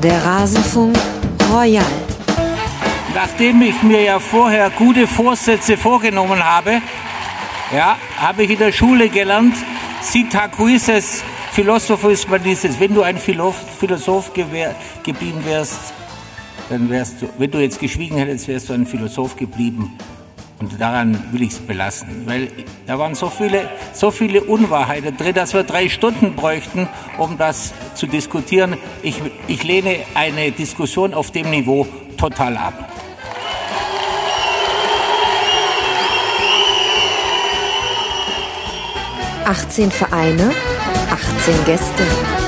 Der Rasenfunk Royal. Nachdem ich mir ja vorher gute Vorsätze vorgenommen habe, habe ich in der Schule gelernt, Sitakuises Philosophus Manises. Wenn du ein Philosoph geblieben wärst, dann wärst du, wenn du jetzt geschwiegen hättest, wärst du ein Philosoph geblieben. Und daran will ich es belassen, weil da waren so viele Unwahrheiten drin, dass wir 3 Stunden bräuchten, um das zu diskutieren. Ich lehne eine Diskussion auf dem Niveau total ab. »18 Vereine, 18 Gäste«.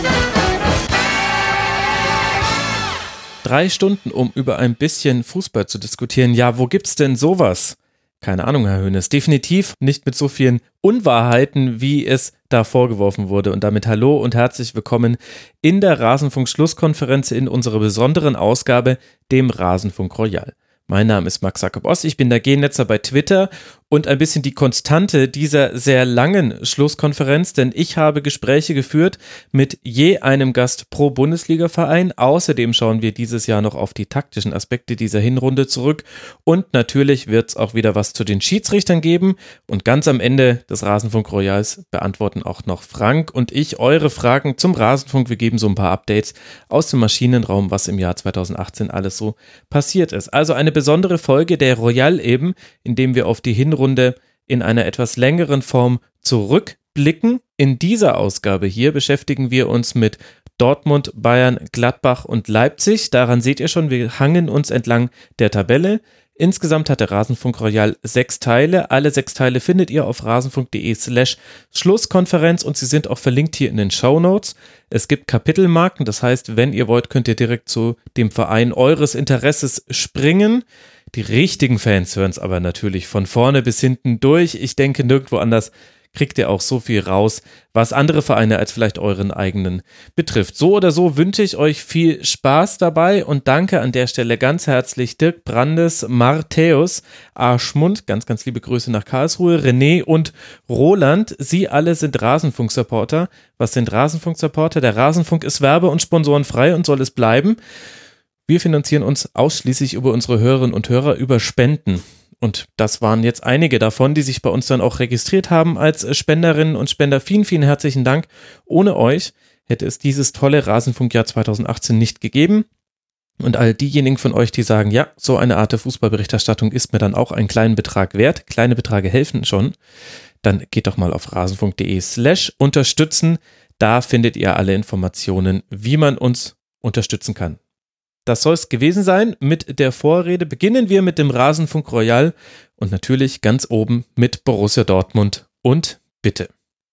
3 Stunden, um über ein bisschen Fußball zu diskutieren. Ja, wo gibt's denn sowas? Keine Ahnung, Herr Hoeneß. Definitiv nicht mit so vielen Unwahrheiten, wie es da vorgeworfen wurde. Und damit hallo und herzlich willkommen in der Rasenfunk-Schlusskonferenz in unserer besonderen Ausgabe, dem Rasenfunk Royal. Mein Name ist Max Jakob Ost, ich bin der G-Netzer bei Twitter und ein bisschen die Konstante dieser sehr langen Schlusskonferenz, denn ich habe Gespräche geführt mit je einem Gast pro Bundesliga-Verein. Außerdem schauen wir dieses Jahr noch auf die taktischen Aspekte dieser Hinrunde zurück und natürlich wird es auch wieder was zu den Schiedsrichtern geben und ganz am Ende des Rasenfunk Royals beantworten auch noch Frank und ich eure Fragen zum Rasenfunk. Wir geben so ein paar Updates aus dem Maschinenraum, was im Jahr 2018 alles so passiert ist. Also eine besondere Folge der Royal eben, in dem wir auf die Hinrunde in einer etwas längeren Form zurückblicken. In dieser Ausgabe hier beschäftigen wir uns mit Dortmund, Bayern, Gladbach und Leipzig. Daran seht ihr schon, wir hangen uns entlang der Tabelle. Insgesamt hat der Rasenfunk Royal 6 Teile. Alle 6 Teile findet ihr auf rasenfunk.de/Schlusskonferenz und sie sind auch verlinkt hier in den Shownotes. Es gibt Kapitelmarken, das heißt, wenn ihr wollt, könnt ihr direkt zu dem Verein eures Interesses springen. Die richtigen Fans hören es aber natürlich von vorne bis hinten durch. Ich denke, nirgendwo anders kriegt ihr auch so viel raus, was andere Vereine als vielleicht euren eigenen betrifft. So oder so wünsche ich euch viel Spaß dabei und danke an der Stelle ganz herzlich Dirk Brandes, Matthäus, Arschmund, ganz, ganz liebe Grüße nach Karlsruhe, René und Roland. Sie alle sind Rasenfunk-Supporter. Was sind Rasenfunk-Supporter? Der Rasenfunk ist werbe- und sponsorenfrei und soll es bleiben. Wir finanzieren uns ausschließlich über unsere Hörerinnen und Hörer über Spenden. Und das waren jetzt einige davon, die sich bei uns dann auch registriert haben als Spenderinnen und Spender. Vielen, vielen herzlichen Dank. Ohne euch hätte es dieses tolle Rasenfunkjahr 2018 nicht gegeben. Und all diejenigen von euch, die sagen, ja, so eine Art der Fußballberichterstattung ist mir dann auch einen kleinen Betrag wert. Kleine Beträge helfen schon. Dann geht doch mal auf rasenfunk.de/unterstützen. Da findet ihr alle Informationen, wie man uns unterstützen kann. Das soll es gewesen sein mit der Vorrede. Beginnen wir mit dem Rasenfunk Royal und natürlich ganz oben mit Borussia Dortmund und bitte.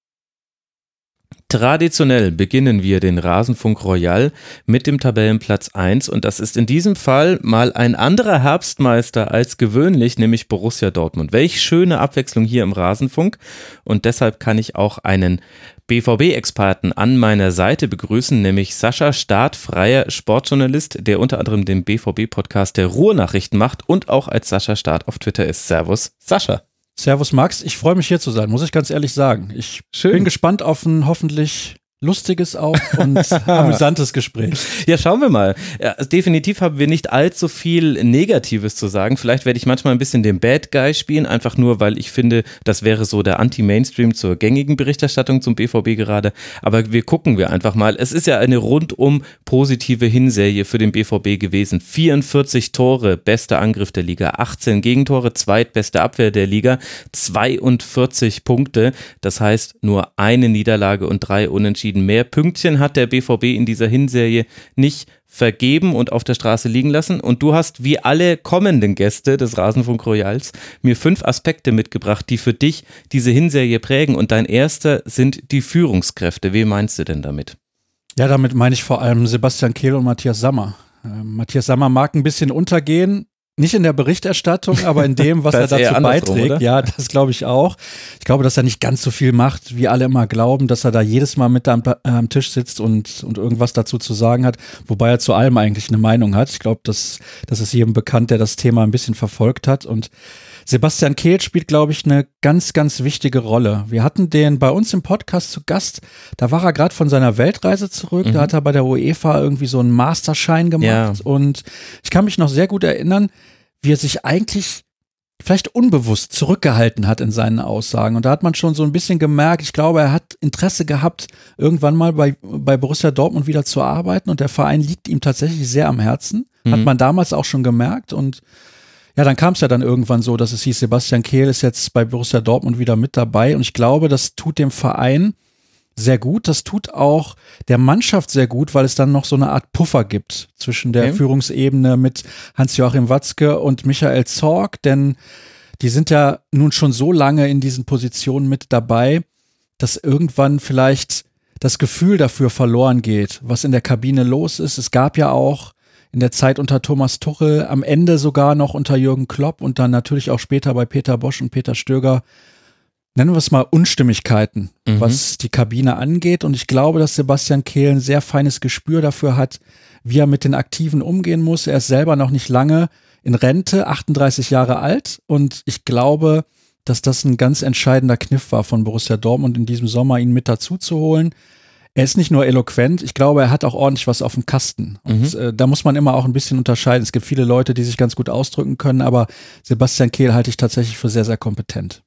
Traditionell beginnen wir den Rasenfunk Royal mit dem Tabellenplatz 1 und das ist in diesem Fall mal ein anderer Herbstmeister als gewöhnlich, nämlich Borussia Dortmund. Welch schöne Abwechslung hier im Rasenfunk und deshalb kann ich auch einen BVB-Experten an meiner Seite begrüßen, nämlich Sascha Staat, freier Sportjournalist, der unter anderem den BVB-Podcast der Ruhrnachrichten macht und auch als Sascha Staat auf Twitter ist. Servus, Sascha. Servus, Max. Ich freue mich hier zu sein, muss ich ganz ehrlich sagen. Ich bin gespannt auf ein hoffentlich lustiges auch und amüsantes Gespräch. Ja, schauen wir mal. Ja, definitiv haben wir nicht allzu viel Negatives zu sagen. Vielleicht werde ich manchmal ein bisschen den Bad Guy spielen, einfach nur, weil ich finde, das wäre so der Anti-Mainstream zur gängigen Berichterstattung zum BVB gerade. Aber gucken wir einfach mal. Es ist ja eine rundum positive Hinserie für den BVB gewesen. 44 Tore, bester Angriff der Liga, 18 Gegentore, zweitbeste Abwehr der Liga, 42 Punkte. Das heißt, nur eine Niederlage und 3 Unentschieden. Mehr Pünktchen hat der BVB in dieser Hinserie nicht vergeben und auf der Straße liegen lassen. Und du hast, wie alle kommenden Gäste des Rasenfunk Royals, mir 5 Aspekte mitgebracht, die für dich diese Hinserie prägen. Und dein erster sind die Führungskräfte. Wie meinst du denn damit? Ja, damit meine ich vor allem Sebastian Kehl und Matthias Sammer. Matthias Sammer mag ein bisschen untergehen. Nicht in der Berichterstattung, aber in dem, was er dazu beiträgt. Oder? Ja, das glaube ich auch. Ich glaube, dass er nicht ganz so viel macht, wie alle immer glauben, dass er da jedes Mal mit am Tisch sitzt und irgendwas dazu zu sagen hat, wobei er zu allem eigentlich eine Meinung hat. Ich glaube, das ist jedem bekannt, der das Thema ein bisschen verfolgt hat. Und Sebastian Kehl spielt, glaube ich, eine ganz, ganz wichtige Rolle. Wir hatten den bei uns im Podcast zu Gast, da war er gerade von seiner Weltreise zurück, da hat er bei der UEFA irgendwie so einen Masterschein gemacht und ich kann mich noch sehr gut erinnern, wie er sich eigentlich vielleicht unbewusst zurückgehalten hat in seinen Aussagen. Und da hat man schon so ein bisschen gemerkt, ich glaube, er hat Interesse gehabt, irgendwann mal bei Borussia Dortmund wieder zu arbeiten und der Verein liegt ihm tatsächlich sehr am Herzen. Hat man damals auch schon gemerkt und ja, dann kam es ja dann irgendwann so, dass es hieß, Sebastian Kehl ist jetzt bei Borussia Dortmund wieder mit dabei und ich glaube, das tut dem Verein sehr gut, das tut auch der Mannschaft sehr gut, weil es dann noch so eine Art Puffer gibt zwischen der Führungsebene mit Hans-Joachim Watzke und Michael Zorc, denn die sind ja nun schon so lange in diesen Positionen mit dabei, dass irgendwann vielleicht das Gefühl dafür verloren geht, was in der Kabine los ist. Es gab ja auch in der Zeit unter Thomas Tuchel, am Ende sogar noch unter Jürgen Klopp und dann natürlich auch später bei Peter Bosch und Peter Stöger, nennen wir es mal Unstimmigkeiten, was die Kabine angeht. Und ich glaube, dass Sebastian Kehl ein sehr feines Gespür dafür hat, wie er mit den Aktiven umgehen muss. Er ist selber noch nicht lange in Rente, 38 Jahre alt. Und ich glaube, dass das ein ganz entscheidender Kniff war von Borussia Dortmund in diesem Sommer, ihn mit dazu zu holen. Er ist nicht nur eloquent, ich glaube, er hat auch ordentlich was auf dem Kasten. Und da muss man immer auch ein bisschen unterscheiden. Es gibt viele Leute, die sich ganz gut ausdrücken können, aber Sebastian Kehl halte ich tatsächlich für sehr, sehr kompetent.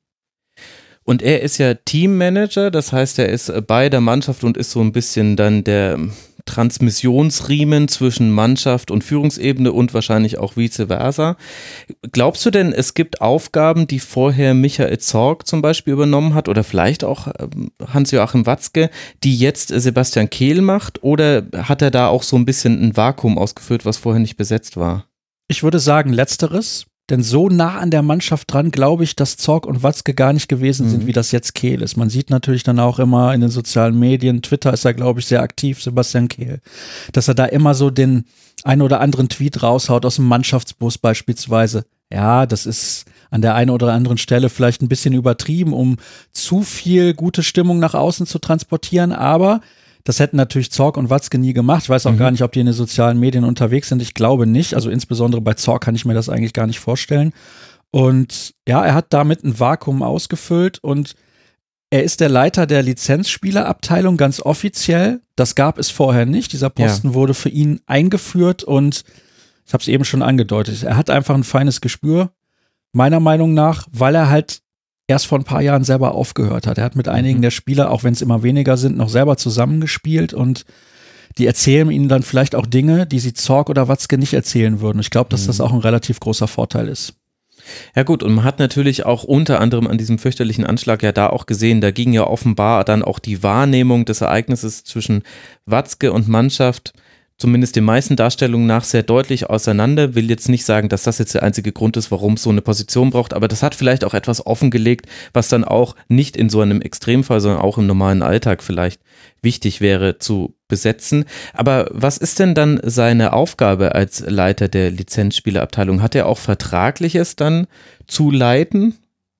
Und er ist ja Teammanager, das heißt, er ist bei der Mannschaft und ist so ein bisschen dann der Transmissionsriemen zwischen Mannschaft und Führungsebene und wahrscheinlich auch vice versa. Glaubst du denn, es gibt Aufgaben, die vorher Michael Zorc zum Beispiel übernommen hat oder vielleicht auch Hans-Joachim Watzke, die jetzt Sebastian Kehl macht, oder hat er da auch so ein bisschen ein Vakuum ausgefüllt, was vorher nicht besetzt war? Ich würde sagen Letzteres. Denn so nah an der Mannschaft dran, glaube ich, dass Zorc und Watzke gar nicht gewesen sind, wie das jetzt Kehl ist. Man sieht natürlich dann auch immer in den sozialen Medien, Twitter ist er, glaube ich, sehr aktiv, Sebastian Kehl, dass er da immer so den einen oder anderen Tweet raushaut aus dem Mannschaftsbus beispielsweise. Ja, das ist an der einen oder anderen Stelle vielleicht ein bisschen übertrieben, um zu viel gute Stimmung nach außen zu transportieren, aber das hätten natürlich Zorc und Watzke nie gemacht. Ich weiß auch gar nicht, ob die in den sozialen Medien unterwegs sind. Ich glaube nicht. Also insbesondere bei Zorc kann ich mir das eigentlich gar nicht vorstellen. Und ja, er hat damit ein Vakuum ausgefüllt und er ist der Leiter der Lizenzspielerabteilung ganz offiziell. Das gab es vorher nicht. Dieser Posten wurde für ihn eingeführt und ich habe es eben schon angedeutet. Er hat einfach ein feines Gespür, meiner Meinung nach, weil er halt erst vor ein paar Jahren selber aufgehört hat. Er hat mit einigen der Spieler, auch wenn es immer weniger sind, noch selber zusammengespielt und die erzählen ihnen dann vielleicht auch Dinge, die sie Zorc oder Watzke nicht erzählen würden. Ich glaube, dass das auch ein relativ großer Vorteil ist. Ja gut, und man hat natürlich auch unter anderem an diesem fürchterlichen Anschlag ja da auch gesehen, da ging ja offenbar dann auch die Wahrnehmung des Ereignisses zwischen Watzke und Mannschaft zumindest den meisten Darstellungen nach sehr deutlich auseinander. Will jetzt nicht sagen, dass das jetzt der einzige Grund ist, warum es so eine Position braucht, aber das hat vielleicht auch etwas offengelegt, was dann auch nicht in so einem Extremfall, sondern auch im normalen Alltag vielleicht wichtig wäre zu besetzen. Aber was ist denn dann seine Aufgabe als Leiter der Lizenzspielerabteilung? Hat er auch Vertragliches dann zu leiten?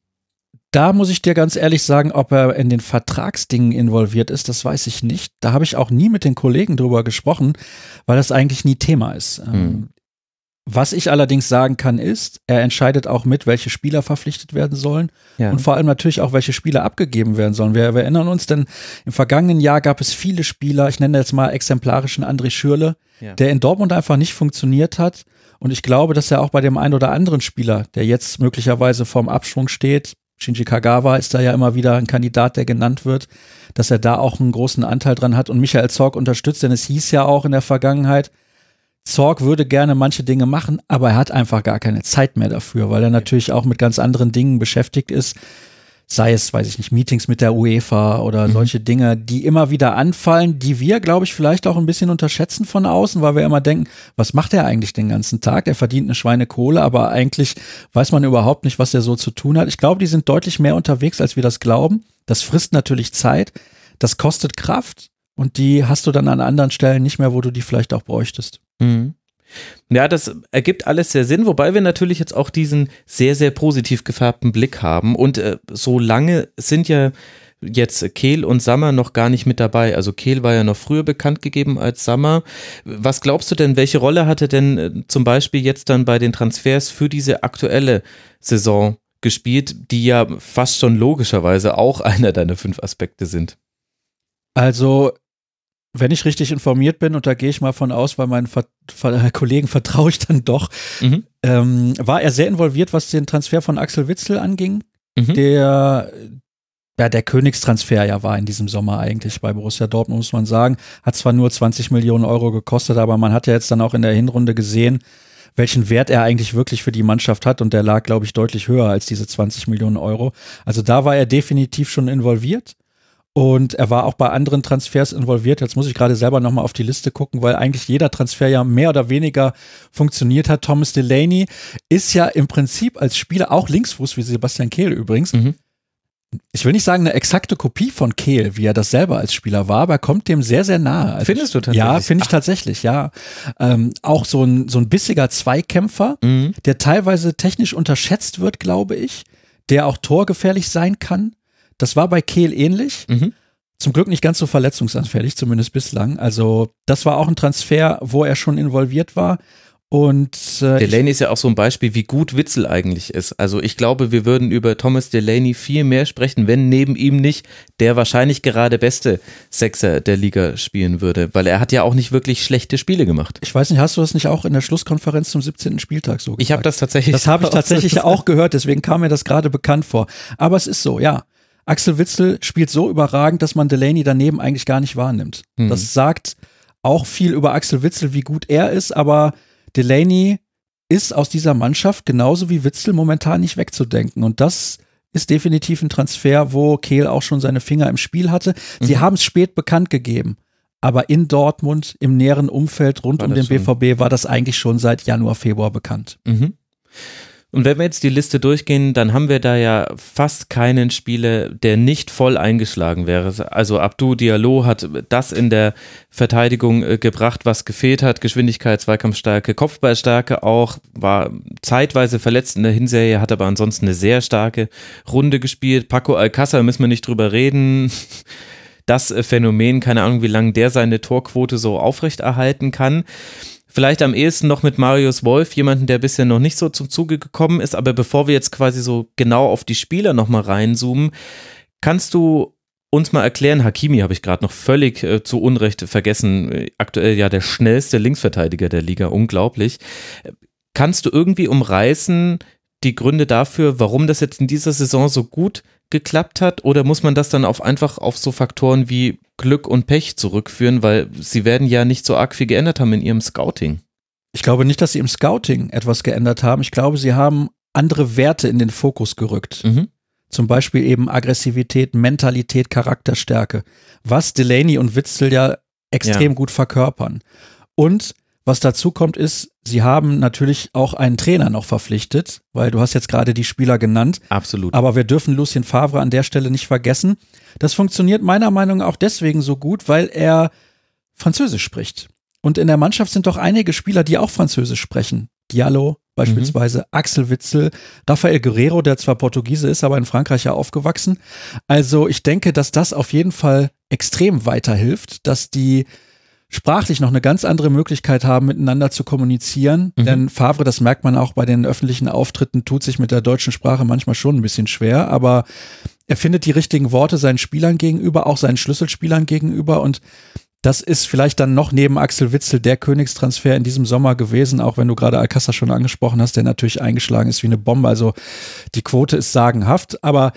Da muss ich dir ganz ehrlich sagen, ob er in den Vertragsdingen involviert ist, das weiß ich nicht. Da habe ich auch nie mit den Kollegen drüber gesprochen, weil das eigentlich nie Thema ist. Was ich allerdings sagen kann ist, er entscheidet auch mit, welche Spieler verpflichtet werden sollen und vor allem natürlich auch, welche Spieler abgegeben werden sollen. Wir erinnern uns, denn im vergangenen Jahr gab es viele Spieler, ich nenne jetzt mal exemplarischen André Schürrle, der in Dortmund einfach nicht funktioniert hat. Und ich glaube, dass er auch bei dem einen oder anderen Spieler, der jetzt möglicherweise vorm Abschwung steht, Shinji Kagawa ist da ja immer wieder ein Kandidat, der genannt wird, dass er da auch einen großen Anteil dran hat und Michael Zorc unterstützt, denn es hieß ja auch in der Vergangenheit, Zorc würde gerne manche Dinge machen, aber er hat einfach gar keine Zeit mehr dafür, weil er natürlich auch mit ganz anderen Dingen beschäftigt ist, sei es, weiß ich nicht, Meetings mit der UEFA oder solche Dinge, die immer wieder anfallen, die wir, glaube ich, vielleicht auch ein bisschen unterschätzen von außen, weil wir immer denken, was macht er eigentlich den ganzen Tag? Er verdient eine Schweinekohle, aber eigentlich weiß man überhaupt nicht, was er so zu tun hat. Ich glaube, die sind deutlich mehr unterwegs, als wir das glauben. Das frisst natürlich Zeit, das kostet Kraft und die hast du dann an anderen Stellen nicht mehr, wo du die vielleicht auch bräuchtest. Ja, das ergibt alles sehr Sinn, wobei wir natürlich jetzt auch diesen sehr, sehr positiv gefärbten Blick haben und so lange sind ja jetzt Kehl und Sammer noch gar nicht mit dabei. Also Kehl war ja noch früher bekannt gegeben als Sammer. Was glaubst du denn, welche Rolle hatte denn zum Beispiel jetzt dann bei den Transfers für diese aktuelle Saison gespielt, die ja fast schon logischerweise auch einer deiner 5 Aspekte sind. Also, wenn ich richtig informiert bin, und da gehe ich mal von aus, weil meinen Kollegen vertraue ich dann doch, war er sehr involviert, was den Transfer von Axel Witsel anging, der Königstransfer ja war in diesem Sommer eigentlich bei Borussia Dortmund, muss man sagen. Hat zwar nur 20 Millionen Euro gekostet, aber man hat ja jetzt dann auch in der Hinrunde gesehen, welchen Wert er eigentlich wirklich für die Mannschaft hat, und der lag, glaube ich, deutlich höher als diese 20 Millionen Euro. Also da war er definitiv schon involviert. Und er war auch bei anderen Transfers involviert. Jetzt muss ich gerade selber nochmal auf die Liste gucken, weil eigentlich jeder Transfer ja mehr oder weniger funktioniert hat. Thomas Delaney ist ja im Prinzip als Spieler auch Linksfuß, wie Sebastian Kehl übrigens. Ich will nicht sagen eine exakte Kopie von Kehl, wie er das selber als Spieler war, aber er kommt dem sehr, sehr nahe. Also findest du tatsächlich? Ja, finde ich tatsächlich, ja. Auch so ein bissiger Zweikämpfer, der teilweise technisch unterschätzt wird, glaube ich, der auch torgefährlich sein kann. Das war bei Kehl ähnlich. Zum Glück nicht ganz so verletzungsanfällig, zumindest bislang. Also das war auch ein Transfer, wo er schon involviert war. Und Delaney ist ja auch so ein Beispiel, wie gut Witsel eigentlich ist. Also ich glaube, wir würden über Thomas Delaney viel mehr sprechen, wenn neben ihm nicht der wahrscheinlich gerade beste Sechser der Liga spielen würde, weil er hat ja auch nicht wirklich schlechte Spiele gemacht. Ich weiß nicht, hast du das nicht auch in der Schlusskonferenz zum 17. Spieltag so gesagt? Ich habe das tatsächlich. Das habe ich tatsächlich auch gehört, deswegen kam mir das gerade bekannt vor. Aber es ist so, ja. Axel Witsel spielt so überragend, dass man Delaney daneben eigentlich gar nicht wahrnimmt. Das sagt auch viel über Axel Witsel, wie gut er ist, aber Delaney ist aus dieser Mannschaft genauso wie Witsel momentan nicht wegzudenken. Und das ist definitiv ein Transfer, wo Kehl auch schon seine Finger im Spiel hatte. Sie haben es spät bekannt gegeben, aber in Dortmund, im näheren Umfeld rund um den BVB, war das eigentlich schon seit Januar, Februar bekannt. Und wenn wir jetzt die Liste durchgehen, dann haben wir da ja fast keinen Spieler, der nicht voll eingeschlagen wäre. Also Abdou Diallo hat das in der Verteidigung gebracht, was gefehlt hat. Geschwindigkeit, Zweikampfstärke, Kopfballstärke auch, war zeitweise verletzt in der Hinserie, hat aber ansonsten eine sehr starke Runde gespielt. Paco Alcácer, müssen wir nicht drüber reden. Das Phänomen, keine Ahnung, wie lange der seine Torquote so aufrechterhalten kann. Vielleicht am ehesten noch mit Marius Wolf, jemanden, der bisher noch nicht so zum Zuge gekommen ist. Aber bevor wir jetzt quasi so genau auf die Spieler nochmal reinzoomen, kannst du uns mal erklären, Hakimi habe ich gerade noch völlig zu Unrecht vergessen, aktuell ja der schnellste Linksverteidiger der Liga, unglaublich. Kannst du irgendwie umreißen die Gründe dafür, warum das jetzt in dieser Saison so gut geklappt hat, oder muss man das dann einfach auf so Faktoren wie Glück und Pech zurückführen, weil sie werden ja nicht so arg viel geändert haben in ihrem Scouting? Ich glaube nicht, dass sie im Scouting etwas geändert haben. Ich glaube, sie haben andere Werte in den Fokus gerückt. Zum Beispiel eben Aggressivität, Mentalität, Charakterstärke, was Delaney und Witsel ja extrem gut verkörpern. Und was dazu kommt ist, sie haben natürlich auch einen Trainer noch verpflichtet, weil du hast jetzt gerade die Spieler genannt. Absolut. Aber wir dürfen Lucien Favre an der Stelle nicht vergessen. Das funktioniert meiner Meinung nach auch deswegen so gut, weil er Französisch spricht. Und in der Mannschaft sind doch einige Spieler, die auch Französisch sprechen. Diallo beispielsweise, Axel Witsel, Rafael Guerreiro, der zwar Portugiese ist, aber in Frankreich ja aufgewachsen. Also ich denke, dass das auf jeden Fall extrem weiterhilft, dass die sprachlich noch eine ganz andere Möglichkeit haben, miteinander zu kommunizieren. Denn Favre, das merkt man auch bei den öffentlichen Auftritten, tut sich mit der deutschen Sprache manchmal schon ein bisschen schwer, aber er findet die richtigen Worte seinen Spielern gegenüber, auch seinen Schlüsselspielern gegenüber, und das ist vielleicht dann noch neben Axel Witsel der Königstransfer in diesem Sommer gewesen, auch wenn du gerade Alcácer schon angesprochen hast, der natürlich eingeschlagen ist wie eine Bombe. Also die Quote ist sagenhaft, aber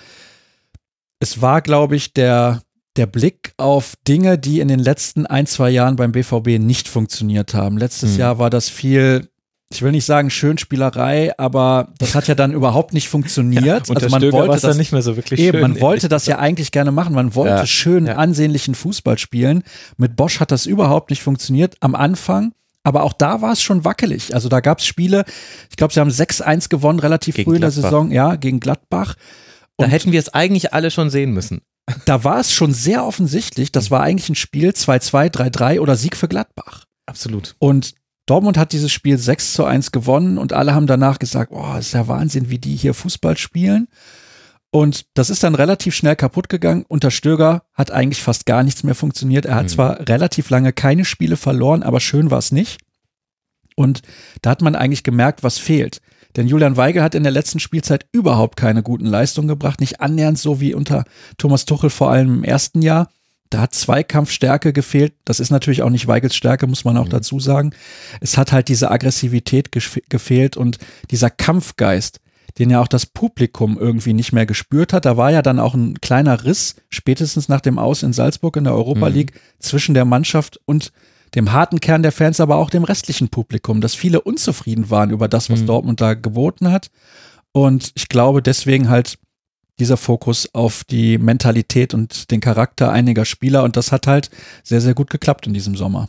es war, glaube ich, der Blick auf Dinge, die in den letzten 1-2 Jahren beim BVB nicht funktioniert haben. Letztes Jahr war das viel, ich will nicht sagen Schönspielerei, aber das hat ja dann überhaupt nicht funktioniert. Also man wollte das nicht mehr so wirklich schön. Eben, man wollte das ja eigentlich gerne machen. Man wollte schön ansehnlichen Fußball spielen. Mit Bosch hat das überhaupt nicht funktioniert am Anfang. Aber auch da war es schon wackelig. Also da gab es Spiele, ich glaube, sie haben 6-1 gewonnen, relativ früh in der Saison, gegen Gladbach. Da hätten wir es eigentlich alle schon sehen müssen. Da war es schon sehr offensichtlich, das war eigentlich ein Spiel 2-2, 3-3 oder Sieg für Gladbach. Absolut. Und Dortmund hat dieses Spiel 6-1 gewonnen und alle haben danach gesagt, oh, ist ja Wahnsinn, wie die hier Fußball spielen. Und das ist dann relativ schnell kaputt gegangen. Unter Stöger hat eigentlich fast gar nichts mehr funktioniert. Er hat zwar relativ lange keine Spiele verloren, aber schön war es nicht. Und da hat man eigentlich gemerkt, was fehlt. Denn Julian Weigl hat in der letzten Spielzeit überhaupt keine guten Leistungen gebracht, nicht annähernd so wie unter Thomas Tuchel, vor allem im ersten Jahr. Da hat Zweikampfstärke gefehlt. Das ist natürlich auch nicht Weigels Stärke, muss man auch dazu sagen. Es hat halt diese Aggressivität gefehlt und dieser Kampfgeist, den ja auch das Publikum irgendwie nicht mehr gespürt hat. Da war ja dann auch ein kleiner Riss, spätestens nach dem Aus in Salzburg in der Europa League, zwischen der Mannschaft und dem harten Kern der Fans, aber auch dem restlichen Publikum, dass viele unzufrieden waren über das, was Dortmund da geboten hat. Und ich glaube deswegen halt dieser Fokus auf die Mentalität und den Charakter einiger Spieler, und das hat halt sehr, sehr gut geklappt in diesem Sommer.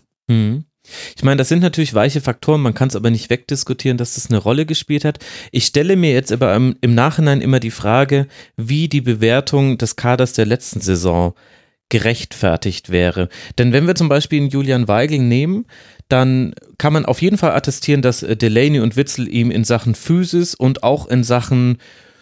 Ich meine, das sind natürlich weiche Faktoren, man kann es aber nicht wegdiskutieren, dass das eine Rolle gespielt hat. Ich stelle mir jetzt aber im Nachhinein immer die Frage, wie die Bewertung des Kaders der letzten Saison gerechtfertigt wäre. Denn wenn wir zum Beispiel einen Julian Weigl nehmen, dann kann man auf jeden Fall attestieren, dass Delaney und Witsel ihm in Sachen Physis und auch in Sachen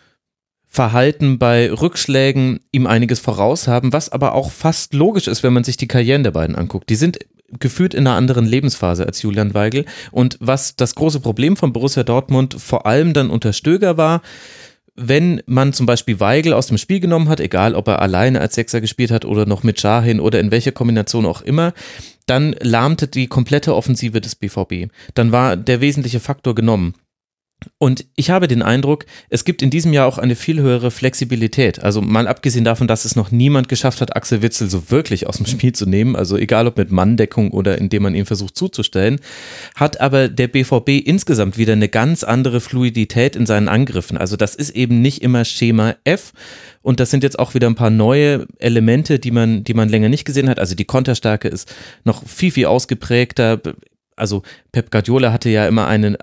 Verhalten bei Rückschlägen ihm einiges voraus haben, was aber auch fast logisch ist, wenn man sich die Karrieren der beiden anguckt. Die sind gefühlt in einer anderen Lebensphase als Julian Weigl, und was das große Problem von Borussia Dortmund vor allem dann unter Stöger war, wenn man zum Beispiel Weigl aus dem Spiel genommen hat, egal ob er alleine als Sechser gespielt hat oder noch mit Şahin oder in welcher Kombination auch immer, dann lahmte die komplette Offensive des BVB. Dann war der wesentliche Faktor genommen. Und ich habe den Eindruck, es gibt in diesem Jahr auch eine viel höhere Flexibilität. Also mal abgesehen davon, dass es noch niemand geschafft hat, Axel Witsel so wirklich aus dem Spiel zu nehmen, also egal ob mit Manndeckung oder indem man ihn versucht zuzustellen, hat aber der BVB insgesamt wieder eine ganz andere Fluidität in seinen Angriffen. Also das ist eben nicht immer Schema F, und das sind jetzt auch wieder ein paar neue Elemente, die man länger nicht gesehen hat. Also die Konterstärke ist noch viel, viel ausgeprägter. Also Pep Guardiola hatte ja immer eine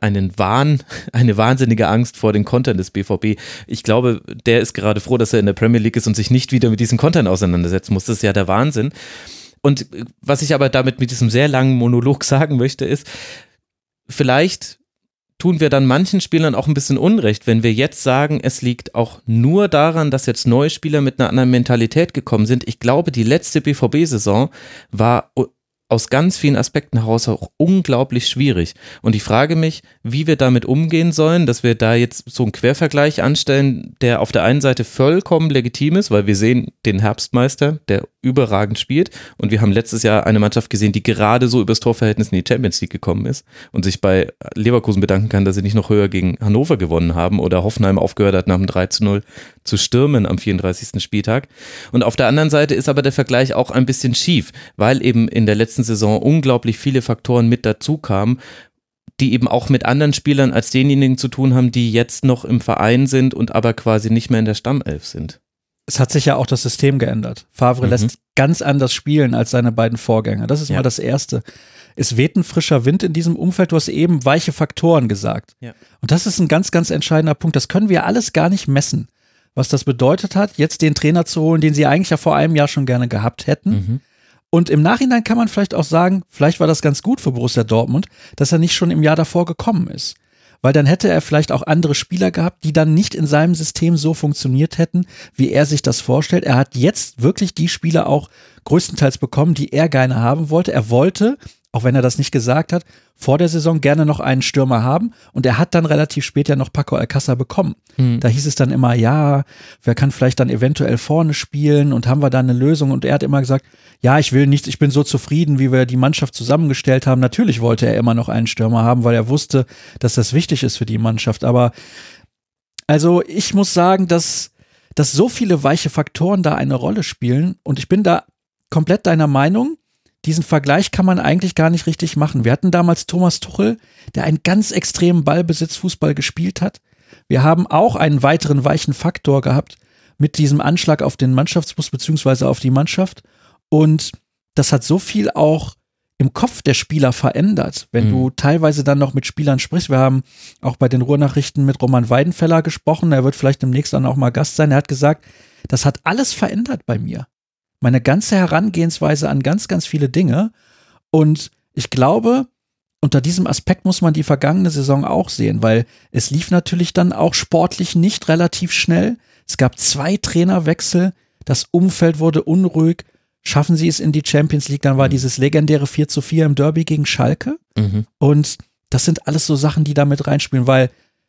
wahnsinnige Angst vor den Kontern des BVB. Ich glaube, der ist gerade froh, dass er in der Premier League ist und sich nicht wieder mit diesen Kontern auseinandersetzen muss. Das ist ja der Wahnsinn. Und was ich aber damit mit diesem sehr langen Monolog sagen möchte, ist, vielleicht tun wir dann manchen Spielern auch ein bisschen Unrecht, wenn wir jetzt sagen, es liegt auch nur daran, dass jetzt neue Spieler mit einer anderen Mentalität gekommen sind. Ich glaube, die letzte BVB-Saison war aus ganz vielen Aspekten heraus auch unglaublich schwierig. Und ich frage mich, wie wir damit umgehen sollen, dass wir da jetzt so einen Quervergleich anstellen, der auf der einen Seite vollkommen legitim ist, weil wir sehen den Herbstmeister, der überragend spielt, und wir haben letztes Jahr eine Mannschaft gesehen, die gerade so übers Torverhältnis in die Champions League gekommen ist und sich bei Leverkusen bedanken kann, dass sie nicht noch höher gegen Hannover gewonnen haben oder Hoffenheim aufgehört hat, nach dem 3:0 zu stürmen am 34. Spieltag. Und auf der anderen Seite ist aber der Vergleich auch ein bisschen schief, weil eben in der letzten Saison unglaublich viele Faktoren mit dazu kamen, die eben auch mit anderen Spielern als denjenigen zu tun haben, die jetzt noch im Verein sind und aber quasi nicht mehr in der Stammelf sind. Es hat sich ja auch das System geändert. Favre lässt ganz anders spielen als seine beiden Vorgänger. Das ist mal das Erste. Es weht ein frischer Wind in diesem Umfeld. Du hast eben weiche Faktoren gesagt. Ja. Und das ist ein ganz, ganz entscheidender Punkt. Das können wir alles gar nicht messen, was das bedeutet hat, jetzt den Trainer zu holen, den sie eigentlich ja vor einem Jahr schon gerne gehabt hätten. Und im Nachhinein kann man vielleicht auch sagen, vielleicht war das ganz gut für Borussia Dortmund, dass er nicht schon im Jahr davor gekommen ist. Weil dann hätte er vielleicht auch andere Spieler gehabt, die dann nicht in seinem System so funktioniert hätten, wie er sich das vorstellt. Er hat jetzt wirklich die Spieler auch größtenteils bekommen, die er gerne haben wollte. Er wollte, auch wenn er das nicht gesagt hat, vor der Saison gerne noch einen Stürmer haben, und er hat dann relativ spät ja noch Paco Alcácer bekommen. Da hieß es dann immer, ja, wer kann vielleicht dann eventuell vorne spielen und haben wir da eine Lösung, und er hat immer gesagt, ja, ich will nichts, ich bin so zufrieden, wie wir die Mannschaft zusammengestellt haben. Natürlich wollte er immer noch einen Stürmer haben, weil er wusste, dass das wichtig ist für die Mannschaft, aber also ich muss sagen, dass so viele weiche Faktoren da eine Rolle spielen, und ich bin da komplett deiner Meinung. Diesen Vergleich kann man eigentlich gar nicht richtig machen. Wir hatten damals Thomas Tuchel, der einen ganz extremen Ballbesitzfußball gespielt hat. Wir haben auch einen weiteren weichen Faktor gehabt mit diesem Anschlag auf den Mannschaftsbus beziehungsweise auf die Mannschaft. Und das hat so viel auch im Kopf der Spieler verändert, wenn du teilweise dann noch mit Spielern sprichst. Wir haben auch bei den Ruhrnachrichten mit Roman Weidenfeller gesprochen. Er wird vielleicht demnächst dann auch mal Gast sein. Er hat gesagt, das hat alles verändert bei mir. Meine ganze Herangehensweise an ganz, ganz viele Dinge. Und ich glaube, unter diesem Aspekt muss man die vergangene Saison auch sehen, weil es lief natürlich dann auch sportlich nicht relativ schnell. Es gab 2 Trainerwechsel, das Umfeld wurde unruhig. Schaffen sie es in die Champions League, dann war dieses legendäre 4:4 im Derby gegen Schalke. Und das sind alles so Sachen, die da mit reinspielen, weil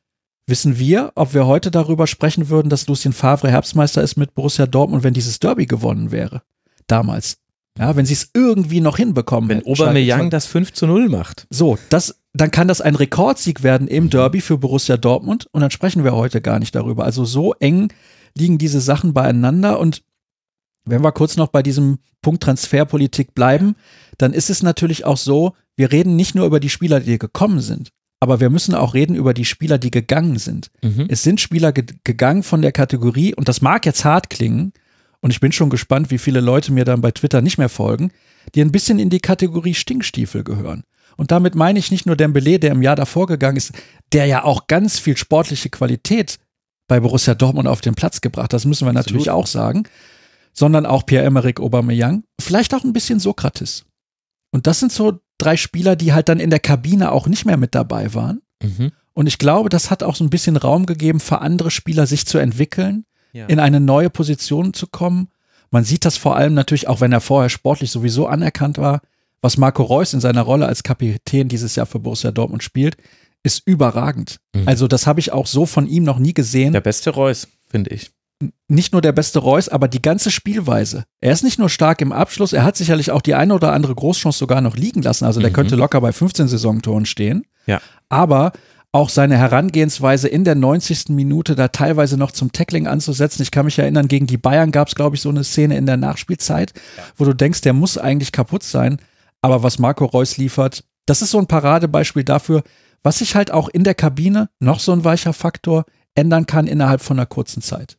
wissen wir, ob wir heute darüber sprechen würden, dass Lucien Favre Herbstmeister ist mit Borussia Dortmund, wenn dieses Derby gewonnen wäre. Damals. Ja, wenn sie es irgendwie noch hinbekommen. Wenn Aubameyang das 5:0 macht. So, dann kann das ein Rekordsieg werden im Derby für Borussia Dortmund und dann sprechen wir heute gar nicht darüber. Also so eng liegen diese Sachen beieinander und wenn wir kurz noch bei diesem Punkt Transferpolitik bleiben, dann ist es natürlich auch so, wir reden nicht nur über die Spieler, die gekommen sind, aber wir müssen auch reden über die Spieler, die gegangen sind. Es sind Spieler gegangen von der Kategorie, und das mag jetzt hart klingen, und ich bin schon gespannt, wie viele Leute mir dann bei Twitter nicht mehr folgen, die ein bisschen in die Kategorie Stinkstiefel gehören. Und damit meine ich nicht nur Dembélé, der im Jahr davor gegangen ist, der ja auch ganz viel sportliche Qualität bei Borussia Dortmund auf den Platz gebracht, das müssen wir natürlich auch sagen, sondern auch Pierre-Emerick Aubameyang, vielleicht auch ein bisschen Sokrates. Und das sind so 3 Spieler, die halt dann in der Kabine auch nicht mehr mit dabei waren. Und ich glaube, das hat auch so ein bisschen Raum gegeben für andere Spieler, sich zu entwickeln, in eine neue Position zu kommen. Man sieht das vor allem natürlich, auch wenn er vorher sportlich sowieso anerkannt war, was Marco Reus in seiner Rolle als Kapitän dieses Jahr für Borussia Dortmund spielt, ist überragend. Also das habe ich auch so von ihm noch nie gesehen. Der beste Reus, finde ich. Nicht nur der beste Reus, aber die ganze Spielweise. Er ist nicht nur stark im Abschluss, er hat sicherlich auch die eine oder andere Großchance sogar noch liegen lassen. Also der könnte locker bei 15 Saisontoren stehen. Ja. Aber auch seine Herangehensweise in der 90. Minute da teilweise noch zum Tackling anzusetzen. Ich kann mich erinnern, gegen die Bayern gab es, glaube ich, so eine Szene in der Nachspielzeit, wo du denkst, der muss eigentlich kaputt sein. Aber was Marco Reus liefert, das ist so ein Paradebeispiel dafür, was sich halt auch in der Kabine, noch so ein weicher Faktor, ändern kann innerhalb von einer kurzen Zeit.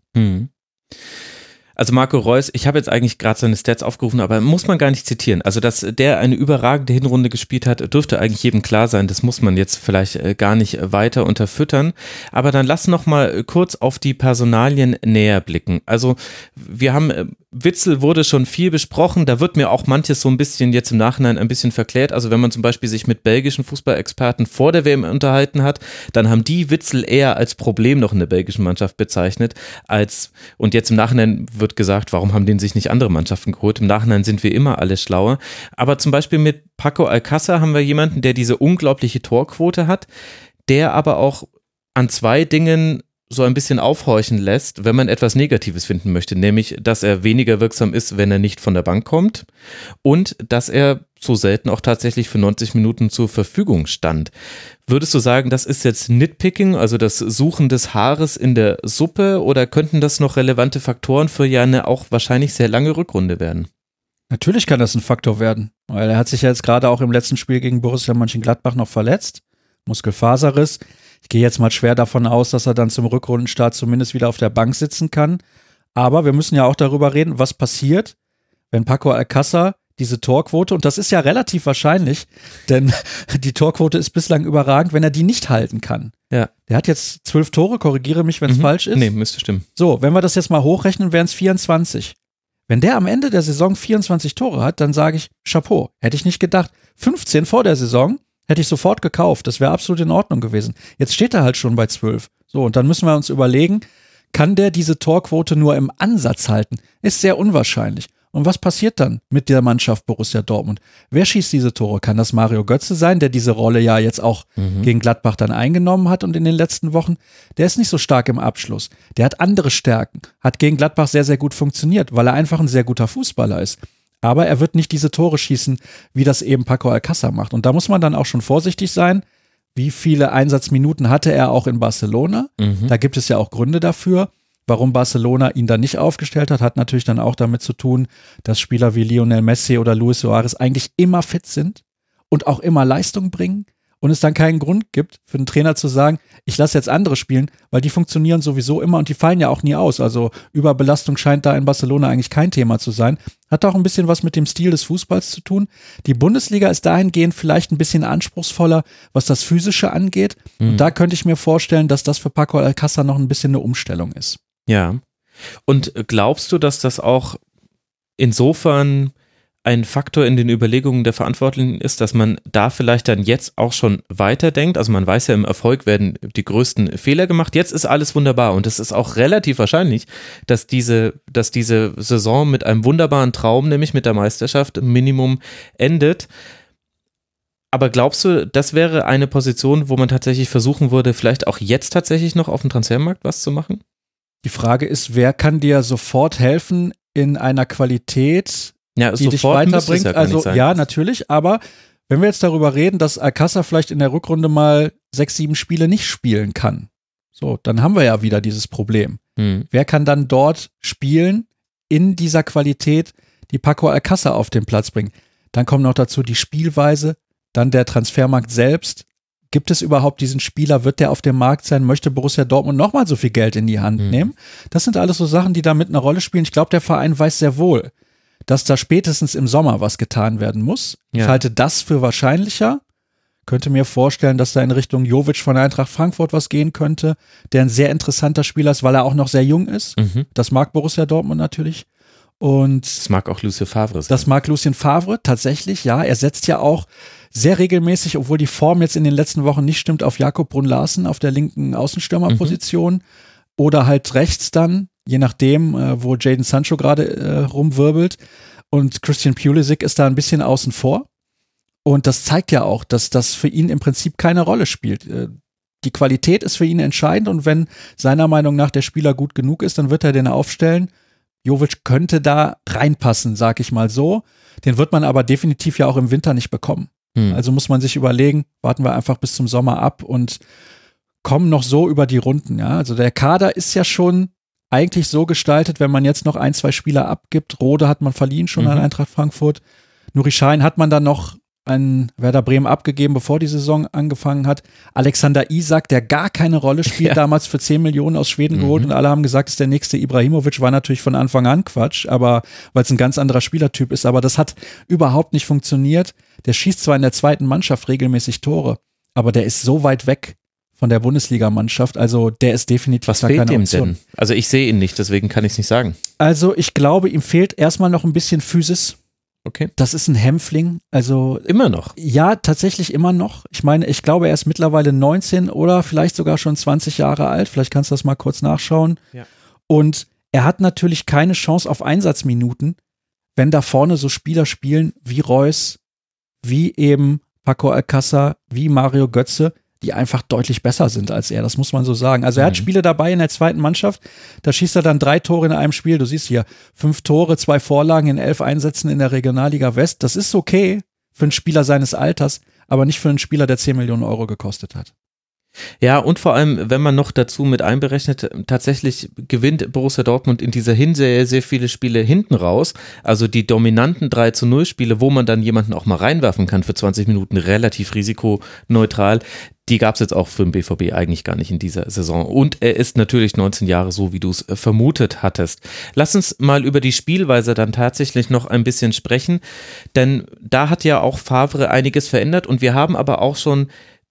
Also Marco Reus, ich habe jetzt eigentlich gerade seine Stats aufgerufen, aber muss man gar nicht zitieren. Also, dass der eine überragende Hinrunde gespielt hat, dürfte eigentlich jedem klar sein. Das muss man jetzt vielleicht gar nicht weiter unterfüttern. Aber dann lass noch mal kurz auf die Personalien näher blicken. Also wir haben, Witsel wurde schon viel besprochen, da wird mir auch manches so ein bisschen jetzt im Nachhinein ein bisschen verklärt. Also wenn man zum Beispiel sich mit belgischen Fußballexperten vor der WM unterhalten hat, dann haben die Witsel eher als Problem noch in der belgischen Mannschaft bezeichnet, und jetzt im Nachhinein wird gesagt, warum haben den sich nicht andere Mannschaften geholt? Im Nachhinein sind wir immer alle schlauer. Aber zum Beispiel mit Paco Alcácer haben wir jemanden, der diese unglaubliche Torquote hat, der aber auch an 2 Dingen so ein bisschen aufhorchen lässt, wenn man etwas Negatives finden möchte, nämlich, dass er weniger wirksam ist, wenn er nicht von der Bank kommt und dass er so selten auch tatsächlich für 90 Minuten zur Verfügung stand. Würdest du sagen, das ist jetzt Nitpicking, also das Suchen des Haares in der Suppe, oder könnten das noch relevante Faktoren für ja eine auch wahrscheinlich sehr lange Rückrunde werden? Natürlich kann das ein Faktor werden, weil er hat sich ja jetzt gerade auch im letzten Spiel gegen Borussia Mönchengladbach noch verletzt, Muskelfaserriss. Ich gehe jetzt mal schwer davon aus, dass er dann zum Rückrundenstart zumindest wieder auf der Bank sitzen kann. Aber wir müssen ja auch darüber reden, was passiert, wenn Paco Alcácer diese Torquote, und das ist ja relativ wahrscheinlich, denn die Torquote ist bislang überragend, wenn er die nicht halten kann. Ja. Der hat jetzt 12 Tore, korrigiere mich, wenn es falsch ist. Nee, müsste stimmen. So, wenn wir das jetzt mal hochrechnen, wären es 24. Wenn der am Ende der Saison 24 Tore hat, dann sage ich, Chapeau, hätte ich nicht gedacht. 15 vor der Saison hätte ich sofort gekauft, das wäre absolut in Ordnung gewesen. Jetzt steht er halt schon bei 12. So, und dann müssen wir uns überlegen, kann der diese Torquote nur im Ansatz halten? Ist sehr unwahrscheinlich. Und was passiert dann mit der Mannschaft Borussia Dortmund? Wer schießt diese Tore? Kann das Mario Götze sein, der diese Rolle ja jetzt auch gegen Gladbach dann eingenommen hat und in den letzten Wochen? Der ist nicht so stark im Abschluss. Der hat andere Stärken, hat gegen Gladbach sehr, sehr gut funktioniert, weil er einfach ein sehr guter Fußballer ist. Aber er wird nicht diese Tore schießen, wie das eben Paco Alcácer macht. Und da muss man dann auch schon vorsichtig sein. Wie viele Einsatzminuten hatte er auch in Barcelona? Da gibt es ja auch Gründe dafür. Warum Barcelona ihn dann nicht aufgestellt hat natürlich dann auch damit zu tun, dass Spieler wie Lionel Messi oder Luis Suarez eigentlich immer fit sind und auch immer Leistung bringen und es dann keinen Grund gibt für den Trainer zu sagen, ich lasse jetzt andere spielen, weil die funktionieren sowieso immer und die fallen ja auch nie aus. Also Überbelastung scheint da in Barcelona eigentlich kein Thema zu sein. Hat auch ein bisschen was mit dem Stil des Fußballs zu tun. Die Bundesliga ist dahingehend vielleicht ein bisschen anspruchsvoller, was das Physische angeht. Und da könnte ich mir vorstellen, dass das für Paco Alcácer noch ein bisschen eine Umstellung ist. Ja. Und glaubst du, dass das auch insofern ein Faktor in den Überlegungen der Verantwortlichen ist, dass man da vielleicht dann jetzt auch schon weiterdenkt? Also man weiß ja, im Erfolg werden die größten Fehler gemacht. Jetzt ist alles wunderbar und es ist auch relativ wahrscheinlich, dass diese Saison mit einem wunderbaren Traum, nämlich mit der Meisterschaft, Minimum endet. Aber glaubst du, das wäre eine Position, wo man tatsächlich versuchen würde, vielleicht auch jetzt tatsächlich noch auf dem Transfermarkt was zu machen? Die Frage ist, wer kann dir sofort helfen in einer Qualität, die dich weiterbringt? Also ja, natürlich, aber wenn wir jetzt darüber reden, dass Alcázar vielleicht in der Rückrunde mal 6, 7 Spiele nicht spielen kann, so, dann haben wir ja wieder dieses Problem. Wer kann dann dort spielen in dieser Qualität, die Paco Alcázar auf den Platz bringt? Dann kommt noch dazu die Spielweise, dann der Transfermarkt selbst. Gibt es überhaupt diesen Spieler? Wird der auf dem Markt sein? Möchte Borussia Dortmund nochmal so viel Geld in die Hand nehmen? Das sind alles so Sachen, die da mit eine Rolle spielen. Ich glaube, der Verein weiß sehr wohl, dass da spätestens im Sommer was getan werden muss. Ja. Ich halte das für wahrscheinlicher. Könnte mir vorstellen, dass da in Richtung Jovic von Eintracht Frankfurt was gehen könnte, der ein sehr interessanter Spieler ist, weil er auch noch sehr jung ist. Das mag Borussia Dortmund natürlich. Und das mag auch Lucien Favre sein. Das mag Lucien Favre tatsächlich, ja. Er setzt ja auch sehr regelmäßig, obwohl die Form jetzt in den letzten Wochen nicht stimmt, auf Jakob Brun-Larsen auf der linken Außenstürmerposition oder halt rechts dann, je nachdem, wo Jadon Sancho gerade rumwirbelt. Und Christian Pulisic ist da ein bisschen außen vor. Und das zeigt ja auch, dass das für ihn im Prinzip keine Rolle spielt. Die Qualität ist für ihn entscheidend und wenn seiner Meinung nach der Spieler gut genug ist, dann wird er den aufstellen. Jovic könnte da reinpassen, sag ich mal so. Den wird man aber definitiv ja auch im Winter nicht bekommen. Also muss man sich überlegen, warten wir einfach bis zum Sommer ab und kommen noch so über die Runden. Ja? Also der Kader ist ja schon eigentlich so gestaltet, wenn man jetzt noch 1, 2 Spieler abgibt. Rode hat man verliehen schon an Eintracht Frankfurt. Nuri Sahin hat man dann noch an Werder Bremen abgegeben, bevor die Saison angefangen hat. Alexander Isak, der gar keine Rolle spielt, damals für 10 Millionen aus Schweden geholt und alle haben gesagt, es ist der nächste Ibrahimovic, war natürlich von Anfang an Quatsch, aber weil es ein ganz anderer Spielertyp ist, aber das hat überhaupt nicht funktioniert. Der schießt zwar in der zweiten Mannschaft regelmäßig Tore, aber der ist so weit weg von der Bundesligamannschaft, also der ist definitiv was fehlt keine Option. Dem denn? Also ich sehe ihn nicht, deswegen kann ich es nicht sagen. Also ich glaube, ihm fehlt erstmal noch ein bisschen Physis. Okay. Das ist ein Hämpfling, also immer noch? Ja, tatsächlich immer noch. Ich meine, ich glaube, er ist mittlerweile 19 oder vielleicht sogar schon 20 Jahre alt. Vielleicht kannst du das mal kurz nachschauen. Ja. Und er hat natürlich keine Chance auf Einsatzminuten, wenn da vorne so Spieler spielen wie Reus, wie eben Paco Alcázar, wie Mario Götze, die einfach deutlich besser sind als er, das muss man so sagen. Also er hat Spiele dabei in der zweiten Mannschaft, da schießt er dann 3 Tore in einem Spiel, du siehst hier 5 Tore, 2 Vorlagen in 11 Einsätzen in der Regionalliga West, das ist okay für einen Spieler seines Alters, aber nicht für einen Spieler, der 10 Millionen Euro gekostet hat. Ja, und vor allem, wenn man noch dazu mit einberechnet, tatsächlich gewinnt Borussia Dortmund in dieser Hinserie sehr viele Spiele hinten raus, also die dominanten 3:0 Spiele, wo man dann jemanden auch mal reinwerfen kann für 20 Minuten, relativ risikoneutral, die gab es jetzt auch für den BVB eigentlich gar nicht in dieser Saison. Und er ist natürlich 19 Jahre, so wie du es vermutet hattest. Lass uns mal über die Spielweise dann tatsächlich noch ein bisschen sprechen, denn da hat ja auch Favre einiges verändert und wir haben aber auch schon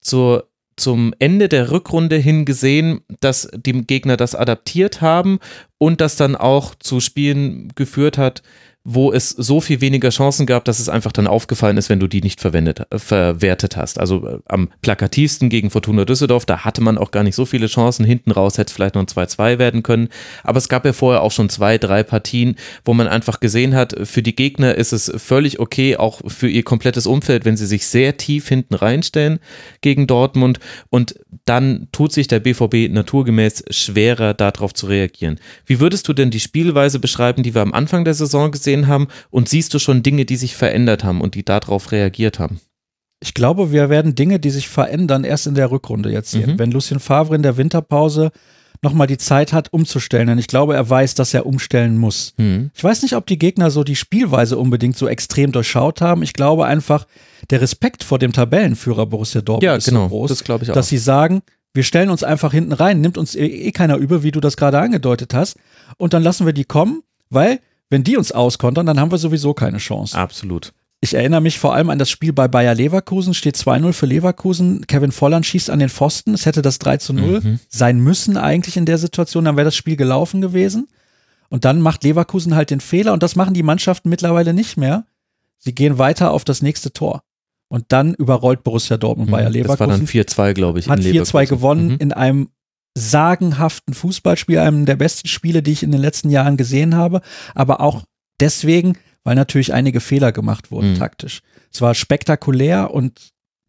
zum Ende der Rückrunde hin gesehen, dass die Gegner das adaptiert haben und das dann auch zu Spielen geführt hat, wo es so viel weniger Chancen gab, dass es einfach dann aufgefallen ist, wenn du die nicht verwertet hast. Also am plakativsten gegen Fortuna Düsseldorf, da hatte man auch gar nicht so viele Chancen. Hinten raus hätte es vielleicht noch ein 2:2 werden können. Aber es gab ja vorher auch schon 2, 3 Partien, wo man einfach gesehen hat, für die Gegner ist es völlig okay, auch für ihr komplettes Umfeld, wenn sie sich sehr tief hinten reinstellen gegen Dortmund. Und dann tut sich der BVB naturgemäß schwerer, darauf zu reagieren. Wie würdest du denn die Spielweise beschreiben, die wir am Anfang der Saison gesehen haben, und siehst du schon Dinge, die sich verändert haben und die darauf reagiert haben? Ich glaube, wir werden Dinge, die sich verändern, erst in der Rückrunde jetzt sehen. Wenn Lucien Favre in der Winterpause nochmal die Zeit hat, umzustellen. Denn ich glaube, er weiß, dass er umstellen muss. Ich weiß nicht, ob die Gegner so die Spielweise unbedingt so extrem durchschaut haben. Ich glaube einfach, der Respekt vor dem Tabellenführer Borussia Dortmund ist so groß, das glaube ich auch, dass sie sagen, wir stellen uns einfach hinten rein, nimmt uns keiner übel, wie du das gerade angedeutet hast. Und dann lassen wir die kommen, weil wenn die uns auskontern, dann haben wir sowieso keine Chance. Absolut. Ich erinnere mich vor allem an das Spiel bei Bayer Leverkusen, steht 2:0 für Leverkusen. Kevin Volland schießt an den Pfosten, es hätte das 3:0 sein müssen eigentlich in der Situation, dann wäre das Spiel gelaufen gewesen. Und dann macht Leverkusen halt den Fehler und das machen die Mannschaften mittlerweile nicht mehr. Sie gehen weiter auf das nächste Tor. Und dann überrollt Borussia Dortmund Bayer Leverkusen. Das war dann 4:2, glaube ich. Hat 4:2 gewonnen in einem sagenhaften Fußballspiel, einem der besten Spiele, die ich in den letzten Jahren gesehen habe, aber auch deswegen, weil natürlich einige Fehler gemacht wurden taktisch. Es war spektakulär und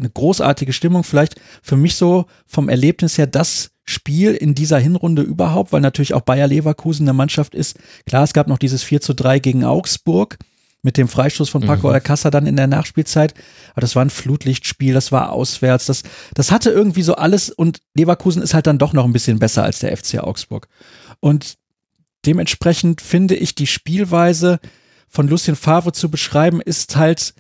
eine großartige Stimmung. Vielleicht für mich so vom Erlebnis her das Spiel in dieser Hinrunde überhaupt, weil natürlich auch Bayer Leverkusen eine Mannschaft ist. Klar, es gab noch dieses 4:3 gegen Augsburg mit dem Freistoß von Paco Alcázar dann in der Nachspielzeit. Aber das war ein Flutlichtspiel, das war auswärts. Das hatte irgendwie so alles und Leverkusen ist halt dann doch noch ein bisschen besser als der FC Augsburg. Und dementsprechend finde ich, die Spielweise von Lucien Favre zu beschreiben, ist halt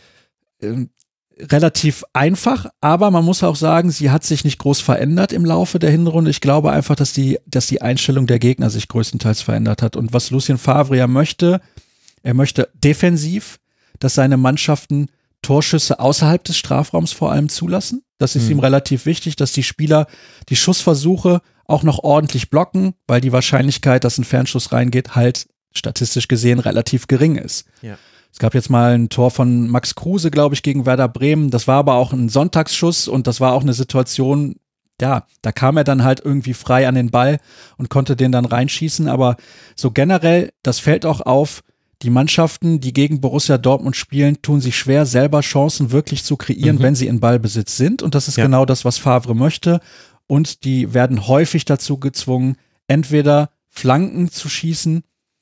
relativ einfach, aber man muss auch sagen, sie hat sich nicht groß verändert im Laufe der Hinrunde. Ich glaube einfach, dass die Einstellung der Gegner sich größtenteils verändert hat. Und was Lucien Favre ja möchte, er möchte defensiv, dass seine Mannschaften Torschüsse außerhalb des Strafraums vor allem zulassen. Das ist ihm relativ wichtig, dass die Spieler die Schussversuche auch noch ordentlich blocken, weil die Wahrscheinlichkeit, dass ein Fernschuss reingeht, halt statistisch gesehen relativ gering ist. Ja. Es gab jetzt mal ein Tor von Max Kruse, glaube ich, gegen Werder Bremen. Das war aber auch ein Sonntagsschuss und das war auch eine Situation, ja, da kam er dann halt irgendwie frei an den Ball und konnte den dann reinschießen. Aber so generell, das fällt auch auf, die Mannschaften, die gegen Borussia Dortmund spielen, tun sich schwer, selber Chancen wirklich zu kreieren, wenn sie in Ballbesitz sind. Und das ist genau das, was Favre möchte. Und die werden häufig dazu gezwungen, entweder Flanken zu schießen,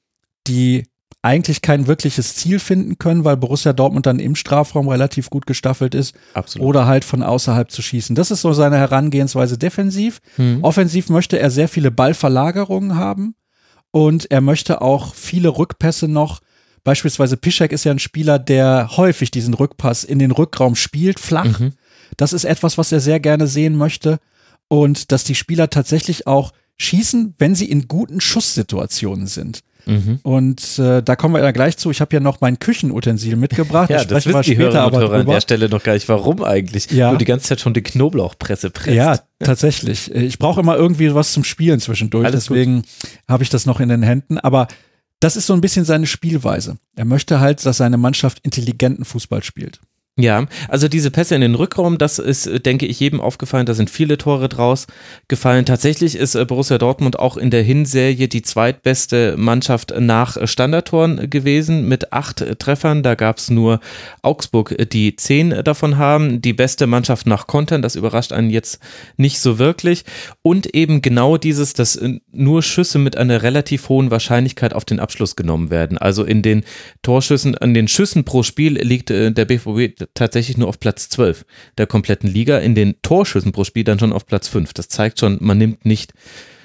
die eigentlich kein wirkliches Ziel finden können, weil Borussia Dortmund dann im Strafraum relativ gut gestaffelt ist. Absolut. Oder halt von außerhalb zu schießen. Das ist so seine Herangehensweise defensiv. Offensiv möchte er sehr viele Ballverlagerungen haben und er möchte auch viele Rückpässe noch. Beispielsweise Piszczek ist ja ein Spieler, der häufig diesen Rückpass in den Rückraum spielt, flach. Das ist etwas, was er sehr gerne sehen möchte und dass die Spieler tatsächlich auch schießen, wenn sie in guten Schusssituationen sind. Und da kommen wir ja gleich zu. Ich habe ja noch mein Küchenutensil mitgebracht. Ja, das wissen die Hörer und Hörer an der Stelle noch gar nicht. Warum eigentlich? Ja. Du die ganze Zeit schon die Knoblauchpresse presst. Ja, tatsächlich. Ich brauche immer irgendwie was zum Spielen zwischendurch. Alles deswegen habe ich das noch in den Händen. Aber das ist so ein bisschen seine Spielweise. Er möchte halt, dass seine Mannschaft intelligenten Fußball spielt. Ja, also diese Pässe in den Rückraum, das ist, denke ich, jedem aufgefallen, da sind viele Tore draus gefallen. Tatsächlich ist Borussia Dortmund auch in der Hinserie die zweitbeste Mannschaft nach Standardtoren gewesen mit 8 Treffern. Da gab es nur Augsburg, die 10 davon haben. Die beste Mannschaft nach Kontern, das überrascht einen jetzt nicht so wirklich. Und eben genau dieses, dass nur Schüsse mit einer relativ hohen Wahrscheinlichkeit auf den Abschluss genommen werden. Also in den Torschüssen, an den Schüssen pro Spiel liegt der BVB tatsächlich nur auf Platz 12 der kompletten Liga, in den Torschüssen pro Spiel dann schon auf Platz 5. Das zeigt schon, man nimmt nicht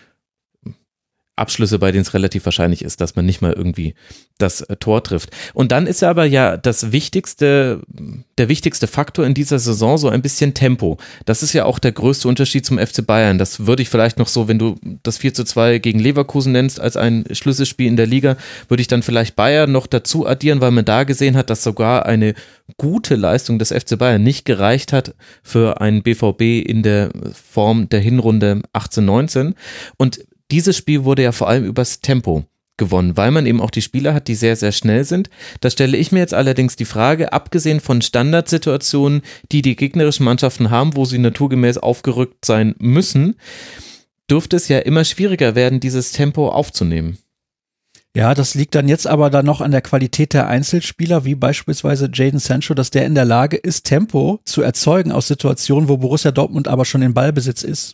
Abschlüsse, bei denen es relativ wahrscheinlich ist, dass man nicht mal irgendwie das Tor trifft. Und dann ist aber ja der wichtigste Faktor in dieser Saison so ein bisschen Tempo. Das ist ja auch der größte Unterschied zum FC Bayern. Das würde ich vielleicht noch so, wenn du das 4:2 gegen Leverkusen nennst, als ein Schlüsselspiel in der Liga, würde ich dann vielleicht Bayern noch dazu addieren, weil man da gesehen hat, dass sogar eine gute Leistung des FC Bayern nicht gereicht hat für einen BVB in der Form der Hinrunde 18/19. Und dieses Spiel wurde ja vor allem übers Tempo gewonnen, weil man eben auch die Spieler hat, die sehr, sehr schnell sind. Da stelle ich mir jetzt allerdings die Frage, abgesehen von Standardsituationen, die die gegnerischen Mannschaften haben, wo sie naturgemäß aufgerückt sein müssen, dürfte es ja immer schwieriger werden, dieses Tempo aufzunehmen. Ja, das liegt dann jetzt aber dann noch an der Qualität der Einzelspieler, wie beispielsweise Jadon Sancho, dass der in der Lage ist, Tempo zu erzeugen aus Situationen, wo Borussia Dortmund aber schon in Ballbesitz ist.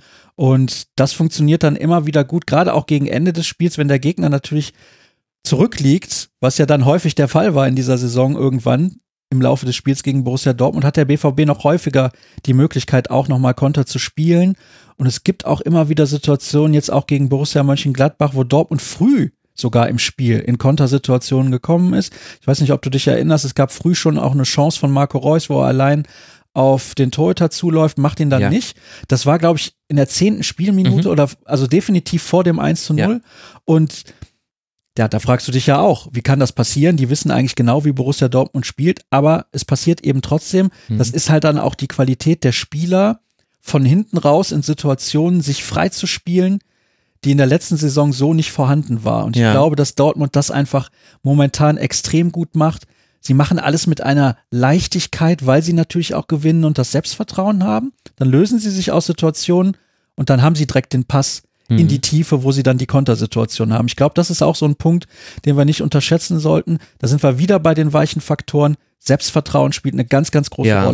Und das funktioniert dann immer wieder gut, gerade auch gegen Ende des Spiels, wenn der Gegner natürlich zurückliegt, was ja dann häufig der Fall war in dieser Saison irgendwann im Laufe des Spiels gegen Borussia Dortmund, hat der BVB noch häufiger die Möglichkeit, auch nochmal Konter zu spielen. Und es gibt auch immer wieder Situationen, jetzt auch gegen Borussia Mönchengladbach, wo Dortmund früh sogar im Spiel in Kontersituationen gekommen ist. Ich weiß nicht, ob du dich erinnerst, es gab früh schon auch eine Chance von Marco Reus, wo er allein auf den Torhüter zuläuft, macht ihn dann nicht. Das war, glaube ich, in der 10. Spielminute oder also definitiv vor dem 1:0. Ja. Und ja, da fragst du dich ja auch, wie kann das passieren? Die wissen eigentlich genau, wie Borussia Dortmund spielt, aber es passiert eben trotzdem. Das ist halt dann auch die Qualität der Spieler, von hinten raus in Situationen sich frei zu spielen, die in der letzten Saison so nicht vorhanden war. Und ich glaube, dass Dortmund das einfach momentan extrem gut macht. Sie machen alles mit einer Leichtigkeit, weil sie natürlich auch gewinnen und das Selbstvertrauen haben. Dann lösen sie sich aus Situationen und dann haben sie direkt den Pass in die Tiefe, wo sie dann die Kontersituation haben. Ich glaube, das ist auch so ein Punkt, den wir nicht unterschätzen sollten. Da sind wir wieder bei den weichen Faktoren. Selbstvertrauen spielt eine ganz, ganz große Rolle.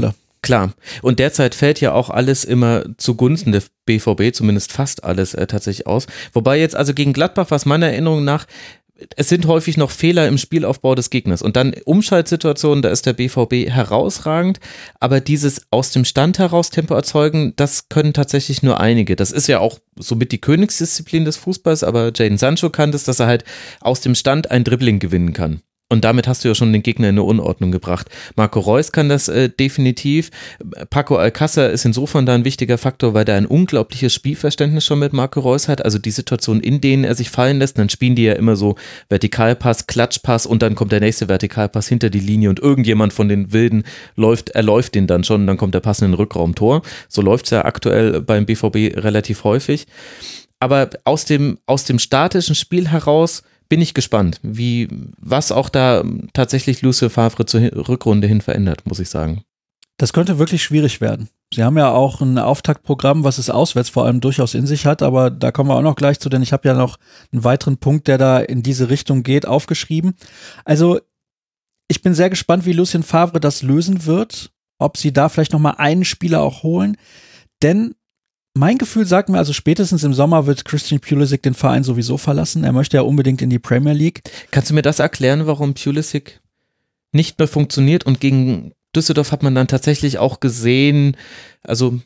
Klar. Und derzeit fällt ja auch alles immer zugunsten der BVB, zumindest fast alles tatsächlich aus. Wobei jetzt also gegen Gladbach, was meiner Erinnerung nach, es sind häufig noch Fehler im Spielaufbau des Gegners und dann Umschaltsituationen, da ist der BVB herausragend, aber dieses aus dem Stand heraus Tempo erzeugen, das können tatsächlich nur einige. Das ist ja auch somit die Königsdisziplin des Fußballs, aber Jadon Sancho kann das, dass er halt aus dem Stand ein Dribbling gewinnen kann. Und damit hast du ja schon den Gegner in eine Unordnung gebracht. Marco Reus kann das definitiv. Paco Alcácer ist insofern da ein wichtiger Faktor, weil der ein unglaubliches Spielverständnis schon mit Marco Reus hat. Also die Situationen, in denen er sich fallen lässt, dann spielen die ja immer so Vertikalpass, Klatschpass und dann kommt der nächste Vertikalpass hinter die Linie und irgendjemand von den Wilden läuft den dann schon und dann kommt der Pass in den Rückraumtor. So läuft es ja aktuell beim BVB relativ häufig. Aber aus dem statischen Spiel heraus bin ich gespannt, was auch da tatsächlich Lucien Favre zur Rückrunde hin verändert, muss ich sagen. Das könnte wirklich schwierig werden. Sie haben ja auch ein Auftaktprogramm, was es auswärts vor allem durchaus in sich hat, aber da kommen wir auch noch gleich zu, denn ich habe ja noch einen weiteren Punkt, der da in diese Richtung geht, aufgeschrieben. Also ich bin sehr gespannt, wie Lucien Favre das lösen wird, ob sie da vielleicht nochmal einen Spieler auch holen, denn mein Gefühl sagt mir, also spätestens im Sommer wird Christian Pulisic den Verein sowieso verlassen. Er möchte ja unbedingt in die Premier League. Kannst du mir das erklären, warum Pulisic nicht mehr funktioniert? Und gegen Düsseldorf hat man dann tatsächlich auch gesehen, also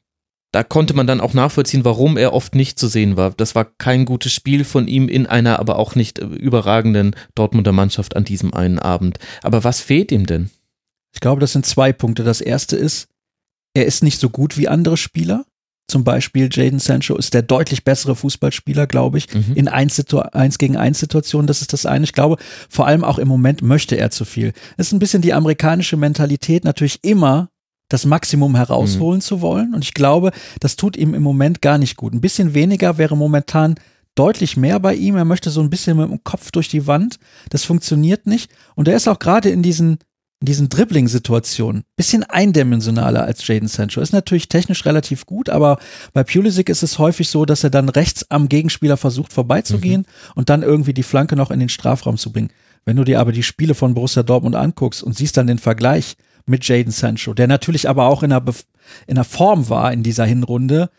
da konnte man dann auch nachvollziehen, warum er oft nicht zu sehen war. Das war kein gutes Spiel von ihm in einer aber auch nicht überragenden Dortmunder Mannschaft an diesem einen Abend. Aber was fehlt ihm denn? Ich glaube, das sind 2 Punkte. Das erste ist, er ist nicht so gut wie andere Spieler. Zum Beispiel Jadon Sancho ist der deutlich bessere Fußballspieler, glaube ich, in 1-gegen-1-Situationen. Das ist das eine. Ich glaube, vor allem auch im Moment möchte er zu viel. Das ist ein bisschen die amerikanische Mentalität, natürlich immer das Maximum herausholen zu wollen. Und ich glaube, das tut ihm im Moment gar nicht gut. Ein bisschen weniger wäre momentan deutlich mehr bei ihm. Er möchte so ein bisschen mit dem Kopf durch die Wand. Das funktioniert nicht. Und er ist auch gerade in diesen Dribbling-Situationen bisschen eindimensionaler als Jadon Sancho. Ist natürlich technisch relativ gut, aber bei Pulisic ist es häufig so, dass er dann rechts am Gegenspieler versucht vorbeizugehen und dann irgendwie die Flanke noch in den Strafraum zu bringen. Wenn du dir aber die Spiele von Borussia Dortmund anguckst und siehst dann den Vergleich mit Jadon Sancho, der natürlich aber auch in einer Form war in dieser Hinrunde,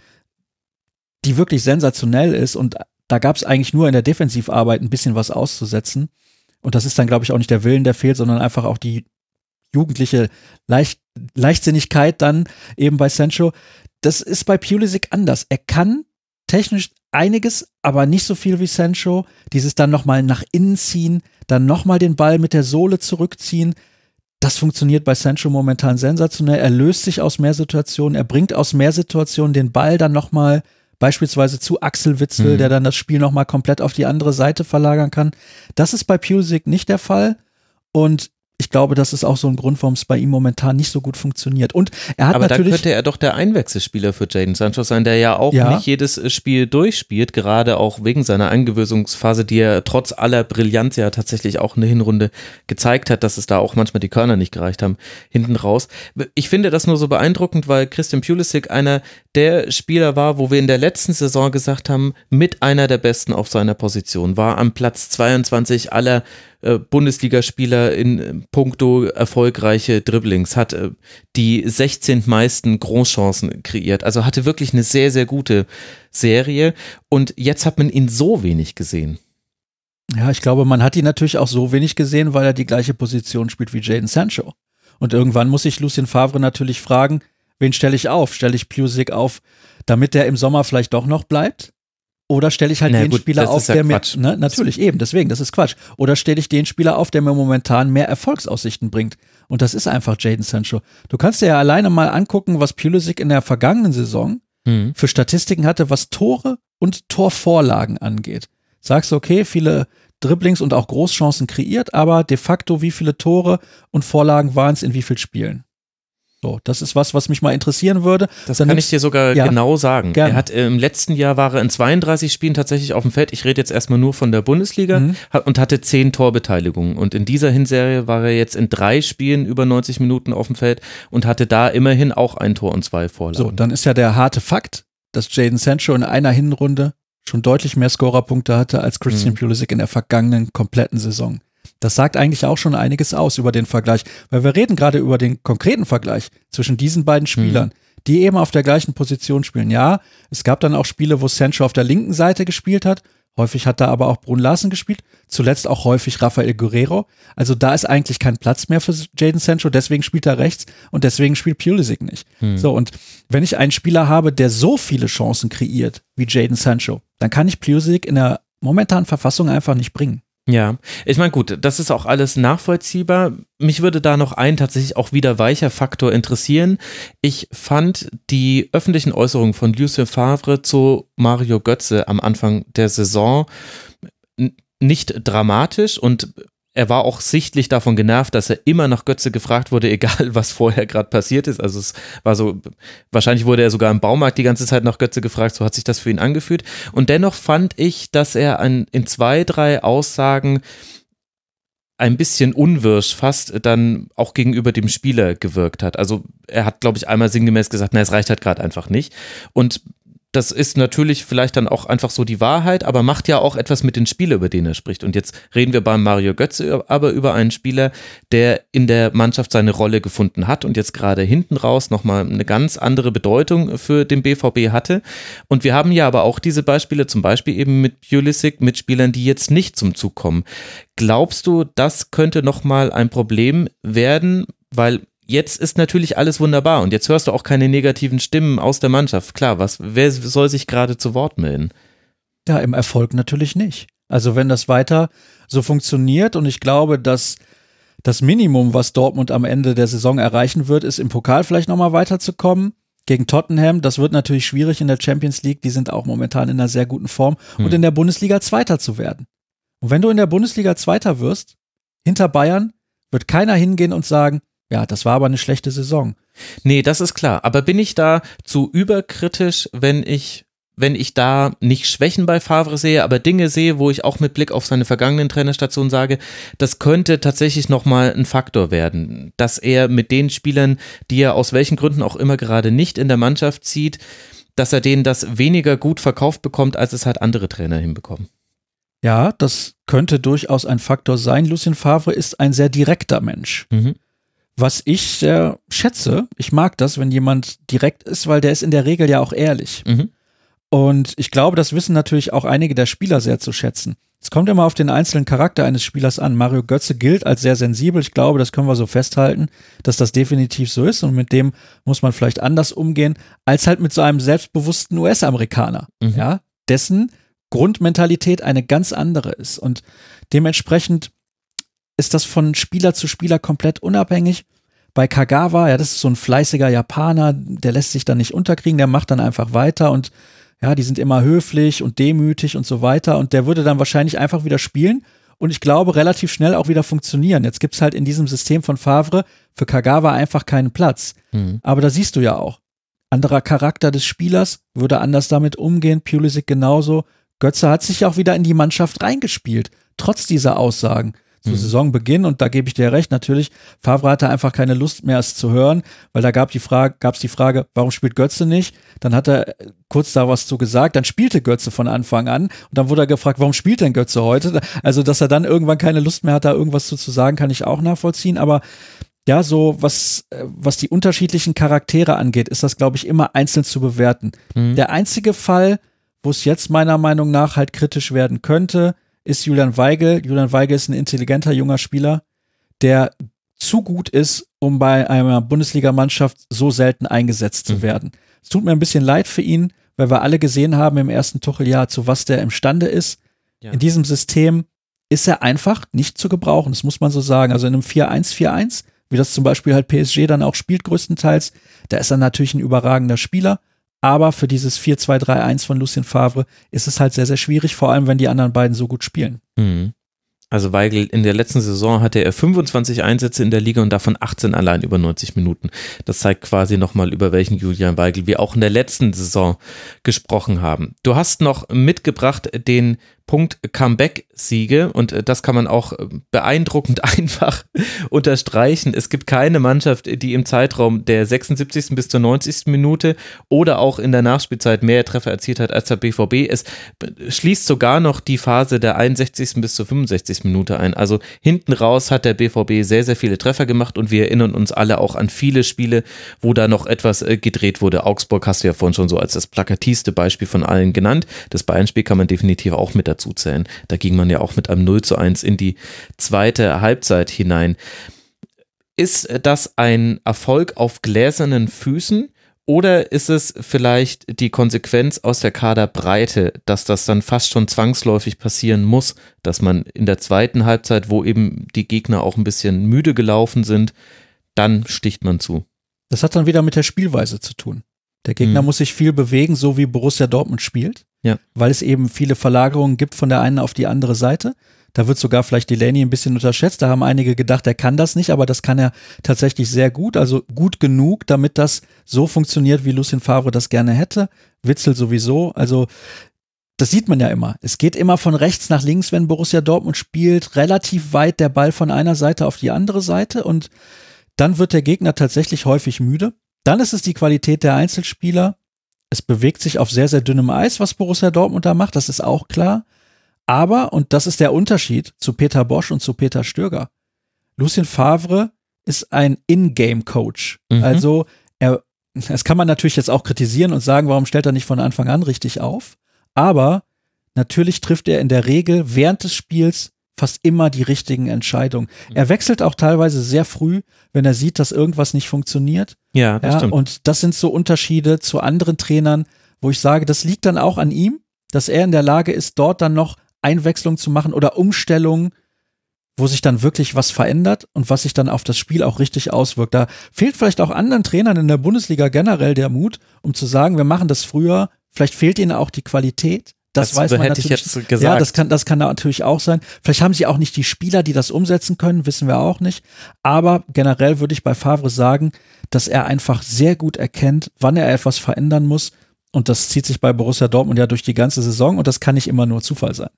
die wirklich sensationell ist und da gab es eigentlich nur in der Defensivarbeit ein bisschen was auszusetzen. Und das ist dann, glaube ich, auch nicht der Willen, der fehlt, sondern einfach auch die jugendliche Leichtsinnigkeit dann eben bei Sancho. Das ist bei Pulisic anders. Er kann technisch einiges, aber nicht so viel wie Sancho. Dieses dann nochmal nach innen ziehen, dann nochmal den Ball mit der Sohle zurückziehen. Das funktioniert bei Sancho momentan sensationell. Er löst sich aus mehr Situationen, er bringt aus mehr Situationen den Ball dann nochmal beispielsweise zu Axel Witsel, der dann das Spiel nochmal komplett auf die andere Seite verlagern kann. Das ist bei Pulisic nicht der Fall und ich glaube, das ist auch so ein Grund, warum es bei ihm momentan nicht so gut funktioniert. Und er hat aber natürlich. Da könnte er doch der Einwechselspieler für Jadon Sancho sein, der ja auch nicht jedes Spiel durchspielt, gerade auch wegen seiner Eingewöhnungsphase, die er trotz aller Brillanz ja tatsächlich auch eine Hinrunde gezeigt hat, dass es da auch manchmal die Körner nicht gereicht haben, hinten raus. Ich finde das nur so beeindruckend, weil Christian Pulisic einer der Spieler war, wo wir in der letzten Saison gesagt haben, mit einer der Besten auf seiner Position, war am Platz 22 aller Bundesligaspieler in puncto erfolgreiche Dribblings, hat die 16 meisten Großchancen kreiert, also hatte wirklich eine sehr, sehr gute Serie und jetzt hat man ihn so wenig gesehen. Ja, ich glaube, man hat ihn natürlich auch so wenig gesehen, weil er die gleiche Position spielt wie Jadon Sancho. Und irgendwann muss sich Lucien Favre natürlich fragen, wen stelle ich auf? Stelle ich Pulisic auf, damit der im Sommer vielleicht doch noch bleibt? Oder stelle ich halt den Spieler auf, der mir, natürlich eben, deswegen, das ist Quatsch. Oder stelle ich den Spieler auf, der mir momentan mehr Erfolgsaussichten bringt. Und das ist einfach Jadon Sancho. Du kannst dir ja alleine mal angucken, was Pulisic in der vergangenen Saison für Statistiken hatte, was Tore und Torvorlagen angeht. Sagst du, okay, viele Dribblings und auch Großchancen kreiert, aber de facto, wie viele Tore und Vorlagen waren es in wie vielen Spielen? So, das ist was mich mal interessieren würde. Das kann ich dir sogar genau sagen. Gerne. Er hat im letzten Jahr war er in 32 Spielen tatsächlich auf dem Feld. Ich rede jetzt erstmal nur von der Bundesliga und hatte 10 Torbeteiligungen. Und in dieser Hinserie war er jetzt in 3 Spielen über 90 Minuten auf dem Feld und hatte da immerhin auch ein Tor und 2 Vorlagen. So, dann ist ja der harte Fakt, dass Jadon Sancho in einer Hinrunde schon deutlich mehr Scorerpunkte hatte als Christian Pulisic in der vergangenen kompletten Saison. Das sagt eigentlich auch schon einiges aus über den Vergleich, weil wir reden gerade über den konkreten Vergleich zwischen diesen beiden Spielern, die eben auf der gleichen Position spielen. Ja, es gab dann auch Spiele, wo Sancho auf der linken Seite gespielt hat. Häufig hat da aber auch Brun Larsen gespielt. Zuletzt auch häufig Rafael Guerreiro. Also da ist eigentlich kein Platz mehr für Jadon Sancho. Deswegen spielt er rechts und deswegen spielt Pulisic nicht. So, und wenn ich einen Spieler habe, der so viele Chancen kreiert wie Jadon Sancho, dann kann ich Pulisic in der momentanen Verfassung einfach nicht bringen. Ja, ich meine, gut, das ist auch alles nachvollziehbar. Mich würde da noch ein tatsächlich auch wieder weicher Faktor interessieren. Ich fand die öffentlichen Äußerungen von Lucien Favre zu Mario Götze am Anfang der Saison nicht dramatisch und er war auch sichtlich davon genervt, dass er immer nach Götze gefragt wurde, egal was vorher gerade passiert ist. Also es war so, wahrscheinlich wurde er sogar im Baumarkt die ganze Zeit nach Götze gefragt, so hat sich das für ihn angefühlt. Und dennoch fand ich, dass er in 2, 3 Aussagen ein bisschen unwirsch fast dann auch gegenüber dem Spieler gewirkt hat. Also er hat, glaube ich, einmal sinngemäß gesagt, es reicht halt gerade einfach nicht. Und das ist natürlich vielleicht dann auch einfach so die Wahrheit, aber macht ja auch etwas mit den Spielern, über den er spricht. Und jetzt reden wir beim Mario Götze aber über einen Spieler, der in der Mannschaft seine Rolle gefunden hat und jetzt gerade hinten raus nochmal eine ganz andere Bedeutung für den BVB hatte. Und wir haben ja aber auch diese Beispiele, zum Beispiel eben mit Pulisic, mit Spielern, die jetzt nicht zum Zug kommen. Glaubst du, das könnte nochmal ein Problem werden, weil jetzt ist natürlich alles wunderbar und jetzt hörst du auch keine negativen Stimmen aus der Mannschaft. Klar, wer soll sich gerade zu Wort melden? Ja, im Erfolg natürlich nicht. Also wenn das weiter so funktioniert und ich glaube, dass das Minimum, was Dortmund am Ende der Saison erreichen wird, ist im Pokal vielleicht nochmal weiterzukommen. Gegen Tottenham, das wird natürlich schwierig in der Champions League, die sind auch momentan in einer sehr guten Form und in der Bundesliga Zweiter zu werden. Und wenn du in der Bundesliga Zweiter wirst, hinter Bayern, wird keiner hingehen und sagen, ja, das war aber eine schlechte Saison. Nee, das ist klar. Aber bin ich da zu überkritisch, wenn ich da nicht Schwächen bei Favre sehe, aber Dinge sehe, wo ich auch mit Blick auf seine vergangenen Trainerstationen sage, das könnte tatsächlich nochmal ein Faktor werden, dass er mit den Spielern, die er aus welchen Gründen auch immer gerade nicht in der Mannschaft zieht, dass er denen das weniger gut verkauft bekommt, als es halt andere Trainer hinbekommen. Ja, das könnte durchaus ein Faktor sein. Lucien Favre ist ein sehr direkter Mensch. Was ich sehr schätze, ich mag das, wenn jemand direkt ist, weil der ist in der Regel ja auch ehrlich. Und ich glaube, das wissen natürlich auch einige der Spieler sehr zu schätzen. Es kommt immer auf den einzelnen Charakter eines Spielers an. Mario Götze gilt als sehr sensibel. Ich glaube, das können wir so festhalten, dass das definitiv so ist. Und mit dem muss man vielleicht anders umgehen, als halt mit so einem selbstbewussten US-Amerikaner, ja, dessen Grundmentalität eine ganz andere ist. Und dementsprechend ist das von Spieler zu Spieler komplett unabhängig. Bei Kagawa, ja, das ist so ein fleißiger Japaner, der lässt sich dann nicht unterkriegen, der macht dann einfach weiter und ja, die sind immer höflich und demütig und so weiter und der würde dann wahrscheinlich einfach wieder spielen und ich glaube relativ schnell auch wieder funktionieren. Jetzt gibt's halt in diesem System von Favre für Kagawa einfach keinen Platz. Aber da siehst du ja auch, anderer Charakter des Spielers würde anders damit umgehen, Pulisic genauso. Götze hat sich ja auch wieder in die Mannschaft reingespielt, trotz dieser Aussagen. Zu Saisonbeginn, und da gebe ich dir recht, natürlich, Favre hatte einfach keine Lust mehr, es zu hören, weil da gab's die Frage, warum spielt Götze nicht? Dann hat er kurz da was zu gesagt, dann spielte Götze von Anfang an und dann wurde er gefragt, warum spielt denn Götze heute? Also, dass er dann irgendwann keine Lust mehr hat, da irgendwas zu sagen, kann ich auch nachvollziehen, aber ja, so was die unterschiedlichen Charaktere angeht, ist das, glaube ich, immer einzeln zu bewerten. Der einzige Fall, wo es jetzt meiner Meinung nach halt kritisch werden könnte, ist Julian Weigl. Julian Weigl ist ein intelligenter junger Spieler, der zu gut ist, um bei einer Bundesligamannschaft so selten eingesetzt zu werden. Es tut mir ein bisschen leid für ihn, weil wir alle gesehen haben im ersten Tuchel-Jahr, zu was der imstande ist. Ja. In diesem System ist er einfach nicht zu gebrauchen, das muss man so sagen. Also in einem 4-1-4-1, wie das zum Beispiel halt PSG dann auch spielt größtenteils, da ist er natürlich ein überragender Spieler. Aber für dieses 4-2-3-1 von Lucien Favre ist es halt sehr, sehr schwierig, vor allem wenn die anderen beiden so gut spielen. Also Weigl, in der letzten Saison hatte er 25 Einsätze in der Liga und davon 18 allein über 90 Minuten. Das zeigt quasi nochmal, über welchen Julian Weigl wir auch in der letzten Saison gesprochen haben. Du hast noch mitgebracht den Punkt Comeback-Siege und das kann man auch beeindruckend einfach unterstreichen. Es gibt keine Mannschaft, die im Zeitraum der 76. bis zur 90. Minute oder auch in der Nachspielzeit mehr Treffer erzielt hat als der BVB. Es schließt sogar noch die Phase der 61. bis zur 65. Minute ein. Also hinten raus hat der BVB sehr, sehr viele Treffer gemacht und wir erinnern uns alle auch an viele Spiele, wo da noch etwas gedreht wurde. Augsburg hast du ja vorhin schon so als das plakativste Beispiel von allen genannt. Das Bayern-Spiel kann man definitiv auch mit dazu zählen. Da ging man ja auch mit einem 0:1 in die zweite Halbzeit hinein. Ist das ein Erfolg auf gläsernen Füßen oder ist es vielleicht die Konsequenz aus der Kaderbreite, dass das dann fast schon zwangsläufig passieren muss, dass man in der zweiten Halbzeit, wo eben die Gegner auch ein bisschen müde gelaufen sind, dann sticht man zu? Das hat dann wieder mit der Spielweise zu tun. Der Gegner muss sich viel bewegen, so wie Borussia Dortmund spielt, weil es eben viele Verlagerungen gibt von der einen auf die andere Seite. Da wird sogar vielleicht Delaney ein bisschen unterschätzt. Da haben einige gedacht, er kann das nicht, aber das kann er tatsächlich sehr gut, also gut genug, damit das so funktioniert, wie Lucien Favre das gerne hätte. Witzel sowieso, also das sieht man ja immer. Es geht immer von rechts nach links, wenn Borussia Dortmund spielt, relativ weit der Ball von einer Seite auf die andere Seite und dann wird der Gegner tatsächlich häufig müde. Dann ist es die Qualität der Einzelspieler. Es bewegt sich auf sehr, sehr dünnem Eis, was Borussia Dortmund da macht, das ist auch klar. Aber, und das ist der Unterschied zu Peter Bosch und zu Peter Stöger, Lucien Favre ist ein In-Game-Coach. Also, das kann man natürlich jetzt auch kritisieren und sagen, warum stellt er nicht von Anfang an richtig auf? Aber natürlich trifft er in der Regel während des Spiels fast immer die richtigen Entscheidungen. Er wechselt auch teilweise sehr früh, wenn er sieht, dass irgendwas nicht funktioniert. Ja, das stimmt. Und das sind so Unterschiede zu anderen Trainern, wo ich sage, das liegt dann auch an ihm, dass er in der Lage ist, dort dann noch Einwechslung zu machen oder Umstellungen, wo sich dann wirklich was verändert und was sich dann auf das Spiel auch richtig auswirkt. Da fehlt vielleicht auch anderen Trainern in der Bundesliga generell der Mut, um zu sagen, wir machen das früher. Vielleicht fehlt ihnen auch die Qualität. Das weiß man hätte natürlich. Ich jetzt gesagt. Ja, das kann natürlich auch sein. Vielleicht haben sie auch nicht die Spieler, die das umsetzen können, wissen wir auch nicht. Aber generell würde ich bei Favre sagen, dass er einfach sehr gut erkennt, wann er etwas verändern muss. Und das zieht sich bei Borussia Dortmund ja durch die ganze Saison und das kann nicht immer nur Zufall sein.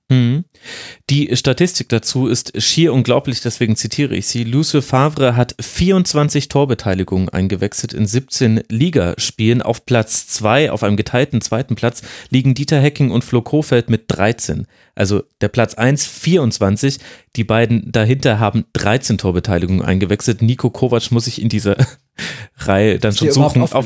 Die Statistik dazu ist schier unglaublich, deswegen zitiere ich sie. Lucien Favre hat 24 Torbeteiligungen eingewechselt in 17 Ligaspielen. Auf Platz 2, auf einem geteilten zweiten Platz, liegen Dieter Hecking und Flo Kofeld mit 13. Also der Platz 1, 24. Die beiden dahinter haben 13 Torbeteiligungen eingewechselt. Nico Kovac muss sich in dieser Reihe dann schon suchen. Auf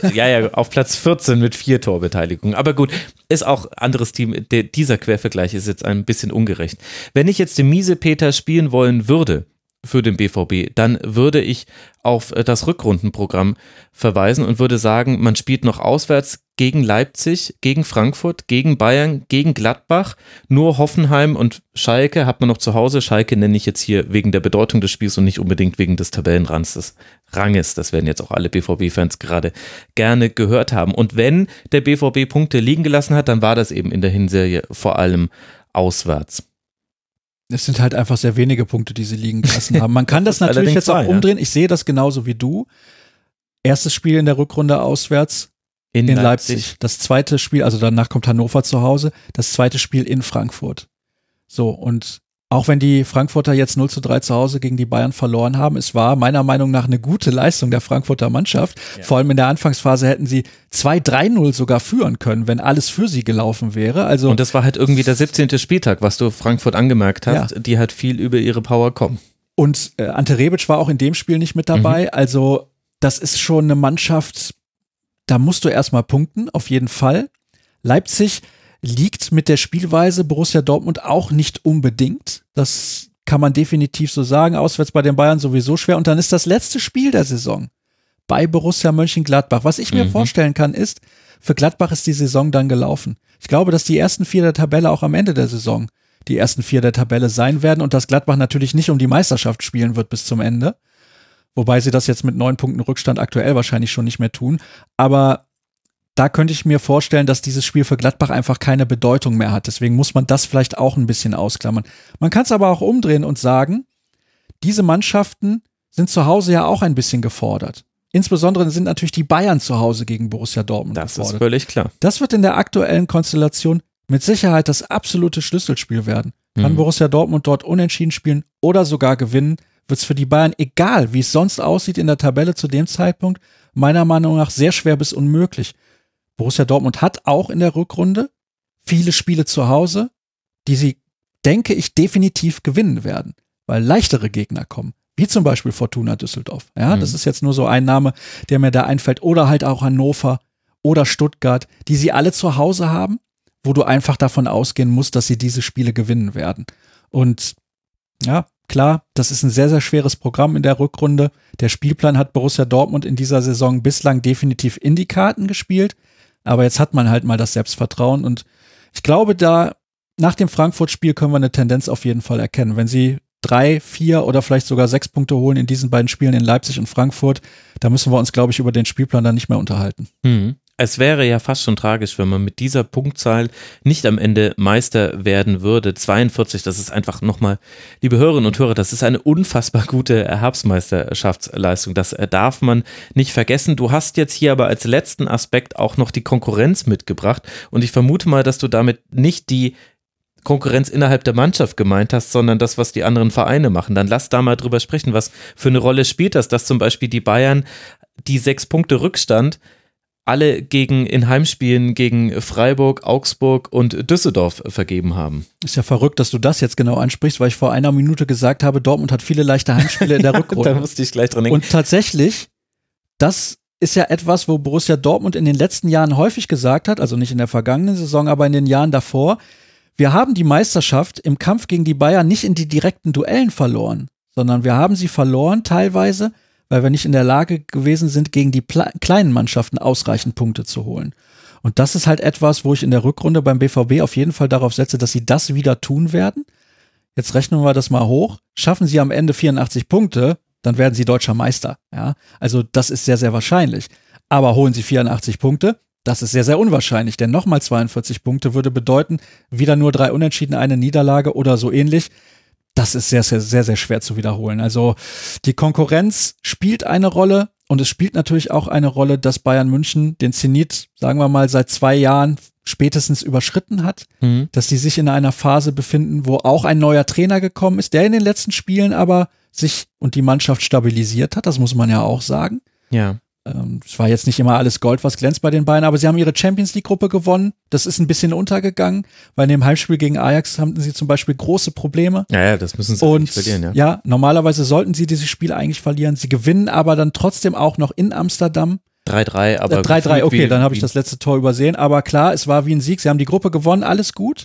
Platz 14 mit 4 Torbeteiligungen. Aber gut, ist auch ein anderes Team. Dieser Quervergleich ist jetzt ein bisschen ungerecht. Wenn ich jetzt den Miesepeter spielen wollen würde für den BVB, dann würde ich auf das Rückrundenprogramm verweisen und würde sagen, man spielt noch auswärts gegen Leipzig, gegen Frankfurt, gegen Bayern, gegen Gladbach, nur Hoffenheim und Schalke hat man noch zu Hause. Schalke nenne ich jetzt hier wegen der Bedeutung des Spiels und nicht unbedingt wegen des Tabellenrangs des Ranges. Das werden jetzt auch alle BVB-Fans gerade gerne gehört haben. Und wenn der BVB Punkte liegen gelassen hat, dann war das eben in der Hinserie vor allem auswärts. Es sind halt einfach sehr wenige Punkte, die sie liegen gelassen haben. Man kann das natürlich jetzt auch umdrehen. Ich sehe das genauso wie du. Erstes Spiel in der Rückrunde auswärts in Leipzig. Das zweite Spiel, also danach kommt Hannover zu Hause. Das zweite Spiel in Frankfurt. So, und auch wenn die Frankfurter jetzt 0:3 zu Hause gegen die Bayern verloren haben, es war meiner Meinung nach eine gute Leistung der Frankfurter Mannschaft. Ja. Vor allem in der Anfangsphase hätten sie 2-3-0 sogar führen können, wenn alles für sie gelaufen wäre. Also, und das war halt irgendwie der 17. Spieltag, was du Frankfurt angemerkt hast, die halt viel über ihre Power kommen. Und Ante Rebic war auch in dem Spiel nicht mit dabei. Also das ist schon eine Mannschaft, da musst du erstmal punkten, auf jeden Fall. Leipzig liegt mit der Spielweise Borussia Dortmund auch nicht unbedingt. Das kann man definitiv so sagen. Auswärts bei den Bayern sowieso schwer. Und dann ist das letzte Spiel der Saison bei Borussia Mönchengladbach. Was ich mir vorstellen kann, ist, für Gladbach ist die Saison dann gelaufen. Ich glaube, dass die ersten 4 der Tabelle auch am Ende der Saison die ersten 4 der Tabelle sein werden und dass Gladbach natürlich nicht um die Meisterschaft spielen wird bis zum Ende. Wobei sie das jetzt mit 9 Punkten Rückstand aktuell wahrscheinlich schon nicht mehr tun. Aber da könnte ich mir vorstellen, dass dieses Spiel für Gladbach einfach keine Bedeutung mehr hat. Deswegen muss man das vielleicht auch ein bisschen ausklammern. Man kann es aber auch umdrehen und sagen, diese Mannschaften sind zu Hause ja auch ein bisschen gefordert. Insbesondere sind natürlich die Bayern zu Hause gegen Borussia Dortmund gefordert. Das ist völlig klar. Das wird in der aktuellen Konstellation mit Sicherheit das absolute Schlüsselspiel werden. Kann Borussia Dortmund dort unentschieden spielen oder sogar gewinnen, wird es für die Bayern, egal wie es sonst aussieht in der Tabelle zu dem Zeitpunkt, meiner Meinung nach sehr schwer bis unmöglich. Borussia Dortmund hat auch in der Rückrunde viele Spiele zu Hause, die sie, denke ich, definitiv gewinnen werden, weil leichtere Gegner kommen, wie zum Beispiel Fortuna Düsseldorf. Ja, das ist jetzt nur so ein Name, der mir da einfällt, oder halt auch Hannover oder Stuttgart, die sie alle zu Hause haben, wo du einfach davon ausgehen musst, dass sie diese Spiele gewinnen werden. Und ja, klar, das ist ein sehr, sehr schweres Programm in der Rückrunde. Der Spielplan hat Borussia Dortmund in dieser Saison bislang definitiv in die Karten gespielt, aber jetzt hat man halt mal das Selbstvertrauen und ich glaube, da nach dem Frankfurt-Spiel können wir eine Tendenz auf jeden Fall erkennen. Wenn sie 3, 4 oder vielleicht sogar 6 Punkte holen in diesen beiden Spielen in Leipzig und Frankfurt, da müssen wir uns, glaube ich, über den Spielplan dann nicht mehr unterhalten. Es wäre ja fast schon tragisch, wenn man mit dieser Punktzahl nicht am Ende Meister werden würde. 42, das ist einfach nochmal, liebe Hörerinnen und Hörer, das ist eine unfassbar gute Herbstmeisterschaftsleistung. Das darf man nicht vergessen. Du hast jetzt hier aber als letzten Aspekt auch noch die Konkurrenz mitgebracht und ich vermute mal, dass du damit nicht die Konkurrenz innerhalb der Mannschaft gemeint hast, sondern das, was die anderen Vereine machen. Dann lass da mal drüber sprechen. Was für eine Rolle spielt das, dass zum Beispiel die Bayern die 6 Punkte Rückstand alle in Heimspielen gegen Freiburg, Augsburg und Düsseldorf vergeben haben. Ist ja verrückt, dass du das jetzt genau ansprichst, weil ich vor einer Minute gesagt habe, Dortmund hat viele leichte Heimspiele in der Rückrunde. Da musste ich gleich dran denken. Und tatsächlich, das ist ja etwas, wo Borussia Dortmund in den letzten Jahren häufig gesagt hat, also nicht in der vergangenen Saison, aber in den Jahren davor, wir haben die Meisterschaft im Kampf gegen die Bayern nicht in die direkten Duellen verloren, sondern wir haben sie verloren teilweise, weil wir nicht in der Lage gewesen sind, gegen die kleinen Mannschaften ausreichend Punkte zu holen. Und das ist halt etwas, wo ich in der Rückrunde beim BVB auf jeden Fall darauf setze, dass sie das wieder tun werden. Jetzt rechnen wir das mal hoch. Schaffen sie am Ende 84 Punkte, dann werden sie deutscher Meister. Ja? Also das ist sehr, sehr wahrscheinlich. Aber holen sie 84 Punkte, das ist sehr, sehr unwahrscheinlich, denn nochmal 42 Punkte würde bedeuten, wieder nur 3 Unentschieden, eine Niederlage oder so ähnlich. Das ist sehr, sehr, sehr, sehr schwer zu wiederholen. Also die Konkurrenz spielt eine Rolle und es spielt natürlich auch eine Rolle, dass Bayern München den Zenit, sagen wir mal, seit 2 Jahren spätestens überschritten hat, dass sie sich in einer Phase befinden, wo auch ein neuer Trainer gekommen ist, der in den letzten Spielen aber sich und die Mannschaft stabilisiert hat, das muss man ja auch sagen. Ja. Es war jetzt nicht immer alles Gold, was glänzt bei den Bayern, aber sie haben ihre Champions-League-Gruppe gewonnen. Das ist ein bisschen untergegangen, weil in dem Heimspiel gegen Ajax hatten sie zum Beispiel große Probleme. Ja, das müssen sie nicht verlieren, ja. Ja, normalerweise sollten sie dieses Spiel eigentlich verlieren. Sie gewinnen aber dann trotzdem auch noch in Amsterdam. 3-3, aber 3-3, okay, dann habe ich das letzte Tor übersehen. Aber klar, es war wie ein Sieg. Sie haben die Gruppe gewonnen, alles gut.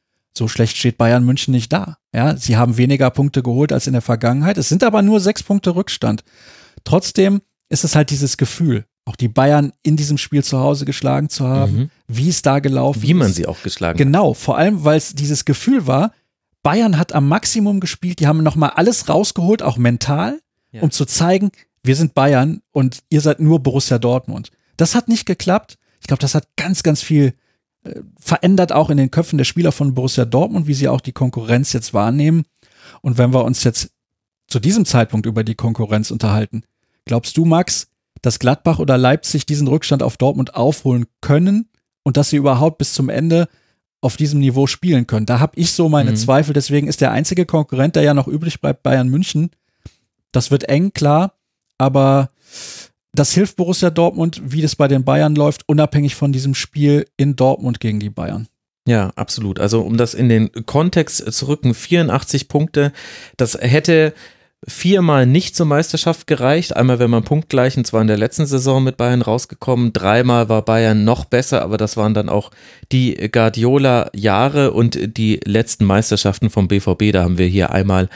So schlecht steht Bayern München nicht da. Ja, sie haben weniger Punkte geholt als in der Vergangenheit. Es sind aber nur 6 Punkte Rückstand. Trotzdem ist es halt dieses Gefühl, auch die Bayern in diesem Spiel zu Hause geschlagen zu haben, wie es da gelaufen ist. Wie man sie auch geschlagen hat. Genau, vor allem, weil es dieses Gefühl war, Bayern hat am Maximum gespielt, die haben nochmal alles rausgeholt, auch mental, um zu zeigen, wir sind Bayern und ihr seid nur Borussia Dortmund. Das hat nicht geklappt. Ich glaube, das hat ganz, ganz viel verändert, auch in den Köpfen der Spieler von Borussia Dortmund, wie sie auch die Konkurrenz jetzt wahrnehmen. Und wenn wir uns jetzt zu diesem Zeitpunkt über die Konkurrenz unterhalten, glaubst du, Max, dass Gladbach oder Leipzig diesen Rückstand auf Dortmund aufholen können und dass sie überhaupt bis zum Ende auf diesem Niveau spielen können? Da habe ich so meine Zweifel. Deswegen ist der einzige Konkurrent, der ja noch übrig bleibt, Bayern München. Das wird eng, klar, aber das hilft Borussia Dortmund, wie das bei den Bayern läuft, unabhängig von diesem Spiel in Dortmund gegen die Bayern. Ja, absolut. Also um das in den Kontext zu rücken, 84 Punkte, das hätte 4-mal nicht zur Meisterschaft gereicht. Einmal, wenn man punktgleich, und zwar in der letzten Saison mit Bayern rausgekommen. 3-mal war Bayern noch besser, aber das waren dann auch die Guardiola-Jahre und die letzten Meisterschaften vom BVB. Da haben wir hier einmal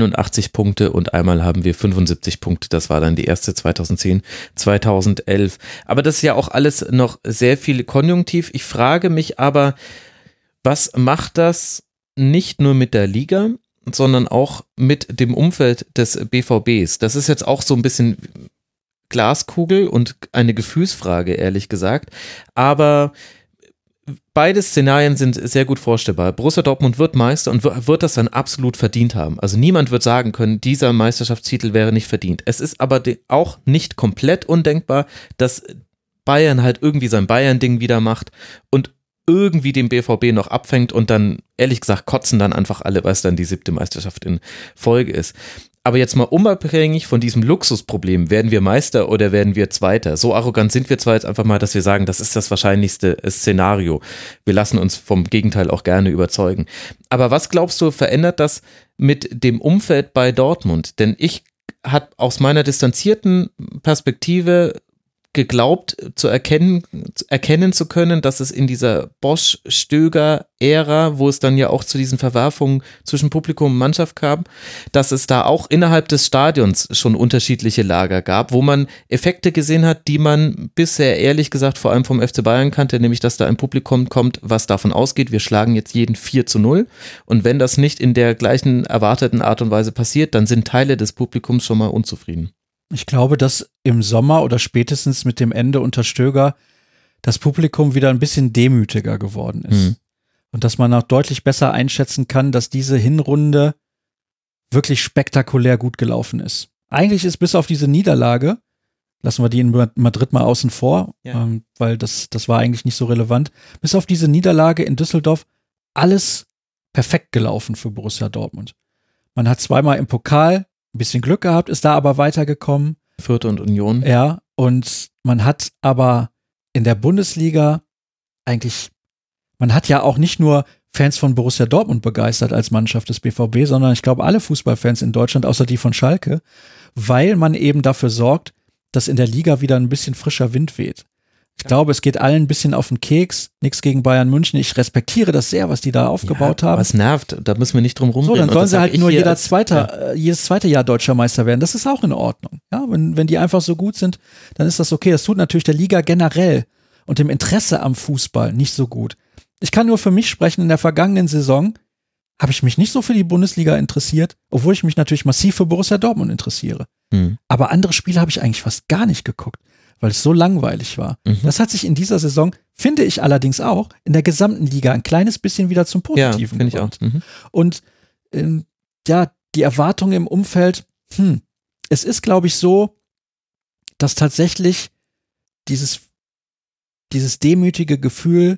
81 Punkte und einmal haben wir 75 Punkte. Das war dann die erste 2010, 2011. Aber das ist ja auch alles noch sehr viel konjunktiv. Ich frage mich aber, was macht das nicht nur mit der Liga, sondern auch mit dem Umfeld des BVBs. Das ist jetzt auch so ein bisschen Glaskugel und eine Gefühlsfrage, ehrlich gesagt. Aber beide Szenarien sind sehr gut vorstellbar. Borussia Dortmund wird Meister und wird das dann absolut verdient haben. Also niemand wird sagen können, dieser Meisterschaftstitel wäre nicht verdient. Es ist aber auch nicht komplett undenkbar, dass Bayern halt irgendwie sein Bayern-Ding wieder macht und irgendwie den BVB noch abfängt und dann, ehrlich gesagt, kotzen dann einfach alle, weil es dann die 7. Meisterschaft in Folge ist. Aber jetzt mal unabhängig von diesem Luxusproblem, werden wir Meister oder werden wir Zweiter? So arrogant sind wir zwar jetzt einfach mal, dass wir sagen, das ist das wahrscheinlichste Szenario. Wir lassen uns vom Gegenteil auch gerne überzeugen. Aber was glaubst du, verändert das mit dem Umfeld bei Dortmund? Denn ich habe aus meiner distanzierten Perspektive geglaubt zu erkennen zu können, dass es in dieser Bosz-Stöger-Ära, wo es dann ja auch zu diesen Verwerfungen zwischen Publikum und Mannschaft kam, dass es da auch innerhalb des Stadions schon unterschiedliche Lager gab, wo man Effekte gesehen hat, die man bisher ehrlich gesagt vor allem vom FC Bayern kannte, nämlich dass da ein Publikum kommt, was davon ausgeht, wir schlagen jetzt jeden 4-0 und wenn das nicht in der gleichen erwarteten Art und Weise passiert, dann sind Teile des Publikums schon mal unzufrieden. Ich glaube, dass im Sommer oder spätestens mit dem Ende unter Stöger das Publikum wieder ein bisschen demütiger geworden ist. Und dass man auch deutlich besser einschätzen kann, dass diese Hinrunde wirklich spektakulär gut gelaufen ist. Eigentlich ist bis auf diese Niederlage, lassen wir die in Madrid mal außen vor, weil das war eigentlich nicht so relevant, bis auf diese Niederlage in Düsseldorf alles perfekt gelaufen für Borussia Dortmund. Man hat zweimal im Pokal ein bisschen Glück gehabt, ist da aber weitergekommen. Fürth und Union. Ja, und man hat aber in der Bundesliga eigentlich, man hat ja auch nicht nur Fans von Borussia Dortmund begeistert als Mannschaft des BVB, sondern ich glaube alle Fußballfans in Deutschland, außer die von Schalke, weil man eben dafür sorgt, dass in der Liga wieder ein bisschen frischer Wind weht. Ich glaube, es geht allen ein bisschen auf den Keks. Nichts gegen Bayern München. Ich respektiere das sehr, was die da aufgebaut haben. Was nervt, da müssen wir nicht drum rumreden. So, dann sollen sie halt nur jedes zweite Jahr deutscher Meister werden. Das ist auch in Ordnung. Ja, wenn die einfach so gut sind, dann ist das okay. Das tut natürlich der Liga generell und dem Interesse am Fußball nicht so gut. Ich kann nur für mich sprechen, in der vergangenen Saison habe ich mich nicht so für die Bundesliga interessiert, obwohl ich mich natürlich massiv für Borussia Dortmund interessiere. Aber andere Spiele habe ich eigentlich fast gar nicht geguckt, weil es so langweilig war. Das hat sich in dieser Saison, finde ich allerdings auch, in der gesamten Liga ein kleines bisschen wieder zum Positiven gebracht. Ich auch. Und die Erwartungen im Umfeld, es ist, glaube ich, so, dass tatsächlich dieses demütige Gefühl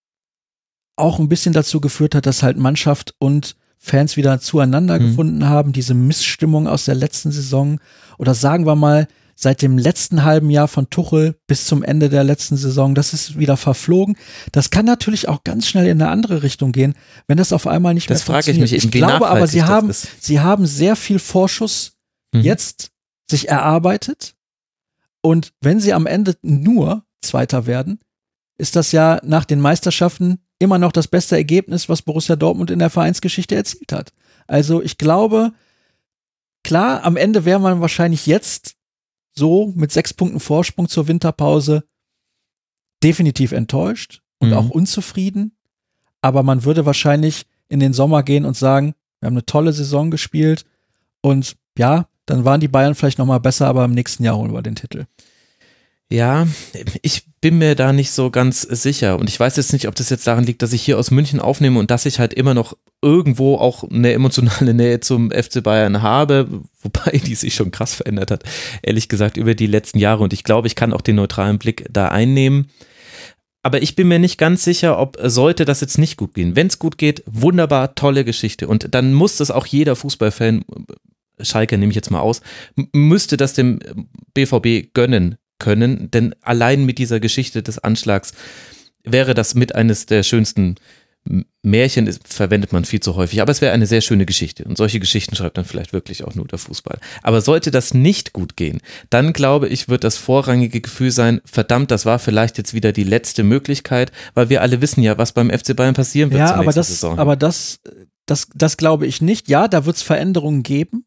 auch ein bisschen dazu geführt hat, dass halt Mannschaft und Fans wieder zueinander gefunden haben, diese Missstimmung aus der letzten Saison oder sagen wir mal, seit dem letzten halben Jahr von Tuchel bis zum Ende der letzten Saison, das ist wieder verflogen. Das kann natürlich auch ganz schnell in eine andere Richtung gehen, wenn das auf einmal nicht mehr funktioniert. Das frage ich mich. Ich glaube aber, sie haben sehr viel Vorschuss jetzt sich erarbeitet und wenn sie am Ende nur Zweiter werden, ist das ja nach den Meisterschaften immer noch das beste Ergebnis, was Borussia Dortmund in der Vereinsgeschichte erzielt hat. Also ich glaube, klar, am Ende wäre man wahrscheinlich jetzt so mit 6 Punkten Vorsprung zur Winterpause definitiv enttäuscht und auch unzufrieden. Aber man würde wahrscheinlich in den Sommer gehen und sagen, wir haben eine tolle Saison gespielt und ja, dann waren die Bayern vielleicht noch mal besser, aber im nächsten Jahr holen wir den Titel. Ja, ich bin mir da nicht so ganz sicher und ich weiß jetzt nicht, ob das jetzt daran liegt, dass ich hier aus München aufnehme und dass ich halt immer noch irgendwo auch eine emotionale Nähe zum FC Bayern habe, wobei die sich schon krass verändert hat, ehrlich gesagt, über die letzten Jahre und ich glaube, ich kann auch den neutralen Blick da einnehmen. Aber ich bin mir nicht ganz sicher, ob sollte das jetzt nicht gut gehen. Wenn es gut geht, wunderbar, tolle Geschichte und dann muss das auch jeder Fußballfan, Schalke nehme ich jetzt mal aus, müsste das dem BVB gönnen können, denn allein mit dieser Geschichte des Anschlags wäre das mit eines der schönsten Märchen, verwendet man viel zu häufig, aber es wäre eine sehr schöne Geschichte und solche Geschichten schreibt dann vielleicht wirklich auch nur der Fußball. Aber sollte das nicht gut gehen, dann glaube ich, wird das vorrangige Gefühl sein, verdammt, das war vielleicht jetzt wieder die letzte Möglichkeit, weil wir alle wissen ja, was beim FC Bayern passieren wird zur nächsten Saison. Aber das glaube ich nicht. Ja, da wird es Veränderungen geben,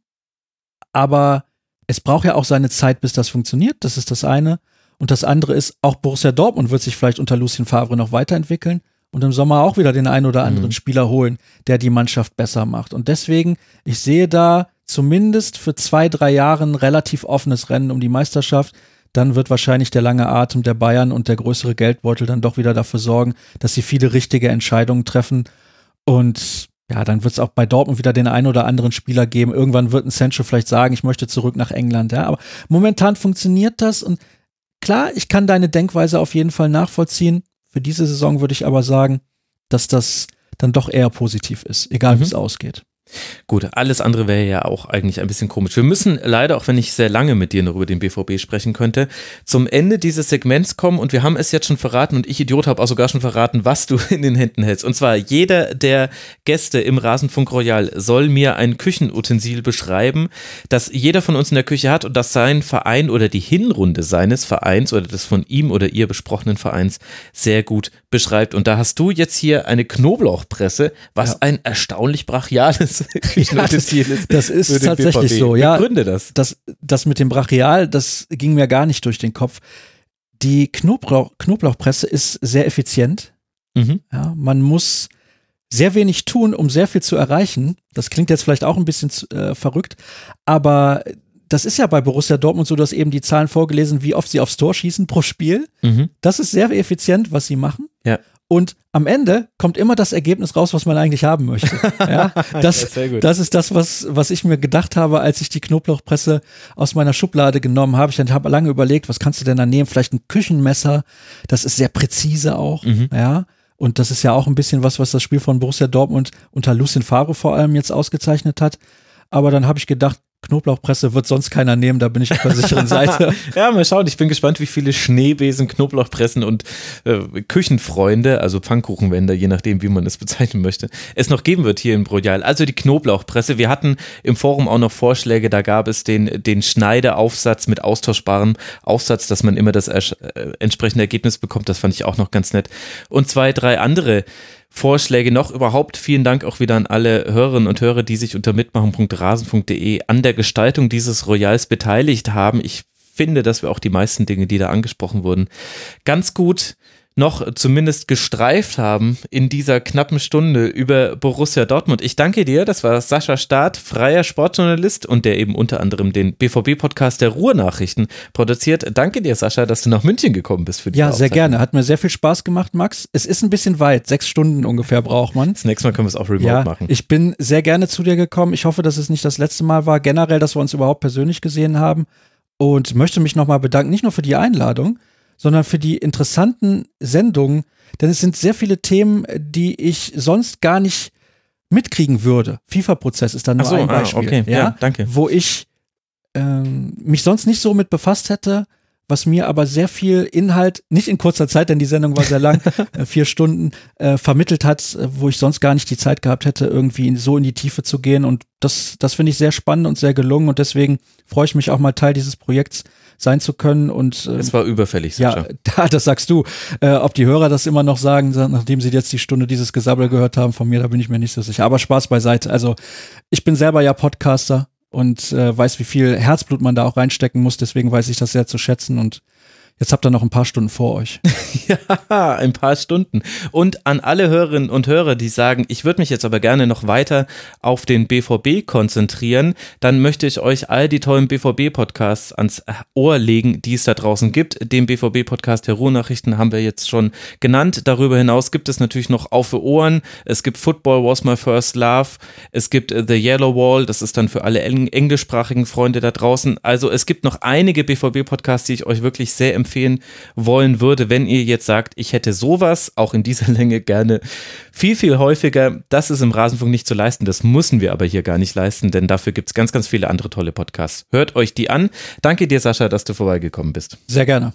aber es braucht ja auch seine Zeit, bis das funktioniert. Das ist das eine. Und das andere ist, auch Borussia Dortmund wird sich vielleicht unter Lucien Favre noch weiterentwickeln und im Sommer auch wieder den einen oder anderen Spieler holen, der die Mannschaft besser macht. Und deswegen, ich sehe da zumindest für 2-3 Jahre ein relativ offenes Rennen um die Meisterschaft. Dann wird wahrscheinlich der lange Atem der Bayern und der größere Geldbeutel dann doch wieder dafür sorgen, dass sie viele richtige Entscheidungen treffen. Und ja, dann wird es auch bei Dortmund wieder den einen oder anderen Spieler geben. Irgendwann wird ein Sancho vielleicht sagen, ich möchte zurück nach England. Ja, aber momentan funktioniert das und klar, ich kann deine Denkweise auf jeden Fall nachvollziehen. Für diese Saison würde ich aber sagen, dass das dann doch eher positiv ist, egal wie es ausgeht. Gut, alles andere wäre ja auch eigentlich ein bisschen komisch. Wir müssen leider, auch wenn ich sehr lange mit dir noch über den BVB sprechen könnte, zum Ende dieses Segments kommen und wir haben es jetzt schon verraten und ich Idiot habe auch sogar schon verraten, was du in den Händen hältst. Und zwar jeder der Gäste im Rasenfunk Royal soll mir ein Küchenutensil beschreiben, das jeder von uns in der Küche hat und das sein Verein oder die Hinrunde seines Vereins oder des von ihm oder ihr besprochenen Vereins sehr gut beschreibt. Und da hast du jetzt hier eine Knoblauchpresse, was ein erstaunlich brachiales Küchenutensil ist. Das ist tatsächlich BVB. so. Ja, Begründe das. Das mit dem Brachial, das ging mir gar nicht durch den Kopf. Die Knoblauchpresse ist sehr effizient. Ja, man muss sehr wenig tun, um sehr viel zu erreichen. Das klingt jetzt vielleicht auch ein bisschen verrückt, aber das ist ja bei Borussia Dortmund so, du hast eben die Zahlen vorgelesen, wie oft sie aufs Tor schießen pro Spiel. Das ist sehr effizient, was sie machen. Ja. Und am Ende kommt immer das Ergebnis raus, was man eigentlich haben möchte. Ja, das ist das, was ich mir gedacht habe, als ich die Knoblauchpresse aus meiner Schublade genommen habe. Ich habe lange überlegt, was kannst du denn da nehmen? Vielleicht ein Küchenmesser. Das ist sehr präzise auch. Ja. Und das ist ja auch ein bisschen was das Spiel von Borussia Dortmund unter Lucien Favre vor allem jetzt ausgezeichnet hat. Aber dann habe ich gedacht, Knoblauchpresse wird sonst keiner nehmen, da bin ich auf der sicheren Seite. Ja, mal schauen, ich bin gespannt, wie viele Schneebesen, Knoblauchpressen und Küchenfreunde, also Pfannkuchenwender, je nachdem, wie man es bezeichnen möchte, es noch geben wird hier in Royal. Also die Knoblauchpresse. Wir hatten im Forum auch noch Vorschläge, da gab es den Schneideaufsatz mit austauschbarem Aufsatz, dass man immer das entsprechende Ergebnis bekommt. Das fand ich auch noch ganz nett. Und 2, 3 andere Vorschläge noch. Überhaupt vielen Dank auch wieder an alle Hörerinnen und Hörer, die sich unter mitmachen.rasen.de an der Gestaltung dieses Royals beteiligt haben. Ich finde, dass wir auch die meisten Dinge, die da angesprochen wurden, ganz gut noch zumindest gestreift haben in dieser knappen Stunde über Borussia Dortmund. Ich danke dir, das war Sascha Staat, freier Sportjournalist und der eben unter anderem den BVB-Podcast der Ruhrnachrichten produziert. Danke dir, Sascha, dass du nach München gekommen bist für die Ja, sehr gerne. Hat mir sehr viel Spaß gemacht, Max. Es ist ein bisschen weit, 6 Stunden ungefähr braucht man. Das nächste Mal können wir es auch remote machen. Ich bin sehr gerne zu dir gekommen. Ich hoffe, dass es nicht das letzte Mal war, generell, dass wir uns überhaupt persönlich gesehen haben und möchte mich nochmal bedanken, nicht nur für die Einladung, sondern für die interessanten Sendungen, denn es sind sehr viele Themen, die ich sonst gar nicht mitkriegen würde. FIFA-Prozess ist da nur ein Beispiel, okay. Ja, danke. Wo ich mich sonst nicht so mit befasst hätte, was mir aber sehr viel Inhalt, nicht in kurzer Zeit, denn die Sendung war sehr lang, 4 Stunden, vermittelt hat, wo ich sonst gar nicht die Zeit gehabt hätte, irgendwie so in die Tiefe zu gehen, und das finde ich sehr spannend und sehr gelungen, und deswegen freue ich mich auch mal Teil dieses Projekts sein zu können. Und es war überfällig, Sascha. Ja, das sagst du. Ob die Hörer das immer noch sagen, nachdem sie jetzt die Stunde dieses Gesabbel gehört haben von mir, da bin ich mir nicht so sicher. Aber Spaß beiseite. Also ich bin selber ja Podcaster und weiß, wie viel Herzblut man da auch reinstecken muss. Deswegen weiß ich das sehr zu schätzen, und jetzt habt ihr noch ein paar Stunden vor euch. Ja, ein paar Stunden. Und an alle Hörerinnen und Hörer, die sagen, ich würde mich jetzt aber gerne noch weiter auf den BVB konzentrieren, dann möchte ich euch all die tollen BVB-Podcasts ans Ohr legen, die es da draußen gibt. Den BVB-Podcast der Ruhrnachrichten haben wir jetzt schon genannt. Darüber hinaus gibt es natürlich noch Auf für Ohren. Es gibt Football Was My First Love. Es gibt The Yellow Wall. Das ist dann für alle englischsprachigen Freunde da draußen. Also es gibt noch einige BVB-Podcasts, die ich euch wirklich sehr empfehlen wollen würde, wenn ihr jetzt sagt, ich hätte sowas auch in dieser Länge gerne viel, viel häufiger. Das ist im Rasenfunk nicht zu leisten, das müssen wir aber hier gar nicht leisten, denn dafür gibt es ganz, ganz viele andere tolle Podcasts. Hört euch die an. Danke dir, Sascha, dass du vorbeigekommen bist. Sehr gerne.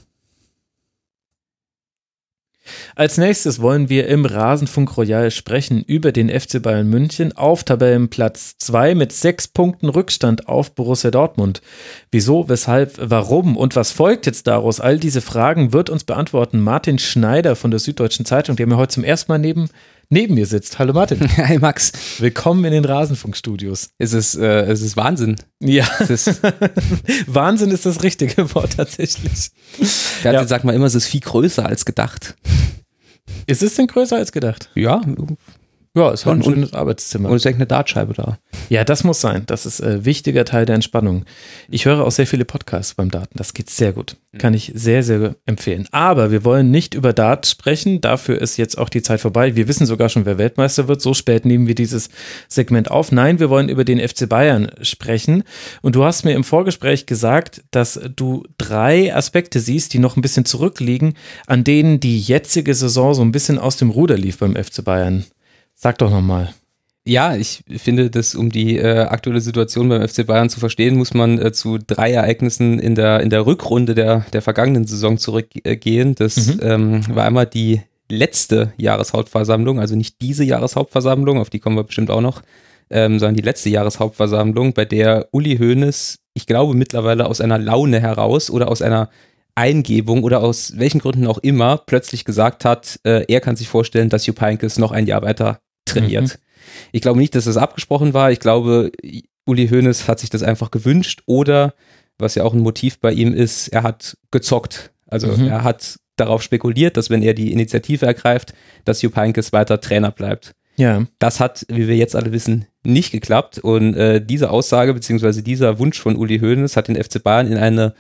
Als nächstes wollen wir im Rasenfunk Royal sprechen über den FC Bayern München auf Tabellenplatz 2 mit 6 Punkten Rückstand auf Borussia Dortmund. Wieso, weshalb, warum und was folgt jetzt daraus? All diese Fragen wird uns beantworten Martin Schneider von der Süddeutschen Zeitung, der mir heute zum ersten Mal neben mir sitzt. Hallo Martin. Hi Max. Willkommen in den Rasenfunkstudios. Es ist Wahnsinn. Ja, Wahnsinn ist das richtige Wort tatsächlich. Fernsehen sagt man immer, es ist viel größer als gedacht. Ist es denn größer als gedacht? Ja, Ja, ist halt ein schönes Arbeitszimmer. Und es ist eine Dartscheibe da. Ja, das muss sein. Das ist ein wichtiger Teil der Entspannung. Ich höre auch sehr viele Podcasts beim Daten. Das geht sehr gut. Kann ich sehr, sehr empfehlen. Aber wir wollen nicht über Dart sprechen. Dafür ist jetzt auch die Zeit vorbei. Wir wissen sogar schon, wer Weltmeister wird. So spät nehmen wir dieses Segment auf. Nein, wir wollen über den FC Bayern sprechen. Und du hast mir im Vorgespräch gesagt, dass du 3 Aspekte siehst, die noch ein bisschen zurückliegen, an denen die jetzige Saison so ein bisschen aus dem Ruder lief beim FC Bayern. Sag doch nochmal. Ja, ich finde, dass um die aktuelle Situation beim FC Bayern zu verstehen, muss man zu 3 Ereignissen in der Rückrunde der vergangenen Saison zurückgehen. Das war einmal die letzte Jahreshauptversammlung, also nicht diese Jahreshauptversammlung, auf die kommen wir bestimmt auch noch, sondern die letzte Jahreshauptversammlung, bei der Uli Hoeneß, ich glaube mittlerweile aus einer Laune heraus oder aus einer Eingebung oder aus welchen Gründen auch immer plötzlich gesagt hat, er kann sich vorstellen, dass Jupp Heynckes noch ein Jahr weiter trainiert. Ich glaube nicht, dass das abgesprochen war. Ich glaube, Uli Hoeneß hat sich das einfach gewünscht oder, was ja auch ein Motiv bei ihm ist, er hat gezockt. Also er hat darauf spekuliert, dass wenn er die Initiative ergreift, dass Jupp Heynckes weiter Trainer bleibt. Ja. Das hat, wie wir jetzt alle wissen, nicht geklappt und diese Aussage bzw. dieser Wunsch von Uli Hoeneß hat den FC Bayern in eine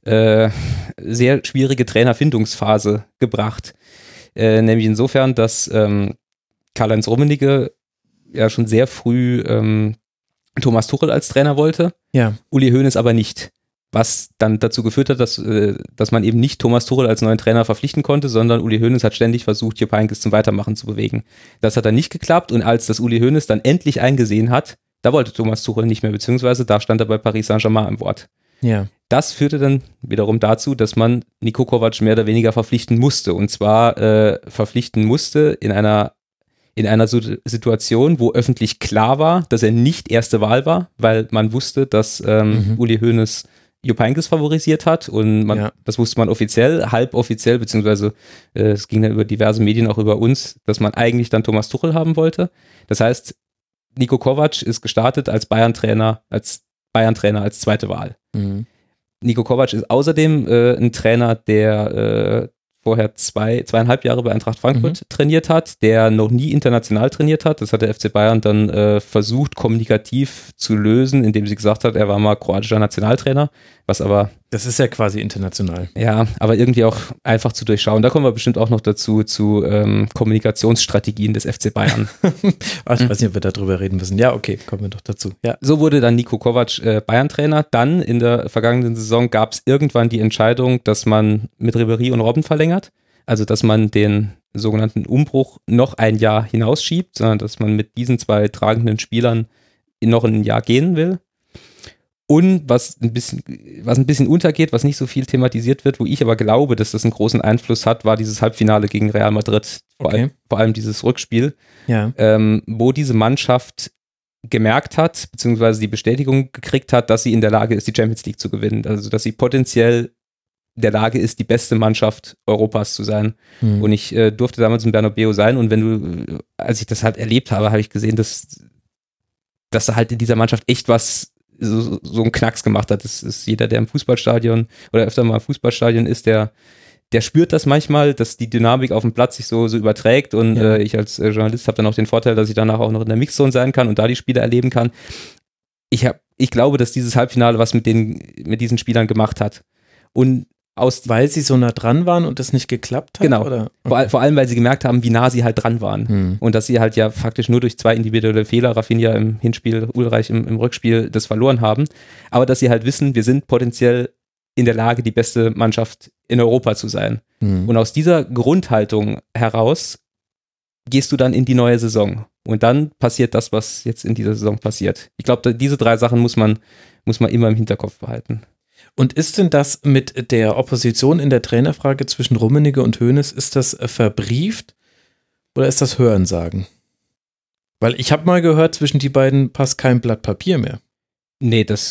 sehr schwierige Trainerfindungsphase gebracht. Nämlich insofern, dass Karl-Heinz Rummenigge ja schon sehr früh Thomas Tuchel als Trainer wollte, Uli Hoeneß aber nicht. Was dann dazu geführt hat, dass man eben nicht Thomas Tuchel als neuen Trainer verpflichten konnte, sondern Uli Hoeneß hat ständig versucht, Jupp Heynckes zum Weitermachen zu bewegen. Das hat dann nicht geklappt und als das Uli Hoeneß dann endlich eingesehen hat, da wollte Thomas Tuchel nicht mehr, beziehungsweise da stand er bei Paris Saint-Germain im Wort. Ja. Das führte dann wiederum dazu, dass man Niko Kovac mehr oder weniger verpflichten musste und zwar verpflichten musste in einer Situation, wo öffentlich klar war, dass er nicht erste Wahl war, weil man wusste, dass Uli Hoeneß Jupp Heynckes favorisiert hat und das wusste man offiziell, halboffiziell, beziehungsweise es ging dann über diverse Medien auch über uns, dass man eigentlich dann Thomas Tuchel haben wollte. Das heißt, Niko Kovac ist gestartet als Bayern-Trainer, als zweite Wahl. Niko Kovac ist außerdem ein Trainer, der vorher 2,5 Jahre bei Eintracht Frankfurt trainiert hat, der noch nie international trainiert hat. Das hat der FC Bayern dann versucht, kommunikativ zu lösen, indem sie gesagt hat, er war mal kroatischer Nationaltrainer, was aber... Das ist ja quasi international. Ja, aber irgendwie auch einfach zu durchschauen. Da kommen wir bestimmt auch noch dazu, zu Kommunikationsstrategien des FC Bayern. Ich weiß nicht, ob wir darüber reden müssen. Ja, okay, kommen wir doch dazu. Ja. So wurde dann Niko Kovac Bayern-Trainer. Dann in der vergangenen Saison gab es irgendwann die Entscheidung, dass man mit Ribéry und Robben verlängert. Also, dass man den sogenannten Umbruch noch ein Jahr hinausschiebt, sondern dass man mit diesen 2 tragenden Spielern noch ein Jahr gehen will. Und was ein bisschen untergeht, was nicht so viel thematisiert wird, wo ich aber glaube, dass das einen großen Einfluss hat, war dieses Halbfinale gegen Real Madrid. Vor allem dieses Rückspiel, wo diese Mannschaft gemerkt hat, beziehungsweise die Bestätigung gekriegt hat, dass sie in der Lage ist, die Champions League zu gewinnen. Also, dass sie potenziell in der Lage ist, die beste Mannschaft Europas zu sein. Und ich durfte damals in Bernabeu sein und als ich das halt erlebt habe, habe ich gesehen, dass da halt in dieser Mannschaft echt was so einen Knacks gemacht hat. Das ist jeder, der im Fußballstadion oder öfter mal im Fußballstadion ist, der spürt das manchmal, dass die Dynamik auf dem Platz sich so überträgt und ich als Journalist habe dann auch den Vorteil, dass ich danach auch noch in der Mixzone sein kann und da die Spiele erleben kann. Ich glaube, dass dieses Halbfinale was mit diesen Spielern gemacht hat. Und weil sie so nah dran waren und das nicht geklappt hat? Genau, oder? Okay. Vor allem, weil sie gemerkt haben, wie nah sie halt dran waren. Und dass sie halt ja faktisch nur durch 2 individuelle Fehler, Rafinha im Hinspiel, Ulreich im Rückspiel, das verloren haben. Aber dass sie halt wissen, wir sind potenziell in der Lage, die beste Mannschaft in Europa zu sein. Und aus dieser Grundhaltung heraus gehst du dann in die neue Saison. Und dann passiert das, was jetzt in dieser Saison passiert. Ich glaube, diese 3 Sachen muss man immer im Hinterkopf behalten. Und ist denn das mit der Opposition in der Trainerfrage zwischen Rummenigge und Hoeneß, ist das verbrieft oder ist das Hörensagen? Weil ich habe mal gehört, zwischen die beiden passt kein Blatt Papier mehr. Nee, es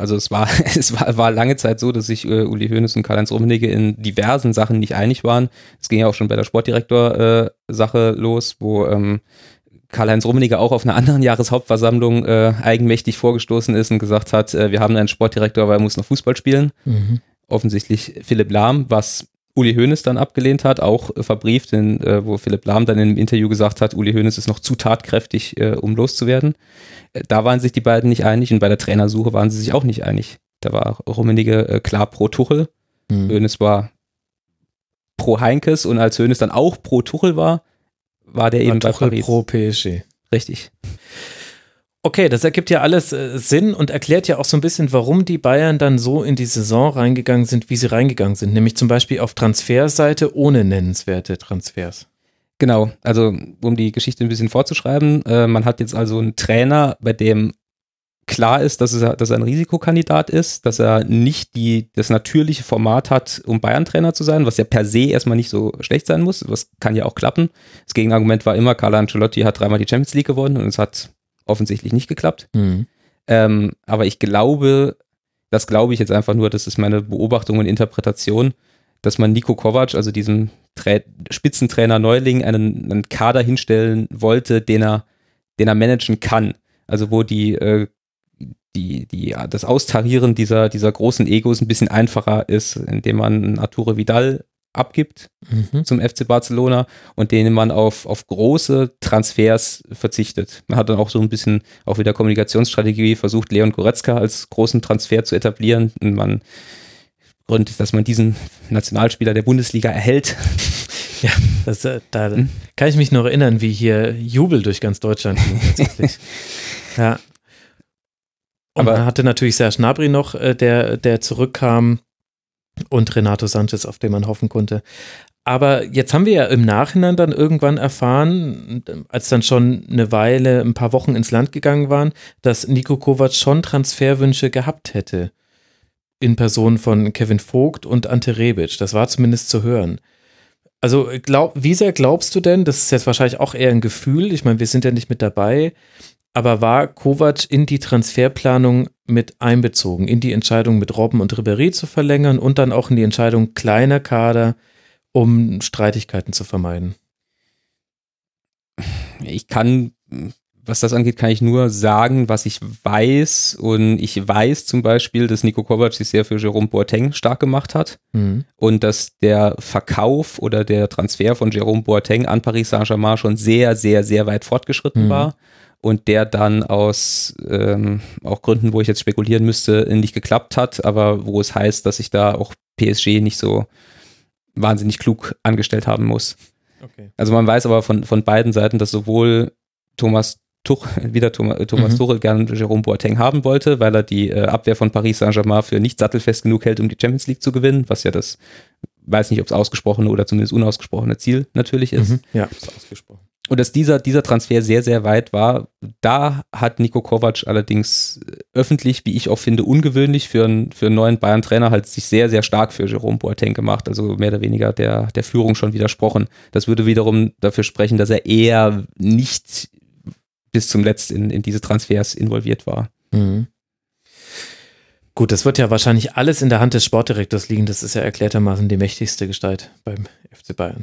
war lange Zeit so, dass sich Uli Hoeneß und Karl-Heinz Rummenigge in diversen Sachen nicht einig waren. Es ging ja auch schon bei der Sportdirektor-Sache los, wo Karl-Heinz Rummenigge auch auf einer anderen Jahreshauptversammlung eigenmächtig vorgestoßen ist und gesagt hat, wir haben einen Sportdirektor, aber er muss noch Fußball spielen. Offensichtlich Philipp Lahm, was Uli Hoeneß dann abgelehnt hat, auch verbrieft, wo Philipp Lahm dann im Interview gesagt hat, Uli Hoeneß ist noch zu tatkräftig, um loszuwerden. Da waren sich die beiden nicht einig und bei der Trainersuche waren sie sich auch nicht einig. Da war Rummenigge klar pro Tuchel, Hoeneß war pro Heinkes und als Hoeneß dann auch pro Tuchel war der eben bei Paris. Pro PSG. Richtig. Okay, das ergibt ja alles Sinn und erklärt ja auch so ein bisschen, warum die Bayern dann so in die Saison reingegangen sind, wie sie reingegangen sind. Nämlich zum Beispiel auf Transferseite ohne nennenswerte Transfers. Genau, also um die Geschichte ein bisschen vorzuschreiben, man hat jetzt also einen Trainer, bei dem klar ist, dass er ein Risikokandidat ist, dass er nicht das natürliche Format hat, um Bayern-Trainer zu sein, was ja per se erstmal nicht so schlecht sein muss. Das kann ja auch klappen. Das Gegenargument war immer, Carlo Ancelotti hat 3-mal die Champions League gewonnen und es hat offensichtlich nicht geklappt. Aber ich glaube ich jetzt einfach nur, das ist meine Beobachtung und Interpretation, dass man Niko Kovac, also diesem Spitzentrainer Neuling, einen Kader hinstellen wollte, den er managen kann. Also wo das Austarieren dieser großen Egos ein bisschen einfacher ist, indem man Arturo Vidal abgibt zum FC Barcelona und denen man auf große Transfers verzichtet. Man hat dann auch so ein bisschen auch wieder Kommunikationsstrategie versucht, Leon Goretzka als großen Transfer zu etablieren und man gründet, dass man diesen Nationalspieler der Bundesliga erhält. Ja, da kann ich mich noch erinnern, wie hier Jubel durch ganz Deutschland ging tatsächlich. Ja. Und man hatte natürlich Serge Gnabry noch, der zurückkam und Renato Sanchez, auf den man hoffen konnte. Aber jetzt haben wir ja im Nachhinein dann irgendwann erfahren, als dann schon eine Weile, ein paar Wochen ins Land gegangen waren, dass Niko Kovac schon Transferwünsche gehabt hätte. In Person von Kevin Vogt und Ante Rebic. Das war zumindest zu hören. Also wie sehr glaubst du denn, das ist jetzt wahrscheinlich auch eher ein Gefühl, ich meine, wir sind ja nicht mit dabei, aber war Kovac in die Transferplanung mit einbezogen, in die Entscheidung mit Robben und Ribéry zu verlängern und dann auch in die Entscheidung kleiner Kader, um Streitigkeiten zu vermeiden? Was das angeht, kann ich nur sagen, was ich weiß. Und ich weiß zum Beispiel, dass Niko Kovac sich sehr für Jerome Boateng stark gemacht hat und dass der Verkauf oder der Transfer von Jerome Boateng an Paris Saint-Germain schon sehr, sehr, sehr weit fortgeschritten war. Und der dann aus auch Gründen, wo ich jetzt spekulieren müsste, nicht geklappt hat, aber wo es heißt, dass sich da auch PSG nicht so wahnsinnig klug angestellt haben muss. Okay. Also man weiß aber von beiden Seiten, dass sowohl Thomas Tuchel gerne Jerome Boateng haben wollte, weil er die Abwehr von Paris Saint-Germain für nicht sattelfest genug hält, um die Champions League zu gewinnen, was ja das, weiß nicht, ob es ausgesprochene oder zumindest unausgesprochene Ziel natürlich ist. Ja, ist ausgesprochen. Und dass dieser Transfer sehr, sehr weit war, da hat Niko Kovac allerdings öffentlich, wie ich auch finde, ungewöhnlich für einen neuen Bayern-Trainer halt sich sehr, sehr stark für Jerome Boateng gemacht, also mehr oder weniger der Führung schon widersprochen. Das würde wiederum dafür sprechen, dass er eher nicht bis zum Letzten in diese Transfers involviert war. Gut, das wird ja wahrscheinlich alles in der Hand des Sportdirektors liegen, das ist ja erklärtermaßen die mächtigste Gestalt beim FC Bayern.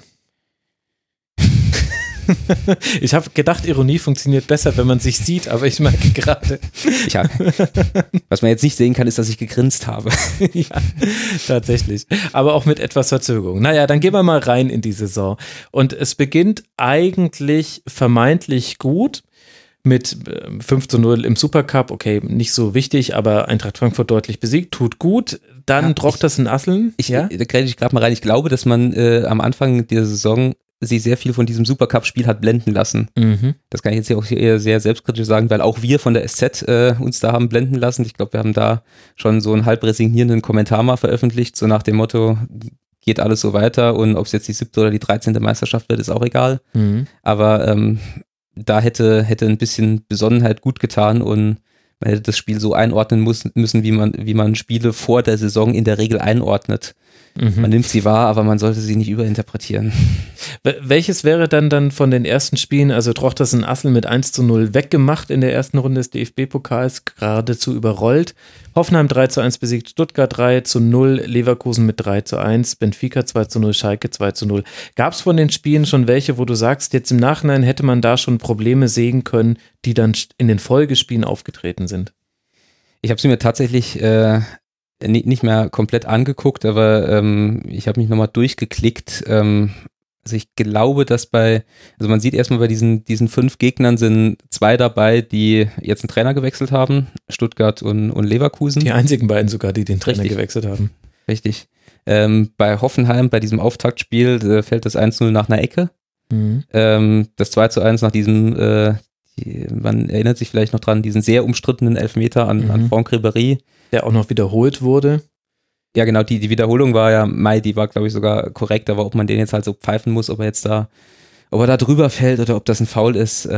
Ich habe gedacht, Ironie funktioniert besser, wenn man sich sieht, aber ich merke gerade. Was man jetzt nicht sehen kann, ist, dass ich gegrinst habe. Ja, tatsächlich. Aber auch mit etwas Verzögerung. Naja, dann gehen wir mal rein in die Saison. Und es beginnt eigentlich vermeintlich gut mit 5:0 im Supercup. Okay, nicht so wichtig, aber Eintracht Frankfurt deutlich besiegt, tut gut. Dann drocht das in Asseln. Da grätsche ich gerade mal rein. Ich glaube, dass man am Anfang der Saison sie sehr viel von diesem Supercup-Spiel hat blenden lassen. Das kann ich jetzt hier auch eher sehr selbstkritisch sagen, weil auch wir von der SZ uns da haben blenden lassen. Ich glaube, wir haben da schon so einen halb resignierenden Kommentar mal veröffentlicht, so nach dem Motto, geht alles so weiter und ob es jetzt die 7. oder die 13. Meisterschaft wird, ist auch egal. Aber da hätte ein bisschen Besonnenheit gut getan und man hätte das Spiel so einordnen müssen, wie man Spiele vor der Saison in der Regel einordnet. Man nimmt sie wahr, aber man sollte sie nicht überinterpretieren. Welches wäre dann von den ersten Spielen, also Trochters in Assel mit 1:0 weggemacht in der ersten Runde des DFB-Pokals, geradezu überrollt. Hoffenheim 3:1 besiegt, Stuttgart 3:0, Leverkusen mit 3:1, Benfica 2:0, Schalke 2:0. Gab es von den Spielen schon welche, wo du sagst, jetzt im Nachhinein hätte man da schon Probleme sehen können, die dann in den Folgespielen aufgetreten sind? Ich habe sie mir tatsächlich nicht mehr komplett angeguckt, aber ich habe mich nochmal durchgeklickt. Also ich glaube, dass also man sieht erstmal bei diesen 5 Gegnern sind 2 dabei, die jetzt einen Trainer gewechselt haben, Stuttgart und Leverkusen. Die einzigen beiden sogar, die den Trainer gewechselt haben. Richtig. Bei Hoffenheim, bei diesem Auftaktspiel, fällt das 1-0 nach einer Ecke. Mhm. Das 2-1 nach diesem, man erinnert sich vielleicht noch dran, diesen sehr umstrittenen Elfmeter an Franck Ribéry. Der auch noch wiederholt wurde. Ja, genau, die Wiederholung war ja, die war, glaube ich, sogar korrekt, aber ob man den jetzt halt so pfeifen muss, ob er da drüber fällt oder ob das ein Foul ist,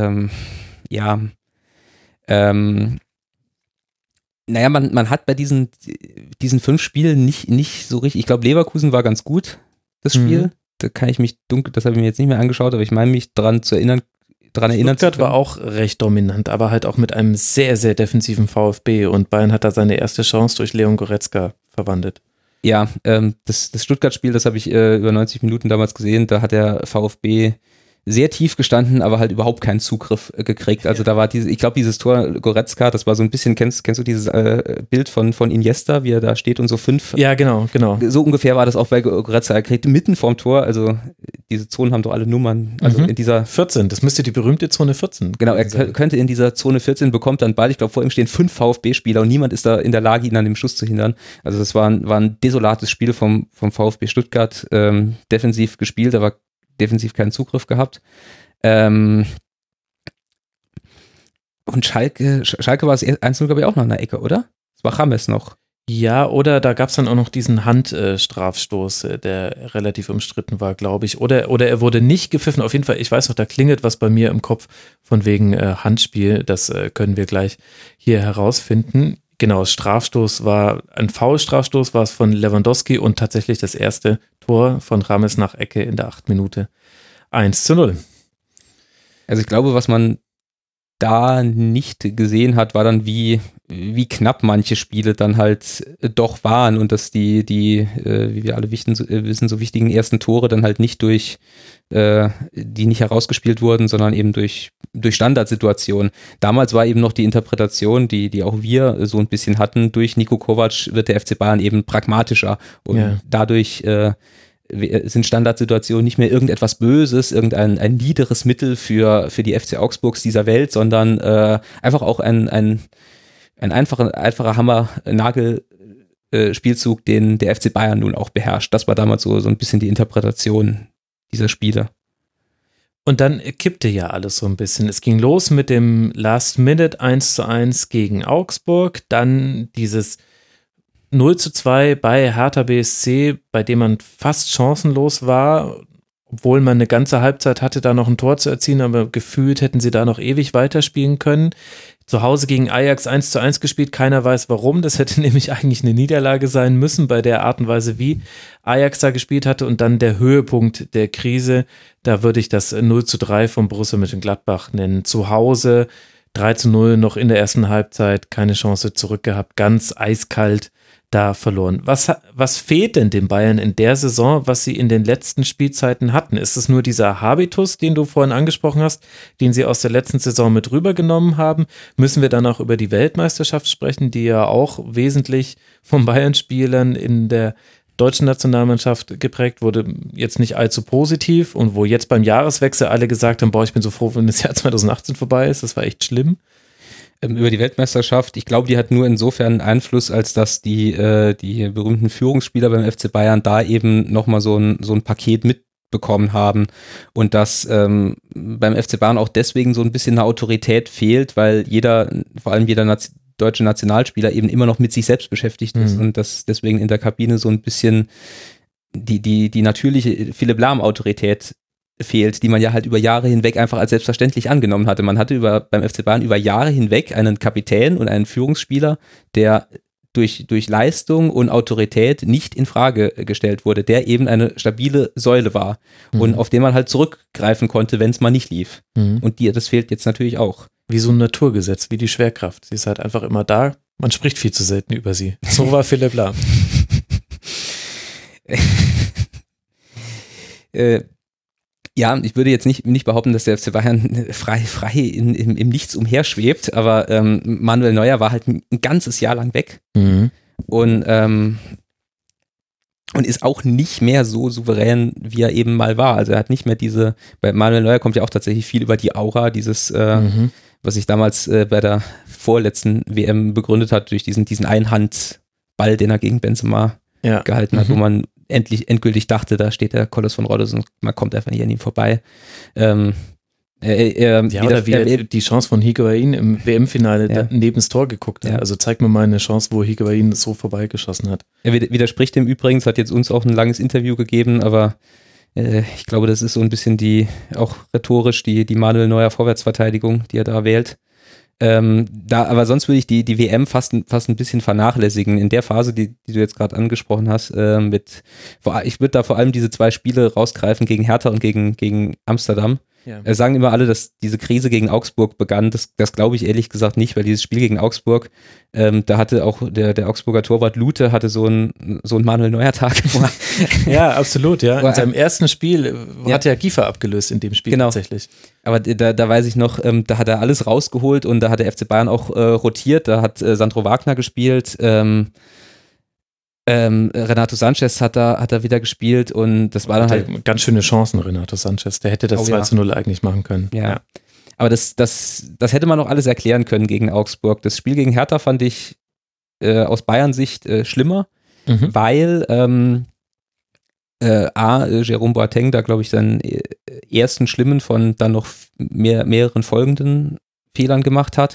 naja, man hat bei diesen 5 Spielen nicht so richtig, ich glaube, Leverkusen war ganz gut, das Spiel. Da kann ich mich das habe ich mir jetzt nicht mehr angeschaut, aber ich meine mich dran erinnern Stuttgart war auch recht dominant, aber halt auch mit einem sehr, sehr defensiven VfB und Bayern hat da seine erste Chance durch Leon Goretzka verwandelt. Ja, das Stuttgart-Spiel, das habe ich über 90 Minuten damals gesehen, da hat der VfB sehr tief gestanden, aber halt überhaupt keinen Zugriff gekriegt. Also da war ich glaube, dieses Tor Goretzka, das war so ein bisschen, kennst du dieses Bild von Iniesta, wie er da steht und so 5? Ja, genau. So ungefähr war das auch bei Goretzka. Er kriegt mitten vorm Tor, also diese Zonen haben doch alle Nummern. Also in dieser 14, das müsste die berühmte Zone 14. Genau, er könnte in dieser Zone 14, bekommt dann Ball. Ich glaube, vor ihm stehen 5 VfB-Spieler und niemand ist da in der Lage, ihn an dem Schuss zu hindern. Also das war ein desolates Spiel vom VfB Stuttgart, defensiv gespielt, aber defensiv keinen Zugriff gehabt. Und Schalke war es 1-0, glaube ich, auch noch in der Ecke, oder? Das war James noch. Ja, oder da gab es dann auch noch diesen Handstrafstoß, der relativ umstritten war, glaube ich. Oder er wurde nicht gepfiffen. Auf jeden Fall, ich weiß noch, da klingelt was bei mir im Kopf von wegen Handspiel. Das können wir gleich hier herausfinden. Genau, Strafstoß war ein Foul-Strafstoß, war es von Lewandowski und tatsächlich das erste Tor von Rames nach Ecke in der 8. Minute. 1-0. Also ich glaube, was man da nicht gesehen hat, war dann, wie knapp manche Spiele dann halt doch waren und dass die wie wir alle wissen, so wichtigen ersten Tore dann halt nicht die nicht herausgespielt wurden, sondern eben durch Standardsituationen. Damals war eben noch die Interpretation, die auch wir so ein bisschen hatten, durch Niko Kovac wird der FC Bayern eben pragmatischer und dadurch sind Standardsituationen nicht mehr irgendetwas Böses, ein niederes Mittel für die FC Augsburgs dieser Welt, sondern einfach auch ein einfacher Hammer-Nagel-Spielzug, den der FC Bayern nun auch beherrscht. Das war damals so ein bisschen die Interpretation dieser Spiele. Und dann kippte ja alles so ein bisschen. Es ging los mit dem Last-Minute 1:1 gegen Augsburg, dann dieses 0:2 bei Hertha BSC, bei dem man fast chancenlos war, obwohl man eine ganze Halbzeit hatte, da noch ein Tor zu erzielen, aber gefühlt hätten sie da noch ewig weiterspielen können. Zu Hause gegen Ajax 1:1 gespielt, keiner weiß warum, das hätte nämlich eigentlich eine Niederlage sein müssen, bei der Art und Weise, wie Ajax da gespielt hatte und dann der Höhepunkt der Krise, da würde ich das 0:3 von Borussia Mönchengladbach nennen. Zu Hause 3:0 noch in der ersten Halbzeit, keine Chance zurück gehabt, ganz eiskalt da verloren. Was fehlt denn den Bayern in der Saison, was sie in den letzten Spielzeiten hatten? Ist es nur dieser Habitus, den du vorhin angesprochen hast, den sie aus der letzten Saison mit rübergenommen haben? Müssen wir dann auch über die Weltmeisterschaft sprechen, die ja auch wesentlich von Bayern-Spielern in der deutschen Nationalmannschaft geprägt wurde, jetzt nicht allzu positiv und wo jetzt beim Jahreswechsel alle gesagt haben, boah, ich bin so froh, wenn das Jahr 2018 vorbei ist, das war echt schlimm. Über die Weltmeisterschaft, ich glaube, die hat nur insofern Einfluss, als dass die berühmten Führungsspieler beim FC Bayern da eben nochmal so ein Paket mitbekommen haben und dass beim FC Bayern auch deswegen so ein bisschen eine Autorität fehlt, weil vor allem jeder deutsche Nationalspieler eben immer noch mit sich selbst beschäftigt ist und dass deswegen in der Kabine so ein bisschen die natürliche Philipp Lahm-Autorität fehlt, die man ja halt über Jahre hinweg einfach als selbstverständlich angenommen hatte. Man hatte beim FC Bayern über Jahre hinweg einen Kapitän und einen Führungsspieler, der durch Leistung und Autorität nicht in Frage gestellt wurde, der eben eine stabile Säule war und auf den man halt zurückgreifen konnte, wenn es mal nicht lief. Und das fehlt jetzt natürlich auch. Wie so ein Naturgesetz, wie die Schwerkraft. Sie ist halt einfach immer da, man spricht viel zu selten über sie. So war Philipp Lahm. Ja, ich würde jetzt nicht behaupten, dass der FC Bayern frei im Nichts umherschwebt, aber Manuel Neuer war halt ein ganzes Jahr lang weg. und ist auch nicht mehr so souverän, wie er eben mal war. Also er hat nicht mehr bei Manuel Neuer kommt ja auch tatsächlich viel über die Aura, dieses, was sich damals bei der vorletzten WM begründet hat, durch diesen Einhandball, den er gegen Benzema gehalten hat, wo man endgültig dachte, da steht der Koloss von Rhodos und man kommt einfach nicht an ihm vorbei. Die Chance von Higuaín im WM-Finale neben das Tor geguckt hat. Ja. Also zeig mir mal eine Chance, wo Higuaín so vorbeigeschossen hat. Er widerspricht dem übrigens, hat jetzt uns auch ein langes Interview gegeben, aber ich glaube, das ist so ein bisschen auch rhetorisch die Manuel Neuer Vorwärtsverteidigung, die er da wählt. Aber sonst würde ich die WM fast ein bisschen vernachlässigen. In der Phase, die du jetzt gerade angesprochen hast, ich würde da vor allem diese 2 Spiele rausgreifen gegen Hertha und gegen Amsterdam. Ja. Sagen immer alle, dass diese Krise gegen Augsburg begann. Das glaube ich ehrlich gesagt nicht, weil dieses Spiel gegen Augsburg, da hatte auch der Augsburger Torwart Lute hatte so einen Manuel Neuer-Tag. Ja, absolut, ja. In seinem ersten Spiel hat er Kiefer abgelöst in dem Spiel tatsächlich. Aber da weiß ich noch, da hat er alles rausgeholt und da hat der FC Bayern auch rotiert. Da hat Sandro Wagner gespielt, Renato Sanchez hat da wieder gespielt und das war dann halt ganz schöne Chancen, Renato Sanchez. Der hätte das 2:0 eigentlich machen können. Ja. Aber das hätte man noch alles erklären können gegen Augsburg. Das Spiel gegen Hertha fand ich aus Bayern-Sicht schlimmer, weil Jerome Boateng da, glaube ich, seinen ersten schlimmen von dann noch mehreren folgenden Fehlern gemacht hat.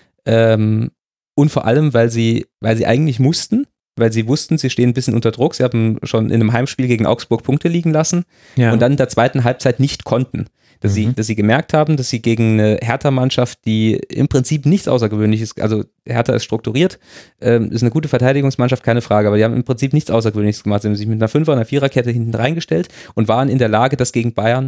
Und vor allem, weil sie eigentlich mussten, weil sie wussten, sie stehen ein bisschen unter Druck. Sie haben schon in einem Heimspiel gegen Augsburg Punkte liegen lassen und dann in der zweiten Halbzeit nicht konnten. Dass sie gemerkt haben, dass sie gegen eine Hertha-Mannschaft, die im Prinzip nichts Außergewöhnliches, also Hertha ist strukturiert, ist eine gute Verteidigungsmannschaft, keine Frage, aber die haben im Prinzip nichts Außergewöhnliches gemacht. Sie haben sich mit einer 5er, einer 4er-Kette hinten reingestellt und waren in der Lage, das gegen Bayern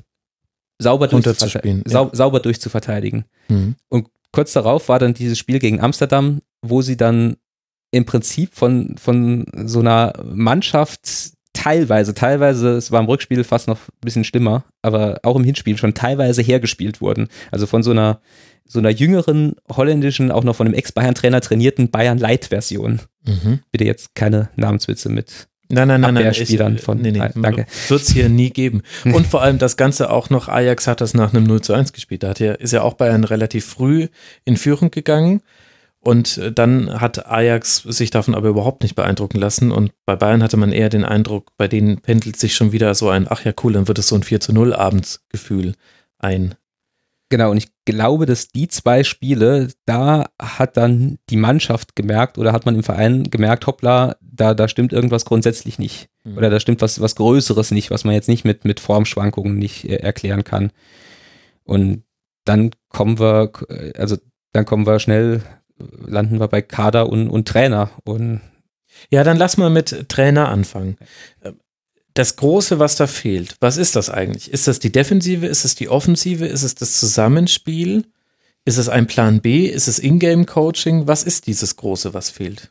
sauber durchzuverteidigen. Und kurz darauf war dann dieses Spiel gegen Amsterdam, wo sie dann im Prinzip von so einer Mannschaft teilweise, es war im Rückspiel fast noch ein bisschen schlimmer, aber auch im Hinspiel schon teilweise hergespielt wurden. Also von so einer jüngeren, holländischen, auch noch von einem Ex-Bayern-Trainer trainierten Bayern-Light-Version. Bitte jetzt keine Namenswitze mit Abwehrspielern von. Danke. Wird es hier nie geben. Und vor allem das Ganze auch noch, Ajax hat das nach einem 0:1 gespielt. Da ist ja auch Bayern relativ früh in Führung gegangen. Und dann hat Ajax sich davon aber überhaupt nicht beeindrucken lassen. Und bei Bayern hatte man eher den Eindruck, bei denen pendelt sich schon wieder so ein, ach ja cool, dann wird es so ein 4:0 Abendsgefühl ein. Genau, und ich glaube, dass die 2 Spiele, da hat dann die Mannschaft gemerkt oder hat man im Verein gemerkt, hoppla, da stimmt irgendwas grundsätzlich nicht. Oder da stimmt was Größeres nicht, was man jetzt nicht mit Formschwankungen nicht erklären kann. Und dann kommen wir schnell, landen wir bei Kader und Trainer. Und ja, dann lass mal mit Trainer anfangen. Das Große, was da fehlt, was ist das eigentlich? Ist das die Defensive? Ist es die Offensive? Ist es das Zusammenspiel? Ist es ein Plan B? Ist es Ingame-Coaching? Was ist dieses Große, was fehlt?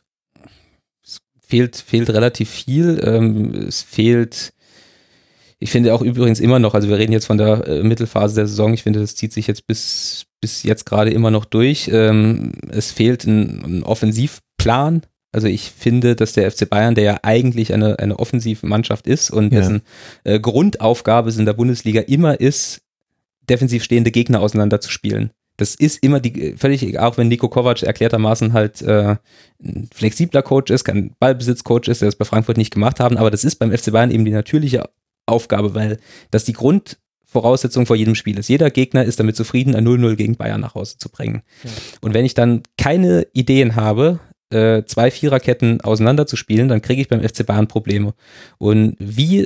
Es fehlt relativ viel. Es fehlt, ich finde auch übrigens immer noch, also wir reden jetzt von der Mittelphase der Saison, ich finde, das zieht sich jetzt bis jetzt gerade immer noch durch. Es fehlt ein Offensivplan. Also ich finde, dass der FC Bayern, der ja eigentlich eine offensive Mannschaft ist und dessen Grundaufgabe es in der Bundesliga immer ist, defensiv stehende Gegner auseinanderzuspielen. Das ist immer völlig, auch wenn Niko Kovac erklärtermaßen halt ein flexibler Coach ist, kein Ballbesitzcoach ist, der das bei Frankfurt nicht gemacht haben, aber das ist beim FC Bayern eben die natürliche Aufgabe, weil das die Grundvoraussetzung vor jedem Spiel ist. Jeder Gegner ist damit zufrieden, ein 0:0 gegen Bayern nach Hause zu bringen. Ja. Und wenn ich dann keine Ideen habe, 2 Viererketten auseinanderzuspielen, dann kriege ich beim FC Bayern Probleme. Und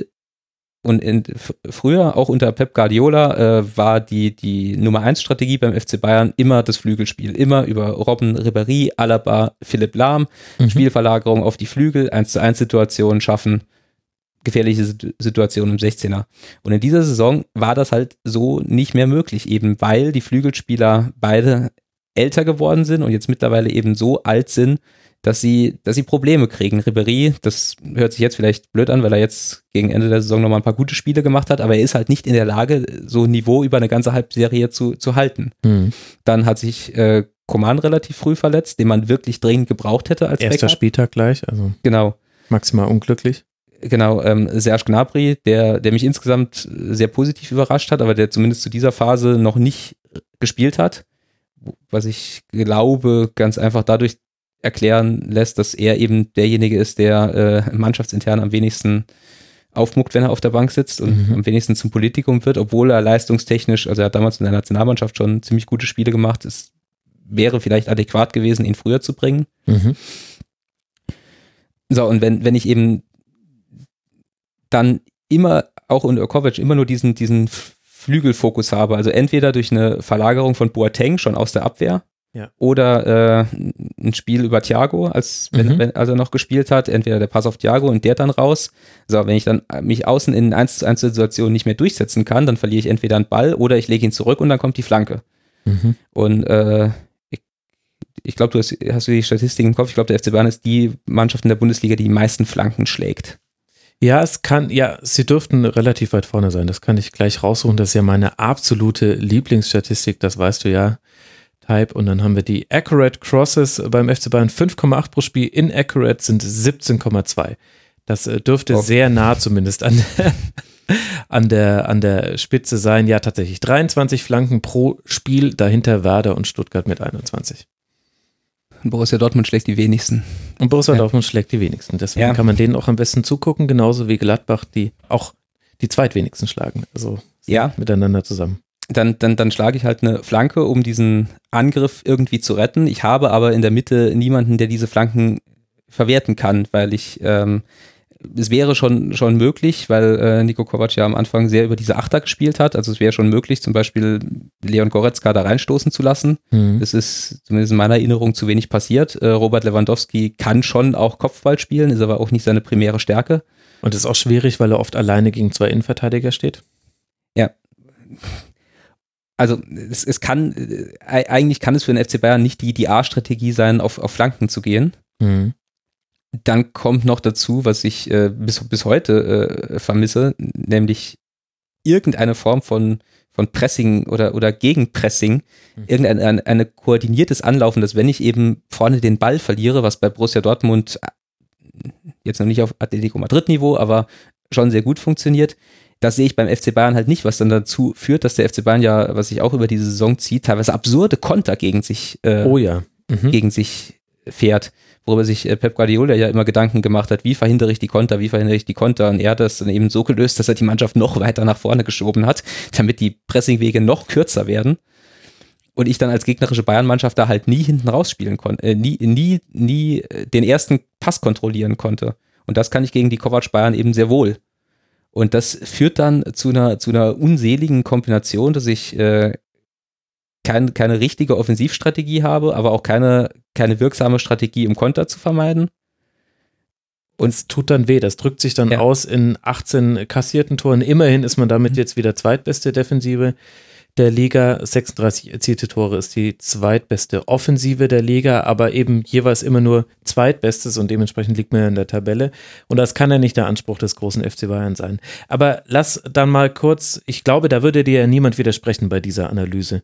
früher, auch unter Pep Guardiola, war die Nummer 1 Strategie beim FC Bayern immer das Flügelspiel. Immer über Robben, Ribéry, Alaba, Philipp Lahm, Spielverlagerung auf die Flügel, 1:1 Situationen schaffen, gefährliche Situationen im 16er. Und in dieser Saison war das halt so nicht mehr möglich, eben weil die Flügelspieler beide älter geworden sind und jetzt mittlerweile eben so alt sind, dass sie Probleme kriegen. Ribéry, das hört sich jetzt vielleicht blöd an, weil er jetzt gegen Ende der Saison nochmal ein paar gute Spiele gemacht hat, aber er ist halt nicht in der Lage, so ein Niveau über eine ganze Halbserie zu halten. Dann hat sich Coman relativ früh verletzt, den man wirklich dringend gebraucht hätte als Erster Backup. Spieltag gleich, also genau. Maximal unglücklich. Genau, Serge Gnabry, der mich insgesamt sehr positiv überrascht hat, aber der zumindest zu dieser Phase noch nicht gespielt hat, was ich glaube ganz einfach dadurch erklären lässt, dass er eben derjenige ist, der mannschaftsintern am wenigsten aufmuckt, wenn er auf der Bank sitzt und am wenigsten zum Politikum wird, obwohl er leistungstechnisch, also er hat damals in der Nationalmannschaft schon ziemlich gute Spiele gemacht, es wäre vielleicht adäquat gewesen, ihn früher zu bringen. So, und wenn ich eben dann immer, auch unter Kovac, immer nur diesen Flügelfokus habe, also entweder durch eine Verlagerung von Boateng schon aus der Abwehr, oder ein Spiel über Thiago, als er noch gespielt hat, entweder der Pass auf Thiago und der dann raus. So, wenn ich dann mich außen in 1:1 Situationen nicht mehr durchsetzen kann, dann verliere ich entweder einen Ball oder ich lege ihn zurück und dann kommt die Flanke. Und ich glaube, hast du die Statistiken im Kopf? Ich glaube, der FC Bayern ist die Mannschaft in der Bundesliga, die meisten Flanken schlägt. Ja, sie dürften relativ weit vorne sein. Das kann ich gleich raussuchen. Das ist ja meine absolute Lieblingsstatistik, das weißt du ja. Und dann haben wir die Accurate Crosses beim FC Bayern 5,8 pro Spiel, Inaccurate sind 17,2. Das dürfte sehr nah zumindest an der Spitze sein. Ja, tatsächlich 23 Flanken pro Spiel, dahinter Werder und Stuttgart mit 21. Borussia Dortmund schlägt die wenigsten. Und Borussia Dortmund schlägt die wenigsten. Deswegen kann man denen auch am besten zugucken, genauso wie Gladbach, die auch die zweitwenigsten schlagen. Also miteinander zusammen. Dann schlage ich halt eine Flanke, um diesen Angriff irgendwie zu retten. Ich habe aber in der Mitte niemanden, der diese Flanken verwerten kann, weil es wäre schon möglich, weil Niko Kovac ja am Anfang sehr über diese Achter gespielt hat. Also es wäre schon möglich, zum Beispiel Leon Goretzka da reinstoßen zu lassen. Das ist zumindest in meiner Erinnerung zu wenig passiert. Robert Lewandowski kann schon auch Kopfball spielen, ist aber auch nicht seine primäre Stärke. Und ist auch schwierig, weil er oft alleine gegen zwei Innenverteidiger steht. Ja. Also eigentlich kann es für den FC Bayern nicht die A-Strategie sein, auf Flanken zu gehen. Dann kommt noch dazu, was ich bis heute vermisse, nämlich irgendeine Form von Pressing oder Gegenpressing, irgendein koordiniertes Anlaufen, dass wenn ich eben vorne den Ball verliere, was bei Borussia Dortmund jetzt noch nicht auf Atletico Madrid Niveau, aber schon sehr gut funktioniert. Das sehe ich beim FC Bayern halt nicht, was dann dazu führt, dass der FC Bayern ja, was sich auch über diese Saison zieht, teilweise absurde Konter gegen sich gegen sich fährt, worüber sich Pep Guardiola ja immer Gedanken gemacht hat, wie verhindere ich die Konter, und er hat das dann eben so gelöst, dass er die Mannschaft noch weiter nach vorne geschoben hat, damit die Pressingwege noch kürzer werden und ich dann als gegnerische Bayern-Mannschaft da halt nie hinten rausspielen konnte, nie den ersten Pass kontrollieren konnte und das kann ich gegen die Kovac Bayern eben sehr wohl. Und das führt dann zu einer unseligen Kombination, dass ich keine richtige Offensivstrategie habe, aber auch keine wirksame Strategie, um Konter zu vermeiden. Und es tut dann weh, das drückt sich dann aus in 18 kassierten Toren. Immerhin ist man damit jetzt wieder zweitbeste Defensive der Liga. 36 erzielte Tore ist die zweitbeste Offensive der Liga, aber eben jeweils immer nur zweitbestes und dementsprechend liegt man ja in der Tabelle. Und das kann ja nicht der Anspruch des großen FC Bayern sein. Aber lass dann mal kurz, ich glaube, da würde dir ja niemand widersprechen bei dieser Analyse.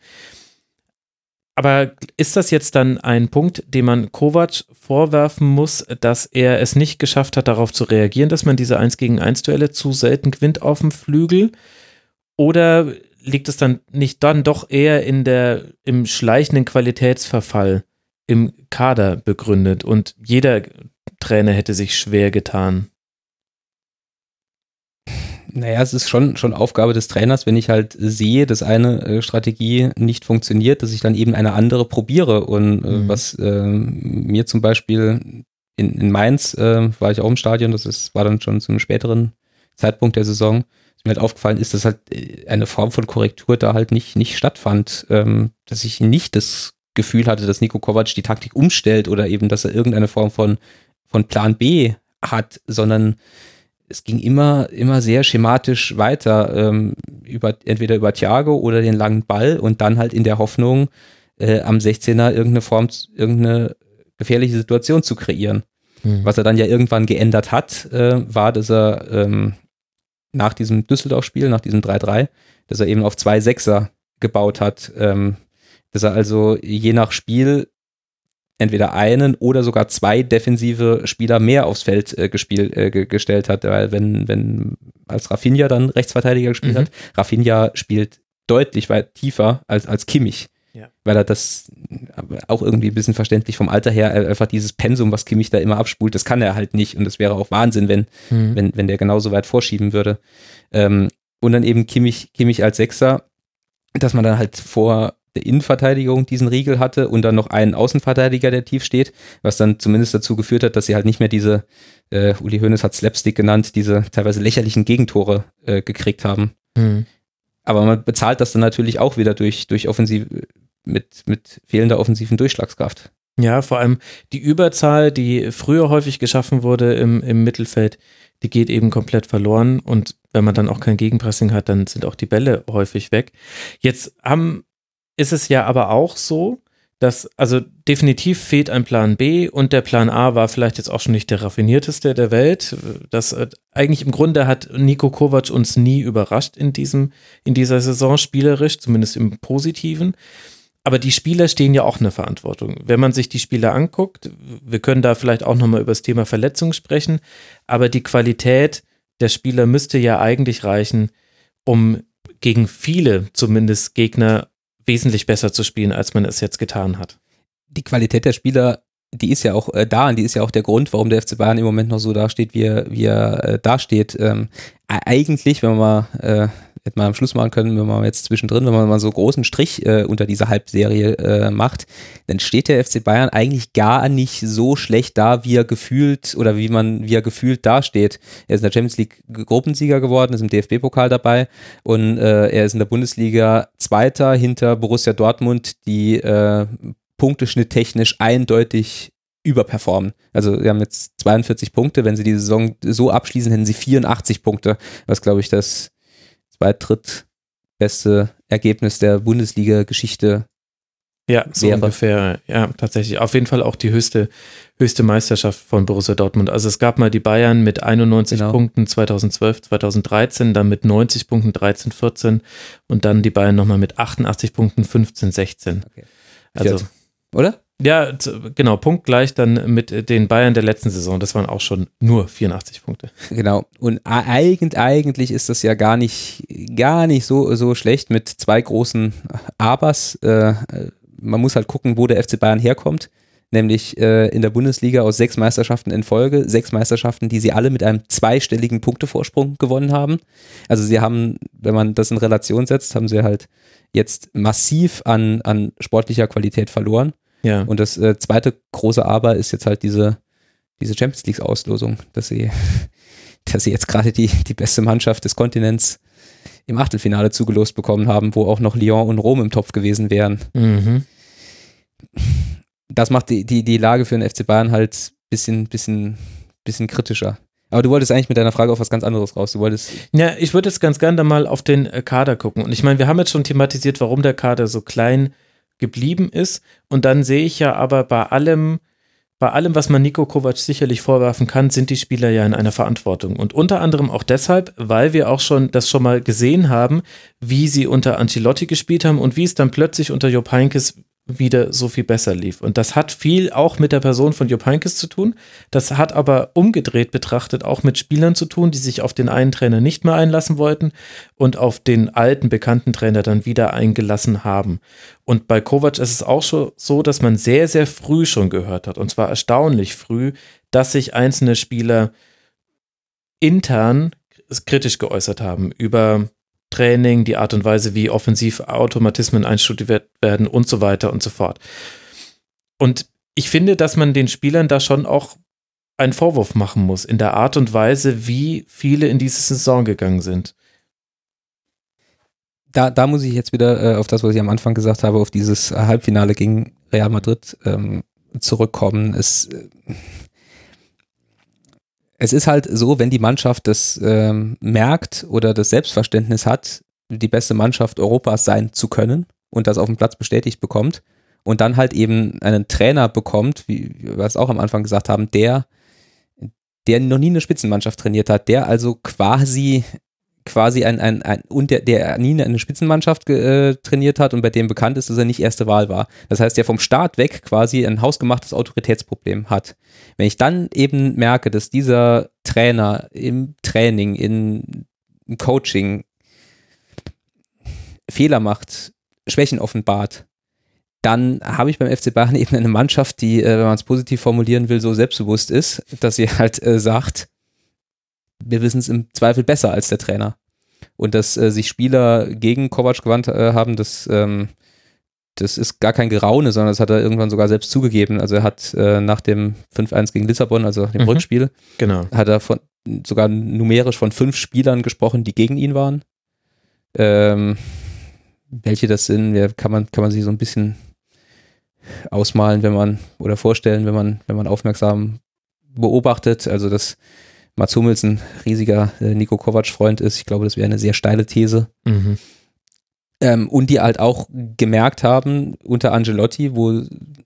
Aber ist das jetzt dann ein Punkt, den man Kovac vorwerfen muss, dass er es nicht geschafft hat, darauf zu reagieren, dass man diese 1-gegen-1-Duelle zu selten gewinnt auf dem Flügel? Oder liegt es dann nicht dann doch eher im schleichenden Qualitätsverfall im Kader begründet und jeder Trainer hätte sich schwer getan? Naja, es ist schon Aufgabe des Trainers, wenn ich halt sehe, dass eine Strategie nicht funktioniert, dass ich dann eben eine andere probiere. Und was mir zum Beispiel in Mainz war ich auch im Stadion, war dann schon zu einem späteren Zeitpunkt der Saison, was mir halt aufgefallen ist, dass halt eine Form von Korrektur da halt nicht stattfand, dass ich nicht das Gefühl hatte, dass Niko Kovac die Taktik umstellt oder eben, dass er irgendeine Form von Plan B hat, sondern es ging immer sehr schematisch weiter, entweder über Thiago oder den langen Ball und dann halt in der Hoffnung, am 16er irgendeine gefährliche Situation zu kreieren. Was er dann ja irgendwann geändert hat, war, dass er nach diesem Düsseldorf-Spiel, nach diesem 3-3, dass er eben auf 2 Sechser gebaut hat. Dass er also je nach Spiel entweder einen oder sogar 2 defensive Spieler mehr aufs Feld gestellt hat, weil wenn als Rafinha dann Rechtsverteidiger gespielt hat, Rafinha spielt deutlich weit tiefer als Kimmich, weil er das auch irgendwie ein bisschen verständlich vom Alter her, einfach dieses Pensum, was Kimmich da immer abspult, das kann er halt nicht und das wäre auch Wahnsinn, wenn der genauso weit vorschieben würde. Und dann eben Kimmich als Sechser, dass man dann halt vor der Innenverteidigung diesen Riegel hatte und dann noch einen Außenverteidiger, der tief steht, was dann zumindest dazu geführt hat, dass sie halt nicht mehr diese, Uli Hoeneß hat Slapstick genannt, diese teilweise lächerlichen Gegentore gekriegt haben. Aber man bezahlt das dann natürlich auch wieder durch Offensive, mit fehlender offensiven Durchschlagskraft. Ja, vor allem die Überzahl, die früher häufig geschaffen wurde im Mittelfeld, die geht eben komplett verloren und wenn man dann auch kein Gegenpressing hat, dann sind auch die Bälle häufig weg. Jetzt ist es ja aber auch so, dass, also definitiv fehlt ein Plan B und der Plan A war vielleicht jetzt auch schon nicht der raffinierteste der Welt. Das eigentlich im Grunde hat Niko Kovac uns nie überrascht in dieser Saison spielerisch, zumindest im Positiven. Aber die Spieler stehen ja auch in der Verantwortung. Wenn man sich die Spieler anguckt, wir können da vielleicht auch nochmal über das Thema Verletzung sprechen, aber die Qualität der Spieler müsste ja eigentlich reichen, um gegen viele zumindest Gegner wesentlich besser zu spielen, als man es jetzt getan hat. Die Qualität der Spieler, die ist ja auch da und die ist ja auch der Grund, warum der FC Bayern im Moment noch so dasteht, wie er dasteht. Eigentlich, wenn man hätte man am Schluss machen können, wenn man jetzt zwischendrin, wenn man mal so einen großen Strich unter diese Halbserie macht, dann steht der FC Bayern eigentlich gar nicht so schlecht da, wie er gefühlt dasteht. Er ist in der Champions League Gruppensieger geworden, ist im DFB-Pokal dabei und er ist in der Bundesliga Zweiter hinter Borussia Dortmund, die punkteschnitttechnisch eindeutig überperformen. Also sie haben jetzt 42 Punkte, wenn sie die Saison so abschließen, hätten sie 84 Punkte, was glaube ich das drittbeste Ergebnis der Bundesliga-Geschichte ja, so wäre. Ungefähr, ja, tatsächlich. Auf jeden Fall auch die höchste Meisterschaft von Borussia Dortmund. Also es gab mal die Bayern mit 91 Punkten 2012, 2013, dann mit 90 Punkten 13, 14 und dann die Bayern nochmal mit 88 Punkten 15, 16. Okay. Also, oder? Ja, genau, punktgleich dann mit den Bayern der letzten Saison. Das waren auch schon nur 84 Punkte. Genau. Und eigentlich ist das ja gar nicht so schlecht mit 2 großen Abers. Man muss halt gucken, wo der FC Bayern herkommt. Nämlich in der Bundesliga aus 6 Meisterschaften in Folge. 6 Meisterschaften, die sie alle mit einem 2-stelligen Punktevorsprung gewonnen haben. Also sie haben, wenn man das in Relation setzt, haben sie halt jetzt massiv an sportlicher Qualität verloren. Ja. Und das zweite große Aber ist jetzt halt diese Champions League Auslosung, dass sie jetzt gerade die beste Mannschaft des Kontinents im Achtelfinale zugelost bekommen haben, wo auch noch Lyon und Rom im Topf gewesen wären. Mhm. Das macht die Lage für den FC Bayern halt bisschen kritischer. Aber du wolltest eigentlich mit deiner Frage auf was ganz anderes raus. Ja, ich würde jetzt ganz gerne da mal auf den Kader gucken. Und ich meine, wir haben jetzt schon thematisiert, warum der Kader so klein geblieben ist. Und dann sehe ich ja aber bei allem, was man Niko Kovac sicherlich vorwerfen kann, sind die Spieler ja in einer Verantwortung. Und unter anderem auch deshalb, weil wir auch schon mal gesehen haben, wie sie unter Ancelotti gespielt haben und wie es dann plötzlich unter Jupp Heynckes wieder so viel besser lief. Und das hat viel auch mit der Person von Jupp Heynckes zu tun. Das hat aber umgedreht betrachtet auch mit Spielern zu tun, die sich auf den einen Trainer nicht mehr einlassen wollten und auf den alten, bekannten Trainer dann wieder eingelassen haben. Und bei Kovac ist es auch schon so, dass man sehr, sehr früh schon gehört hat, und zwar erstaunlich früh, dass sich einzelne Spieler intern kritisch geäußert haben über Training, die Art und Weise, wie offensiv Automatismen einstudiert werden und so weiter und so fort. Und ich finde, dass man den Spielern da schon auch einen Vorwurf machen muss in der Art und Weise, wie viele in diese Saison gegangen sind. Da muss ich jetzt wieder auf das, was ich am Anfang gesagt habe, auf dieses Halbfinale gegen Real Madrid zurückkommen. Es ist halt so, wenn die Mannschaft das merkt oder das Selbstverständnis hat, die beste Mannschaft Europas sein zu können und das auf dem Platz bestätigt bekommt und dann halt eben einen Trainer bekommt, wie wir es auch am Anfang gesagt haben, der noch nie eine Spitzenmannschaft trainiert hat, der also quasi quasi der nie eine Spitzenmannschaft trainiert hat und bei dem bekannt ist, dass er nicht erste Wahl war. Das heißt, der vom Start weg quasi ein hausgemachtes Autoritätsproblem hat. Wenn ich dann eben merke, dass dieser Trainer im Training, im Coaching Fehler macht, Schwächen offenbart, dann habe ich beim FC Bayern eben eine Mannschaft, die, wenn man es positiv formulieren will, so selbstbewusst ist, dass sie halt sagt, wir wissen es im Zweifel besser als der Trainer. Und dass sich Spieler gegen Kovac gewandt haben, das ist gar kein Geraune, sondern das hat er irgendwann sogar selbst zugegeben. Also er hat nach dem 5-1 gegen Lissabon, also dem Rückspiel, hat er sogar numerisch von 5 Spielern gesprochen, die gegen ihn waren. Welche das sind, kann man sich so ein bisschen ausmalen, vorstellen, wenn man aufmerksam beobachtet. Also dass Mats Hummels ein riesiger Niko Kovac-Freund ist. Ich glaube, das wäre eine sehr steile These. Mhm. Und die halt auch gemerkt haben unter Ancelotti, wo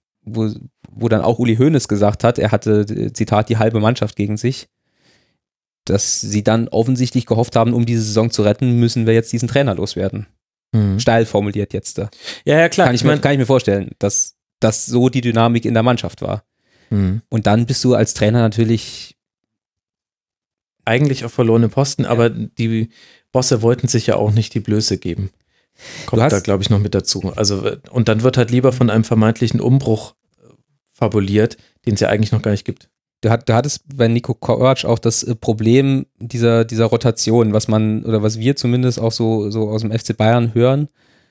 dann auch Uli Hoeneß gesagt hat, er hatte, Zitat, die halbe Mannschaft gegen sich, dass sie dann offensichtlich gehofft haben, um diese Saison zu retten, müssen wir jetzt diesen Trainer loswerden. Mhm. Steil formuliert jetzt da. Ja, klar. Kann ich mir vorstellen, dass das so die Dynamik in der Mannschaft war. Mhm. Und dann bist du als Trainer natürlich eigentlich auf verlorene Posten, aber die Bosse wollten sich ja auch nicht die Blöße geben. Kommt da, glaube ich, noch mit dazu. Also, und dann wird halt lieber von einem vermeintlichen Umbruch fabuliert, den es ja eigentlich noch gar nicht gibt. Du hattest bei Niko Kovac auch das Problem dieser Rotation, was wir zumindest auch so aus dem FC Bayern hören.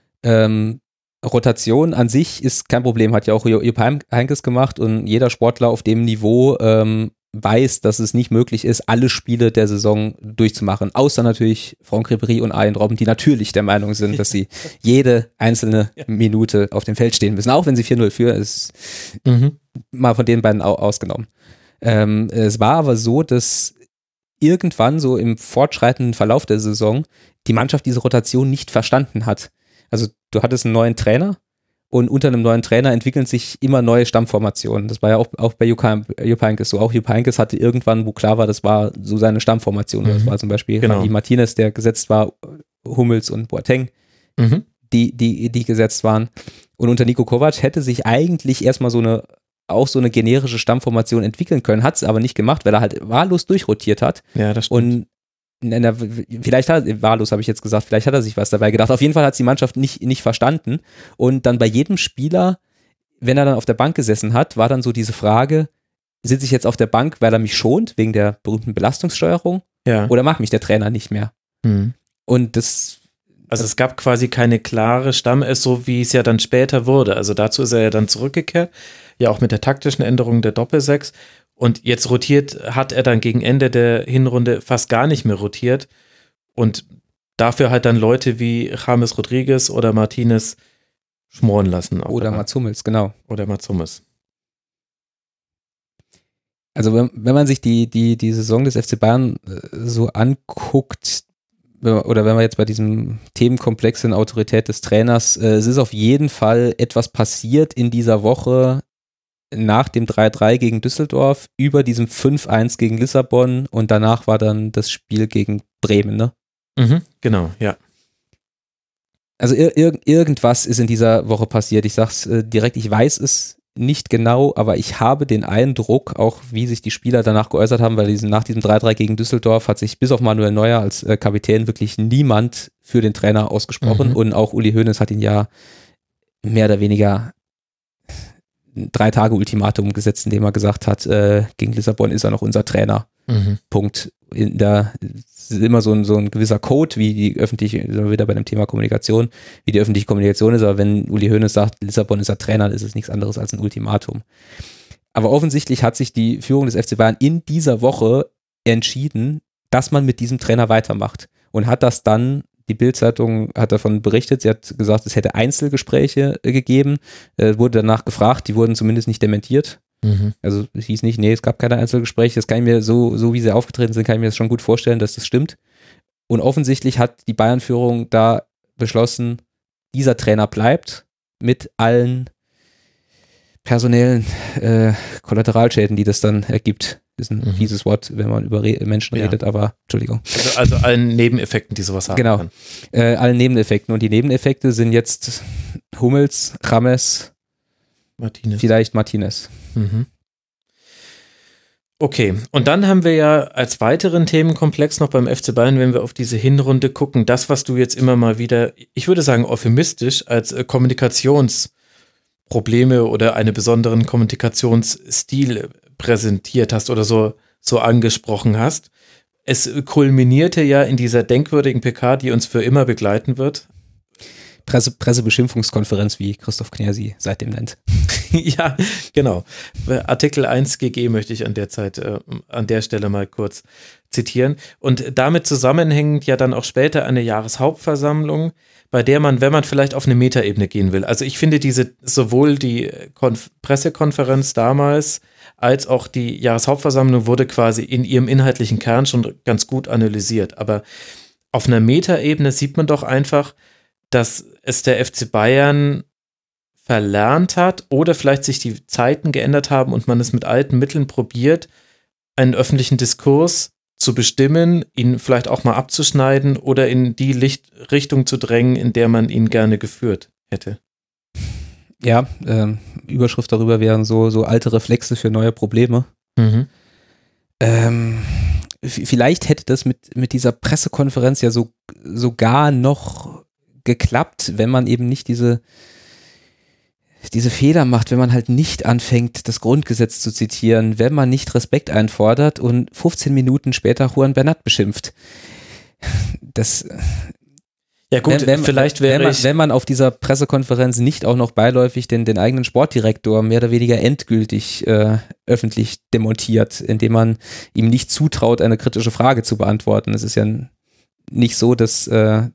Rotation an sich ist kein Problem, hat ja auch Jupp Heynckes gemacht und jeder Sportler auf dem Niveau weiß, dass es nicht möglich ist, alle Spiele der Saison durchzumachen, außer natürlich Franck Ribéry und Arjen Robben, die natürlich der Meinung sind, dass sie jede einzelne Minute auf dem Feld stehen müssen, auch wenn sie 4-0 führen, ist mal von den beiden ausgenommen. Es war aber so, dass irgendwann so im fortschreitenden Verlauf der Saison die Mannschaft diese Rotation nicht verstanden hat. Also du hattest einen neuen Trainer und unter einem neuen Trainer entwickeln sich immer neue Stammformationen. Das war ja auch bei Jupp Heynckes so. Auch Jupp Heynckes hatte irgendwann, wo klar war, das war so seine Stammformation. Das war zum Beispiel Javi Martinez, der gesetzt war, Hummels und Boateng, die gesetzt waren. Und unter Niko Kovac hätte sich eigentlich erstmal so eine generische Stammformation entwickeln können, hat es aber nicht gemacht, weil er halt wahllos durchrotiert hat. Ja, das stimmt. Und wahllos habe ich jetzt gesagt, vielleicht hat er sich was dabei gedacht. Auf jeden Fall hat es die Mannschaft nicht verstanden. Und dann bei jedem Spieler, wenn er dann auf der Bank gesessen hat, war dann so diese Frage, sitze ich jetzt auf der Bank, weil er mich schont, wegen der berühmten Belastungssteuerung? Ja. Oder mag mich der Trainer nicht mehr? Und also es gab quasi keine klare Stammelf, so wie es ja dann später wurde. Also dazu ist er ja dann zurückgekehrt, ja auch mit der taktischen Änderung der Doppelsechs. Und jetzt hat er dann gegen Ende der Hinrunde fast gar nicht mehr rotiert. Und dafür halt dann Leute wie James Rodriguez oder Martinez schmoren lassen. Oder Mats Hummels, genau. Oder Mats Hummels. Also wenn man sich die Saison des FC Bayern so anguckt, oder wenn wir jetzt bei diesem Themenkomplex in Autorität des Trainers, es ist auf jeden Fall etwas passiert in dieser Woche nach dem 3-3 gegen Düsseldorf, über diesem 5-1 gegen Lissabon und danach war dann das Spiel gegen Bremen, ne? Genau, ja. Also irgendwas ist in dieser Woche passiert. Ich sag's direkt, ich weiß es nicht genau, aber ich habe den Eindruck, auch wie sich die Spieler danach geäußert haben, weil nach diesem 3-3 gegen Düsseldorf hat sich bis auf Manuel Neuer als Kapitän wirklich niemand für den Trainer ausgesprochen und auch Uli Hoeneß hat ihn ja mehr oder weniger 3-Tage-Ultimatum gesetzt, indem er gesagt hat, gegen Lissabon ist er noch unser Trainer. Punkt. Es ist immer so ein gewisser Code, wie die öffentliche, wieder bei dem Thema Kommunikation, wie die öffentliche Kommunikation ist, aber wenn Uli Hoeneß sagt, Lissabon ist er Trainer, dann ist es nichts anderes als ein Ultimatum. Aber offensichtlich hat sich die Führung des FC Bayern in dieser Woche entschieden, dass man mit diesem Trainer weitermacht und hat das dann, die Bild-Zeitung hat davon berichtet, sie hat gesagt, es hätte Einzelgespräche gegeben, wurde danach gefragt, die wurden zumindest nicht dementiert. Also es hieß nicht, nee, es gab keine Einzelgespräche, das kann ich mir so wie sie aufgetreten sind, kann ich mir das schon gut vorstellen, dass das stimmt. Und offensichtlich hat die Bayern-Führung da beschlossen, dieser Trainer bleibt mit allen personellen Kollateralschäden, die das dann ergibt. ist ein fieses Wort, wenn man über Menschen redet, aber Entschuldigung. Also allen Nebeneffekten, die sowas haben kann. Genau, allen Nebeneffekten. Und die Nebeneffekte sind jetzt Hummels, James, vielleicht Martinez. Mhm. Okay, und dann haben wir ja als weiteren Themenkomplex noch beim FC Bayern, wenn wir auf diese Hinrunde gucken, das, was du jetzt immer mal wieder, ich würde sagen euphemistisch, als Kommunikationsprobleme oder einen besonderen Kommunikationsstil präsentiert hast oder so angesprochen hast. Es kulminierte ja in dieser denkwürdigen PK, die uns für immer begleiten wird. Pressebeschimpfungskonferenz, wie Christoph Kner sie seitdem nennt. Ja, genau. Artikel 1 GG möchte ich an der Stelle mal kurz zitieren. Und damit zusammenhängend ja dann auch später eine Jahreshauptversammlung, bei der man, wenn man vielleicht auf eine Metaebene gehen will, also ich finde sowohl die Pressekonferenz damals als auch die Jahreshauptversammlung wurde quasi in ihrem inhaltlichen Kern schon ganz gut analysiert. Aber auf einer Metaebene sieht man doch einfach, dass es der FC Bayern verlernt hat oder vielleicht sich die Zeiten geändert haben und man es mit alten Mitteln probiert, einen öffentlichen Diskurs zu bestimmen, ihn vielleicht auch mal abzuschneiden oder in die Richtung zu drängen, in der man ihn gerne geführt hätte. Ja, Überschrift darüber wären so alte Reflexe für neue Probleme. Mhm. Vielleicht hätte das mit dieser Pressekonferenz ja sogar noch geklappt, wenn man eben nicht diese Fehler macht, wenn man halt nicht anfängt, das Grundgesetz zu zitieren, wenn man nicht Respekt einfordert und 15 Minuten später Juan Bernat beschimpft. Das ja gut, vielleicht wenn man auf dieser Pressekonferenz nicht auch noch beiläufig den eigenen Sportdirektor mehr oder weniger endgültig öffentlich demontiert, indem man ihm nicht zutraut, eine kritische Frage zu beantworten. Es ist ja nicht so, dass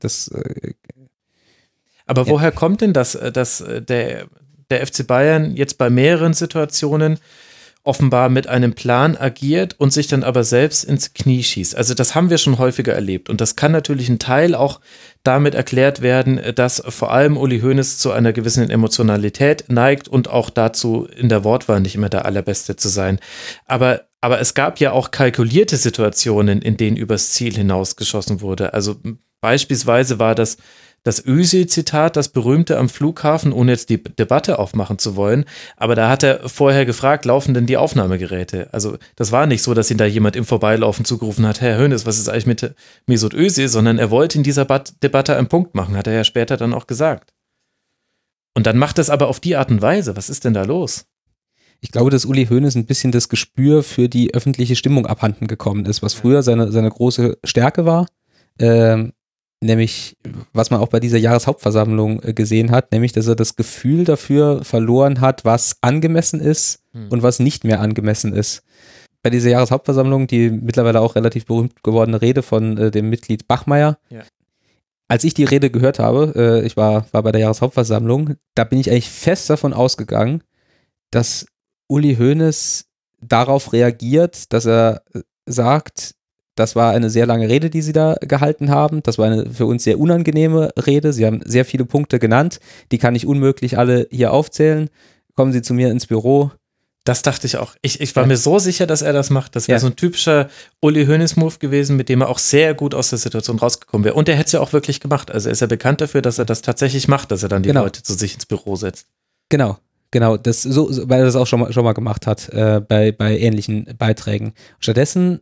aber woher kommt denn das, dass der FC Bayern jetzt bei mehreren Situationen offenbar mit einem Plan agiert und sich dann aber selbst ins Knie schießt? Also das haben wir schon häufiger erlebt und das kann natürlich ein Teil auch damit erklärt werden, dass vor allem Uli Hoeneß zu einer gewissen Emotionalität neigt und auch dazu in der Wortwahl nicht immer der Allerbeste zu sein. Aber es gab ja auch kalkulierte Situationen, in denen übers Ziel hinausgeschossen wurde. Also beispielsweise war das Özil-Zitat, das berühmte am Flughafen, ohne jetzt die Debatte aufmachen zu wollen, aber da hat er vorher gefragt, laufen denn die Aufnahmegeräte? Also das war nicht so, dass ihn da jemand im Vorbeilaufen zugerufen hat, Herr Hoeneß, was ist eigentlich mit Mesut Özil, sondern er wollte in dieser Debatte einen Punkt machen, hat er ja später dann auch gesagt. Und dann macht es aber auf die Art und Weise. Was ist denn da los? Ich glaube, dass Uli Hoeneß ein bisschen das Gespür für die öffentliche Stimmung abhanden gekommen ist, was früher seine große Stärke war. Nämlich, was man auch bei dieser Jahreshauptversammlung gesehen hat, nämlich, dass er das Gefühl dafür verloren hat, was angemessen ist und was nicht mehr angemessen ist. Bei dieser Jahreshauptversammlung, die mittlerweile auch relativ berühmt gewordene Rede von dem Mitglied Bachmeier. Ja. Als ich die Rede gehört habe, ich war bei der Jahreshauptversammlung, da bin ich eigentlich fest davon ausgegangen, dass Uli Hoeneß darauf reagiert, dass er sagt, das war eine sehr lange Rede, die Sie da gehalten haben. Das war eine für uns sehr unangenehme Rede. Sie haben sehr viele Punkte genannt. Die kann ich unmöglich alle hier aufzählen. Kommen Sie zu mir ins Büro. Das dachte ich auch. Ich war mir so sicher, dass er das macht. Das wäre so ein typischer Uli Hoeneß-Move gewesen, mit dem er auch sehr gut aus der Situation rausgekommen wäre. Und er hätte es ja auch wirklich gemacht. Also er ist ja bekannt dafür, dass er das tatsächlich macht, dass er dann die Leute zu sich ins Büro setzt. Genau, das weil er das auch schon mal gemacht hat bei ähnlichen Beiträgen. Stattdessen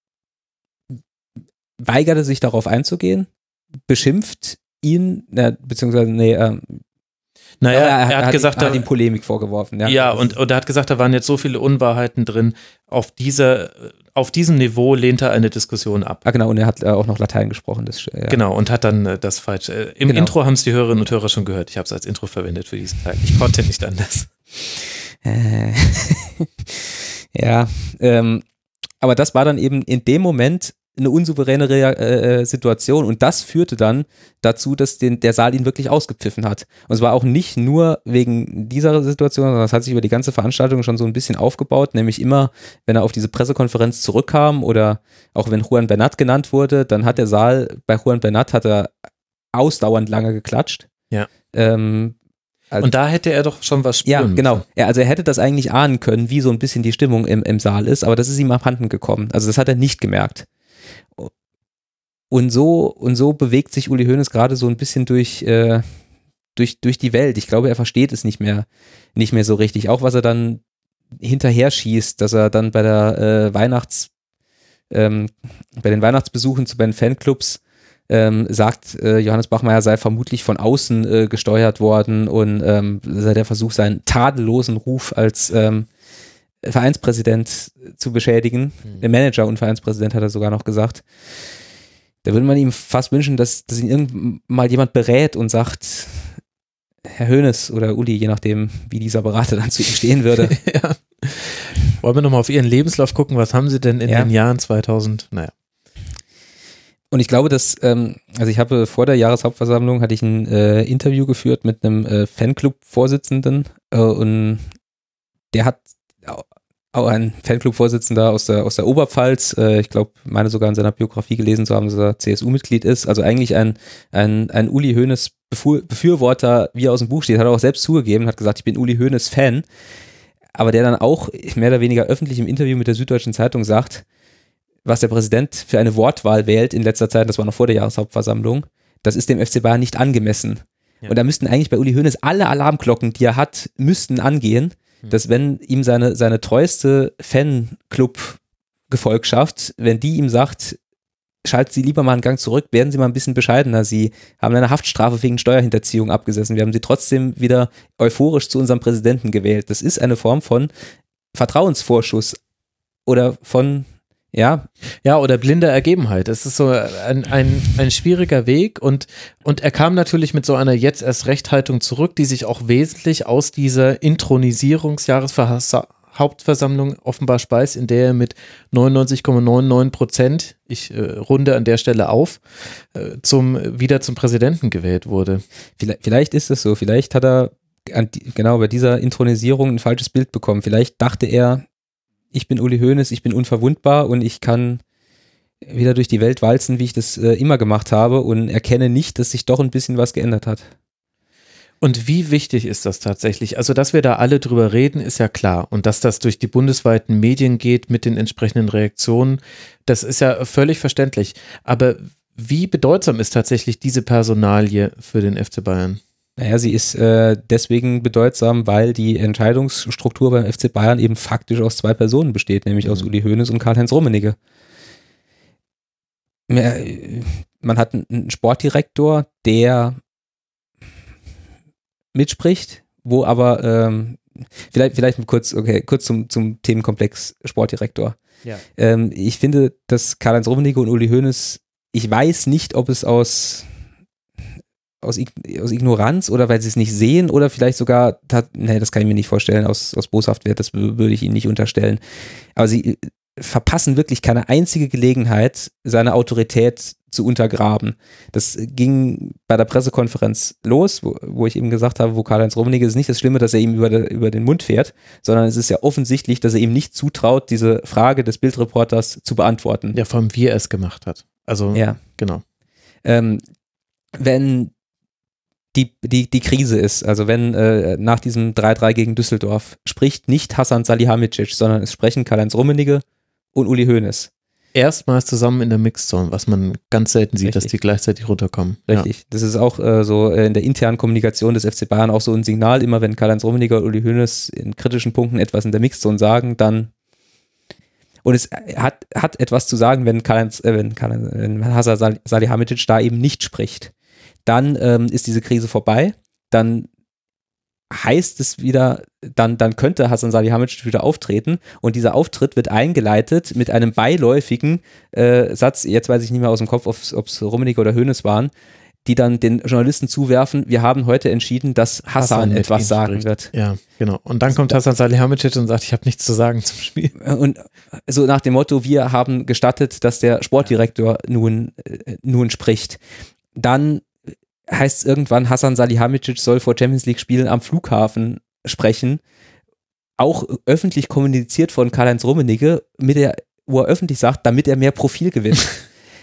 weigerte sich darauf einzugehen, beschimpft ihn, beziehungsweise, er hat gesagt, er hat ihm Polemik vorgeworfen. Ja, und er hat gesagt, da waren jetzt so viele Unwahrheiten drin. Auf diesem Niveau lehnt er eine Diskussion ab. Ah, genau, und er hat auch noch Latein gesprochen. Genau, und hat dann das falsch. Im Intro haben es die Hörerinnen und Hörer schon gehört. Ich habe es als Intro verwendet für diesen Teil. Ich konnte nicht anders. Ja, aber das war dann eben in dem Moment eine unsouveräne Situation und das führte dann dazu, dass der Saal ihn wirklich ausgepfiffen hat. Und es war auch nicht nur wegen dieser Situation, sondern das hat sich über die ganze Veranstaltung schon so ein bisschen aufgebaut, nämlich immer, wenn er auf diese Pressekonferenz zurückkam oder auch wenn Juan Bernat genannt wurde, dann hat der Saal, bei Juan Bernat hat er ausdauernd lange geklatscht. Ja. Und da hätte er doch schon was spüren müssen. Ja, genau. Also er hätte das eigentlich ahnen können, wie so ein bisschen die Stimmung im Saal ist, aber das ist ihm abhanden gekommen. Also das hat er nicht gemerkt. Und so bewegt sich Uli Hoeneß gerade so ein bisschen durch die Welt. Ich glaube, er versteht es nicht mehr so richtig. Auch was er dann hinterher schießt, dass er dann bei der bei den Weihnachtsbesuchen bei den Fanclubs sagt, Johannes Bachmeier sei vermutlich von außen gesteuert worden und sei der Versuch, seinen tadellosen Ruf als Vereinspräsident zu beschädigen. Manager und Vereinspräsident hat er sogar noch gesagt. Da würde man ihm fast wünschen, dass ihn irgendwann mal jemand berät und sagt, Herr Hoeneß oder Uli, je nachdem, wie dieser Berater dann zu ihm stehen würde. Ja. Wollen wir nochmal auf Ihren Lebenslauf gucken, was haben Sie denn in den Jahren 2000? Naja. Und ich glaube, dass, also ich habe vor der Jahreshauptversammlung hatte ich ein Interview geführt mit einem Fanclub-Vorsitzenden und der hat auch ein Fanclub-Vorsitzender aus der Oberpfalz, ich glaube, meine sogar in seiner Biografie gelesen zu haben, dass er CSU-Mitglied ist, also eigentlich ein Uli Hoeneß Befürworter, wie er aus dem Buch steht, hat er auch selbst zugegeben, hat gesagt, ich bin Uli Hoeneß Fan, aber der dann auch mehr oder weniger öffentlich im Interview mit der Süddeutschen Zeitung sagt, was der Präsident für eine Wortwahl wählt in letzter Zeit, das war noch vor der Jahreshauptversammlung, das ist dem FC Bayern nicht angemessen. Ja. Und da müssten eigentlich bei Uli Hoeneß alle Alarmglocken, die er hat, müssten angehen, dass wenn ihm seine treueste Fanclub-Gefolgschaft, wenn die ihm sagt, schalten Sie lieber mal einen Gang zurück, werden Sie mal ein bisschen bescheidener, Sie haben eine Haftstrafe wegen Steuerhinterziehung abgesessen, wir haben Sie trotzdem wieder euphorisch zu unserem Präsidenten gewählt. Das ist eine Form von Vertrauensvorschuss oder von Ja, oder blinde Ergebenheit. Es ist so ein schwieriger Weg und er kam natürlich mit so einer jetzt erst Rechthaltung zurück, die sich auch wesentlich aus dieser Intronisierungsjahreshauptversammlung offenbar speist, in der er mit 99,99%, ich runde an der Stelle auf, wieder zum Präsidenten gewählt wurde. Vielleicht ist es so, vielleicht hat er genau bei dieser Intronisierung ein falsches Bild bekommen. Vielleicht dachte er, ich bin Uli Hoeneß, ich bin unverwundbar und ich kann wieder durch die Welt walzen, wie ich das immer gemacht habe und erkenne nicht, dass sich doch ein bisschen was geändert hat. Und wie wichtig ist das tatsächlich? Also, dass wir da alle drüber reden, ist ja klar. Und dass das durch die bundesweiten Medien geht mit den entsprechenden Reaktionen, das ist ja völlig verständlich. Aber wie bedeutsam ist tatsächlich diese Personalie für den FC Bayern? Naja, sie ist deswegen bedeutsam, weil die Entscheidungsstruktur beim FC Bayern eben faktisch aus zwei Personen besteht, nämlich aus Uli Hoeneß und Karl-Heinz Rummenigge. Man hat einen Sportdirektor, der mitspricht, wo aber vielleicht kurz zum Themenkomplex Sportdirektor. Ja. Ich finde, dass Karl-Heinz Rummenigge und Uli Hoeneß, ich weiß nicht, ob es aus Ignoranz oder weil sie es nicht sehen oder vielleicht sogar, das kann ich mir nicht vorstellen, aus Boshaftwert, das würde ich ihnen nicht unterstellen. Aber sie verpassen wirklich keine einzige Gelegenheit, seine Autorität zu untergraben. Das ging bei der Pressekonferenz los, wo ich eben gesagt habe, wo Karl-Heinz Rummenigge, ist nicht das Schlimme, dass er ihm über den Mund fährt, sondern es ist ja offensichtlich, dass er ihm nicht zutraut, diese Frage des Bildreporters zu beantworten. Ja, vor allem wie er es gemacht hat. Also, ja. Genau. Wenn die Krise ist, also wenn nach diesem 3-3 gegen Düsseldorf spricht nicht Hasan Salihamidzic, sondern es sprechen Karl-Heinz Rummenigge und Uli Hoeneß. Erstmals zusammen in der Mixzone, was man ganz selten sieht, dass die gleichzeitig runterkommen. Richtig, ja. Das ist auch so in der internen Kommunikation des FC Bayern auch so ein Signal, immer wenn Karl-Heinz Rummenigge und Uli Hoeneß in kritischen Punkten etwas in der Mixzone sagen, dann und es hat etwas zu sagen, wenn Hasan Salihamidzic da eben nicht spricht. Dann ist diese Krise vorbei, dann heißt es wieder, dann könnte Hasan Salihamidzic wieder auftreten und dieser Auftritt wird eingeleitet mit einem beiläufigen Satz, jetzt weiß ich nicht mehr aus dem Kopf, ob es Rummenigge oder Hoeneß waren, die dann den Journalisten zuwerfen, wir haben heute entschieden, dass Hasan etwas sagen wird. Ja, genau. Und dann kommt Hasan Salihamidzic und sagt, ich habe nichts zu sagen zum Spiel. Und so nach dem Motto, wir haben gestattet, dass der Sportdirektor nun spricht. Dann heißt es irgendwann, Hasan Salihamidzic soll vor Champions League Spielen am Flughafen sprechen. Auch öffentlich kommuniziert von Karl-Heinz Rummenigge, wo er öffentlich sagt, damit er mehr Profil gewinnt.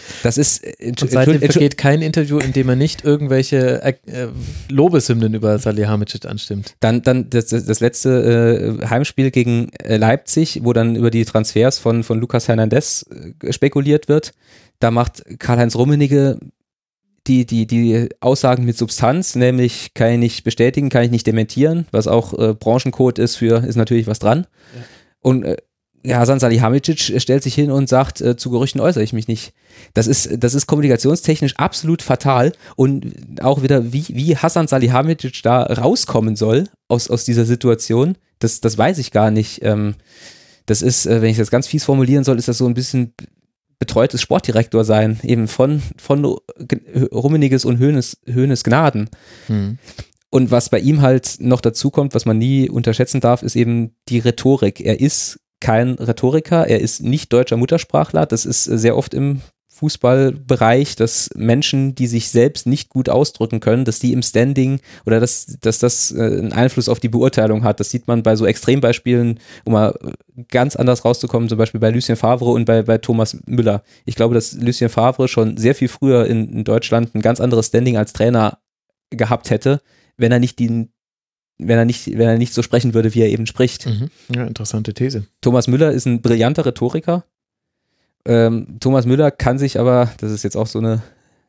Das ist, und seitdem vergeht kein Interview, in dem er nicht irgendwelche Lobeshymnen über Salihamidzic anstimmt. Dann das letzte Heimspiel gegen Leipzig, wo dann über die Transfers von Lucas Hernandez spekuliert wird. Da macht Karl-Heinz Rummenigge die Aussagen mit Substanz, nämlich kann ich nicht bestätigen, kann ich nicht dementieren, was auch Branchencode ist natürlich was dran. Ja. Und Hasan Salihamidzic stellt sich hin und sagt, zu Gerüchten äußere ich mich nicht. Das ist kommunikationstechnisch absolut fatal und auch wieder, wie Hasan Salihamidzic da rauskommen soll aus dieser Situation, das weiß ich gar nicht. Das ist, wenn ich das ganz fies formulieren soll, ist das so ein bisschen betreutes Sportdirektor sein, eben von Rummeniges und Hoeneß Gnaden. Und was bei ihm halt noch dazu kommt, was man nie unterschätzen darf, ist eben die Rhetorik. Er ist kein Rhetoriker, er ist nicht deutscher Muttersprachler. Das ist sehr oft im Fußballbereich, dass Menschen, die sich selbst nicht gut ausdrücken können, dass die im Standing oder dass das einen Einfluss auf die Beurteilung hat. Das sieht man bei so Extrembeispielen, um mal ganz anders rauszukommen, zum Beispiel bei Lucien Favre und bei Thomas Müller. Ich glaube, dass Lucien Favre schon sehr viel früher in Deutschland ein ganz anderes Standing als Trainer gehabt hätte, wenn er nicht so sprechen würde, wie er eben spricht. Ja, interessante These. Thomas Müller ist ein brillanter Rhetoriker. Thomas Müller kann sich aber, das ist jetzt auch so eine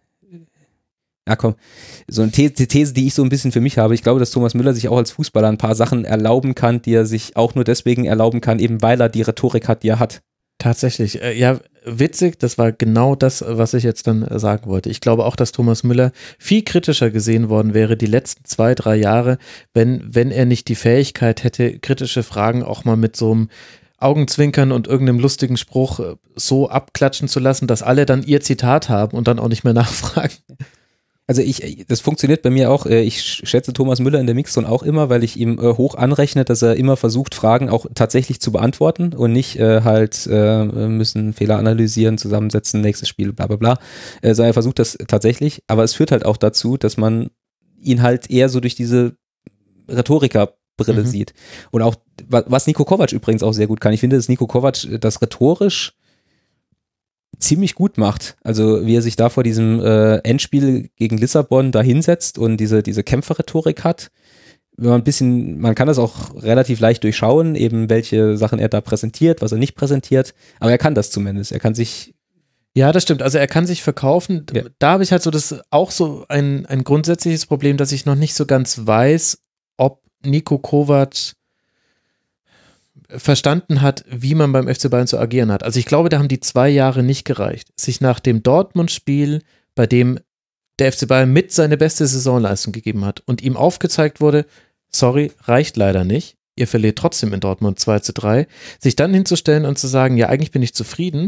These, die ich so ein bisschen für mich habe. Ich glaube, dass Thomas Müller sich auch als Fußballer ein paar Sachen erlauben kann, die er sich auch nur deswegen erlauben kann, eben weil er die Rhetorik hat, die er hat. Tatsächlich. Ja, witzig, das war genau das, was ich jetzt dann sagen wollte. Ich glaube auch, dass Thomas Müller viel kritischer gesehen worden wäre die letzten 2-3 Jahre, wenn er nicht die Fähigkeit hätte, kritische Fragen auch mal mit so einem Augenzwinkern und irgendeinem lustigen Spruch so abklatschen zu lassen, dass alle dann ihr Zitat haben und dann auch nicht mehr nachfragen. Also das funktioniert bei mir auch. Ich schätze Thomas Müller in der Mixzone auch immer, weil ich ihm hoch anrechne, dass er immer versucht, Fragen auch tatsächlich zu beantworten und nicht müssen Fehler analysieren, zusammensetzen, nächstes Spiel, bla bla bla. Sondern er versucht das tatsächlich, aber es führt halt auch dazu, dass man ihn halt eher so durch diese Rhetorikerbrille sieht. Und auch, was Niko Kovac übrigens auch sehr gut kann. Ich finde, dass Niko Kovac das rhetorisch ziemlich gut macht. Also wie er sich da vor diesem Endspiel gegen Lissabon da hinsetzt und diese Kämpferrhetorik hat. Man kann das auch relativ leicht durchschauen, eben welche Sachen er da präsentiert, was er nicht präsentiert. Aber er kann das zumindest. Er kann sich... Ja, das stimmt. Also er kann sich verkaufen. Ja. Da habe ich halt auch so ein grundsätzliches Problem, dass ich noch nicht so ganz weiß, ob Niko Kovac verstanden hat, wie man beim FC Bayern zu agieren hat. Also ich glaube, da haben die 2 Jahre nicht gereicht. Sich nach dem Dortmund-Spiel, bei dem der FC Bayern mit seine beste Saisonleistung gegeben hat und ihm aufgezeigt wurde, sorry, reicht leider nicht, ihr verliert trotzdem in Dortmund 2-3, sich dann hinzustellen und zu sagen, ja, eigentlich bin ich zufrieden,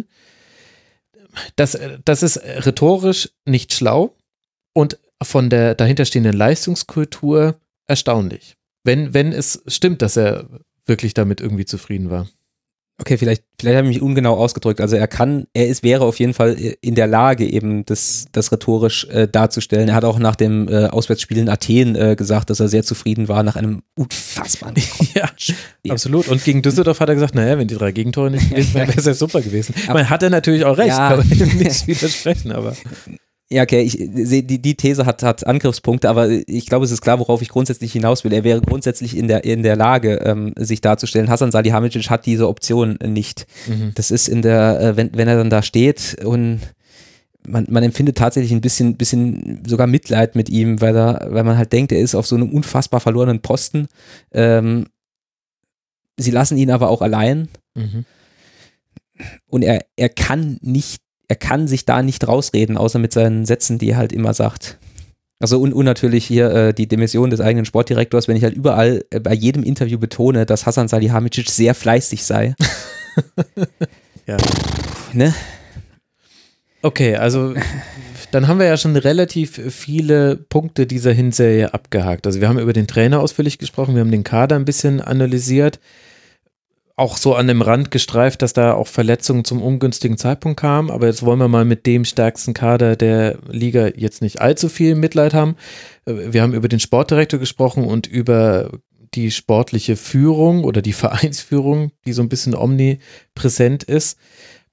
das ist rhetorisch nicht schlau und von der dahinterstehenden Leistungskultur erstaunlich. Wenn es stimmt, dass er wirklich damit irgendwie zufrieden war. Okay, vielleicht habe ich mich ungenau ausgedrückt. Also wäre auf jeden Fall in der Lage, eben das rhetorisch darzustellen. Er hat auch nach dem Auswärtsspiel in Athen gesagt, dass er sehr zufrieden war nach einem unfassbaren ja, absolut. Und gegen Düsseldorf hat er gesagt, naja, wenn die 3 Gegentore nicht gewesen wären, wäre es ja super gewesen. Man hat er natürlich auch recht, kann man ihm nicht widersprechen, aber... Ja, okay, ich sehe, die These hat Angriffspunkte, aber ich glaube, es ist klar, worauf ich grundsätzlich hinaus will. Er wäre grundsätzlich in der Lage, sich darzustellen. Hasan Salihamidzic hat diese Option nicht. Das ist wenn er dann da steht und man empfindet tatsächlich ein bisschen sogar Mitleid mit ihm, weil man halt denkt, er ist auf so einem unfassbar verlorenen Posten. Sie lassen ihn aber auch allein. Und er kann sich da nicht rausreden, außer mit seinen Sätzen, die er halt immer sagt. Also und natürlich hier die Demission des eigenen Sportdirektors, wenn ich halt überall bei jedem Interview betone, dass Hasan Salihamidzic sehr fleißig sei. Ja. Ne? Okay, also dann haben wir ja schon relativ viele Punkte dieser Hinserie abgehakt. Also wir haben über den Trainer ausführlich gesprochen, wir haben den Kader ein bisschen analysiert. Auch so an dem Rand gestreift, dass da auch Verletzungen zum ungünstigen Zeitpunkt kamen, aber jetzt wollen wir mal mit dem stärksten Kader der Liga jetzt nicht allzu viel Mitleid haben. Wir haben über den Sportdirektor gesprochen und über die sportliche Führung oder die Vereinsführung, die so ein bisschen omnipräsent ist.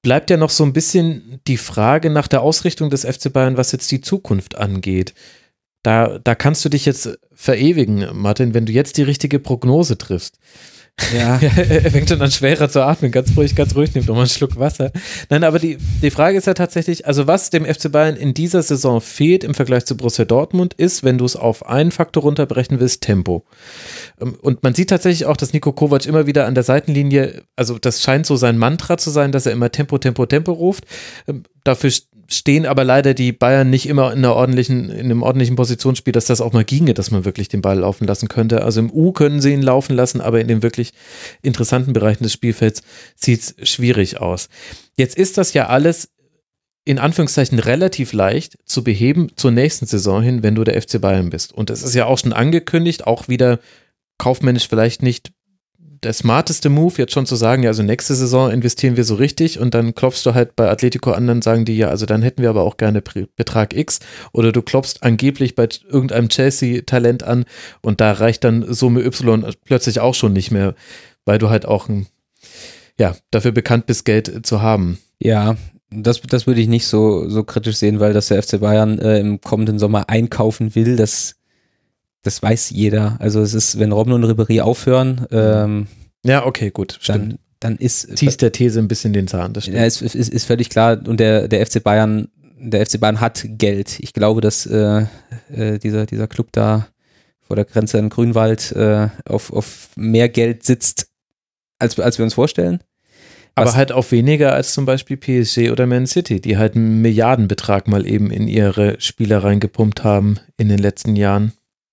bleibt ja noch so ein bisschen die Frage nach der Ausrichtung des FC Bayern, was jetzt die Zukunft angeht. Da kannst du dich jetzt verewigen, Martin, wenn du jetzt die richtige Prognose triffst. Ja, er fängt schon an schwerer zu atmen, ganz ruhig, nimmt nochmal einen Schluck Wasser. Nein, aber die Frage ist ja tatsächlich, also was dem FC Bayern in dieser Saison fehlt im Vergleich zu Borussia Dortmund ist, wenn du es auf einen Faktor runterbrechen willst, Tempo. Und man sieht tatsächlich auch, dass Niko Kovac immer wieder an der Seitenlinie, also das scheint so sein Mantra zu sein, dass er immer Tempo, Tempo, Tempo ruft. Dafür stehen aber leider die Bayern nicht immer in einem ordentlichen Positionsspiel, dass das auch mal ginge, dass man wirklich den Ball laufen lassen könnte. Also im U können sie ihn laufen lassen, aber in den wirklich interessanten Bereichen des Spielfelds sieht es schwierig aus. Jetzt ist das ja alles in Anführungszeichen relativ leicht zu beheben zur nächsten Saison hin, wenn du der FC Bayern bist. Und es ist ja auch schon angekündigt, auch wieder kaufmännisch vielleicht nicht der smarteste Move, jetzt schon zu sagen, ja, also nächste Saison investieren wir so richtig und dann klopfst du halt bei Atletico an, dann sagen die, ja, also dann hätten wir aber auch gerne Betrag X, oder du klopfst angeblich bei irgendeinem Chelsea-Talent an und da reicht dann Summe Y plötzlich auch schon nicht mehr, weil du halt auch dafür bekannt bist, Geld zu haben. Ja, das würde ich nicht so kritisch sehen, weil das der FC Bayern im kommenden Sommer einkaufen will, das weiß jeder. Also es ist, wenn Robben und Ribéry aufhören, ja, okay, gut, stimmt. Dann ist ziehst der These ein bisschen den Zahn, das stimmt. Ja, es ist völlig klar, und der FC Bayern hat Geld. Ich glaube, dass dieser Club da vor der Grenze in Grünwald auf mehr Geld sitzt, als wir uns vorstellen. Aber halt auch weniger als zum Beispiel PSG oder Man City, die halt einen Milliardenbetrag mal eben in ihre Spieler reingepumpt haben in den letzten Jahren.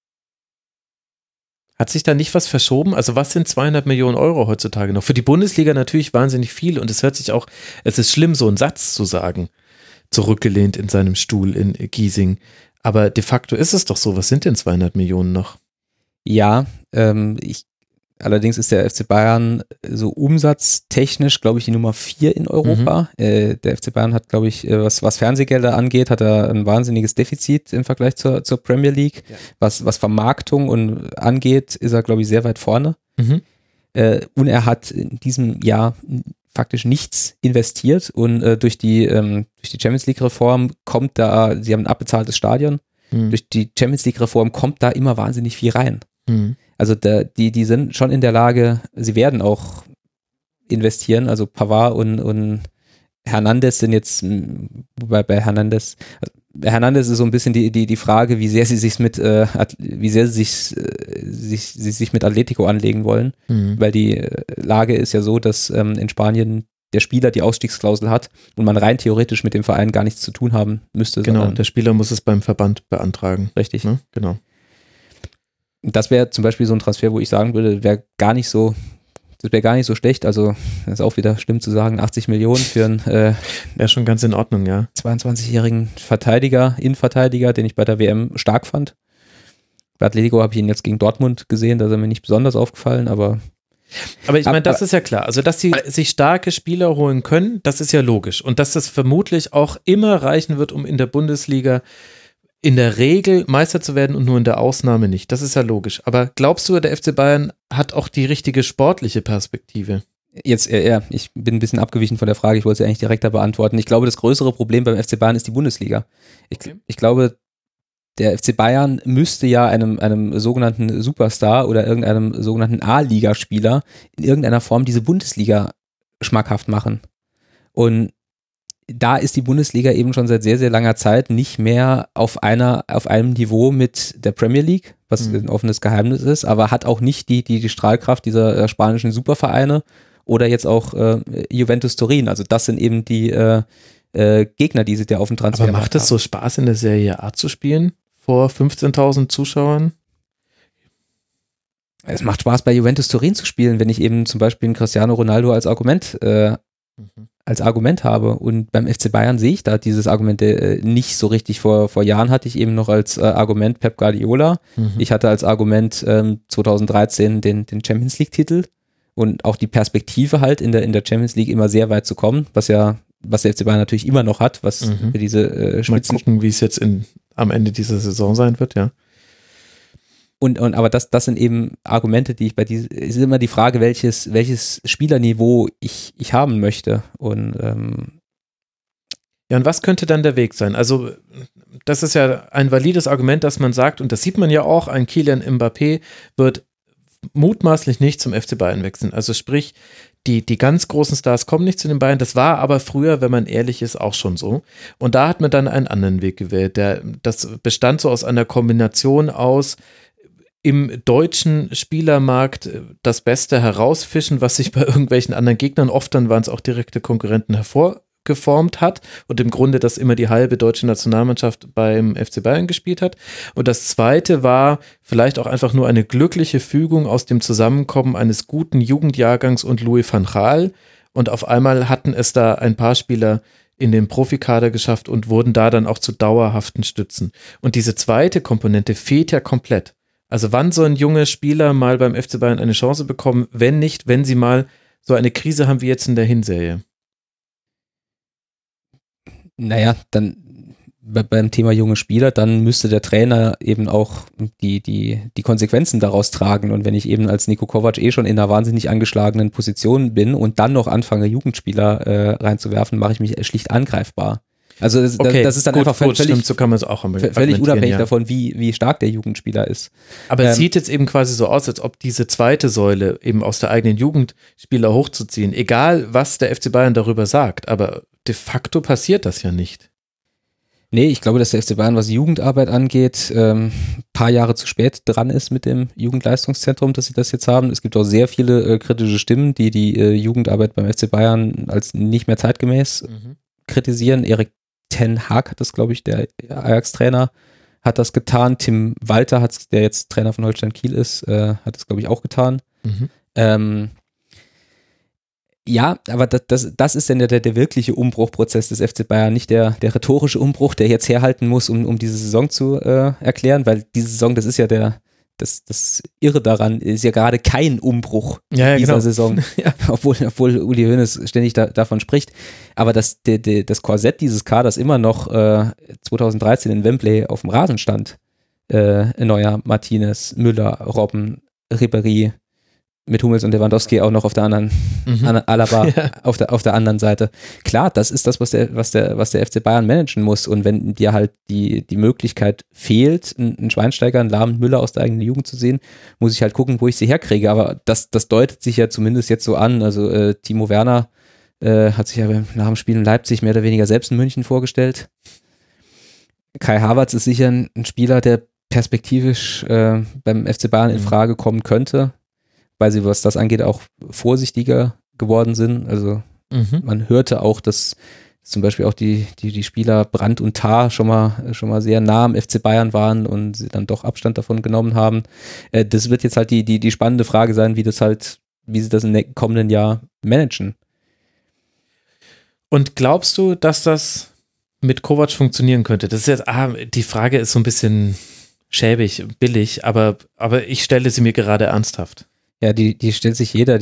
Hat sich da nicht was verschoben? Also was sind 200 Millionen Euro heutzutage noch? Für die Bundesliga natürlich wahnsinnig viel, und es hört sich auch, es ist schlimm, so einen Satz zu sagen, zurückgelehnt in seinem Stuhl in Giesing. Aber de facto ist es doch so, was sind denn 200 Millionen noch? Ja, allerdings ist der FC Bayern so umsatztechnisch, glaube ich, die Nummer 4 in Europa. Der FC Bayern hat, glaube ich, was Fernsehgelder angeht, hat er ein wahnsinniges Defizit im Vergleich zur Premier League. Ja. Was Vermarktung und angeht, ist er, glaube ich, sehr weit vorne. Und er hat in diesem Jahr faktisch nichts investiert, und durch die Champions League Reform kommt da, sie haben ein abbezahltes Stadion, durch die Champions League Reform kommt da immer wahnsinnig viel rein. Also die sind schon in der Lage, sie werden auch investieren, also Pavard und Hernandez sind jetzt, wobei bei Hernandez ist so ein bisschen die Frage, wie sehr sie sich mit Atletico anlegen wollen, weil die Lage ist ja so, dass in Spanien der Spieler die Ausstiegsklausel hat und man rein theoretisch mit dem Verein gar nichts zu tun haben müsste. Genau, der Spieler muss es beim Verband beantragen. Richtig. Ne? Genau. Das wäre zum Beispiel so ein Transfer, wo ich sagen würde, wäre gar nicht so schlecht. Also, das ist auch wieder schlimm zu sagen, 80 Millionen für einen wäre schon ganz in Ordnung, ja. 22-jährigen Innenverteidiger, den ich bei der WM stark fand. Bei Atletico habe ich ihn jetzt gegen Dortmund gesehen, da ist er mir nicht besonders aufgefallen, aber ich meine, das ist ja klar. Also, dass sie sich starke Spieler holen können, das ist ja logisch. Und dass das vermutlich auch immer reichen wird, um in der Bundesliga in der Regel Meister zu werden und nur in der Ausnahme nicht. Das ist ja logisch. Aber glaubst du, der FC Bayern hat auch die richtige sportliche Perspektive? Jetzt, ich bin ein bisschen abgewichen von der Frage, ich wollte sie eigentlich direkter beantworten. Ich glaube, das größere Problem beim FC Bayern ist die Bundesliga. Ich glaube, der FC Bayern müsste ja einem sogenannten Superstar oder irgendeinem sogenannten A-Liga-Spieler in irgendeiner Form diese Bundesliga schmackhaft machen. Und da ist die Bundesliga eben schon seit sehr, sehr langer Zeit nicht mehr auf einem Niveau mit der Premier League, was ein offenes Geheimnis ist, aber hat auch nicht die Strahlkraft dieser spanischen Supervereine oder jetzt auch Juventus Turin. Also das sind eben die Gegner, die sie da auf dem Transfer haben. Aber macht es so Spaß, in der Serie A zu spielen vor 15.000 Zuschauern? Es macht Spaß, bei Juventus Turin zu spielen, wenn ich eben zum Beispiel einen Cristiano Ronaldo als Argument habe, und beim FC Bayern sehe ich da dieses Argument nicht so richtig. Vor Jahren hatte ich eben noch als Argument Pep Guardiola, ich hatte als Argument 2013 den Champions League Titel und auch die Perspektive halt in der Champions League immer sehr weit zu kommen, was der FC Bayern natürlich immer noch hat, was für diese Spitzen. Mal gucken, wie es jetzt am Ende dieser Saison sein wird, ja. aber das sind eben Argumente, die ich bei es ist immer die Frage, welches Spielerniveau ich haben möchte. Und ja, und was könnte dann der Weg sein? Also, das ist ja ein valides Argument, dass man sagt, und das sieht man ja auch, ein Kylian Mbappé wird mutmaßlich nicht zum FC Bayern wechseln. Also sprich, die ganz großen Stars kommen nicht zu den Bayern. Das war aber früher, wenn man ehrlich ist, auch schon so. Und da hat man dann einen anderen Weg gewählt. Das bestand so aus einer Kombination aus im deutschen Spielermarkt das Beste herausfischen, was sich bei irgendwelchen anderen Gegnern, oft dann waren es auch direkte Konkurrenten, hervorgeformt hat und im Grunde, dass immer die halbe deutsche Nationalmannschaft beim FC Bayern gespielt hat. Und das zweite war vielleicht auch einfach nur eine glückliche Fügung aus dem Zusammenkommen eines guten Jugendjahrgangs und Louis van Gaal. Und auf einmal hatten es da ein paar Spieler in den Profikader geschafft und wurden da dann auch zu dauerhaften Stützen. Und diese zweite Komponente fehlt ja komplett. Also wann sollen junge Spieler mal beim FC Bayern eine Chance bekommen, wenn nicht, wenn sie mal so eine Krise haben wie jetzt in der Hinserie? Naja, dann beim Thema junge Spieler, dann müsste der Trainer eben auch die Konsequenzen daraus tragen. Und wenn ich eben als Niko Kovac schon in einer wahnsinnig angeschlagenen Position bin und dann noch anfange, Jugendspieler reinzuwerfen, mache ich mich schlicht angreifbar. Also das ist dann einfach völlig, so kann man es auch völlig unabhängig davon, wie stark der Jugendspieler ist. Aber es sieht jetzt eben quasi so aus, als ob diese zweite Säule eben aus der eigenen Jugend Spieler hochzuziehen, egal was der FC Bayern darüber sagt, aber de facto passiert das ja nicht. Nee, ich glaube, dass der FC Bayern, was Jugendarbeit angeht, paar Jahre zu spät dran ist mit dem Jugendleistungszentrum, dass sie das jetzt haben. Es gibt auch sehr viele kritische Stimmen, die Jugendarbeit beim FC Bayern als nicht mehr zeitgemäß kritisieren. Erik Ten Hag hat das, glaube ich, der Ajax-Trainer hat das getan. Tim Walter, der jetzt Trainer von Holstein Kiel ist, hat das, glaube ich, auch getan. Ja, aber das ist dann der wirkliche Umbruchprozess des FC Bayern, nicht der rhetorische Umbruch, der jetzt herhalten muss, um diese Saison zu erklären, weil diese Saison, das ist ja das Irre daran, ist ja gerade kein Umbruch dieser Saison, obwohl Uli Hoeneß ständig davon spricht. Aber das Korsett dieses Kaders immer noch 2013 in Wembley auf dem Rasen stand. Neuer, Martinez, Müller, Robben, Ribéry, mit Hummels und Lewandowski auch noch auf der anderen, Alaba auf der anderen Seite. Klar, das ist das, was der FC Bayern managen muss. Und wenn dir halt die Möglichkeit fehlt, einen Schweinsteiger, einen Lahm, Müller aus der eigenen Jugend zu sehen, muss ich halt gucken, wo ich sie herkriege. Aber das deutet sich ja zumindest jetzt so an. Also Timo Werner hat sich ja nach dem Spiel in Leipzig mehr oder weniger selbst in München vorgestellt. Kai Havertz ist sicher ein Spieler, der perspektivisch beim FC Bayern in Frage kommen könnte, weil sie, was das angeht, auch vorsichtiger geworden sind. Also man hörte auch, dass zum Beispiel auch die Spieler Brandt und Tah schon mal sehr nah am FC Bayern waren und sie dann doch Abstand davon genommen haben. Das wird jetzt halt die spannende Frage sein, wie sie das im kommenden Jahr managen. Und glaubst du, dass das mit Kovac funktionieren könnte? Das ist jetzt, die Frage ist so ein bisschen schäbig, billig, aber ich stelle sie mir gerade ernsthaft. Ja, die stellt sich jeder,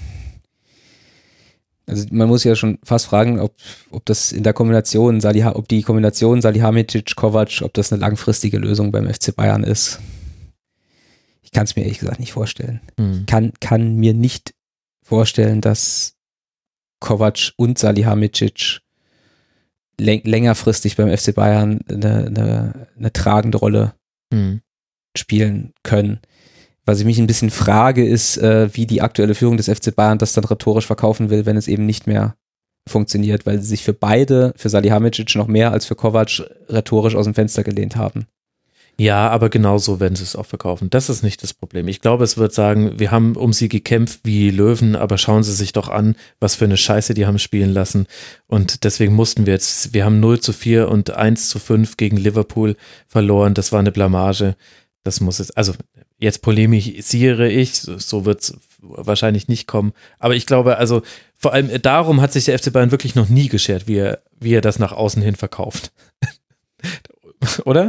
also man muss ja schon fast fragen, ob das in der Kombination, ob die Kombination Salihamidzic, Kovac, ob das eine langfristige Lösung beim FC Bayern ist. Ich kann es mir ehrlich gesagt nicht vorstellen. Kann mir nicht vorstellen, dass Kovac und Salihamidzic längerfristig beim FC Bayern eine tragende Rolle spielen können. Was ich mich ein bisschen frage, ist, wie die aktuelle Führung des FC Bayern das dann rhetorisch verkaufen will, wenn es eben nicht mehr funktioniert, weil sie sich für beide, für Salihamidzic noch mehr als für Kovac, rhetorisch aus dem Fenster gelehnt haben. Ja, aber genauso werden sie es auch verkaufen. Das ist nicht das Problem. Ich glaube, es wird sagen, wir haben um sie gekämpft wie Löwen, aber schauen Sie sich doch an, was für eine Scheiße die haben spielen lassen. Und deswegen mussten wir haben 0-4 und 1-5 gegen Liverpool verloren. Das war eine Blamage. Das muss jetzt polemisiere ich, so wird es wahrscheinlich nicht kommen. Aber ich glaube, also vor allem darum hat sich der FC Bayern wirklich noch nie geschert, wie er das nach außen hin verkauft. Oder?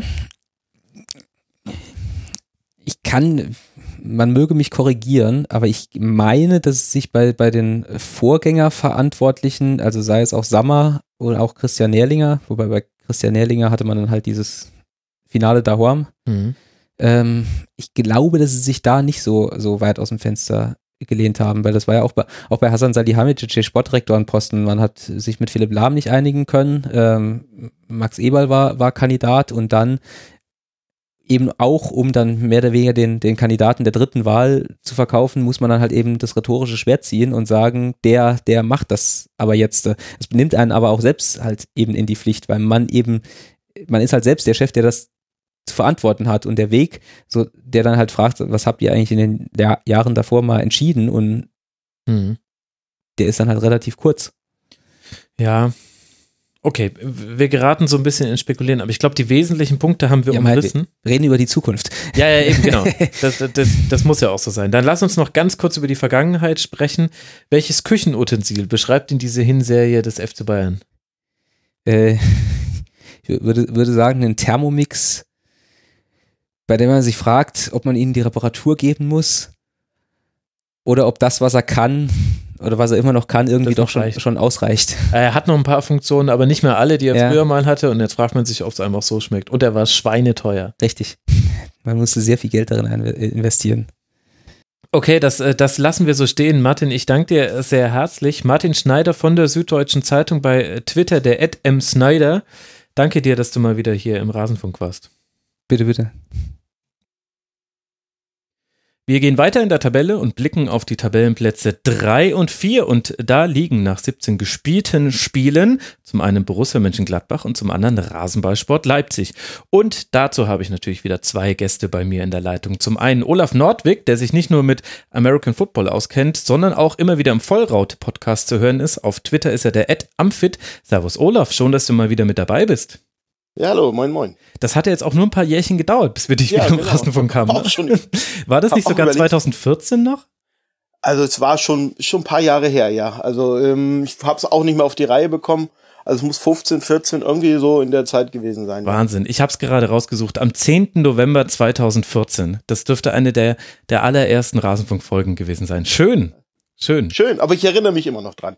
Man möge mich korrigieren, aber ich meine, dass es sich bei den Vorgängerverantwortlichen, also sei es auch Sammer oder auch Christian Nährlinger, wobei bei Christian Nährlinger hatte man dann halt dieses Finale daheim, Ich glaube, dass sie sich da nicht so weit aus dem Fenster gelehnt haben, weil das war ja auch bei Hasan Salihamidzic, der Sportdirektorenposten, man hat sich mit Philipp Lahm nicht einigen können, Max Eberl war Kandidat und dann eben auch, um dann mehr oder weniger den Kandidaten der dritten Wahl zu verkaufen, muss man dann halt eben das rhetorische Schwert ziehen und sagen, der macht das aber jetzt. Es nimmt einen aber auch selbst halt eben in die Pflicht, weil man ist halt selbst der Chef, der das zu verantworten hat und der Weg, so der dann halt fragt, was habt ihr eigentlich in den Jahren davor mal entschieden und der ist dann halt relativ kurz. Ja, okay, wir geraten so ein bisschen ins Spekulieren, aber ich glaube, die wesentlichen Punkte haben wir umrissen. Halt, wir reden über die Zukunft. Ja, eben, genau. Das muss ja auch so sein. Dann lass uns noch ganz kurz über die Vergangenheit sprechen. Welches Küchenutensil beschreibt denn diese Hinserie des FC Bayern? Ich würde sagen, ein Thermomix, bei dem man sich fragt, ob man ihnen die Reparatur geben muss oder ob das, was er kann oder was er immer noch kann, irgendwie doch schon ausreicht. Er hat noch ein paar Funktionen, aber nicht mehr alle, die er früher mal hatte und jetzt fragt man sich, ob es einem auch so schmeckt. Und er war schweineteuer. Richtig. Man musste sehr viel Geld darin investieren. Okay, das lassen wir so stehen. Martin, ich danke dir sehr herzlich. Martin Schneider von der Süddeutschen Zeitung, bei Twitter der @msneider. Danke dir, dass du mal wieder hier im Rasenfunk warst. Bitte, bitte. Wir gehen weiter in der Tabelle und blicken auf die Tabellenplätze 3 und 4 und da liegen nach 17 gespielten Spielen zum einen Borussia Mönchengladbach und zum anderen Rasenballsport Leipzig. Und dazu habe ich natürlich wieder zwei Gäste bei mir in der Leitung. Zum einen Olaf Nordwig, der sich nicht nur mit American Football auskennt, sondern auch immer wieder im Vollraute-Podcast zu hören ist. Auf Twitter ist er der @amfit. Servus Olaf, schön, dass du mal wieder mit dabei bist. Ja, hallo, moin, moin. Das hat ja jetzt auch nur ein paar Jährchen gedauert, bis wir dich wieder im Rasenfunk haben. Ne? War das nicht sogar 2014 noch? Also es war schon ein paar Jahre her, ja. Also ich habe es auch nicht mehr auf die Reihe bekommen. Also es muss 15, 14 irgendwie so in der Zeit gewesen sein. Wahnsinn. Ja. Ich habe es gerade rausgesucht. Am 10. November 2014. Das dürfte eine der allerersten Rasenfunk-Folgen gewesen sein. Schön. Schön, aber ich erinnere mich immer noch dran.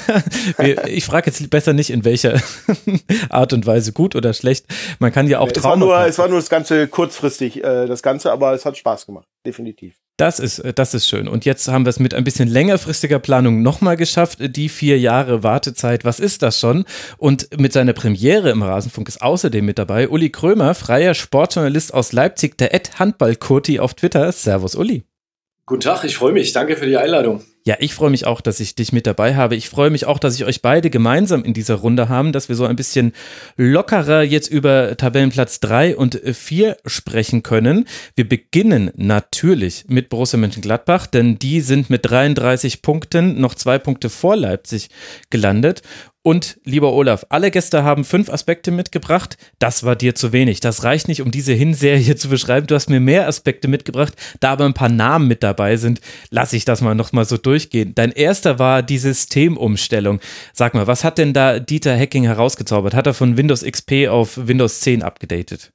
Ich frage jetzt besser nicht, in welcher Art und Weise, gut oder schlecht. Man kann ja auch Es war nur das Ganze kurzfristig, aber es hat Spaß gemacht, definitiv. Das ist schön. Und jetzt haben wir es mit ein bisschen längerfristiger Planung nochmal geschafft. Die 4 Jahre Wartezeit, was ist das schon? Und mit seiner Premiere im Rasenfunk ist außerdem mit dabei Uli Krömer, freier Sportjournalist aus Leipzig, der @handballkurti auf Twitter. Servus Uli. Guten Tag, ich freue mich. Danke für die Einladung. Ja, ich freue mich auch, dass ich dich mit dabei habe. Ich freue mich auch, dass ich euch beide gemeinsam in dieser Runde haben, dass wir so ein bisschen lockerer jetzt über Tabellenplatz 3 und 4 sprechen können. Wir beginnen natürlich mit Borussia Mönchengladbach, denn die sind mit 33 Punkten noch 2 Punkte vor Leipzig gelandet. Und lieber Olaf, alle Gäste haben 5 Aspekte mitgebracht. Das war dir zu wenig. Das reicht nicht, um diese Hinserie zu beschreiben. Du hast mir mehr Aspekte mitgebracht. Da aber ein paar Namen mit dabei sind, lasse ich das mal noch mal so durchgehen. Dein erster war die Systemumstellung. Sag mal, was hat denn da Dieter Hecking herausgezaubert? Hat er von Windows XP auf Windows 10 abgedatet?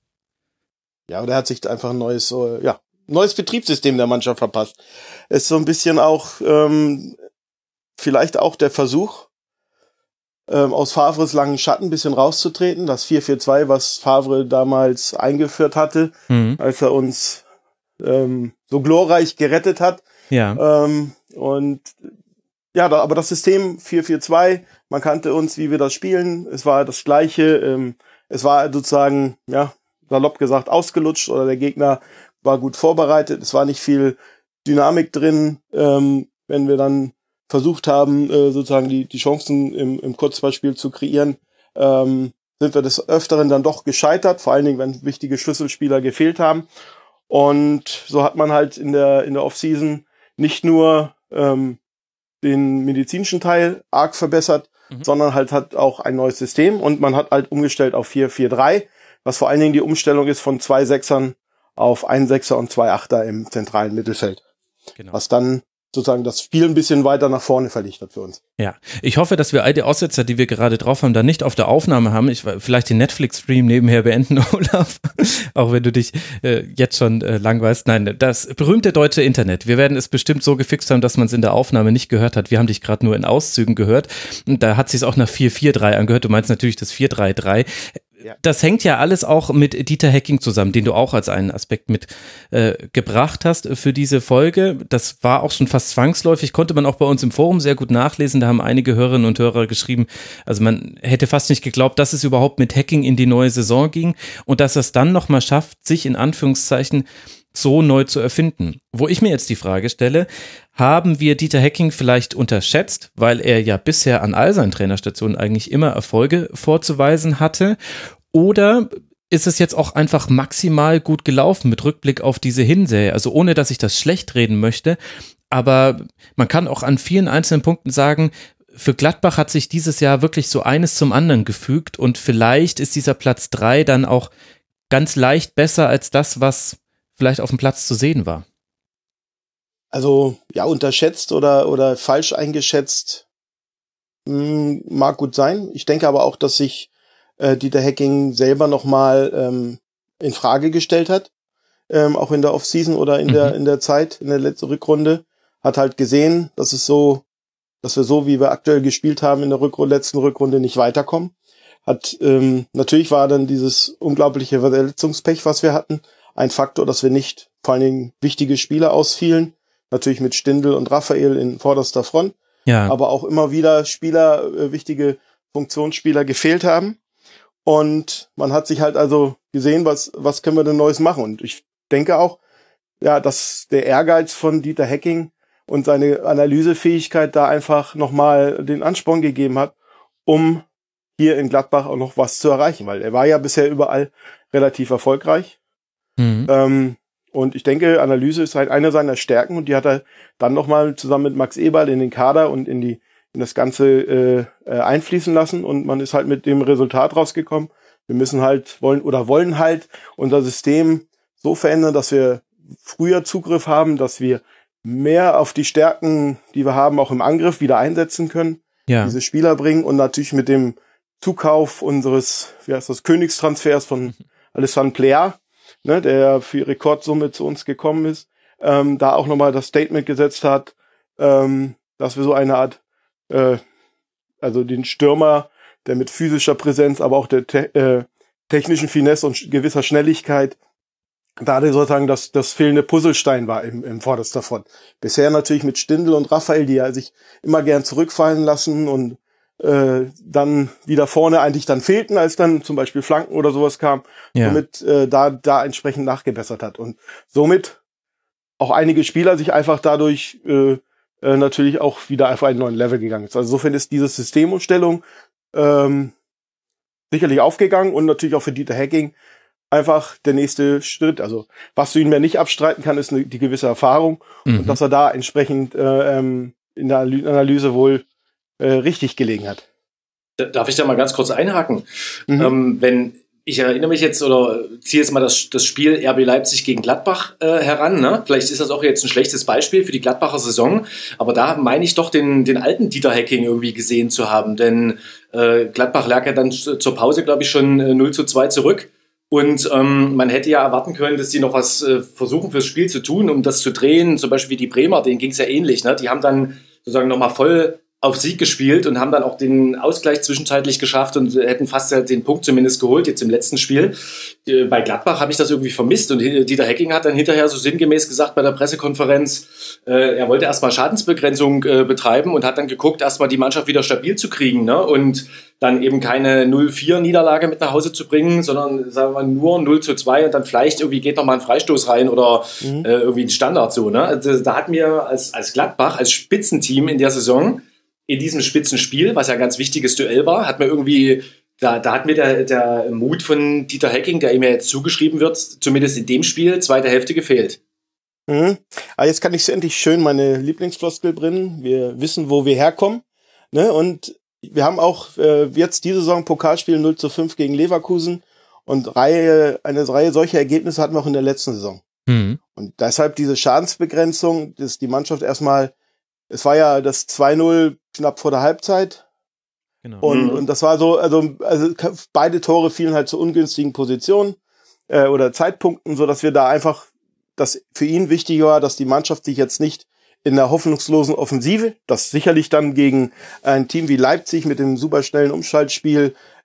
Ja, oder hat sich einfach ein neues Betriebssystem der Mannschaft verpasst. Ist so ein bisschen auch vielleicht auch der Versuch, aus Favres langen Schatten ein bisschen rauszutreten. Das 4-4-2, was Favre damals eingeführt hatte, als er uns so glorreich gerettet hat. Ja. Aber das System 4-4-2, man kannte uns, wie wir das spielen. Es war das Gleiche. Es war sozusagen, ja, salopp gesagt, ausgelutscht oder der Gegner war gut vorbereitet. Es war nicht viel Dynamik drin, wenn wir dann versucht haben, sozusagen die Chancen im Kurzballspiel zu kreieren, sind wir des Öfteren dann doch gescheitert, vor allen Dingen, wenn wichtige Schlüsselspieler gefehlt haben. Und so hat man halt in der Offseason nicht nur den medizinischen Teil arg verbessert, sondern halt hat auch ein neues System und man hat halt umgestellt auf 4-4-3, was vor allen Dingen die Umstellung ist von 2 Sechsern auf 1 Sechser und 2 Achter im zentralen Mittelfeld. Genau. Was dann sozusagen das Spiel ein bisschen weiter nach vorne verlegt hat für uns. Ja, ich hoffe, dass wir all die Aussetzer, die wir gerade drauf haben, da nicht auf der Aufnahme haben. Vielleicht den Netflix-Stream nebenher beenden, Olaf, auch wenn du dich jetzt schon langweilst. Nein, das berühmte deutsche Internet. Wir werden es bestimmt so gefixt haben, dass man es in der Aufnahme nicht gehört hat. Wir haben dich gerade nur in Auszügen gehört. Und da hat es sich auch nach 4-4-3 angehört. Du meinst natürlich das 4-3-3. das hängt ja alles auch mit Dieter Hecking zusammen, den du auch als einen Aspekt mit gebracht hast für diese Folge. Das war auch schon fast zwangsläufig, konnte man auch bei uns im Forum sehr gut nachlesen. Da haben einige Hörerinnen und Hörer geschrieben, also man hätte fast nicht geglaubt, dass es überhaupt mit Hecking in die neue Saison ging und dass er es dann nochmal schafft, sich in Anführungszeichen so neu zu erfinden. Wo ich mir jetzt die Frage stelle, haben wir Dieter Hecking vielleicht unterschätzt, weil er ja bisher an all seinen Trainerstationen eigentlich immer Erfolge vorzuweisen hatte? Oder ist es jetzt auch einfach maximal gut gelaufen mit Rückblick auf diese Hinserie? Also ohne, dass ich das schlecht reden möchte, aber man kann auch an vielen einzelnen Punkten sagen, für Gladbach hat sich dieses Jahr wirklich so eines zum anderen gefügt und vielleicht ist dieser Platz 3 dann auch ganz leicht besser als das, was vielleicht auf dem Platz zu sehen war. Also, ja, unterschätzt oder falsch eingeschätzt mag gut sein. Ich denke aber auch, dass sich Dieter Hecking selber nochmal in Frage gestellt hat, auch in der Offseason oder in der Zeit, in der letzten Rückrunde, hat halt gesehen, dass wir so, wie wir aktuell gespielt haben in der letzten Rückrunde, nicht weiterkommen. Natürlich war dann dieses unglaubliche Verletzungspech, was wir hatten, ein Faktor, dass wir nicht vor allen Dingen wichtige Spieler ausfielen. Natürlich mit Stindl und Raphael in vorderster Front. Ja. Aber auch immer wieder wichtige Funktionsspieler gefehlt haben. Und man hat sich halt also gesehen, was können wir denn Neues machen? Und ich denke auch, ja, dass der Ehrgeiz von Dieter Hecking und seine Analysefähigkeit da einfach nochmal den Ansporn gegeben hat, um hier in Gladbach auch noch was zu erreichen. Weil er war ja bisher überall relativ erfolgreich. Und ich denke, Analyse ist halt eine seiner Stärken und die hat er dann nochmal zusammen mit Max Eberl in den Kader und in das Ganze einfließen lassen und man ist halt mit dem Resultat rausgekommen. Wir müssen halt wollen halt unser System so verändern, dass wir früher Zugriff haben, dass wir mehr auf die Stärken, die wir haben, auch im Angriff wieder einsetzen können, diese Spieler bringen und natürlich mit dem Zukauf unseres, Königstransfers von Alessandro Plea, ne, der für Rekordsumme zu uns gekommen ist, da auch nochmal das Statement gesetzt hat, dass wir so eine Art, also den Stürmer, der mit physischer Präsenz, aber auch der technischen Finesse und gewisser Schnelligkeit, da sozusagen das fehlende Puzzlestein war im vorderster Front. Bisher natürlich mit Stindl und Raphael, die ja sich immer gern zurückfallen lassen und dann wieder vorne eigentlich dann fehlten, als dann zum Beispiel Flanken oder sowas kam, somit da entsprechend nachgebessert hat. Und somit auch einige Spieler sich einfach dadurch natürlich auch wieder auf einen neuen Level gegangen ist. Also insofern ist diese Systemumstellung sicherlich aufgegangen und natürlich auch für Dieter Hecking einfach der nächste Schritt. Also was du ihm ja nicht abstreiten kann, ist die gewisse Erfahrung und dass er da entsprechend in der Analyse wohl richtig gelegen hat. Darf ich da mal ganz kurz einhaken? Wenn ich erinnere mich jetzt oder ziehe jetzt mal das Spiel RB Leipzig gegen Gladbach heran. Ne? Vielleicht ist das auch jetzt ein schlechtes Beispiel für die Gladbacher Saison, aber da meine ich doch den alten Dieter Hecking irgendwie gesehen zu haben, denn Gladbach lag ja dann zur Pause, glaube ich, schon 0:2 zurück. Und man hätte ja erwarten können, dass die noch was versuchen fürs Spiel zu tun, um das zu drehen. Zum Beispiel wie die Bremer, denen ging es ja ähnlich. Ne? Die haben dann sozusagen nochmal voll auf Sieg gespielt und haben dann auch den Ausgleich zwischenzeitlich geschafft und hätten fast den Punkt zumindest geholt, jetzt im letzten Spiel. Bei Gladbach habe ich das irgendwie vermisst und Dieter Hecking hat dann hinterher so sinngemäß gesagt bei der Pressekonferenz, er wollte erstmal Schadensbegrenzung betreiben und hat dann geguckt, erstmal die Mannschaft wieder stabil zu kriegen, ne? Und dann eben keine 0-4-Niederlage mit nach Hause zu bringen, sondern sagen wir mal nur 0:2 und dann vielleicht irgendwie geht noch mal ein Freistoß rein oder irgendwie ein Standard so. Ne? Also da hat mir als Gladbach, als Spitzenteam in der Saison, in diesem Spitzenspiel, was ja ein ganz wichtiges Duell war, hat mir irgendwie, da hat mir der Mut von Dieter Hecking, der ihm ja jetzt zugeschrieben wird, zumindest in dem Spiel, zweite Hälfte gefehlt. Aber jetzt kann ich endlich schön meine Lieblingsfloskel bringen. Wir wissen, wo wir herkommen. Ne? Und wir haben auch jetzt diese Saison Pokalspiel 0:5 gegen Leverkusen und eine Reihe solcher Ergebnisse hatten wir auch in der letzten Saison. Und deshalb diese Schadensbegrenzung, dass die Mannschaft erstmal, es war ja das 2:0 knapp vor der Halbzeit. Genau. Und das war so, also beide Tore fielen halt zu ungünstigen Positionen oder Zeitpunkten, so dass wir da einfach, dass für ihn wichtig war, dass die Mannschaft sich jetzt nicht in der hoffnungslosen Offensive, das sicherlich dann gegen ein Team wie Leipzig mit dem superschnellen Umschaltspiel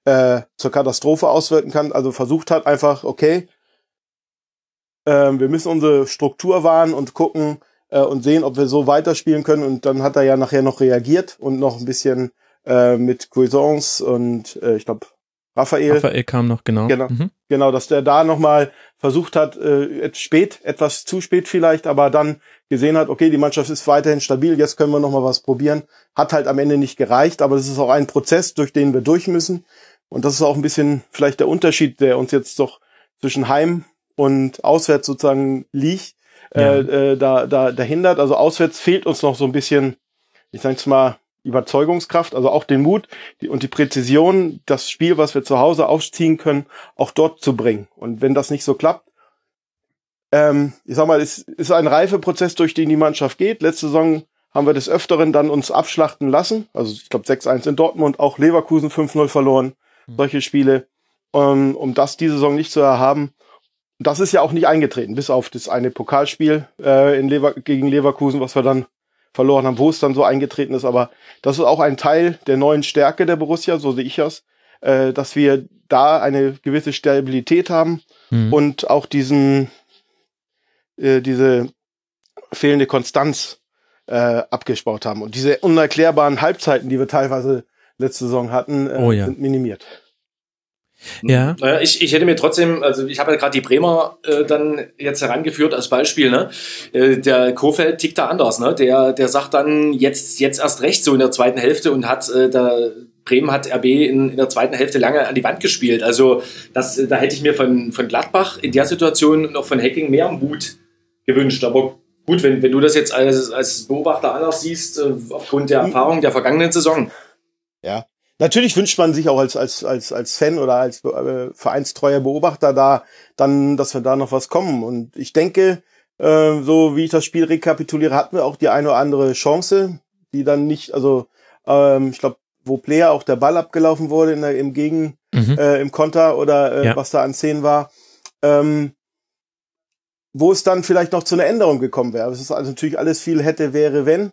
zur Katastrophe auswirken kann. Also versucht hat einfach, okay, wir müssen unsere Struktur wahren und gucken und sehen, ob wir so weiterspielen können. Und dann hat er ja nachher noch reagiert und noch ein bisschen mit Cuisance und ich glaube Raphael kam noch, genau. Genau, dass der da nochmal versucht hat, etwas zu spät vielleicht, aber dann gesehen hat, okay, die Mannschaft ist weiterhin stabil, jetzt können wir nochmal was probieren. Hat halt am Ende nicht gereicht, aber es ist auch ein Prozess, durch den wir durch müssen. Und das ist auch ein bisschen vielleicht der Unterschied, der uns jetzt doch zwischen Heim und auswärts sozusagen liegt, da hindert. Also auswärts fehlt uns noch so ein bisschen, ich sage jetzt mal, Überzeugungskraft, also auch den Mut und die Präzision, das Spiel, was wir zu Hause aufziehen können, auch dort zu bringen. Und wenn das nicht so klappt, ich sag mal, es ist ein Reifeprozess, durch den die Mannschaft geht. Letzte Saison haben wir des Öfteren dann uns abschlachten lassen. Also ich glaube 6-1 in Dortmund, auch Leverkusen 5-0 verloren. Solche Spiele, um das diese Saison nicht zu erhaben. Das ist ja auch nicht eingetreten, bis auf das eine Pokalspiel gegen Leverkusen, was wir dann verloren haben, wo es dann so eingetreten ist. Aber das ist auch ein Teil der neuen Stärke der Borussia, so sehe ich das, dass wir da eine gewisse Stabilität haben und auch diese fehlende Konstanz abgespaut haben. Und diese unerklärbaren Halbzeiten, die wir teilweise letzte Saison hatten, sind minimiert. Ja. Naja, ich hätte mir trotzdem, also ich habe ja gerade die Bremer dann jetzt herangeführt als Beispiel, ne? Der Kohfeldt tickt da anders, ne? Der sagt dann jetzt erst recht so in der zweiten Hälfte und Bremen hat RB in der zweiten Hälfte lange an die Wand gespielt. Also da hätte ich mir von Gladbach in der Situation und auch von Hacking mehr Mut gewünscht. Aber gut, wenn du das jetzt als Beobachter anders siehst, aufgrund der Erfahrung der vergangenen Saison. Ja. Natürlich wünscht man sich auch als Fan oder als vereinstreuer Beobachter dass wir da noch was kommen. Und ich denke, so wie ich das Spiel rekapituliere, hatten wir auch die eine oder andere Chance, die dann nicht, also ich glaube, wo Player auch der Ball abgelaufen wurde im Konter oder was da an Szenen war, wo es dann vielleicht noch zu einer Änderung gekommen wäre. Es ist also natürlich alles viel hätte, wäre, wenn.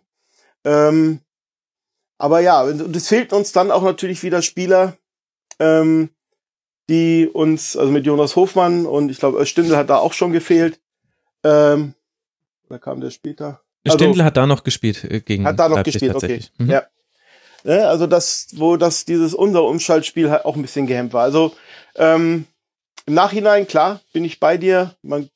Aber ja, und es fehlt uns dann auch natürlich wieder Spieler, die uns, also mit Jonas Hofmann und ich glaube, Stindl hat da auch schon gefehlt. Da kam der später. Stindl hat da noch gespielt gegen Hat da noch Leipzig gespielt, okay. Ja. Also dieses unser Umschaltspiel halt auch ein bisschen gehemmt war. Also im Nachhinein, klar, bin ich bei dir. Man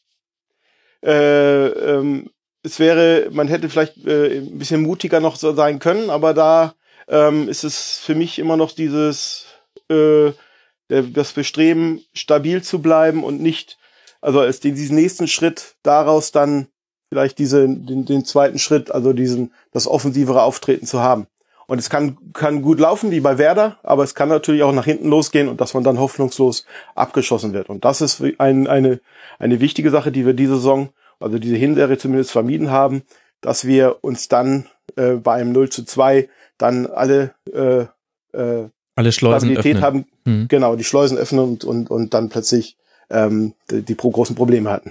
hätte vielleicht ein bisschen mutiger noch so sein können, aber da ist es für mich immer noch das Bestreben, stabil zu bleiben und nicht, also diesen nächsten Schritt daraus dann vielleicht den zweiten Schritt, also das offensivere Auftreten zu haben. Und es kann gut laufen, wie bei Werder, aber es kann natürlich auch nach hinten losgehen und dass man dann hoffnungslos abgeschossen wird. Und das ist eine wichtige Sache, die wir diese Saison, also diese Hinserie zumindest vermieden haben, dass wir uns dann bei einem 0-2 dann alle Schleusen Stabilität öffnen. haben, genau, die Schleusen öffnen und dann plötzlich die großen Probleme hatten.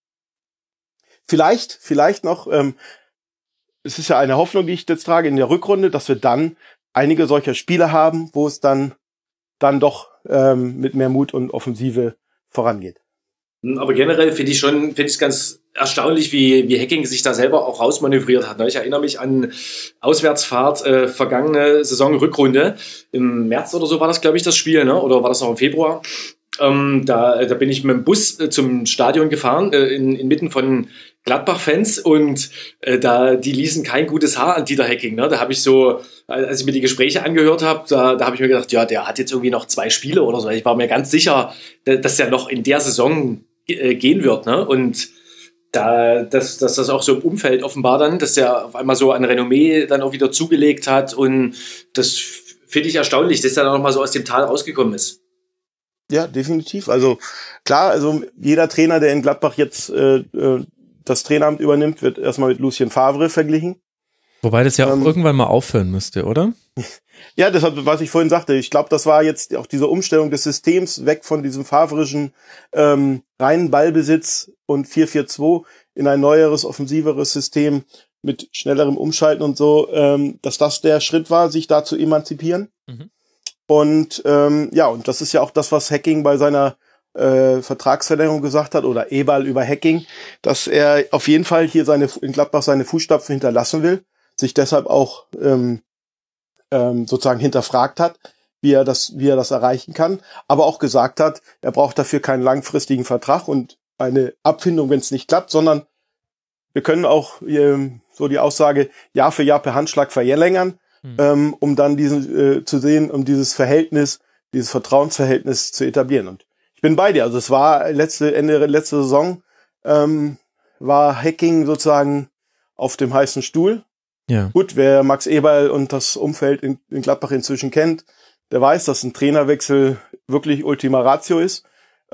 Vielleicht noch, es ist ja eine Hoffnung, die ich jetzt trage in der Rückrunde, dass wir dann einige solcher Spiele haben, wo es dann doch mit mehr Mut und Offensive vorangeht. Aber generell finde ich ganz erstaunlich, wie Hacking sich da selber auch rausmanövriert hat. Ich erinnere mich an Auswärtsfahrt, vergangene Saison Rückrunde. Im März oder so war das, glaube ich, das Spiel, ne? Oder war das noch im Februar? Da bin ich mit dem Bus zum Stadion gefahren, inmitten von Gladbach-Fans und die ließen kein gutes Haar an Dieter Hacking. Ne? Da habe ich so, als ich mir die Gespräche angehört habe, da habe ich mir gedacht, ja, der hat jetzt irgendwie noch 2 Spiele oder so. Ich war mir ganz sicher, dass der noch in der Saison gehen wird. Ne? Und dass das auch so im Umfeld offenbar dann, dass der auf einmal so an Renommee dann auch wieder zugelegt hat und das finde ich erstaunlich, dass der dann noch mal so aus dem Tal rausgekommen ist. Ja, definitiv. Also klar, also jeder Trainer, der in Gladbach jetzt das Traineramt übernimmt, wird erstmal mit Lucien Favre verglichen. Wobei das ja auch irgendwann mal aufhören müsste, oder? Ja, deshalb, was ich vorhin sagte, ich glaube, das war jetzt auch diese Umstellung des Systems weg von diesem favrischen reinen Ballbesitz und 4-4-2 in ein neueres, offensiveres System mit schnellerem Umschalten und so, dass das der Schritt war, sich da zu emanzipieren. Und und das ist ja auch das, was Hacking bei seiner Vertragsverlängerung gesagt hat, oder Eberl über Hacking, dass er auf jeden Fall hier in Gladbach seine Fußstapfen hinterlassen will, sich deshalb auch sozusagen hinterfragt hat, wie er das erreichen kann, aber auch gesagt hat, er braucht dafür keinen langfristigen Vertrag und eine Abfindung, wenn es nicht klappt, sondern wir können auch so die Aussage Jahr für Jahr per Handschlag verlängern, um dann zu sehen, um dieses Vertrauensverhältnis zu etablieren. Und ich bin bei dir. Also es war Ende letzte Saison war Hacking sozusagen auf dem heißen Stuhl. Ja. Gut, wer Max Eberl und das Umfeld in Gladbach inzwischen kennt, der weiß, dass ein Trainerwechsel wirklich Ultima Ratio ist.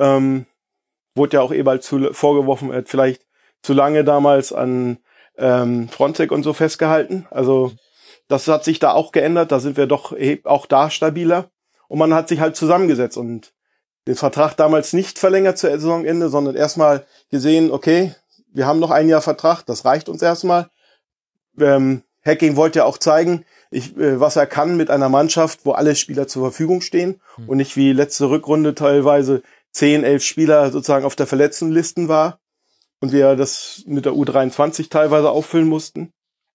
Wurde ja auch Eberl vorgeworfen, er hat vielleicht zu lange damals an Fronzek und so festgehalten. Also das hat sich da auch geändert. Da sind wir doch auch da stabiler. Und man hat sich halt zusammengesetzt und den Vertrag damals nicht verlängert zu Saisonende, sondern erstmal gesehen, okay, wir haben noch ein Jahr Vertrag, das reicht uns erstmal. Hacking wollte ja auch zeigen, was er kann mit einer Mannschaft, wo alle Spieler zur Verfügung stehen und nicht wie letzte Rückrunde teilweise 10, 11 Spieler sozusagen auf der Verletztenlisten war und wir das mit der U23 teilweise auffüllen mussten.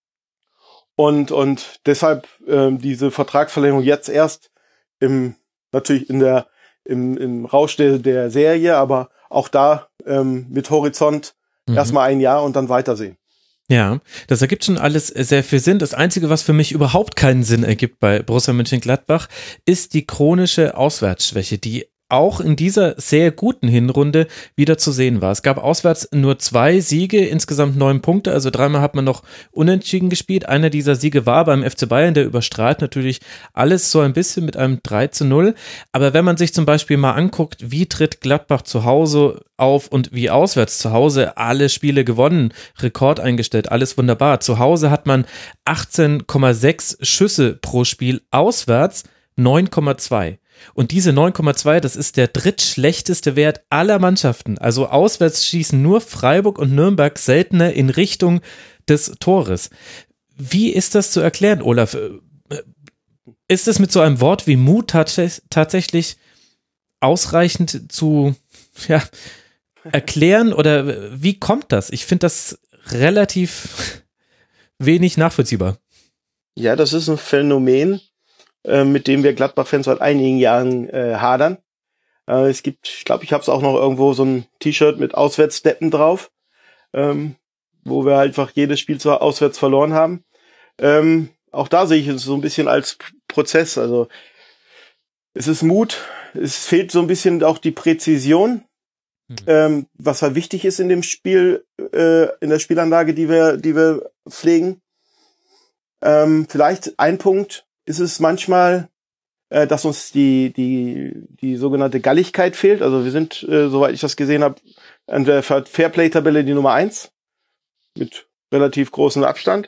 Und deshalb diese Vertragsverlängerung jetzt erst natürlich im Rausch der Serie, aber auch da mit Horizont erstmal ein Jahr und dann weitersehen. Ja, das ergibt schon alles sehr viel Sinn. Das Einzige, was für mich überhaupt keinen Sinn ergibt bei Borussia Mönchengladbach, ist die chronische Auswärtsschwäche, die auch in dieser sehr guten Hinrunde wieder zu sehen war. Es gab auswärts nur 2 Siege, insgesamt 9 Punkte, also 3-mal hat man noch unentschieden gespielt. Einer dieser Siege war beim FC Bayern, der überstrahlt natürlich alles so ein bisschen mit einem 3-0. Aber wenn man sich zum Beispiel mal anguckt, wie tritt Gladbach zu Hause auf und wie auswärts zu Hause, alle Spiele gewonnen, Rekord eingestellt, alles wunderbar. Zu Hause hat man 18,6 Schüsse pro Spiel, auswärts 9,2. Und diese 9,2, das ist der drittschlechteste Wert aller Mannschaften. Also auswärts schießen nur Freiburg und Nürnberg seltener in Richtung des Tores. Wie ist das zu erklären, Olaf? Ist es mit so einem Wort wie Mut tatsächlich ausreichend zu erklären oder wie kommt das? Ich finde das relativ wenig nachvollziehbar. Ja, das ist ein Phänomen, mit dem wir Gladbach-Fans seit einigen Jahren hadern. Es gibt, ich glaube, ich habe es auch noch irgendwo, so ein T-Shirt mit Auswärtsdeppen drauf, wo wir einfach jedes Spiel auswärts verloren haben. Auch da sehe ich es so ein bisschen als Prozess. Also es ist Mut, es fehlt so ein bisschen auch die Präzision, was halt wichtig ist in dem Spiel, in der Spielanlage, die wir pflegen. Vielleicht ein Punkt ist es manchmal, dass uns die sogenannte Galligkeit fehlt. Also wir sind, soweit ich das gesehen habe, an der Fairplay-Tabelle die Nummer 1 mit relativ großem Abstand.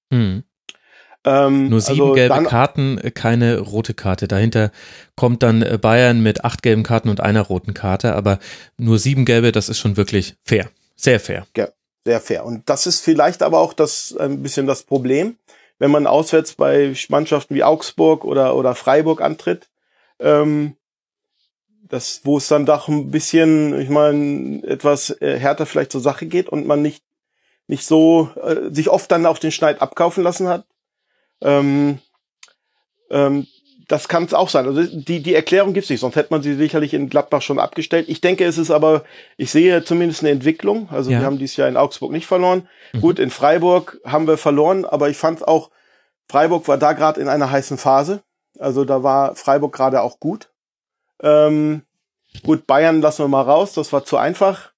Nur 7 gelbe Karten, keine rote Karte. Dahinter kommt dann Bayern mit 8 gelben Karten und einer roten Karte, aber nur 7 gelbe, das ist schon wirklich fair. Sehr fair. Ja, sehr fair. Und das ist vielleicht aber auch ein bisschen das Problem, wenn man auswärts bei Mannschaften wie Augsburg oder Freiburg antritt, wo es dann doch ein bisschen, ich meine, etwas härter vielleicht zur Sache geht und man nicht so sich oft dann auch den Schneid abkaufen lassen hat. Das kann es auch sein. Also die Erklärung gibt's nicht, sonst hätte man sie sicherlich in Gladbach schon abgestellt. Ich denke, es ist aber, ich sehe zumindest eine Entwicklung. Also wir haben dieses Jahr in Augsburg nicht verloren. Gut, in Freiburg haben wir verloren, aber ich fand auch, Freiburg war da gerade in einer heißen Phase. Also da war Freiburg gerade auch gut. Gut, Bayern lassen wir mal raus, das war zu einfach.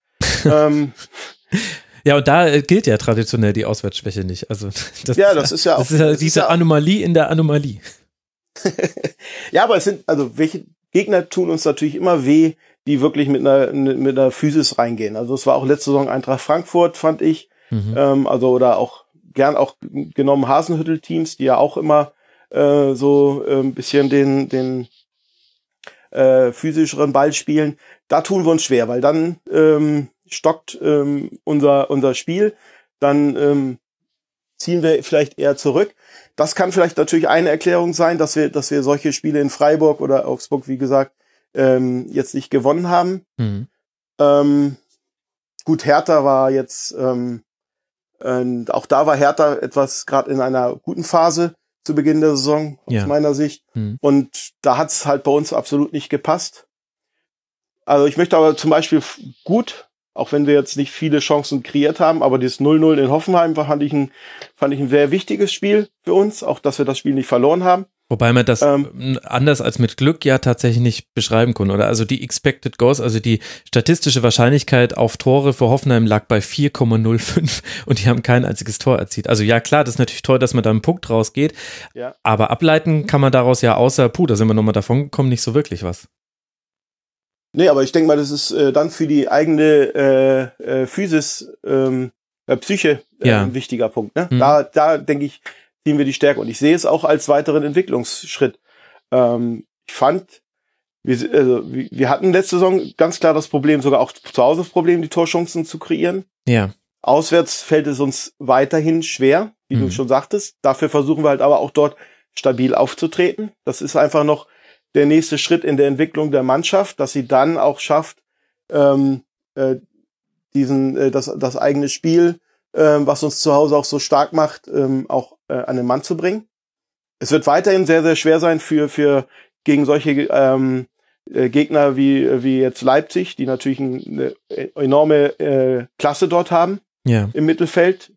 Ja, und da gilt ja traditionell die Auswärtsschwäche nicht. Also das ist ja diese Anomalie in der Anomalie. Ja, aber welche Gegner tun uns natürlich immer weh, die wirklich mit einer Physis reingehen. Also es war auch letzte Saison Eintracht Frankfurt, fand ich. Oder auch gern auch genommen Hasenhüttl-Teams, die ja auch immer so ein bisschen den physischeren Ball spielen. Da tun wir uns schwer, weil dann stockt unser Spiel, dann ziehen wir vielleicht eher zurück. das kann vielleicht natürlich eine Erklärung sein, dass wir solche Spiele in Freiburg oder Augsburg, wie gesagt, jetzt nicht gewonnen haben. Gut, Hertha war jetzt, auch da war Hertha etwas gerade in einer guten Phase zu Beginn der Saison, aus meiner Sicht. Und da hat es halt bei uns absolut nicht gepasst. Also ich möchte aber zum Beispiel gut, auch wenn wir jetzt nicht viele Chancen kreiert haben, aber dieses 0-0 in Hoffenheim fand ich ein sehr wichtiges Spiel für uns, auch dass wir das Spiel nicht verloren haben. Wobei man das anders als mit Glück ja tatsächlich nicht beschreiben kann, oder? Also die Expected Goals, also die statistische Wahrscheinlichkeit auf Tore für Hoffenheim lag bei 4,05 und die haben kein einziges Tor erzielt. Also ja, klar, das ist natürlich toll, dass man da einen Punkt rausgeht, aber ableiten kann man daraus ja außer, da sind wir nochmal davon gekommen, nicht so wirklich was. Nee, aber ich denke mal, das ist dann für die eigene Physis, Psyche ein wichtiger Punkt. Ne? Da denke ich, ziehen wir die Stärke. Und ich sehe es auch als weiteren Entwicklungsschritt. Ich fand, wir hatten letzte Saison ganz klar das Problem, sogar auch zu Hause das Problem, die Torchancen zu kreieren. Ja. Auswärts fällt es uns weiterhin schwer, wie du schon sagtest. Dafür versuchen wir halt aber auch dort stabil aufzutreten. Das ist einfach noch der nächste Schritt in der Entwicklung der Mannschaft, dass sie dann auch schafft, das eigene Spiel, was uns zu Hause auch so stark macht, auch an den Mann zu bringen. Es wird weiterhin sehr, sehr schwer sein gegen solche Gegner wie jetzt Leipzig, die natürlich eine enorme Klasse dort haben im Mittelfeld,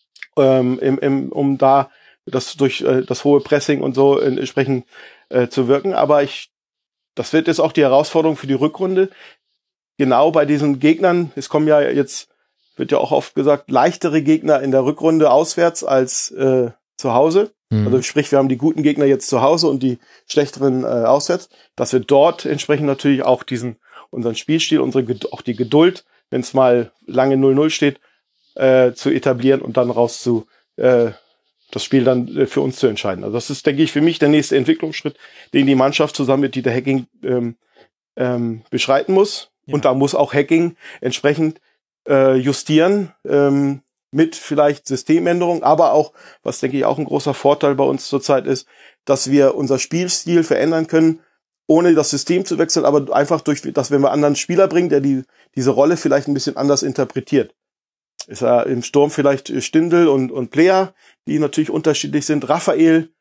um da das durch das hohe Pressing und so entsprechend zu wirken. Aber das wird jetzt auch die Herausforderung für die Rückrunde. Genau bei diesen Gegnern, es kommen ja jetzt, wird ja auch oft gesagt, leichtere Gegner in der Rückrunde auswärts als zu Hause. Also sprich, wir haben die guten Gegner jetzt zu Hause und die schlechteren auswärts, dass wir dort entsprechend natürlich auch unseren Spielstil, auch die Geduld, wenn es mal lange 0-0 steht, zu etablieren und dann das Spiel dann für uns zu entscheiden. Also das ist, denke ich, für mich der nächste Entwicklungsschritt, den die Mannschaft zusammen mit Dieter Hecking beschreiten muss. Ja. Und da muss auch Hecking entsprechend justieren, mit vielleicht Systemänderungen, aber auch, was denke ich auch ein großer Vorteil bei uns zurzeit ist, dass wir unser Spielstil verändern können, ohne das System zu wechseln, aber einfach dass wir einen anderen Spieler bringen, der diese Rolle vielleicht ein bisschen anders interpretiert. Ist ja im Sturm vielleicht Stindl und Player, die natürlich unterschiedlich sind. Raphael,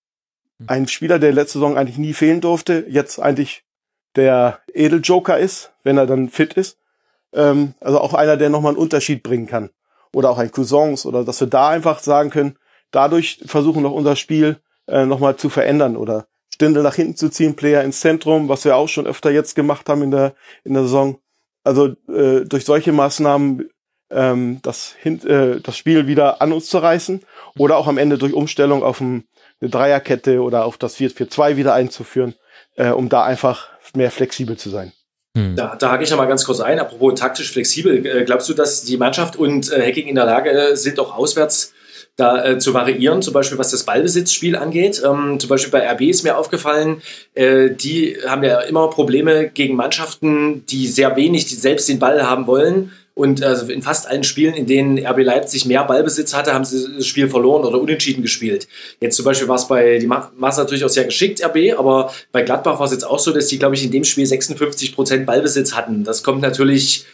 ein Spieler, der letzte Saison eigentlich nie fehlen durfte, jetzt eigentlich der Edeljoker ist, wenn er dann fit ist. Also auch einer, der nochmal einen Unterschied bringen kann. Oder auch ein Cousins, oder dass wir da einfach sagen können, dadurch versuchen noch unser Spiel nochmal zu verändern oder Stindl nach hinten zu ziehen, Player ins Zentrum, was wir auch schon öfter jetzt gemacht haben in der Saison. Also durch solche Maßnahmen das Spiel wieder an uns zu reißen oder auch am Ende durch Umstellung auf eine Dreierkette oder auf das 4-4-2 wieder einzuführen, um da einfach mehr flexibel zu sein. Da hake ich noch mal ganz kurz ein. Apropos taktisch flexibel, glaubst du, dass die Mannschaft und Hecking in der Lage sind, auch auswärts da zu variieren, zum Beispiel was das Ballbesitzspiel angeht? Zum Beispiel bei RB ist mir aufgefallen, die haben ja immer Probleme gegen Mannschaften, die sehr wenig, die selbst den Ball haben wollen. Und also in fast allen Spielen, in denen RB Leipzig mehr Ballbesitz hatte, haben sie das Spiel verloren oder unentschieden gespielt. Jetzt zum Beispiel war es die machen es natürlich auch sehr geschickt, RB, aber bei Gladbach war es jetzt auch so, dass die, glaube ich, in dem Spiel 56% Ballbesitz hatten. Das kommt natürlich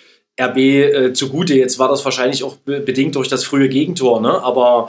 RB zugute. Jetzt war das wahrscheinlich auch bedingt durch das frühe Gegentor, ne? Aber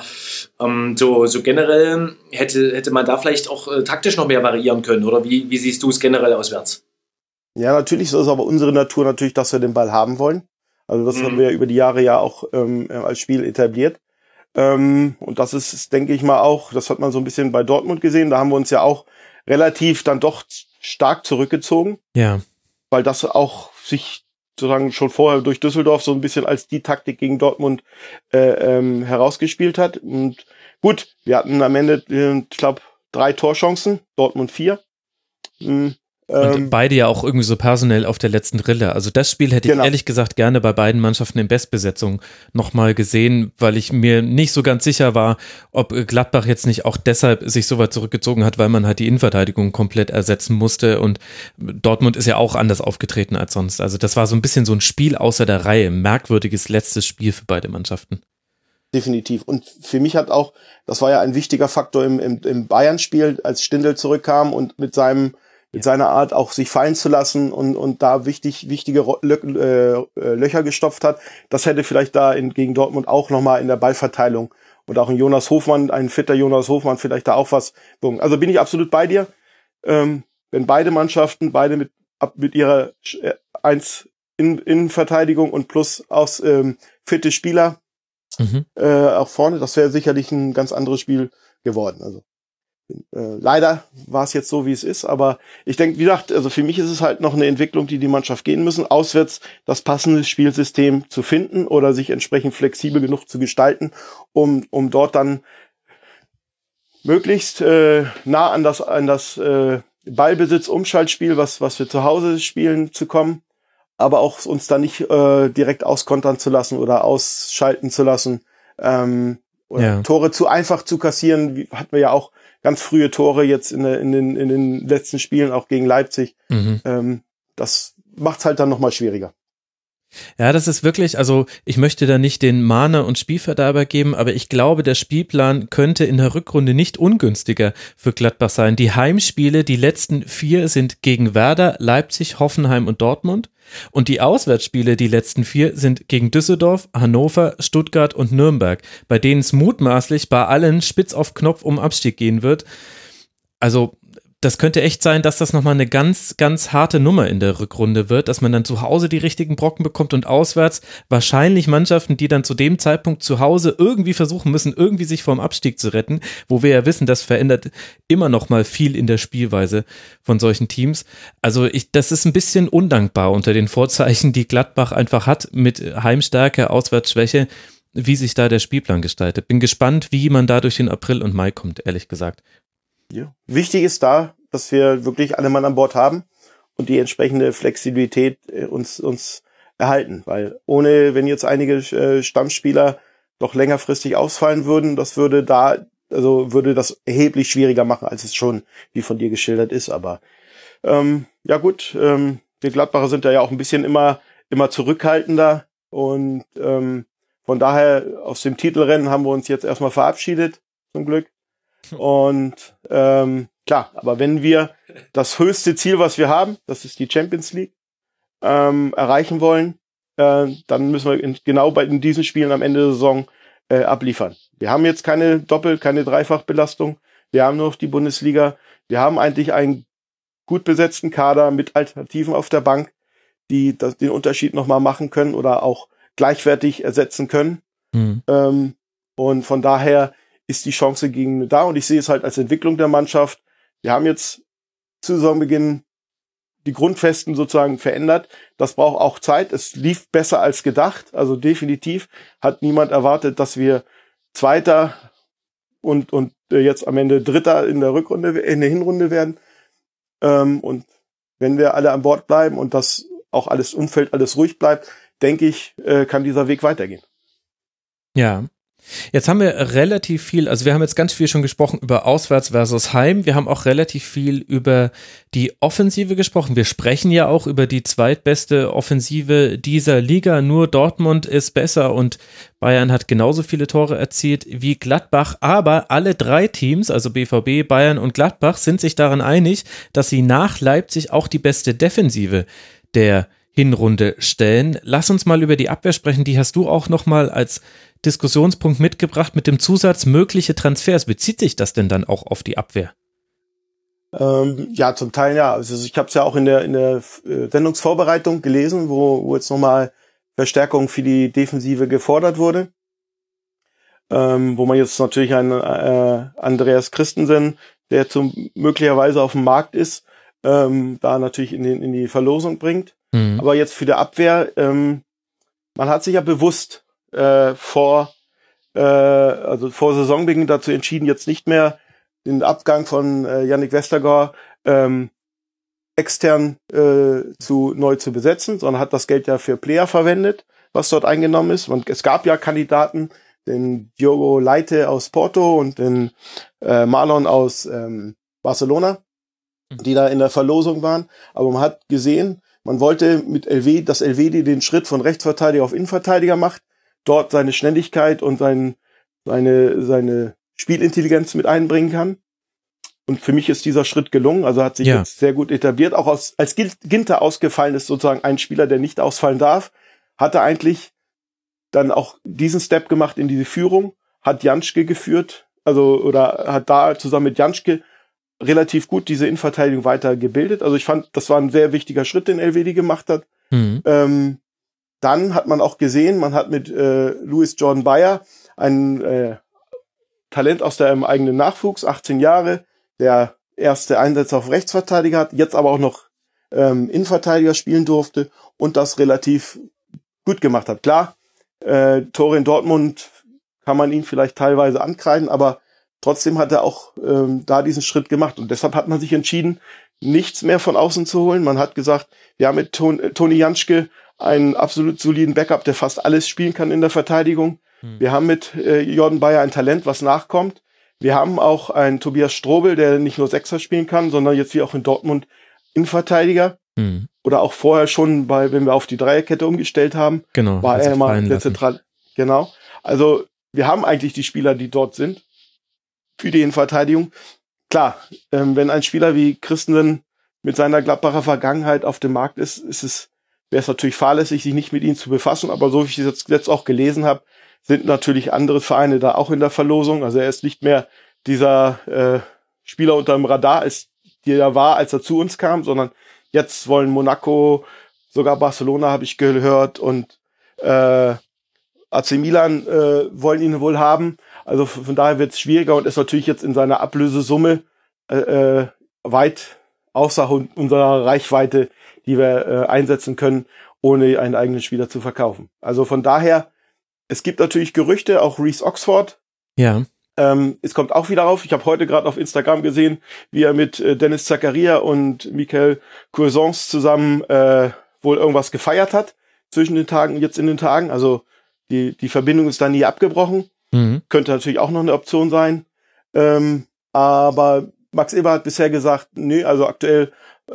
so generell hätte man da vielleicht auch taktisch noch mehr variieren können, oder wie siehst du es generell auswärts? Ja, natürlich ist es aber unsere Natur natürlich, dass wir den Ball haben wollen. Also das haben wir über die Jahre ja auch als Spiel etabliert. Und das ist, denke ich mal, auch, das hat man so ein bisschen bei Dortmund gesehen, da haben wir uns ja auch relativ dann doch stark zurückgezogen. Ja. Weil das auch sich sozusagen schon vorher durch Düsseldorf so ein bisschen als die Taktik gegen Dortmund herausgespielt hat. Und gut, wir hatten am Ende, ich glaube, 3 Torchancen, Dortmund 4. Und beide ja auch irgendwie so personell auf der letzten Rille. Also das Spiel hätte ich ehrlich gesagt gerne bei beiden Mannschaften in Bestbesetzung nochmal gesehen, weil ich mir nicht so ganz sicher war, ob Gladbach jetzt nicht auch deshalb sich so weit zurückgezogen hat, weil man halt die Innenverteidigung komplett ersetzen musste, und Dortmund ist ja auch anders aufgetreten als sonst. Also das war so ein bisschen so ein Spiel außer der Reihe, merkwürdiges letztes Spiel für beide Mannschaften. definitiv. Und für mich hat auch, das war ja ein wichtiger Faktor im Bayern-Spiel, als Stindl zurückkam und mit seiner Art auch sich fallen zu lassen und da wichtige Löcher gestopft hat. Das hätte vielleicht da gegen Dortmund auch nochmal in der Ballverteilung und auch ein Jonas Hofmann, ein fitter Jonas Hofmann, vielleicht da auch was. Also bin ich absolut bei dir. Wenn beide Mannschaften, mit ihrer 1 Innenverteidigung und plus aus fitte Spieler auch vorne, das wäre sicherlich ein ganz anderes Spiel geworden. Also leider war es jetzt so, wie es ist, aber ich denke, wie gesagt, also für mich ist es halt noch eine Entwicklung, die Mannschaft gehen müssen, auswärts das passende Spielsystem zu finden oder sich entsprechend flexibel genug zu gestalten, um dort dann möglichst nah an das Ballbesitz-Umschaltspiel, was wir zu Hause spielen, zu kommen, aber auch uns da nicht direkt auskontern zu lassen oder ausschalten zu lassen, oder Tore zu einfach zu kassieren, hatten wir ja auch ganz frühe Tore jetzt in den letzten Spielen, auch gegen Leipzig. Das macht's halt dann nochmal schwieriger. Ja, das ist wirklich, also ich möchte da nicht den Mahner und Spielverderber geben, aber ich glaube, der Spielplan könnte in der Rückrunde nicht ungünstiger für Gladbach sein. Die Heimspiele, die letzten 4 sind gegen Werder, Leipzig, Hoffenheim und Dortmund. Und die Auswärtsspiele, die letzten 4, sind gegen Düsseldorf, Hannover, Stuttgart und Nürnberg, bei denen es mutmaßlich bei allen spitz auf Knopf um Abstieg gehen wird. Also das könnte echt sein, dass das nochmal eine ganz, ganz harte Nummer in der Rückrunde wird, dass man dann zu Hause die richtigen Brocken bekommt und auswärts wahrscheinlich Mannschaften, die dann zu dem Zeitpunkt zu Hause irgendwie versuchen müssen, irgendwie sich vom Abstieg zu retten, wo wir ja wissen, das verändert immer noch mal viel in der Spielweise von solchen Teams. Also das ist ein bisschen undankbar unter den Vorzeichen, die Gladbach einfach hat mit Heimstärke, Auswärtsschwäche, wie sich da der Spielplan gestaltet. Bin gespannt, wie man da durch den April und Mai kommt, ehrlich gesagt. Ja. Wichtig ist da, dass wir wirklich alle Mann an Bord haben und die entsprechende Flexibilität uns erhalten, weil wenn jetzt einige Stammspieler doch längerfristig ausfallen würden, das würde das erheblich schwieriger machen, als es schon, wie von dir geschildert ist, aber ja gut, wir Gladbacher sind da ja auch ein bisschen immer zurückhaltender und von daher aus dem Titelrennen haben wir uns jetzt erstmal verabschiedet, zum Glück. Und klar, aber wenn wir das höchste Ziel, was wir haben, das ist die Champions League, erreichen wollen, dann müssen wir genau in diesen Spielen am Ende der Saison abliefern. Wir haben jetzt keine keine Dreifachbelastung, wir haben nur noch die Bundesliga, wir haben eigentlich einen gut besetzten Kader mit Alternativen auf der Bank, die den Unterschied nochmal machen können oder auch gleichwertig ersetzen können. Und von daher ist die Chance gegen da und ich sehe es halt als Entwicklung der Mannschaft. Wir haben jetzt zu Saisonbeginn die Grundfesten sozusagen verändert. Das braucht auch Zeit. Es lief besser als gedacht. Also definitiv hat niemand erwartet, dass wir Zweiter und jetzt am Ende Dritter in der Hinrunde werden. Und wenn wir alle an Bord bleiben und das auch alles Umfeld, alles ruhig bleibt, denke ich, kann dieser Weg weitergehen. Ja. Jetzt haben wir relativ viel, also wir haben jetzt ganz viel schon gesprochen über Auswärts versus Heim. Wir haben auch relativ viel über die Offensive gesprochen. Wir sprechen ja auch über die zweitbeste Offensive dieser Liga. Nur Dortmund ist besser und Bayern hat genauso viele Tore erzielt wie Gladbach. Aber alle 3 Teams, also BVB, Bayern und Gladbach, sind sich daran einig, dass sie nach Leipzig auch die beste Defensive der Hinrunde stellen. Lass uns mal über die Abwehr sprechen. Die hast du auch nochmal als Diskussionspunkt mitgebracht mit dem Zusatz mögliche Transfers. Bezieht sich das denn dann auch auf die Abwehr? Ja, zum Teil ja. Also ich habe es ja auch in der Sendungsvorbereitung gelesen, wo jetzt nochmal Verstärkung für die Defensive gefordert wurde. Wo man jetzt natürlich einen Andreas Christensen, der möglicherweise auf dem Markt ist, da natürlich in die Verlosung bringt. Aber jetzt für die Abwehr, man hat sich ja bewusst vor Saisonbeginn dazu entschieden, jetzt nicht mehr den Abgang von Yannick Westergaard extern neu zu besetzen, sondern hat das Geld ja für Player verwendet, was dort eingenommen ist. Und es gab ja Kandidaten, den Diogo Leite aus Porto und den Marlon aus Barcelona, die da in der Verlosung waren. Aber man hat gesehen, man wollte dass Elvedi den Schritt von Rechtsverteidiger auf Innenverteidiger macht, dort seine Schnelligkeit und seine Spielintelligenz mit einbringen kann. Und für mich ist dieser Schritt gelungen, also hat sich jetzt sehr gut etabliert. Auch als Ginter ausgefallen ist, sozusagen ein Spieler, der nicht ausfallen darf, hat er eigentlich dann auch diesen Step gemacht in diese Führung, hat Janschke geführt, oder hat da zusammen mit Janschke relativ gut diese Innenverteidigung weiter gebildet. Also ich fand, das war ein sehr wichtiger Schritt, den Elvedi gemacht hat. Dann hat man auch gesehen, man hat mit Louis Jordan Bayer ein Talent aus dem eigenen Nachwuchs, 18 Jahre, der erste Einsätze auf Rechtsverteidiger hat, jetzt aber auch noch Innenverteidiger spielen durfte und das relativ gut gemacht hat. Klar, Tore in Dortmund kann man ihn vielleicht teilweise ankreiden, aber trotzdem hat er auch da diesen Schritt gemacht. Und deshalb hat man sich entschieden, nichts mehr von außen zu holen. Man hat gesagt, wir haben mit Toni Janschke einen absolut soliden Backup, der fast alles spielen kann in der Verteidigung. Wir haben mit Jordan Bayer ein Talent, was nachkommt. Wir haben auch einen Tobias Strobel, der nicht nur Sechser spielen kann, sondern jetzt wie auch in Dortmund Innenverteidiger. Oder auch vorher schon, wenn wir auf die Dreierkette umgestellt haben, war er immer der Zentral. Genau. Also wir haben eigentlich die Spieler, die dort sind, für die Innenverteidigung. Klar, wenn ein Spieler wie Christensen mit seiner Gladbacher Vergangenheit auf dem Markt ist, wäre es natürlich fahrlässig, sich nicht mit ihm zu befassen. Aber so wie ich es jetzt auch gelesen habe, sind natürlich andere Vereine da auch in der Verlosung. Also er ist nicht mehr dieser Spieler unter dem Radar, der er war, als er zu uns kam, sondern jetzt wollen Monaco, sogar Barcelona habe ich gehört und AC Milan wollen ihn wohl haben. Also von daher wird es schwieriger und ist natürlich jetzt in seiner Ablösesumme weit außer unserer Reichweite, die wir einsetzen können, ohne einen eigenen Spieler zu verkaufen. Also von daher, es gibt natürlich Gerüchte, auch Reece Oxford. Ja. Es kommt auch wieder auf. Ich habe heute gerade auf Instagram gesehen, wie er mit Dennis Zakaria und Michael Cuisance zusammen wohl irgendwas gefeiert hat zwischen den Tagen, jetzt in den Tagen. Also die Verbindung ist da nie abgebrochen. Könnte natürlich auch noch eine Option sein. Aber Max Eber hat bisher gesagt, nö, also aktuell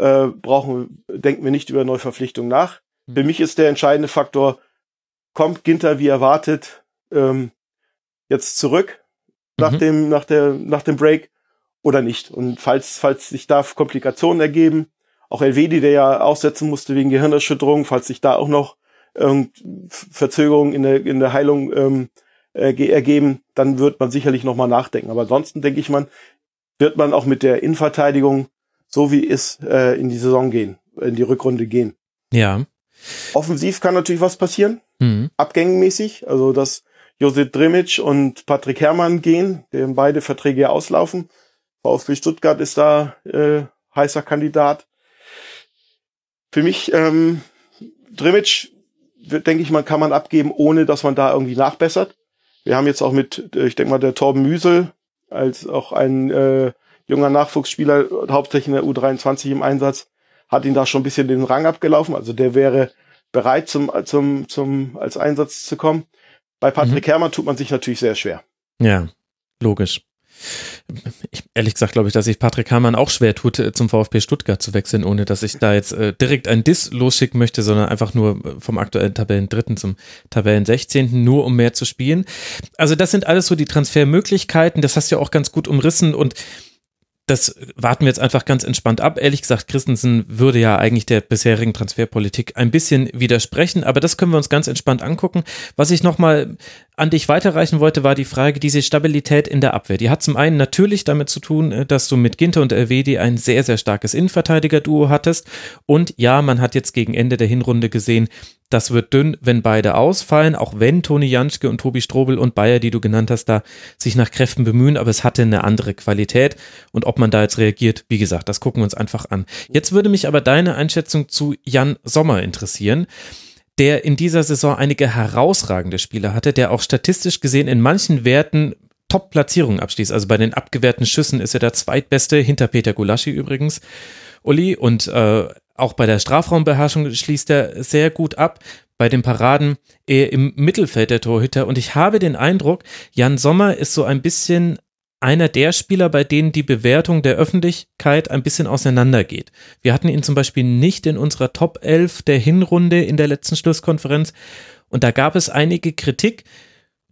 denken wir nicht über Neuverpflichtung nach. Für mich ist der entscheidende Faktor, kommt Ginter wie erwartet jetzt zurück nach dem Break oder nicht? Und falls sich da Komplikationen ergeben, auch Elvedi, der ja aussetzen musste wegen Gehirnerschütterung, falls sich da auch noch Verzögerungen in der Heilung ergeben, dann wird man sicherlich nochmal nachdenken. Aber ansonsten denke ich, wird man auch mit der Innenverteidigung so wie es in die Saison gehen, in die Rückrunde gehen. Ja. Offensiv kann natürlich was passieren, abgängenmäßig, also dass Josip Drmić und Patrick Herrmann gehen, deren beide Verträge ja auslaufen. VfB Stuttgart ist da heißer Kandidat. Für mich, Drmić, denke ich, kann man abgeben, ohne dass man da irgendwie nachbessert. Wir haben jetzt auch mit, ich denke mal, der Torben Müsel als auch ein junger Nachwuchsspieler, hauptsächlich in der U23 im Einsatz, hat ihn da schon ein bisschen den Rang abgelaufen. Also der wäre bereit, als Einsatz zu kommen. Bei Patrick Herrmann tut man sich natürlich sehr schwer. Ja, logisch. Ehrlich gesagt glaube ich, dass sich Patrick Herrmann auch schwer tut, zum VfB Stuttgart zu wechseln, ohne dass ich da jetzt direkt einen Diss losschicken möchte, sondern einfach nur vom aktuellen Tabellendritten zum Tabellen-16., nur um mehr zu spielen. Also das sind alles so die Transfermöglichkeiten, das hast du ja auch ganz gut umrissen und das warten wir jetzt einfach ganz entspannt ab. Ehrlich gesagt, Christensen würde ja eigentlich der bisherigen Transferpolitik ein bisschen widersprechen, aber das können wir uns ganz entspannt angucken. Was ich nochmal an dich weiterreichen wollte, war die Frage, diese Stabilität in der Abwehr. Die hat zum einen natürlich damit zu tun, dass du mit Ginter und Elvedi ein sehr, sehr starkes Innenverteidiger-Duo hattest und ja, man hat jetzt gegen Ende der Hinrunde gesehen, das wird dünn, wenn beide ausfallen, auch wenn Toni Janschke und Tobi Strobel und Bayer, die du genannt hast, da sich nach Kräften bemühen, aber es hatte eine andere Qualität und ob man da jetzt reagiert, wie gesagt, das gucken wir uns einfach an. Jetzt würde mich aber deine Einschätzung zu Jan Sommer interessieren, der in dieser Saison einige herausragende Spiele hatte, der auch statistisch gesehen in manchen Werten Top-Platzierungen abschließt. Also bei den abgewehrten Schüssen ist er der zweitbeste, hinter Peter Gulaschi übrigens, Uli, und auch bei der Strafraumbeherrschung schließt er sehr gut ab. Bei den Paraden eher im Mittelfeld der Torhüter. Und ich habe den Eindruck, Jan Sommer ist so ein bisschen einer der Spieler, bei denen die Bewertung der Öffentlichkeit ein bisschen auseinandergeht. Wir hatten ihn zum Beispiel nicht in unserer Top 11 der Hinrunde in der letzten Schlusskonferenz. Und da gab es einige Kritik,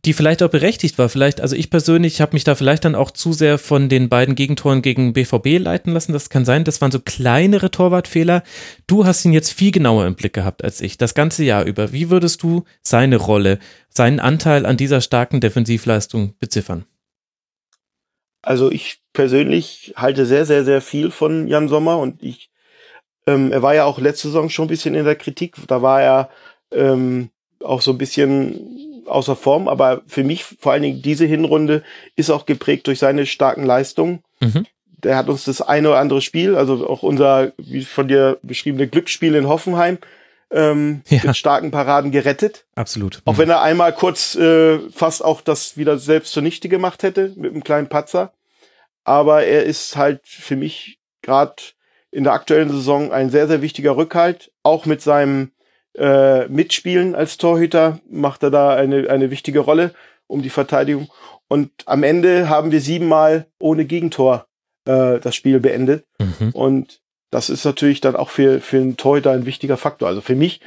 die vielleicht auch berechtigt war. Vielleicht, also ich persönlich habe mich da vielleicht dann auch zu sehr von den beiden Gegentoren gegen BVB leiten lassen. Das kann sein, das waren so kleinere Torwartfehler. Du hast ihn jetzt viel genauer im Blick gehabt als ich, das ganze Jahr über. Wie würdest du seine Rolle, seinen Anteil an dieser starken Defensivleistung beziffern? Also ich persönlich halte sehr, sehr, sehr viel von Jan Sommer und er war ja auch letzte Saison schon ein bisschen in der Kritik. Da war er auch so ein bisschen außer Form, aber für mich vor allen Dingen diese Hinrunde ist auch geprägt durch seine starken Leistungen. Mhm. Der hat uns das eine oder andere Spiel, also auch unser, wie von dir beschriebene Glücksspiel in Hoffenheim, mit starken Paraden gerettet. Absolut. Auch wenn er einmal kurz fast auch das wieder selbst zunichte gemacht hätte, mit einem kleinen Patzer. Aber er ist halt für mich gerade in der aktuellen Saison ein sehr, sehr wichtiger Rückhalt. Auch mit seinem Mitspielen als Torhüter macht er da eine wichtige Rolle um die Verteidigung. Und am Ende haben wir 7-mal ohne Gegentor das Spiel beendet. Mhm. Und das ist natürlich dann auch für einen Torhüter ein wichtiger Faktor. Also für mich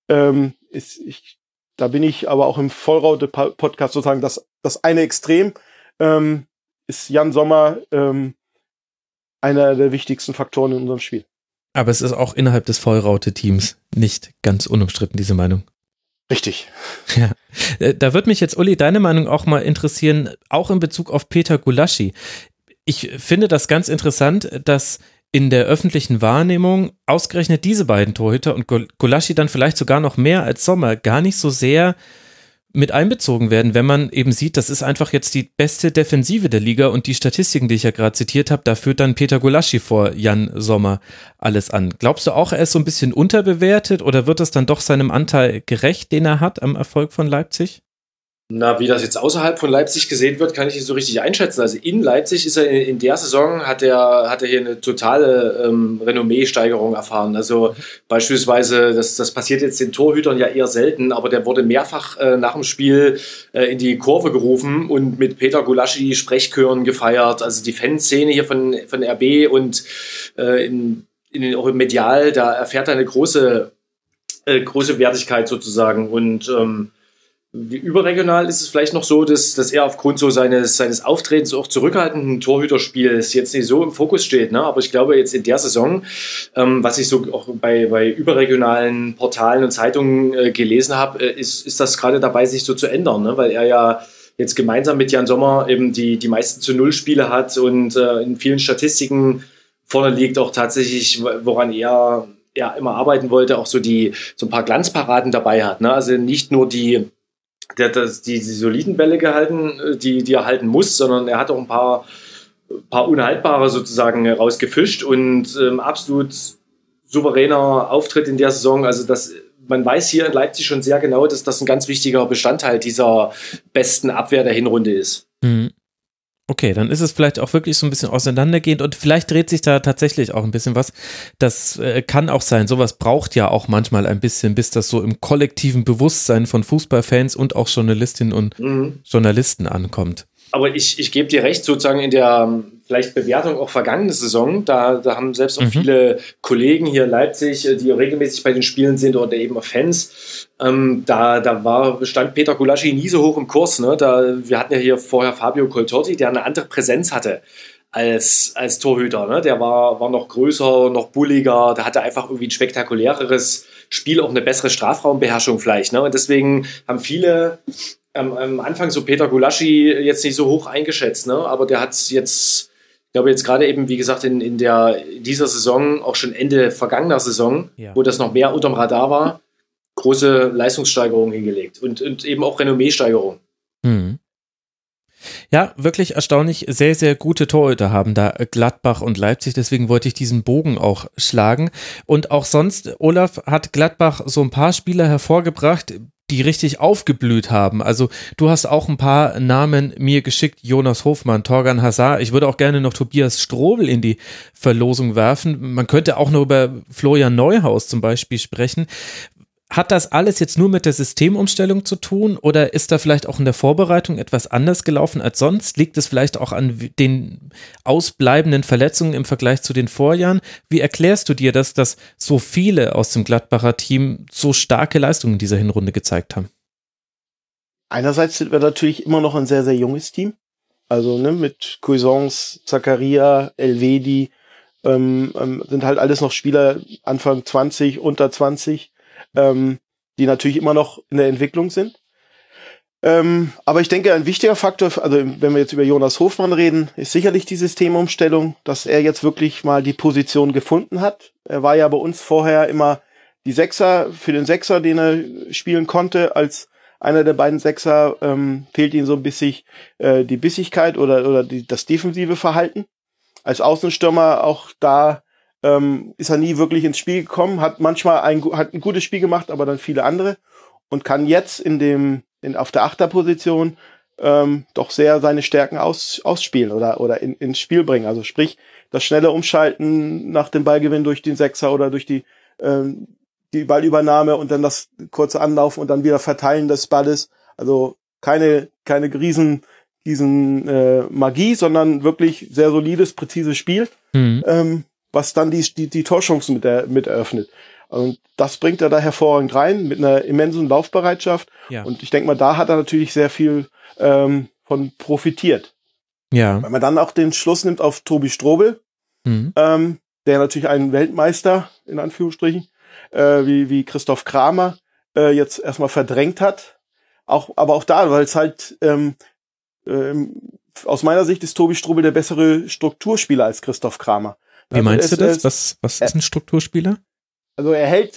da bin ich aber auch im Vollraute-Podcast sozusagen das eine Extrem ist Jan Sommer einer der wichtigsten Faktoren in unserem Spiel. Aber es ist auch innerhalb des Vollraute-Teams nicht ganz unumstritten, diese Meinung. Richtig. Ja. Da würde mich jetzt, Uli, deine Meinung auch mal interessieren, auch in Bezug auf Peter Gulaschi. Ich finde das ganz interessant, dass in der öffentlichen Wahrnehmung ausgerechnet diese beiden Torhüter und Gulaschi dann vielleicht sogar noch mehr als Sommer gar nicht so sehr mit einbezogen werden, wenn man eben sieht, das ist einfach jetzt die beste Defensive der Liga und die Statistiken, die ich ja gerade zitiert habe, da führt dann Peter Gulaschi vor Jan Sommer alles an. Glaubst du auch, er ist so ein bisschen unterbewertet oder wird das dann doch seinem Anteil gerecht, den er hat am Erfolg von Leipzig? Na, wie das jetzt außerhalb von Leipzig gesehen wird, kann ich nicht so richtig einschätzen. Also in Leipzig ist er in der Saison, hat er hier eine totale Renommee-Steigerung erfahren. Also beispielsweise, das passiert jetzt den Torhütern ja eher selten, aber der wurde mehrfach nach dem Spiel in die Kurve gerufen und mit Peter Gulaschi Sprechchören gefeiert. Also die Fanszene hier von RB und auch im Medial, da erfährt er eine große Wertigkeit sozusagen und überregional ist es vielleicht noch so, dass er aufgrund so seines Auftretens auch zurückhaltenden Torhüterspiels jetzt nicht so im Fokus steht. Ne? Aber ich glaube jetzt in der Saison, was ich so auch bei überregionalen Portalen und Zeitungen gelesen habe, ist das gerade dabei, sich so zu ändern. Ne? Weil er ja jetzt gemeinsam mit Jan Sommer eben die meisten zu-0-Spiele hat und in vielen Statistiken vorne liegt, auch tatsächlich, woran er immer arbeiten wollte, auch so ein paar Glanzparaden dabei hat. Ne? Also nicht nur die soliden Bälle gehalten, die er halten muss, sondern er hat auch ein paar unhaltbare sozusagen rausgefischt und absolut souveräner Auftritt in der Saison. Also man weiß hier in Leipzig schon sehr genau, dass das ein ganz wichtiger Bestandteil dieser besten Abwehr der Hinrunde ist. Mhm. Okay, dann ist es vielleicht auch wirklich so ein bisschen auseinandergehend und vielleicht dreht sich da tatsächlich auch ein bisschen was. Das kann auch sein. Sowas braucht ja auch manchmal ein bisschen, bis das so im kollektiven Bewusstsein von Fußballfans und auch Journalistinnen und Journalisten ankommt. Aber ich gebe dir recht, sozusagen in der vielleicht Bewertung auch vergangene Saison, da haben selbst auch viele Kollegen hier in Leipzig, die regelmäßig bei den Spielen sind oder eben auch Fans, stand Peter Gulaschi nie so hoch im Kurs. Ne? Wir hatten ja hier vorher Fabio Coltorti, der eine andere Präsenz hatte als Torhüter. Ne? Der war noch größer, noch bulliger, der hatte einfach irgendwie ein spektakuläreres Spiel, auch eine bessere Strafraumbeherrschung vielleicht. Ne? Und deswegen haben viele am Anfang so Peter Gulaschi jetzt nicht so hoch eingeschätzt, ne? Aber der hat jetzt, ich glaube jetzt gerade eben, wie gesagt, in dieser Saison, auch schon Ende vergangener Saison, wo das noch mehr unterm Radar war, große Leistungssteigerung hingelegt und eben auch Renommee-Steigerung. Mhm. Ja, wirklich erstaunlich, sehr, sehr gute Torhüter haben da Gladbach und Leipzig, deswegen wollte ich diesen Bogen auch schlagen. Und auch sonst, Olaf, hat Gladbach so ein paar Spieler hervorgebracht, die richtig aufgeblüht haben. Also du hast auch ein paar Namen mir geschickt, Jonas Hofmann, Torgan Hazard. Ich würde auch gerne noch Tobias Strobel in die Verlosung werfen. Man könnte auch noch über Florian Neuhaus zum Beispiel sprechen. Hat das alles jetzt nur mit der Systemumstellung zu tun oder ist da vielleicht auch in der Vorbereitung etwas anders gelaufen als sonst? Liegt es vielleicht auch an den ausbleibenden Verletzungen im Vergleich zu den Vorjahren? Wie erklärst du dir das, dass so viele aus dem Gladbacher Team so starke Leistungen in dieser Hinrunde gezeigt haben? einerseits sind wir natürlich immer noch ein sehr, sehr junges Team. Also mit Cuisance, Zakaria, Elvedi, sind halt alles noch Spieler Anfang 20, unter 20, die natürlich immer noch in der Entwicklung sind. Aber ich denke, ein wichtiger Faktor, also wenn wir jetzt über Jonas Hofmann reden, ist sicherlich die Systemumstellung, dass er jetzt wirklich mal die Position gefunden hat. Er war ja bei uns vorher immer die Sechser, für den Sechser, den er spielen konnte, als einer der beiden Sechser, fehlt ihm so ein bisschen die Bissigkeit oder das defensive Verhalten. Als Außenstürmer auch da ist er nie wirklich ins Spiel gekommen, hat manchmal ein gutes Spiel gemacht, aber dann viele andere und kann jetzt auf der Achterposition doch sehr seine Stärken ausspielen oder ins Spiel bringen. Also sprich, das schnelle Umschalten nach dem Ballgewinn durch den Sechser oder durch die Ballübernahme und dann das kurze Anlaufen und dann wieder Verteilen des Balles. Also keine riesen Magie, sondern wirklich sehr solides, präzises Spiel, was dann die Torchancen mit eröffnet. Und das bringt er da hervorragend rein, mit einer immensen Laufbereitschaft. Ja. Und ich denke mal, da hat er natürlich sehr viel von profitiert. Ja. Wenn man dann auch den Schluss nimmt auf Tobi Strobel, der natürlich einen Weltmeister, in Anführungsstrichen, wie Christoph Kramer, jetzt erstmal verdrängt hat. Aber auch da, weil es halt aus meiner Sicht ist Tobi Strobel der bessere Strukturspieler als Christoph Kramer. Wie meinst du das? Was ist ein Strukturspieler? Also er hält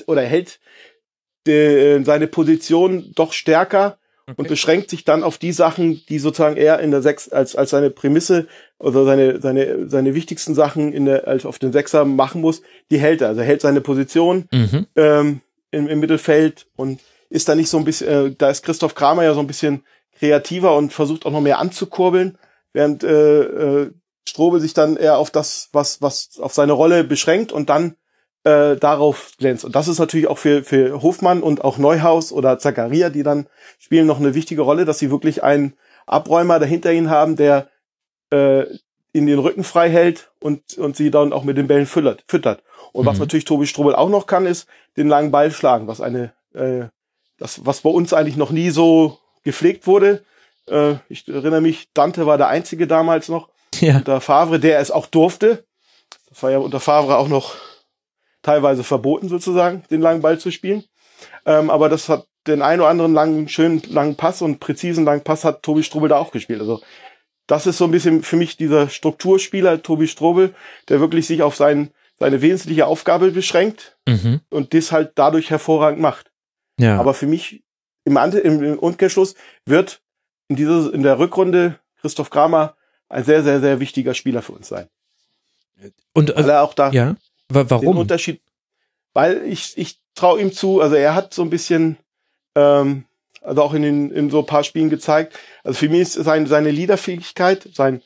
seine Position doch stärker und beschränkt sich dann auf die Sachen, die sozusagen er in der Sechs als seine Prämisse oder seine wichtigsten Sachen auf den Sechser machen muss, die hält er. Also er hält seine Position im Mittelfeld und ist da nicht so ein bisschen, da ist Christoph Kramer ja so ein bisschen kreativer und versucht auch noch mehr anzukurbeln, während Strobel sich dann eher auf das, was auf seine Rolle beschränkt und dann darauf glänzt. Und das ist natürlich auch für Hofmann und auch Neuhaus oder Zakaria, die dann spielen, noch eine wichtige Rolle, dass sie wirklich einen Abräumer dahinter ihnen haben, der ihnen den Rücken frei hält und sie dann auch mit den Bällen füttert. Und was natürlich Tobi Strobel auch noch kann, ist den langen Ball schlagen, was bei uns eigentlich noch nie so gepflegt wurde. Ich erinnere mich, Dante war der Einzige damals noch unter Favre, der es auch durfte. Das war ja unter Favre auch noch teilweise verboten sozusagen, den langen Ball zu spielen. Aber das hat den einen oder anderen schönen langen Pass und präzisen langen Pass hat Tobi Strobel da auch gespielt. Also das ist so ein bisschen für mich dieser Strukturspieler Tobi Strobel, der wirklich sich auf seine wesentliche Aufgabe beschränkt und das halt dadurch hervorragend macht. Ja. Aber für mich im Umkehrschluss wird in der Rückrunde Christoph Kramer ein sehr, sehr, sehr wichtiger Spieler für uns sein. Und weil er auch da warum? Den Unterschied, weil ich traue ihm zu, also er hat so ein bisschen, also auch in so ein paar Spielen gezeigt, also für mich ist seine Leaderfähigkeit, sein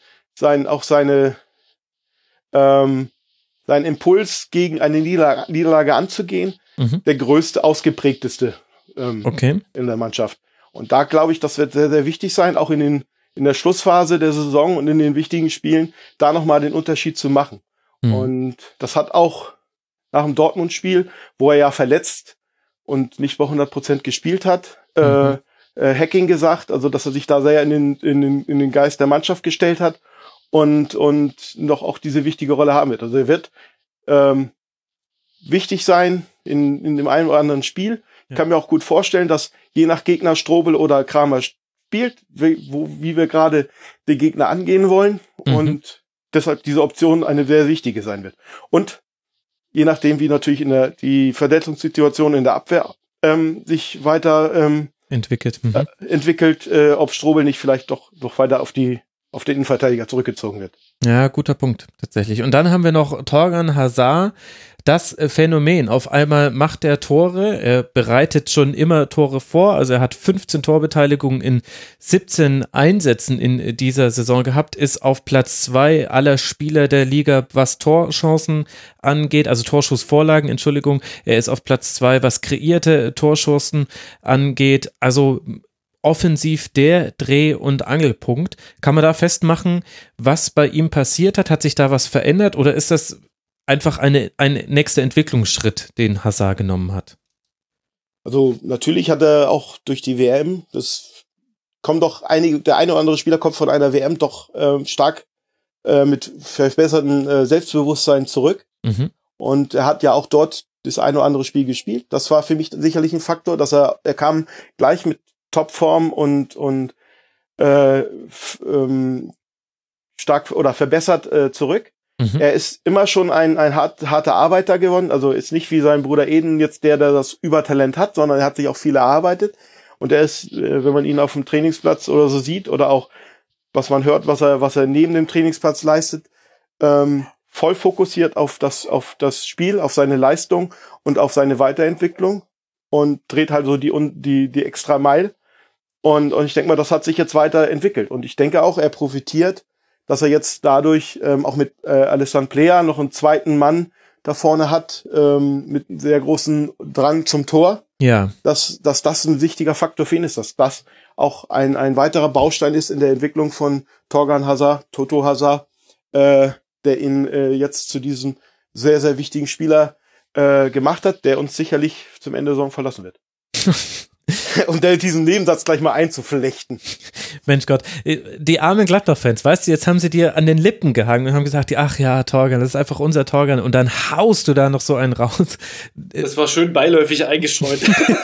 Impuls gegen eine Niederlage anzugehen, der größte, ausgeprägteste in der Mannschaft. Und da glaube ich, das wird sehr, sehr wichtig sein, auch in der Schlussphase der Saison und in den wichtigen Spielen, da nochmal den Unterschied zu machen. Und das hat auch nach dem Dortmund-Spiel, wo er ja verletzt und nicht bei 100% gespielt hat, Hacking gesagt, also dass er sich da sehr in den Geist der Mannschaft gestellt hat und noch auch diese wichtige Rolle haben wird. Also er wird wichtig sein in dem einen oder anderen Spiel. Ich kann mir auch gut vorstellen, dass je nach Gegner Strobel oder Kramer spielt, wie wir gerade den Gegner angehen wollen und deshalb diese Option eine sehr wichtige sein wird. Und je nachdem, wie natürlich die Verletzungssituation in der Abwehr sich weiter entwickelt, ob Strobel nicht vielleicht doch weiter auf den Innenverteidiger zurückgezogen wird. Ja, guter Punkt, tatsächlich. Und dann haben wir noch Thorgan Hazard, das Phänomen. Auf einmal macht er Tore, er bereitet schon immer Tore vor, also er hat 15 Torbeteiligungen in 17 Einsätzen in dieser Saison gehabt, ist auf Platz 2 aller Spieler der Liga, was Torchancen angeht, also Torschussvorlagen, Entschuldigung, er ist auf Platz 2, was kreierte Torschancen angeht, also offensiv der Dreh- und Angelpunkt. Kann man da festmachen, was bei ihm passiert hat? Hat sich da was verändert oder ist das einfach ein nächster Entwicklungsschritt, den Hazard genommen hat? Also natürlich hat er auch durch die WM das kommen doch der eine oder andere Spieler kommt von einer WM doch stark mit verbessertem Selbstbewusstsein zurück. Mhm. Und er hat ja auch dort das eine oder andere Spiel gespielt. Das war für mich sicherlich ein Faktor, dass er kam gleich mit Topform und stark oder verbessert zurück. Mhm. Er ist immer schon ein harter Arbeiter geworden, also ist nicht wie sein Bruder Eden jetzt der das Übertalent hat, sondern er hat sich auch viel erarbeitet. Und er ist, wenn man ihn auf dem Trainingsplatz oder so sieht oder auch was man hört, was er neben dem Trainingsplatz leistet, voll fokussiert auf das Spiel, auf seine Leistung und auf seine Weiterentwicklung und dreht halt so die extra Meile. Und ich denke mal, das hat sich jetzt weiterentwickelt. Und ich denke auch, er profitiert, dass er jetzt dadurch auch mit Alessandro Plea noch einen zweiten Mann da vorne hat, mit einem sehr großen Drang zum Tor. Ja. Dass das ein wichtiger Faktor für ihn ist, dass das auch ein weiterer Baustein ist in der Entwicklung von Thorgan Hazard, Toto Hazard, der ihn jetzt zu diesem sehr, sehr wichtigen Spieler gemacht hat, der uns sicherlich zum Ende der Saison verlassen wird. Und diesen Nebensatz gleich mal einzuflechten. Mensch Gott, die armen Gladbach-Fans, weißt du, jetzt haben sie dir an den Lippen gehangen und haben gesagt, ach ja, Thorgan, das ist einfach unser Thorgan und dann haust du da noch so einen raus. Das war schön beiläufig eingestreut.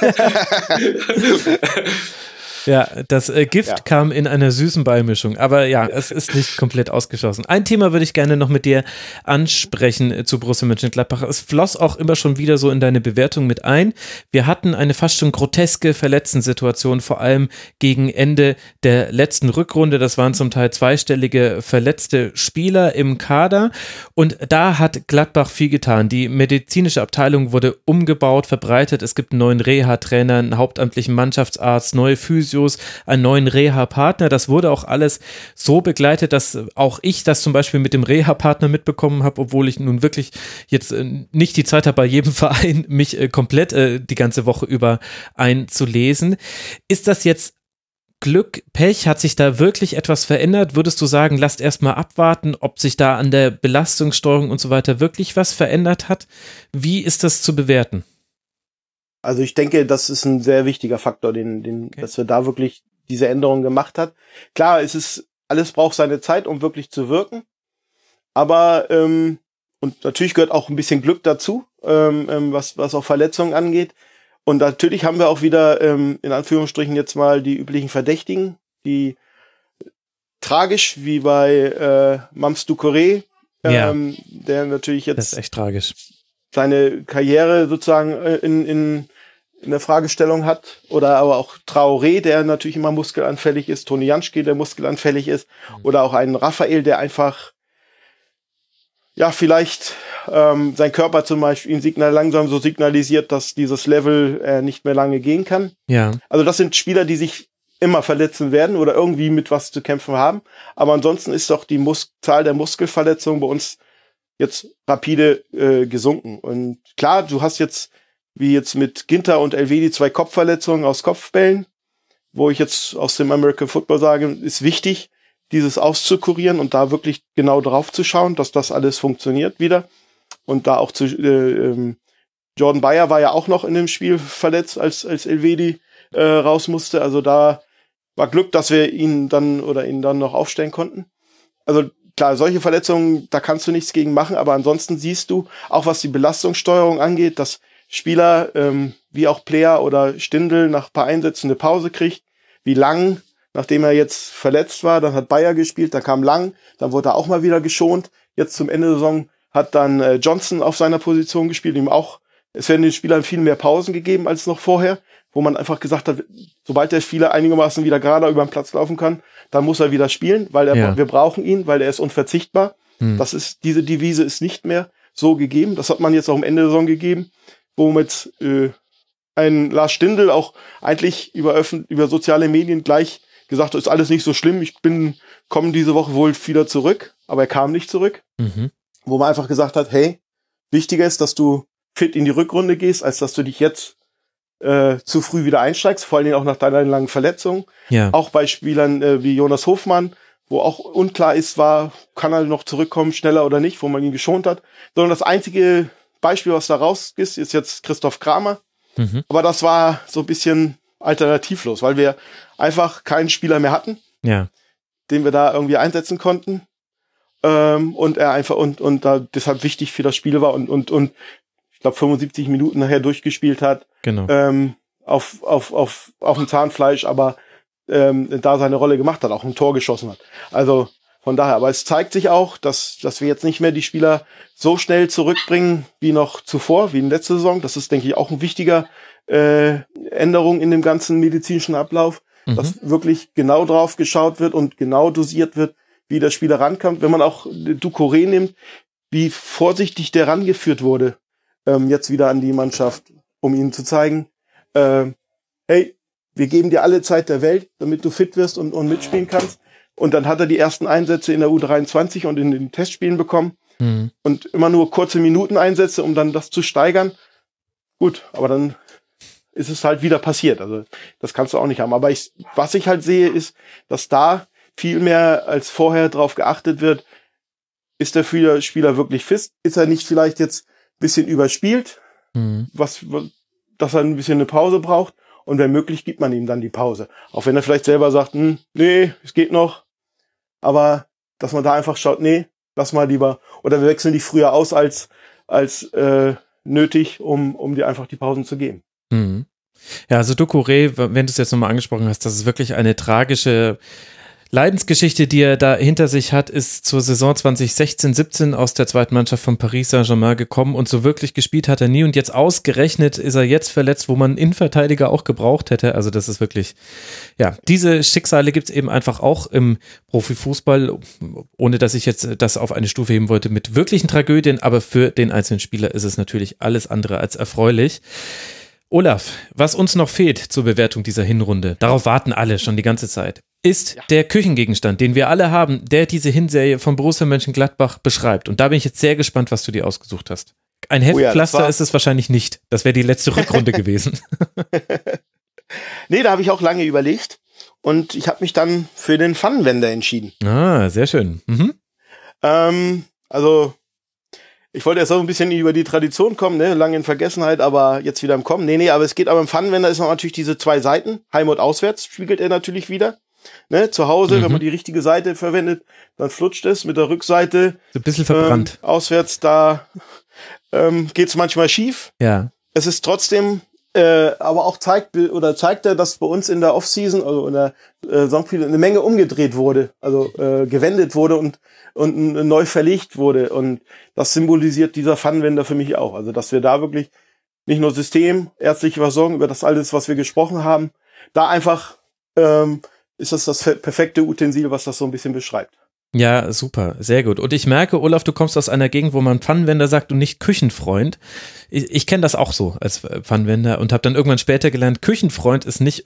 Ja, das Gift kam in einer süßen Beimischung, aber ja, es ist nicht komplett ausgeschlossen. Ein Thema würde ich gerne noch mit dir ansprechen zu Borussia Mönchengladbach. Es floss auch immer schon wieder so in deine Bewertung mit ein. Wir hatten eine fast schon groteske Verletztensituation, vor allem gegen Ende der letzten Rückrunde. Das waren zum Teil zweistellige verletzte Spieler im Kader und da hat Gladbach viel getan. Die medizinische Abteilung wurde umgebaut, verbreitet. Es gibt einen neuen Reha-Trainer, einen hauptamtlichen Mannschaftsarzt, neue Physios, einen neuen Reha-Partner. Das wurde auch alles so begleitet, dass auch ich das zum Beispiel mit dem Reha-Partner mitbekommen habe, obwohl ich nun wirklich jetzt nicht die Zeit habe, bei jedem Verein mich komplett die ganze Woche über einzulesen. Ist das jetzt Glück, Pech? Hat sich da wirklich etwas verändert? Würdest du sagen, lasst erstmal abwarten, ob sich da an der Belastungssteuerung und so weiter wirklich was verändert hat? Wie ist das zu bewerten? Also ich denke, das ist ein sehr wichtiger Faktor, dass wir da wirklich diese Änderung gemacht hat. Klar, alles braucht seine Zeit, um wirklich zu wirken. Aber und natürlich gehört auch ein bisschen Glück dazu, was auch Verletzungen angeht. Und natürlich haben wir auch wieder in Anführungsstrichen jetzt mal die üblichen Verdächtigen, die tragisch wie bei Mams Doucouré, der natürlich jetzt das ist echt tragisch. Seine Karriere sozusagen in der Fragestellung hat, oder aber auch Traoré, der natürlich immer muskelanfällig ist, Toni Janschke, der muskelanfällig ist, oder auch ein Raphael, der einfach vielleicht sein Körper zum Beispiel ihn langsam so signalisiert, dass dieses Level nicht mehr lange gehen kann. Ja. Also das sind Spieler, die sich immer verletzen werden oder irgendwie mit was zu kämpfen haben. Aber ansonsten ist doch die Zahl der Muskelverletzungen bei uns jetzt rapide gesunken. Und klar, du hast jetzt, wie jetzt mit Ginter und Elvedi, 2 Kopfverletzungen aus Kopfbällen, wo ich jetzt aus dem American Football sage, ist wichtig, dieses auszukurieren und da wirklich genau drauf zu schauen, dass das alles funktioniert wieder. Und da auch Jordan Bayer war ja auch noch in dem Spiel verletzt, als Elvedi raus musste. Also da war Glück, dass wir ihn dann noch aufstellen konnten. Also klar, solche Verletzungen, da kannst du nichts gegen machen, aber ansonsten siehst du, auch was die Belastungssteuerung angeht, dass Spieler wie auch Plea oder Stindl nach ein paar Einsätzen eine Pause kriegt, wie Lang, nachdem er jetzt verletzt war, dann hat Bayer gespielt, dann kam Lang, dann wurde er auch mal wieder geschont. Jetzt zum Ende der Saison hat dann Johnson auf seiner Position gespielt, es werden den Spielern viel mehr Pausen gegeben als noch vorher, wo man einfach gesagt hat, sobald der Spieler einigermaßen wieder gerade über den Platz laufen kann, dann muss er wieder spielen, weil wir brauchen ihn, weil er ist unverzichtbar. Diese Devise ist nicht mehr so gegeben. Das hat man jetzt auch am Ende der Saison gegeben, womit ein Lars Stindl auch eigentlich über soziale Medien gleich gesagt hat, ist alles nicht so schlimm, komme diese Woche wohl wieder zurück, aber er kam nicht zurück. Wo man einfach gesagt hat, hey, wichtiger ist, dass du fit in die Rückrunde gehst, als dass du dich jetzt zu früh wieder einsteigst, vor allen Dingen auch nach deiner langen Verletzung. Ja. Auch bei Spielern wie Jonas Hofmann, wo auch unklar kann er noch zurückkommen, schneller oder nicht, wo man ihn geschont hat. Sondern das einzige Beispiel, was da raus ist jetzt Christoph Kramer. Aber das war so ein bisschen alternativlos, weil wir einfach keinen Spieler mehr hatten, den wir da irgendwie einsetzen konnten. Und er einfach und da deshalb wichtig für das Spiel war und ich glaube 75 Minuten nachher durchgespielt hat. Genau. Auf dem Zahnfleisch, aber da seine Rolle gemacht hat, auch ein Tor geschossen hat. Also von daher, aber es zeigt sich auch, dass wir jetzt nicht mehr die Spieler so schnell zurückbringen wie noch zuvor, wie in letzter Saison. Das ist, denke ich, auch ein wichtiger Änderung in dem ganzen medizinischen Ablauf, dass wirklich genau drauf geschaut wird und genau dosiert wird, wie der Spieler rankommt. Wenn man auch Doucouré nimmt, wie vorsichtig der rangeführt wurde, jetzt wieder an die Mannschaft, um ihnen zu zeigen, hey, wir geben dir alle Zeit der Welt, damit du fit wirst und mitspielen kannst. Und dann hat er die ersten Einsätze in der U23 und in den Testspielen bekommen. Und immer nur kurze Minuteneinsätze, um dann das zu steigern. Gut, aber dann ist es halt wieder passiert. Also das kannst du auch nicht haben. Aber was ich halt sehe, ist, dass da viel mehr als vorher drauf geachtet wird, ist der Spieler wirklich fit? Ist er nicht vielleicht jetzt ein bisschen überspielt, dass er ein bisschen eine Pause braucht? Und wenn möglich, gibt man ihm dann die Pause. Auch wenn er vielleicht selber sagt, nee, es geht noch. Aber dass man da einfach schaut, nee, lass mal lieber. Oder wir wechseln die früher aus als nötig, um dir einfach die Pausen zu geben. Ja, also Doucouré, wenn du es jetzt nochmal angesprochen hast, das ist wirklich eine tragische Leidensgeschichte, die er da hinter sich hat, ist zur Saison 2016/17 aus der zweiten Mannschaft von Paris Saint-Germain gekommen und so wirklich gespielt hat er nie und jetzt ausgerechnet ist er jetzt verletzt, wo man einen Innenverteidiger auch gebraucht hätte. Also das ist wirklich, ja, diese Schicksale gibt es eben einfach auch im Profifußball, ohne dass ich jetzt das auf eine Stufe heben wollte mit wirklichen Tragödien, aber für den einzelnen Spieler ist es natürlich alles andere als erfreulich. Olaf, was uns noch fehlt zur Bewertung dieser Hinrunde, darauf warten alle schon die ganze Zeit, ist der Küchengegenstand, den wir alle haben, der diese Hinserie von Borussia Mönchengladbach beschreibt. Und da bin ich jetzt sehr gespannt, was du dir ausgesucht hast. Ein Heftpflaster ist es wahrscheinlich nicht. Das wäre die letzte Rückrunde gewesen. Nee, da habe ich auch lange überlegt. Und ich habe mich dann für den Pfannenwender entschieden. Ah, sehr schön. Also ich wollte jetzt auch ein bisschen über die Tradition kommen, ne? Lange in Vergessenheit, aber jetzt wieder im Kommen. Nee, aber es geht aber im Pfannenwender ist noch natürlich diese zwei Seiten. Heim und auswärts spiegelt er natürlich wieder. Ne? Zu Hause, wenn man die richtige Seite verwendet, dann flutscht es mit der Rückseite. So ein bisschen verbrannt. Auswärts, da geht's manchmal schief. Ja. Es ist trotzdem, aber auch zeigt er, dass bei uns in der Offseason, also in der Saison eine Menge umgedreht wurde, also gewendet wurde und neu verlegt wurde. Und das symbolisiert dieser Pfannenwender für mich auch. Also, dass wir da wirklich nicht nur System, ärztliche Versorgung, über das alles, was wir gesprochen haben, da einfach ist das perfekte Utensil, was das so ein bisschen beschreibt. Ja, super, sehr gut. Und ich merke, Olaf, du kommst aus einer Gegend, wo man Pfannenwender sagt und nicht Küchenfreund. Ich kenne das auch so als Pfannenwender und habe dann irgendwann später gelernt, Küchenfreund ist nicht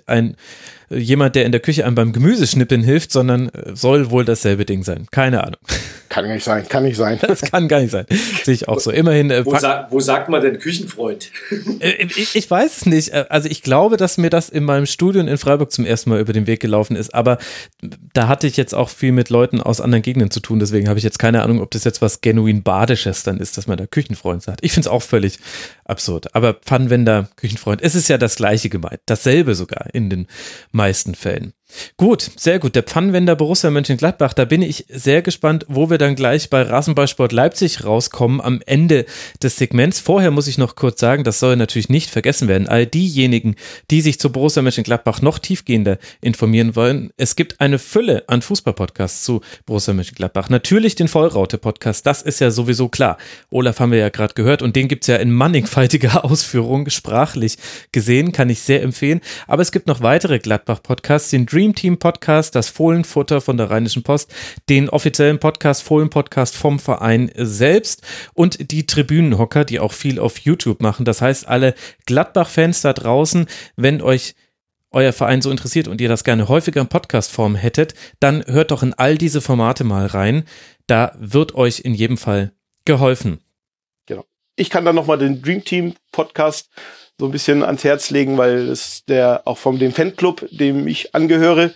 jemand, der in der Küche einem beim Gemüseschnippeln hilft, sondern soll wohl dasselbe Ding sein. Keine Ahnung. Kann nicht sein. Das kann gar nicht sein. Sehe ich auch so. Immerhin. Wo sagt man denn Küchenfreund? Ich weiß es nicht. Also ich glaube, dass mir das in meinem Studium in Freiburg zum ersten Mal über den Weg gelaufen ist. Aber da hatte ich jetzt auch viel mit Leuten aus anderen Gegenden zu tun. Deswegen habe ich jetzt keine Ahnung, ob das jetzt was genuin Badisches dann ist, dass man da Küchenfreund sagt. Ich finde es auch völlig absurd. Aber Pfannenwender, Küchenfreund, es ist ja das Gleiche gemeint. Dasselbe sogar in den meisten Fällen. Gut, sehr gut. Der Pfannenwender Borussia Mönchengladbach, da bin ich sehr gespannt, wo wir dann gleich bei Rasenballsport Leipzig rauskommen am Ende des Segments. Vorher muss ich noch kurz sagen, das soll natürlich nicht vergessen werden. All diejenigen, die sich zu Borussia Mönchengladbach noch tiefgehender informieren wollen, es gibt eine Fülle an Fußballpodcasts zu Borussia Mönchengladbach. Natürlich den Vollraute-Podcast, das ist ja sowieso klar. Olaf haben wir ja gerade gehört und den gibt es ja in mannigfaltiger Ausführung, sprachlich gesehen, kann ich sehr empfehlen. Aber es gibt noch weitere Gladbach-Podcasts, den Dream Team Podcast, das Fohlenfutter von der Rheinischen Post, den offiziellen Podcast, Fohlen-Podcast vom Verein selbst und die Tribünenhocker, die auch viel auf YouTube machen. Das heißt, alle Gladbach-Fans da draußen, wenn euch euer Verein so interessiert und ihr das gerne häufiger in Podcast-Form hättet, dann hört doch in all diese Formate mal rein. Da wird euch in jedem Fall geholfen. Genau. Ich kann dann nochmal den Dream Team Podcast so ein bisschen ans Herz legen, weil es der auch dem Fanclub, dem ich angehöre,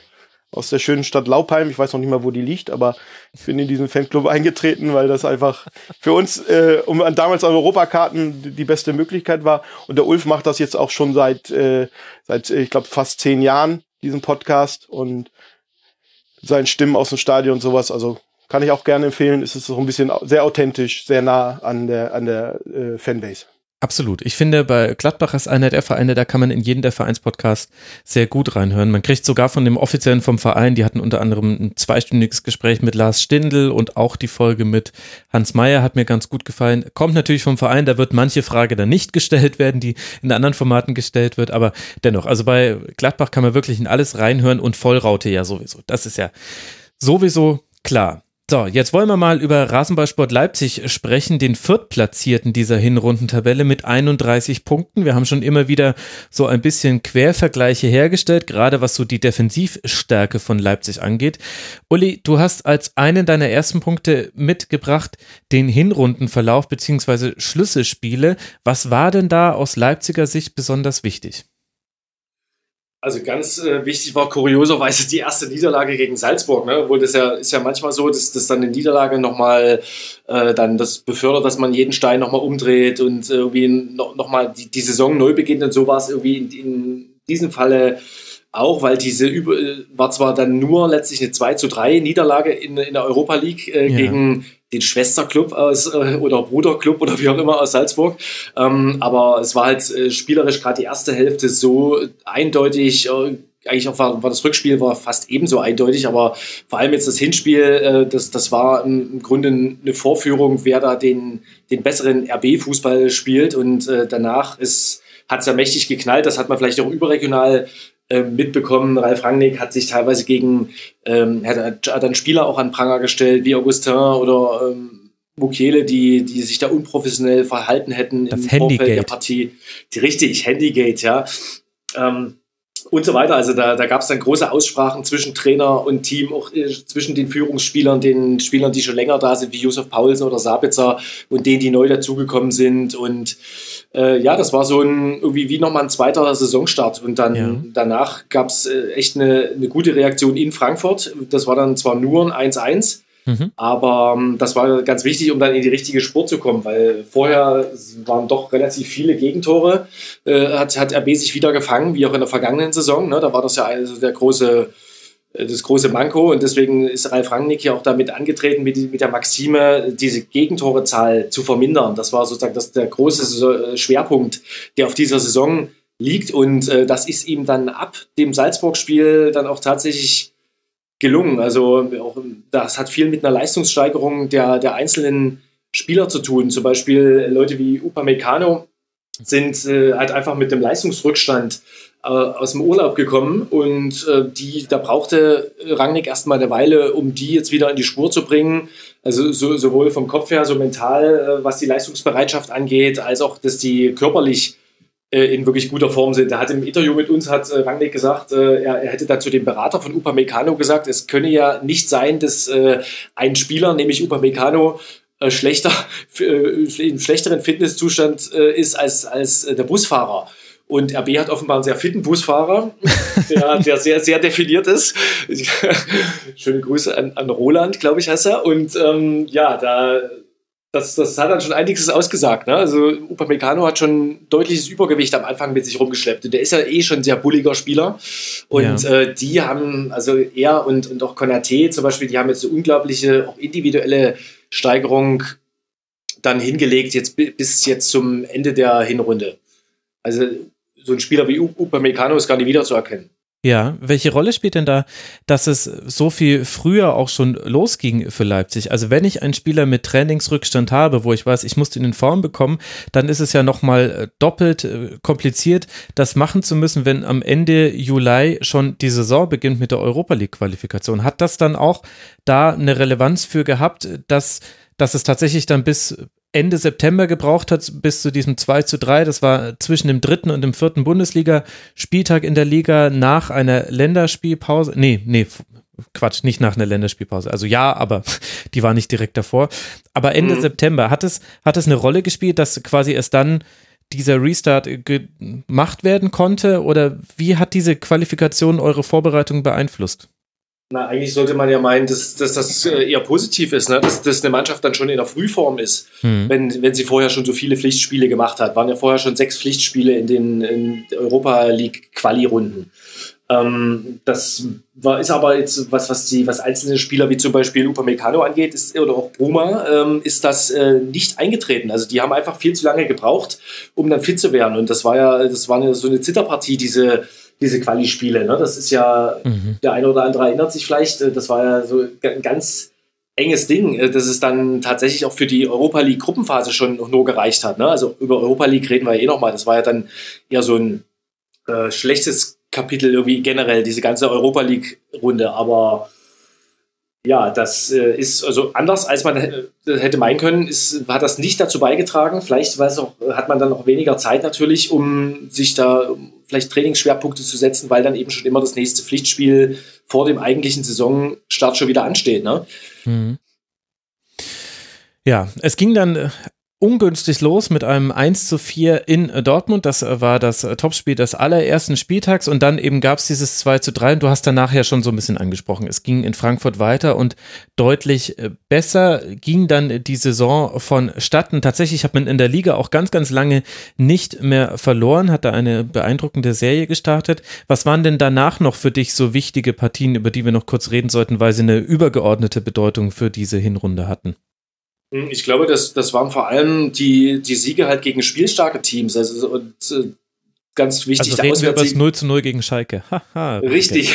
aus der schönen Stadt Laupheim. Ich weiß noch nicht mal, wo die liegt, aber ich bin in diesen Fanclub eingetreten, weil das einfach für uns damals an Europakarten die beste Möglichkeit war. Und der Ulf macht das jetzt auch schon seit ich glaube, fast 10 Jahren, diesen Podcast, und seinen Stimmen aus dem Stadion und sowas. Also kann ich auch gerne empfehlen. Es ist so ein bisschen sehr authentisch, sehr nah an der Fanbase. Absolut. Ich finde, bei Gladbach ist einer der Vereine, da kann man in jeden der Vereinspodcasts sehr gut reinhören. Man kriegt sogar von dem Offiziellen vom Verein, die hatten unter anderem ein 2-stündiges Gespräch mit Lars Stindl und auch die Folge mit Hans Meyer hat mir ganz gut gefallen. Kommt natürlich vom Verein, da wird manche Frage dann nicht gestellt werden, die in anderen Formaten gestellt wird, aber dennoch, also bei Gladbach kann man wirklich in alles reinhören und Vollraute ja sowieso. Das ist ja sowieso klar. So, jetzt wollen wir mal über Rasenballsport Leipzig sprechen, den Viertplatzierten dieser Hinrundentabelle mit 31 Punkten. Wir haben schon immer wieder so ein bisschen Quervergleiche hergestellt, gerade was so die Defensivstärke von Leipzig angeht. Uli, du hast als einen deiner ersten Punkte mitgebracht den Hinrundenverlauf bzw. Schlüsselspiele. Was war denn da aus Leipziger Sicht besonders wichtig? Also ganz wichtig war kurioserweise die erste Niederlage gegen Salzburg, ne? Obwohl das ist ja manchmal so, dass dann eine Niederlage nochmal dann das befördert, dass man jeden Stein nochmal umdreht und irgendwie nochmal die Saison neu beginnt, und so war es irgendwie in diesem Falle auch, weil war zwar dann nur letztlich eine 2:3 Niederlage in der Europa League gegen den Schwesterclub oder Bruderclub oder wie auch immer aus Salzburg. Aber es war halt spielerisch gerade die erste Hälfte so eindeutig. Eigentlich auch war das Rückspiel war fast ebenso eindeutig, aber vor allem jetzt das Hinspiel, das war im Grunde eine Vorführung, wer da den besseren RB-Fußball spielt. Und danach hat es ja mächtig geknallt. Das hat man vielleicht auch überregional mitbekommen. Ralf Rangnick hat sich teilweise hat dann Spieler auch an Pranger gestellt, wie Augustin oder Mukiele, die sich da unprofessionell verhalten hätten das im Handygate. Vorfeld der Partie. Richtig, Handygate, ja. Und so weiter. Also da gab es dann große Aussprachen zwischen Trainer und Team, auch zwischen den Führungsspielern, den Spielern, die schon länger da sind, wie Josef Paulsen oder Sabitzer, und denen, die neu dazugekommen sind. Und das war so irgendwie wie nochmal ein zweiter Saisonstart. Und dann danach gab es echt eine gute Reaktion in Frankfurt. Das war dann zwar nur ein 1-1, aber das war ganz wichtig, um dann in die richtige Spur zu kommen, weil vorher waren doch relativ viele Gegentore, hat RB sich wieder gefangen, wie auch in der vergangenen Saison, ne? Da war das ja also das große Manko, und deswegen ist Ralf Rangnick ja auch damit angetreten, mit der Maxime, diese Gegentorezahl zu vermindern. Das war sozusagen der große Schwerpunkt, der auf dieser Saison liegt, und das ist ihm dann ab dem Salzburg-Spiel dann auch tatsächlich gelungen. Also das hat viel mit einer Leistungssteigerung der einzelnen Spieler zu tun. Zum Beispiel Leute wie Upamecano sind halt einfach mit dem Leistungsrückstand aus dem Urlaub gekommen, und da brauchte Rangnick erstmal eine Weile, um die jetzt wieder in die Spur zu bringen. Also sowohl vom Kopf her, so mental, was die Leistungsbereitschaft angeht, als auch, dass die körperlich in wirklich guter Form sind. Im Interview mit uns hat Rangnick gesagt, er hätte dazu dem Berater von Upamecano gesagt, es könne ja nicht sein, dass ein Spieler, nämlich Upamecano, im schlechteren Fitnesszustand ist als der Busfahrer. Und RB hat offenbar einen sehr fitten Busfahrer, der sehr, sehr definiert ist. Schöne Grüße an Roland, glaube ich, heißt er. Und das hat dann schon einiges ausgesagt. Ne? Also Upamecano hat schon deutliches Übergewicht am Anfang mit sich rumgeschleppt. Und der ist ja schon ein sehr bulliger Spieler. Und die haben, also er und auch Konaté zum Beispiel, die haben jetzt so unglaubliche, auch individuelle Steigerung dann hingelegt, bis jetzt zum Ende der Hinrunde. Also so ein Spieler wie Upamecano ist gar nicht wiederzuerkennen. Ja, welche Rolle spielt denn da, dass es so viel früher auch schon losging für Leipzig? Also wenn ich einen Spieler mit Trainingsrückstand habe, wo ich weiß, ich muss ihn in Form bekommen, dann ist es ja nochmal doppelt kompliziert, das machen zu müssen, wenn am Ende Juli schon die Saison beginnt mit der Europa-League-Qualifikation. Hat das dann auch da eine Relevanz für gehabt, dass es tatsächlich dann bis Ende September gebraucht hat, bis zu diesem 2:3, das war zwischen dem 3. und dem 4. Bundesliga-Spieltag in der Liga nach einer Länderspielpause, nicht nach einer Länderspielpause, also ja, aber die war nicht direkt davor, aber Ende September, hat es eine Rolle gespielt, dass quasi erst dann dieser Restart gemacht werden konnte, oder wie hat diese Qualifikation eure Vorbereitung beeinflusst? Na, eigentlich sollte man ja meinen, dass das eher positiv ist, ne? Dass eine Mannschaft dann schon in der Frühform ist, wenn sie vorher schon so viele Pflichtspiele gemacht hat. Waren ja vorher schon 6 Pflichtspiele in den Europa League Quali-Runden. Das ist aber jetzt, was einzelne Spieler wie zum Beispiel Upamecano angeht, oder auch Bruma, ist das nicht eingetreten. Also die haben einfach viel zu lange gebraucht, um dann fit zu werden. Und das war so eine Zitterpartie, diese Quali-Spiele, ne? Das ist ja, der eine oder andere erinnert sich vielleicht, das war ja so ein ganz enges Ding, dass es dann tatsächlich auch für die Europa League Gruppenphase schon nur gereicht hat, ne? Also über Europa League reden wir ja eh nochmal, das war ja dann eher so ein schlechtes Kapitel irgendwie generell, diese ganze Europa League Runde, aber ja, das ist also anders, als man hätte meinen können, hat das nicht dazu beigetragen. Vielleicht hat man dann auch weniger Zeit natürlich, um sich da vielleicht Trainingsschwerpunkte zu setzen, weil dann eben schon immer das nächste Pflichtspiel vor dem eigentlichen Saisonstart schon wieder ansteht, ne? Ja, es ging dann ungünstig los mit einem 1:4 in Dortmund. Das war das Topspiel des allerersten Spieltags und dann eben gab es dieses 2:3 und du hast danach ja schon so ein bisschen angesprochen. Es ging in Frankfurt weiter und deutlich besser ging dann die Saison vonstatten. Tatsächlich hat man in der Liga auch ganz, ganz lange nicht mehr verloren, hat da eine beeindruckende Serie gestartet. Was waren denn danach noch für dich so wichtige Partien, über die wir noch kurz reden sollten, weil sie eine übergeordnete Bedeutung für diese Hinrunde hatten? Ich glaube, das waren vor allem die Siege halt gegen spielstarke Teams. Also ganz wichtig. Also reden wir über das 0:0 gegen Schalke. Richtig.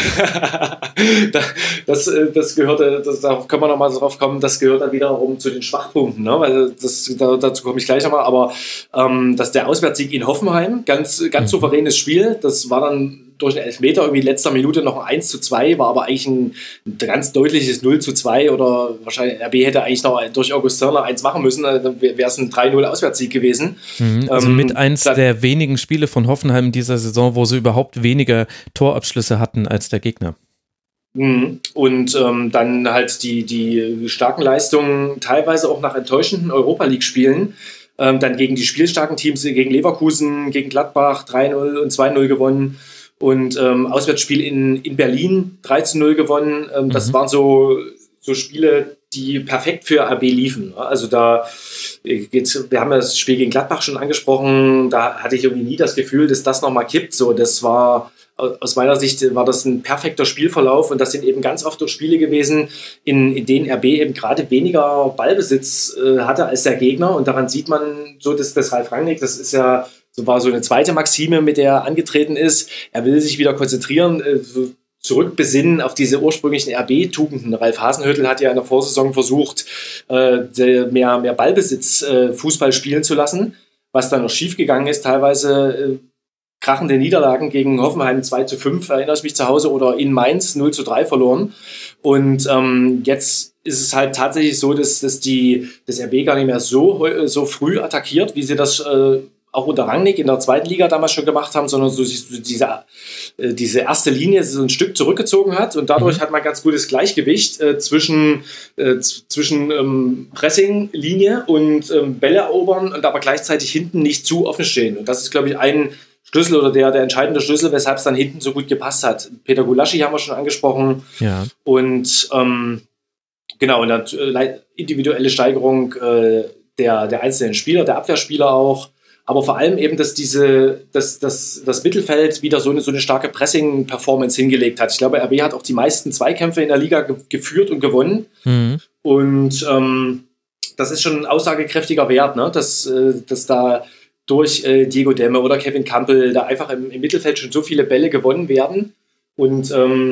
Das gehört, da können wir nochmal drauf kommen, das gehört dann wiederum zu den Schwachpunkten, ne? Weil dazu komme ich gleich nochmal, aber dass der Auswärtssieg in Hoffenheim, ganz souveränes Spiel, das war dann durch einen Elfmeter irgendwie in letzter Minute noch ein 1:2, war aber eigentlich ein ganz deutliches 0:2 oder wahrscheinlich RB hätte eigentlich noch durch Augustin noch 1 machen müssen, dann wäre es ein 3:0 Auswärtssieg gewesen. Also mit eins der wenigen Spiele von Hoffenheim in dieser Saison, wo sie überhaupt weniger Torabschlüsse hatten als der Gegner. Und dann halt die starken Leistungen, teilweise auch nach enttäuschenden Europa-League-Spielen, dann gegen die spielstarken Teams, gegen Leverkusen, gegen Gladbach 3:0 und 2:0 gewonnen. Und Auswärtsspiel in Berlin 3:0 gewonnen. Das waren so Spiele, die perfekt für RB liefen. Also wir haben das Spiel gegen Gladbach schon angesprochen, da hatte ich irgendwie nie das Gefühl, dass das nochmal kippt. So, das war, aus meiner Sicht war das ein perfekter Spielverlauf und das sind eben ganz oft Spiele gewesen, in denen RB eben gerade weniger Ballbesitz hatte als der Gegner. Und daran sieht man so, dass das Ralf Rangnick, das ist ja war so eine zweite Maxime, mit der er angetreten ist. Er will sich wieder konzentrieren, zurückbesinnen auf diese ursprünglichen RB-Tugenden. Ralf Hasenhüttl hat ja in der Vorsaison versucht, mehr Ballbesitz Fußball spielen zu lassen, was dann noch schiefgegangen ist. Teilweise krachende Niederlagen gegen Hoffenheim 2:5, erinnere ich mich zu Hause, oder in Mainz 0:3 verloren. Und jetzt ist es halt tatsächlich so, dass RB gar nicht mehr so früh attackiert, wie sie das auch unter Rangnick in der zweiten Liga damals schon gemacht haben, sondern so diese erste Linie so ein Stück zurückgezogen hat und dadurch hat man ganz gutes Gleichgewicht zwischen Pressinglinie und Bälle erobern und aber gleichzeitig hinten nicht zu offen stehen. Und das ist, glaube ich, ein Schlüssel oder der entscheidende Schlüssel, weshalb es dann hinten so gut gepasst hat. Peter Gulaschi haben wir schon angesprochen. Ja. Und genau, und dann individuelle Steigerung der einzelnen Spieler, der Abwehrspieler auch. Aber vor allem eben, dass das Mittelfeld wieder so eine starke Pressing-Performance hingelegt hat. Ich glaube, RB hat auch die meisten Zweikämpfe in der Liga geführt und gewonnen. Und das ist schon ein aussagekräftiger Wert, ne? Dass da durch Diego Demme oder Kevin Campbell da einfach im Mittelfeld schon so viele Bälle gewonnen werden. Und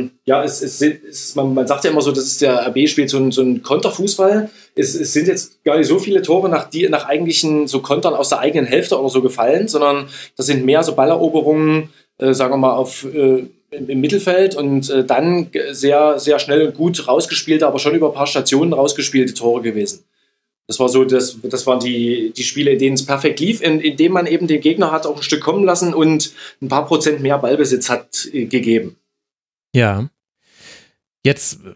man sagt ja immer so, das ist der RB spielt so ein Konterfußball. Es sind jetzt gar nicht so viele Tore nach eigentlichen so Kontern aus der eigenen Hälfte oder so gefallen, sondern das sind mehr so Balleroberungen, sagen wir mal, im Mittelfeld und dann sehr, sehr schnell und gut rausgespielte, aber schon über ein paar Stationen rausgespielte Tore gewesen. Das war so, das waren die Spiele, in denen es perfekt lief, in denen man eben den Gegner hat auch ein Stück kommen lassen und ein paar Prozent mehr Ballbesitz hat gegeben. Ja, jetzt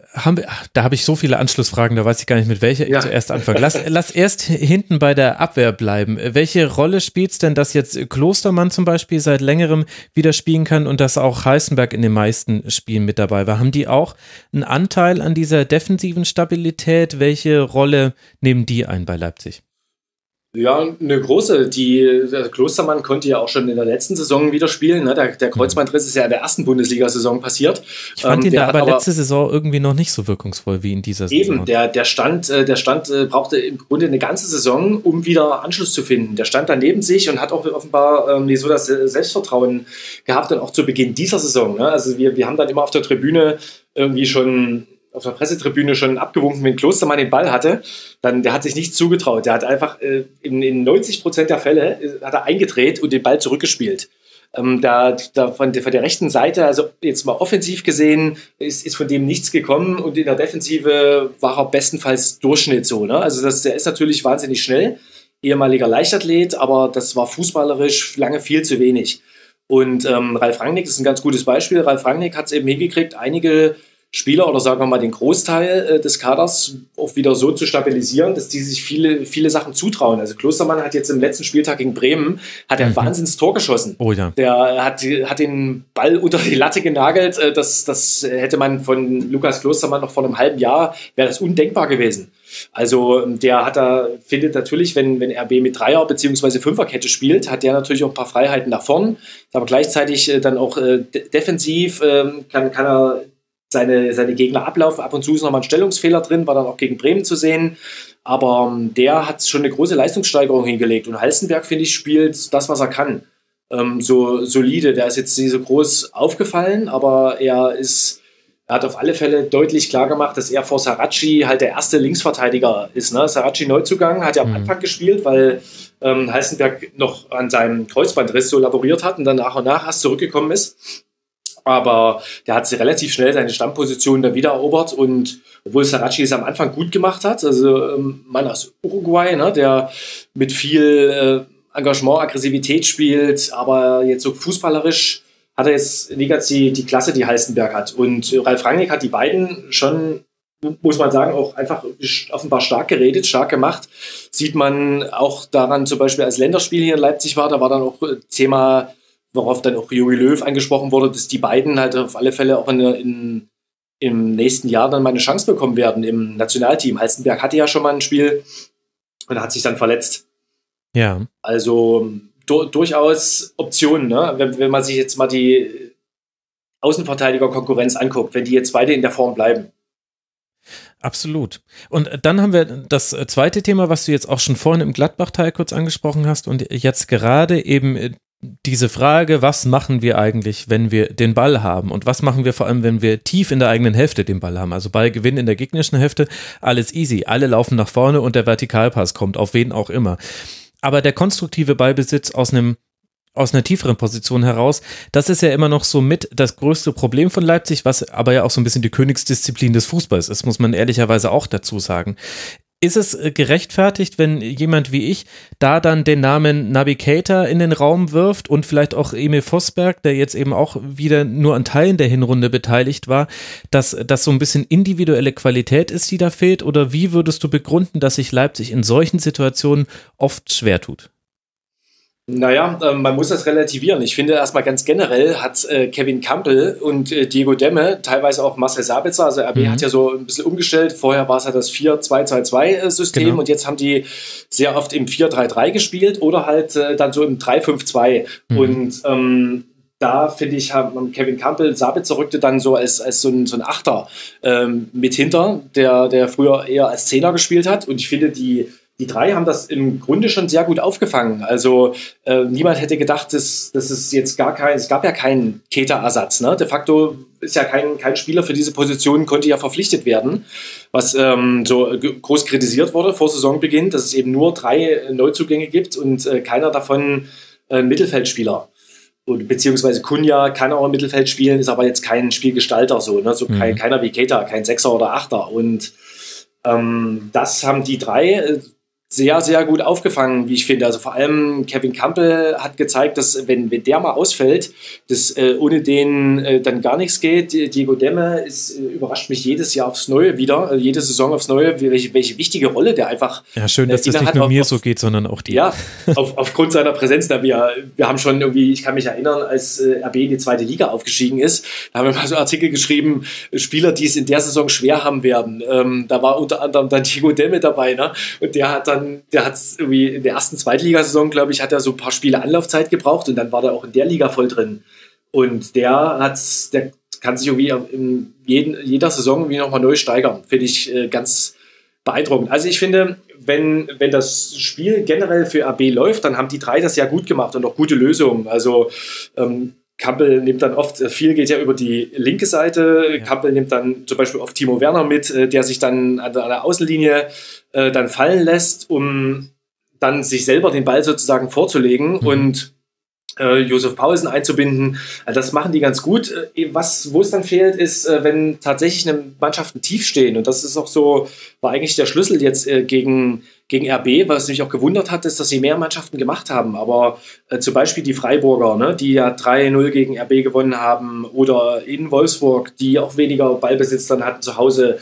da habe ich so viele Anschlussfragen, da weiß ich gar nicht, mit welcher ich zuerst anfange. Lass erst hinten bei der Abwehr bleiben. Welche Rolle spielt es denn, dass jetzt Klostermann zum Beispiel seit längerem wieder spielen kann und dass auch Heißenberg in den meisten Spielen mit dabei war? Haben die auch einen Anteil an dieser defensiven Stabilität? Welche Rolle nehmen die ein bei Leipzig? Ja, eine große. Der Klostermann konnte ja auch schon in der letzten Saison wieder spielen. Ne? Der Kreuzbandriss ist ja in der ersten Bundesliga-Saison passiert. Ich fand ihn da aber letzte Saison irgendwie noch nicht so wirkungsvoll wie in dieser Saison. Eben, der Stand brauchte im Grunde eine ganze Saison, um wieder Anschluss zu finden. Der stand da neben sich und hat auch offenbar nicht so das Selbstvertrauen gehabt, dann auch zu Beginn dieser Saison. Ne? Also wir haben dann immer auf der Tribüne irgendwie schon auf der Pressetribüne schon abgewunken, wenn Klostermann den Ball hatte, der hat sich nichts zugetraut. Der hat einfach in 90% der Fälle hat er eingedreht und den Ball zurückgespielt. Von der rechten Seite, also jetzt mal offensiv gesehen, ist von dem nichts gekommen und in der Defensive war er bestenfalls Durchschnitt so. Ne? Also der ist natürlich wahnsinnig schnell, ehemaliger Leichtathlet, aber das war fußballerisch lange viel zu wenig. Und Ralf Rangnick ist ein ganz gutes Beispiel. Ralf Rangnick hat es eben hingekriegt, einige Spieler oder sagen wir mal den Großteil des Kaders auch wieder so zu stabilisieren, dass die sich viele Sachen zutrauen. Also Klostermann hat jetzt im letzten Spieltag gegen Bremen ein Wahnsinns-Tor geschossen. Oh ja. Der hat den Ball unter die Latte genagelt. Das hätte man von Lukas Klostermann noch vor einem halben Jahr, wäre das undenkbar gewesen. Also der findet natürlich, wenn RB mit Dreier- bzw. Fünferkette spielt, hat der natürlich auch ein paar Freiheiten nach vorn. Aber gleichzeitig dann auch defensiv kann er seine Gegner ablaufen. Ab und zu ist nochmal ein Stellungsfehler drin, war dann auch gegen Bremen zu sehen. Aber der hat schon eine große Leistungssteigerung hingelegt. Und Halstenberg, finde ich, spielt das, was er kann. So solide. Der ist jetzt nicht so groß aufgefallen, aber er hat auf alle Fälle deutlich klar gemacht, dass er vor Saracchi halt der erste Linksverteidiger ist. Ne? Saracchi Neuzugang hat ja am Anfang gespielt, weil Halstenberg noch an seinem Kreuzbandriss so laboriert hat und dann nach und nach erst zurückgekommen ist. Aber der hat relativ schnell seine Stammposition da wieder erobert und obwohl Saracchi es am Anfang gut gemacht hat, also Mann aus Uruguay, ne, der mit viel Engagement, Aggressivität spielt, aber jetzt so fußballerisch hat er jetzt die Klasse, die Halstenberg hat. Und Ralf Rangnick hat die beiden schon, muss man sagen, auch einfach offenbar stark geredet, stark gemacht. Sieht man auch daran, zum Beispiel als Länderspiel hier in Leipzig war, da war dann auch Thema, worauf dann auch Jogi Löw angesprochen wurde, dass die beiden halt auf alle Fälle auch im nächsten Jahr dann mal eine Chance bekommen werden im Nationalteam. Halstenberg hatte ja schon mal ein Spiel und hat sich dann verletzt. Ja. Also durchaus Optionen, ne? Wenn man sich jetzt mal die Außenverteidiger-Konkurrenz anguckt, wenn die jetzt beide in der Form bleiben. Absolut. Und dann haben wir das zweite Thema, was du jetzt auch schon vorhin im Gladbach-Teil kurz angesprochen hast und jetzt gerade eben diese Frage, was machen wir eigentlich, wenn wir den Ball haben und was machen wir vor allem, wenn wir tief in der eigenen Hälfte den Ball haben, also Ballgewinn in der gegnerischen Hälfte, alles easy, alle laufen nach vorne und der Vertikalpass kommt, auf wen auch immer. Aber der konstruktive Ballbesitz aus einer tieferen Position heraus, das ist ja immer noch so mit das größte Problem von Leipzig, was aber ja auch so ein bisschen die Königsdisziplin des Fußballs ist, muss man ehrlicherweise auch dazu sagen. Ist es gerechtfertigt, wenn jemand wie ich da dann den Namen Naby Keita in den Raum wirft und vielleicht auch Emil Vosberg, der jetzt eben auch wieder nur an Teilen der Hinrunde beteiligt war, dass das so ein bisschen individuelle Qualität ist, die da fehlt? Oder wie würdest du begründen, dass sich Leipzig in solchen Situationen oft schwer tut? Naja, man muss das relativieren. Ich finde erstmal ganz generell hat Kevin Campbell und Diego Demme, teilweise auch Marcel Sabitzer, also RB hat ja so ein bisschen umgestellt. Vorher war es ja das 4-2-2-2-System genau. Und jetzt haben die sehr oft im 4-3-3 gespielt oder halt dann so im 3-5-2. Und da finde ich, haben Kevin Campbell, Sabitzer rückte dann so als so ein Achter mit hinter, der früher eher als Zehner gespielt hat. Und ich finde, die drei haben das im Grunde schon sehr gut aufgefangen. Also niemand hätte gedacht, dass es jetzt es gab ja keinen Keita-Ersatz. Ne? De facto ist ja kein Spieler für diese Position, konnte ja verpflichtet werden, was so groß kritisiert wurde vor Saisonbeginn, dass es eben nur 3 Neuzugänge gibt und keiner davon Mittelfeldspieler. Beziehungsweise Cunha kann auch im Mittelfeld spielen, ist aber jetzt kein Spielgestalter, keiner wie Keita, kein Sechser oder Achter. Und das haben die drei sehr, sehr gut aufgefangen, wie ich finde. Also vor allem Kevin Campbell hat gezeigt, dass wenn der mal ausfällt, dass ohne den dann gar nichts geht. Diego Demme überrascht mich jedes Jahr aufs Neue wieder, jede Saison aufs Neue, welche wichtige Rolle der einfach schön, dass das nicht nur mir so geht, sondern auch dir. Ja, aufgrund seiner Präsenz. Wir haben schon irgendwie, ich kann mich erinnern, als RB in die 2. Liga aufgestiegen ist, da haben wir mal so Artikel geschrieben, Spieler, die es in der Saison schwer haben werden. Da war unter anderem dann Diego Demme dabei, ne? Und der hat irgendwie in der ersten Zweitligasaison, glaube ich, hat er so ein paar Spiele Anlaufzeit gebraucht und dann war der auch in der Liga voll drin. Und der kann sich irgendwie in jeder Saison irgendwie nochmal neu steigern. Finde ich ganz beeindruckend. Also ich finde, wenn das Spiel generell für RB läuft, dann haben die 3 das ja gut gemacht und auch gute Lösungen. Also Campbell nimmt dann oft, viel geht ja über die linke Seite. Ja. Campbell nimmt dann zum Beispiel oft Timo Werner mit, der sich dann an der Außenlinie dann fallen lässt, um dann sich selber den Ball sozusagen vorzulegen und Josef Paulsen einzubinden. Also das machen die ganz gut. Wo es dann fehlt, ist, wenn tatsächlich eine Mannschaften tief stehen. Und das ist auch so, war eigentlich der Schlüssel jetzt gegen RB, was mich auch gewundert hat, ist, dass sie mehr Mannschaften gemacht haben. Aber zum Beispiel die Freiburger, ne, die ja 3-0 gegen RB gewonnen haben, oder in Wolfsburg, die auch weniger Ballbesitz dann hatten zu Hause.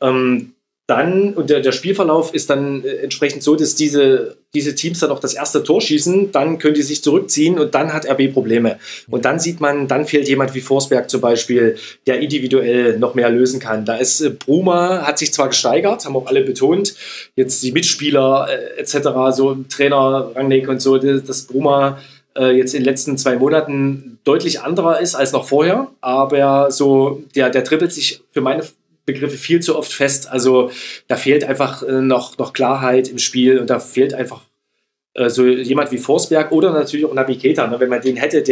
Und der Spielverlauf ist dann entsprechend so, dass diese Teams dann auch das erste Tor schießen, dann können die sich zurückziehen und dann hat RB Probleme. Und dann sieht man, dann fehlt jemand wie Forsberg zum Beispiel, der individuell noch mehr lösen kann. Da ist Bruma, hat sich zwar gesteigert, haben auch alle betont, jetzt die Mitspieler etc., so Trainer Rangnick und so, dass Bruma jetzt in den letzten 2 Monaten deutlich anderer ist als noch vorher, aber so der trippelt sich für meine Begriffe viel zu oft fest. Also da fehlt einfach noch Klarheit im Spiel und da fehlt einfach so jemand wie Forsberg oder natürlich auch Naby Keita. Ne? Wenn man den hätte,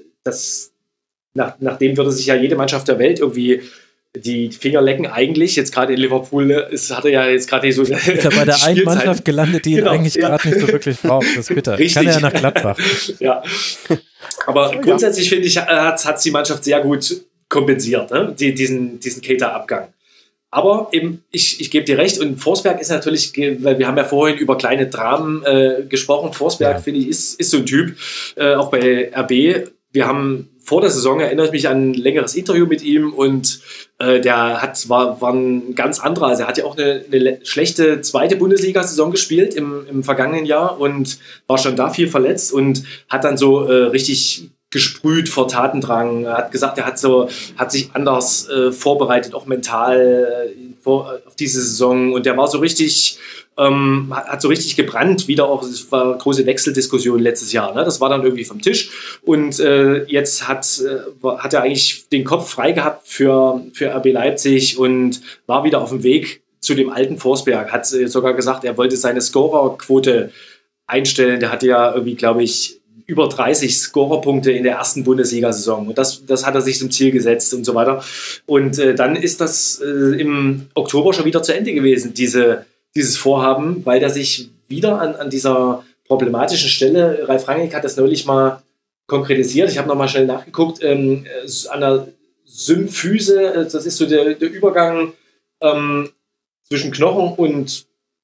nach dem würde sich ja jede Mannschaft der Welt irgendwie die Finger lecken eigentlich. Jetzt gerade in Liverpool hat er ja jetzt gerade nicht so... Ist er bei der einen Mannschaft gelandet, die ihn eigentlich gerade nicht so wirklich braucht. Das ist bitter. Richtig. Kann er ja nach Gladbach. Ja. Aber grundsätzlich finde ich, hat die Mannschaft sehr gut kompensiert, ne? diesen Keita-Abgang. Aber eben, ich gebe dir recht, und Forsberg ist natürlich, weil wir haben ja vorhin über kleine Dramen gesprochen, Forsberg, finde ich, ist so ein Typ, auch bei RB. Wir haben vor der Saison, erinnere ich mich an ein längeres Interview mit ihm, und der war ein ganz anderer. Also er hat ja auch eine schlechte 2. Bundesliga-Saison gespielt im vergangenen Jahr und war schon da viel verletzt und hat dann so richtig gesprüht vor Tatendrang. Er hat gesagt, er hat sich anders vorbereitet, auch mental auf diese Saison, und der war so richtig, hat so richtig gebrannt, wieder auch, es war eine große Wechseldiskussion letztes Jahr, ne? Das war dann irgendwie vom Tisch, und jetzt hat er eigentlich den Kopf frei gehabt für RB Leipzig und war wieder auf dem Weg zu dem alten Forsberg, hat sogar gesagt, er wollte seine Scorerquote einstellen. Der hatte ja irgendwie, glaube ich, über 30 Scorerpunkte in der ersten Bundesliga-Saison. Und das hat er sich zum Ziel gesetzt und so weiter. Und dann ist das im Oktober schon wieder zu Ende gewesen, dieses Vorhaben, weil der sich wieder an dieser problematischen Stelle, Ralf Rangnick hat das neulich mal konkretisiert, ich habe nochmal schnell nachgeguckt, an der Symphyse, das ist so der Übergang zwischen Knochen und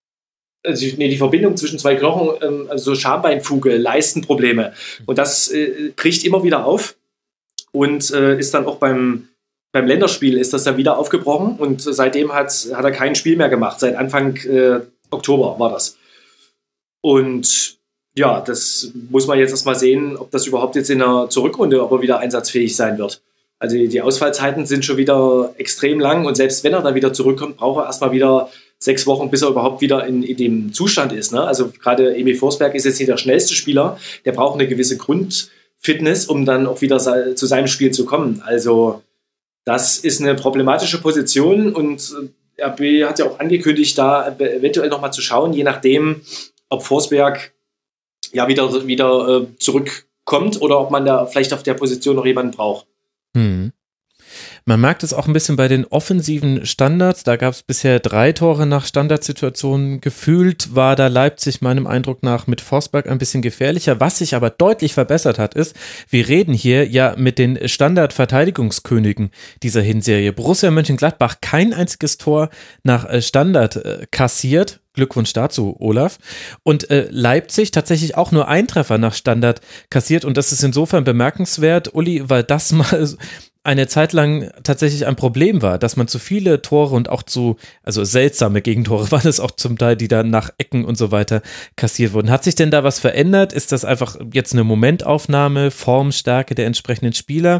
die Verbindung zwischen 2 Knochen, also Schambeinfuge, Leistenprobleme. Und das bricht immer wieder auf und ist dann auch beim Länderspiel ist das dann wieder aufgebrochen, und seitdem hat er kein Spiel mehr gemacht. Seit Anfang Oktober war das. Und ja, das muss man jetzt erstmal sehen, ob das überhaupt jetzt in der Rückrunde aber wieder einsatzfähig sein wird. Also die Ausfallzeiten sind schon wieder extrem lang, und selbst wenn er dann wieder zurückkommt, braucht er erstmal wieder 6 Wochen, bis er überhaupt wieder in dem Zustand ist. Ne? Also gerade Emil Forsberg ist jetzt nicht der schnellste Spieler, der braucht eine gewisse Grundfitness, um dann auch wieder zu seinem Spiel zu kommen. Also das ist eine problematische Position, und RB hat ja auch angekündigt, da eventuell nochmal zu schauen, je nachdem, ob Forsberg ja wieder zurückkommt oder ob man da vielleicht auf der Position noch jemanden braucht. Man merkt es auch ein bisschen bei den offensiven Standards. Da gab es bisher 3 Tore nach Standardsituationen. Gefühlt war da Leipzig meinem Eindruck nach mit Forsberg ein bisschen gefährlicher. Was sich aber deutlich verbessert hat, ist, wir reden hier ja mit den Standardverteidigungskönigen dieser Hinserie. Borussia Mönchengladbach kein einziges Tor nach Standard kassiert. Glückwunsch dazu, Olaf. Und Leipzig tatsächlich auch nur ein Treffer nach Standard kassiert und das ist insofern bemerkenswert, Uli, weil das mal eine Zeit lang tatsächlich ein Problem war, dass man zu viele Tore und auch also seltsame Gegentore waren es auch zum Teil, die dann nach Ecken und so weiter kassiert wurden. Hat sich denn da was verändert? Ist das einfach jetzt eine Momentaufnahme, Formstärke der entsprechenden Spieler?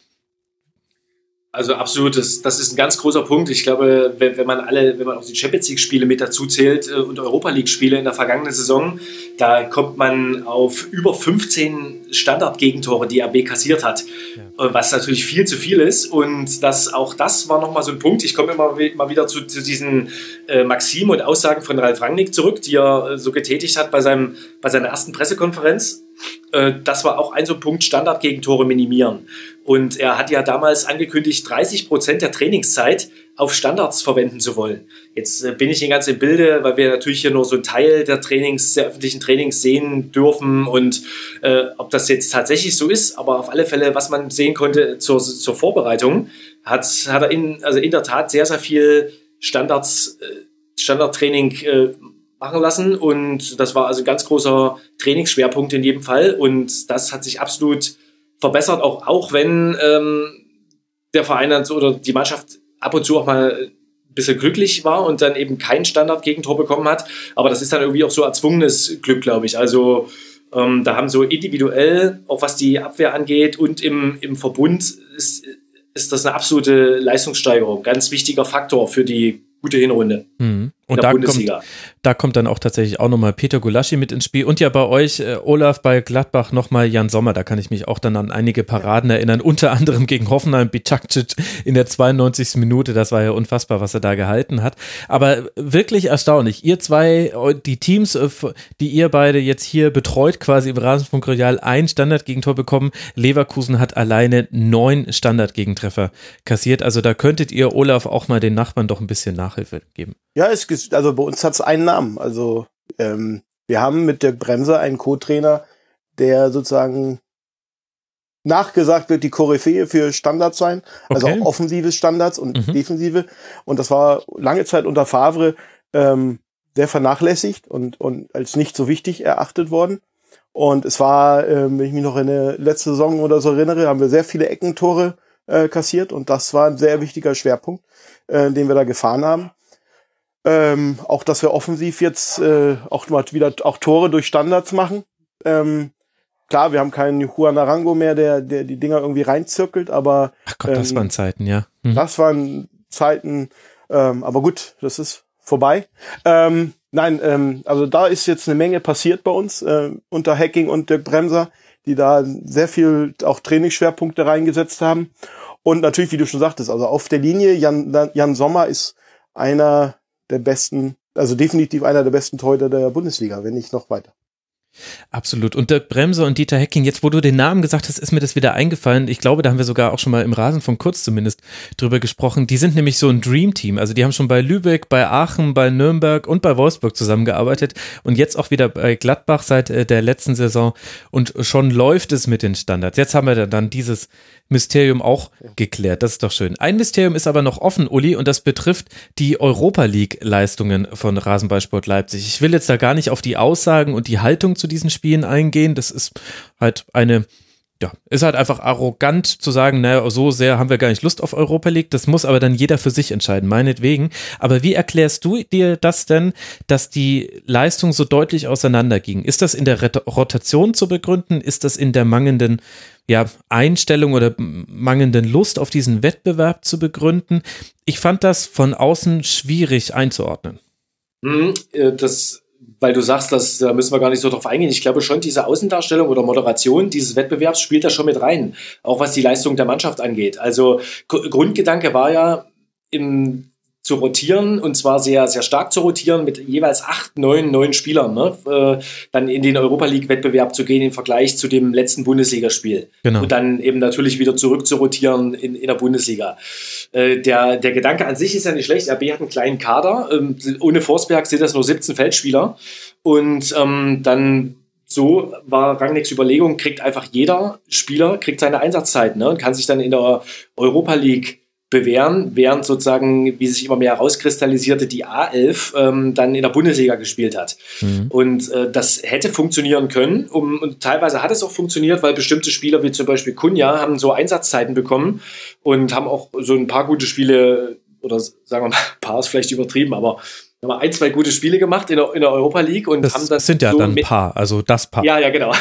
Also absolut, das ist ein ganz großer Punkt. Ich glaube, wenn man auch die Champions League-Spiele mit dazu zählt und Europa League-Spiele in der vergangenen Saison, da kommt man auf über 15 Standard-Gegentore, die RB kassiert hat, was natürlich viel zu viel ist. Und das war nochmal so ein Punkt. Ich komme immer mal wieder zu diesen Maximen und Aussagen von Ralf Rangnick zurück, die er so getätigt hat bei seiner ersten Pressekonferenz. Das war auch ein so ein Punkt, Standard-Gegentore minimieren. Und er hat ja damals angekündigt, 30% der Trainingszeit auf Standards verwenden zu wollen. Jetzt bin ich nicht ganz im Bilde, weil wir natürlich hier nur so einen Teil der öffentlichen Trainings sehen dürfen und ob das jetzt tatsächlich so ist, aber auf alle Fälle, was man sehen konnte zur Vorbereitung, hat er in der Tat sehr, sehr viel Standardtraining machen lassen und das war also ein ganz großer Trainingsschwerpunkt in jedem Fall und das hat sich absolut verbessert, auch wenn der Verein oder die Mannschaft ab und zu auch mal ein bisschen glücklich war und dann eben kein Standard-Gegentor bekommen hat, aber das ist dann irgendwie auch so erzwungenes Glück, glaube ich, also da haben so individuell, auch was die Abwehr angeht und im Verbund ist das eine absolute Leistungssteigerung, ganz wichtiger Faktor für die gute Hinrunde. Und da kommt dann auch tatsächlich auch nochmal Peter Gulaschi mit ins Spiel und ja bei euch, Olaf, bei Gladbach nochmal Jan Sommer, da kann ich mich auch dann an einige Paraden erinnern, unter anderem gegen Hoffenheim, Bicakcic in der 92. Minute, das war ja unfassbar, was er da gehalten hat, aber wirklich erstaunlich, ihr zwei, die Teams, die ihr beide jetzt hier betreut, quasi im Rasenfunk Royal, ein Standardgegentor bekommen, Leverkusen hat alleine 9 Standardgegentreffer kassiert, also da könntet ihr, Olaf, auch mal den Nachbarn doch ein bisschen Nachhilfe geben. Ja, also bei uns hat es einen Namen. Also wir haben mit Dirk Bremser einen Co-Trainer, der sozusagen nachgesagt wird, die Koryphäe für Standards sein. Also auch offensive Standards und defensive. Und das war lange Zeit unter Favre sehr vernachlässigt und als nicht so wichtig erachtet worden. Und es war, wenn ich mich noch in eine letzte Saison oder so erinnere, haben wir sehr viele Eckentore kassiert. Und das war ein sehr wichtiger Schwerpunkt, den wir da gefahren haben. Auch, dass wir offensiv jetzt auch mal wieder auch Tore durch Standards machen. Klar, wir haben keinen Juan Arango mehr, der die Dinger irgendwie reinzirkelt, aber ach Gott, das waren Zeiten, ja. Das waren Zeiten, aber gut, das ist vorbei. Also da ist jetzt eine Menge passiert bei uns unter Hacking und Dirk Bremser, die da sehr viel auch Trainingsschwerpunkte reingesetzt haben. Und natürlich, wie du schon sagtest, also auf der Linie, Jan Sommer ist einer der besten, also definitiv einer der besten Torhüter der Bundesliga, wenn nicht noch weiter. Absolut. Und Dirk Bremser und Dieter Hecking, jetzt wo du den Namen gesagt hast, ist mir das wieder eingefallen. Ich glaube, da haben wir sogar auch schon mal im Rasenfunk kurz zumindest drüber gesprochen. Die sind nämlich so ein Dream-Team. Also die haben schon bei Lübeck, bei Aachen, bei Nürnberg und bei Wolfsburg zusammengearbeitet und jetzt auch wieder bei Gladbach seit der letzten Saison und schon läuft es mit den Standards. Jetzt haben wir dann dieses Mysterium auch geklärt. Das ist doch schön. Ein Mysterium ist aber noch offen, Uli, und das betrifft die Europa-League-Leistungen von Rasenballsport Leipzig. Ich will jetzt da gar nicht auf die Aussagen und die Haltung zu diesen Spielen eingehen. Das ist halt ist halt einfach arrogant zu sagen, naja, so sehr haben wir gar nicht Lust auf Europa League. Das muss aber dann jeder für sich entscheiden, meinetwegen. Aber wie erklärst du dir das denn, dass die Leistungen so deutlich auseinandergingen? Ist das in der Rotation zu begründen? Ist das in der mangelnden Einstellung oder mangelnden Lust auf diesen Wettbewerb zu begründen? Ich fand das von außen schwierig einzuordnen. Weil du sagst, da müssen wir gar nicht so drauf eingehen. Ich glaube schon, diese Außendarstellung oder Moderation dieses Wettbewerbs spielt da schon mit rein, auch was die Leistung der Mannschaft angeht. Also Grundgedanke war ja, zu rotieren und zwar sehr, sehr stark zu rotieren mit jeweils 8, 9 Spielern, ne? Dann in den Europa-League-Wettbewerb zu gehen im Vergleich zu dem letzten Bundesligaspiel. Genau. Und dann eben natürlich wieder zurück zu rotieren in der Bundesliga. Der Gedanke an sich ist ja nicht schlecht. RB hat einen kleinen Kader. Ohne Forsberg sind das nur 17 Feldspieler. Und dann so war Rangnicks Überlegung, kriegt einfach jeder Spieler seine Einsatzzeit, ne? Und kann sich dann in der Europa League bewähren, während sozusagen, wie sich immer mehr herauskristallisierte, die A11 dann in der Bundesliga gespielt hat. Und das hätte funktionieren können und teilweise hat es auch funktioniert, weil bestimmte Spieler wie zum Beispiel Cunha haben so Einsatzzeiten bekommen und haben auch so ein paar gute Spiele, oder sagen wir mal, ein paar ist vielleicht übertrieben, aber haben wir 1, 2 gute Spiele gemacht in der Europa League und das haben das sind ja so dann ein Paar, also das Paar. Ja, genau.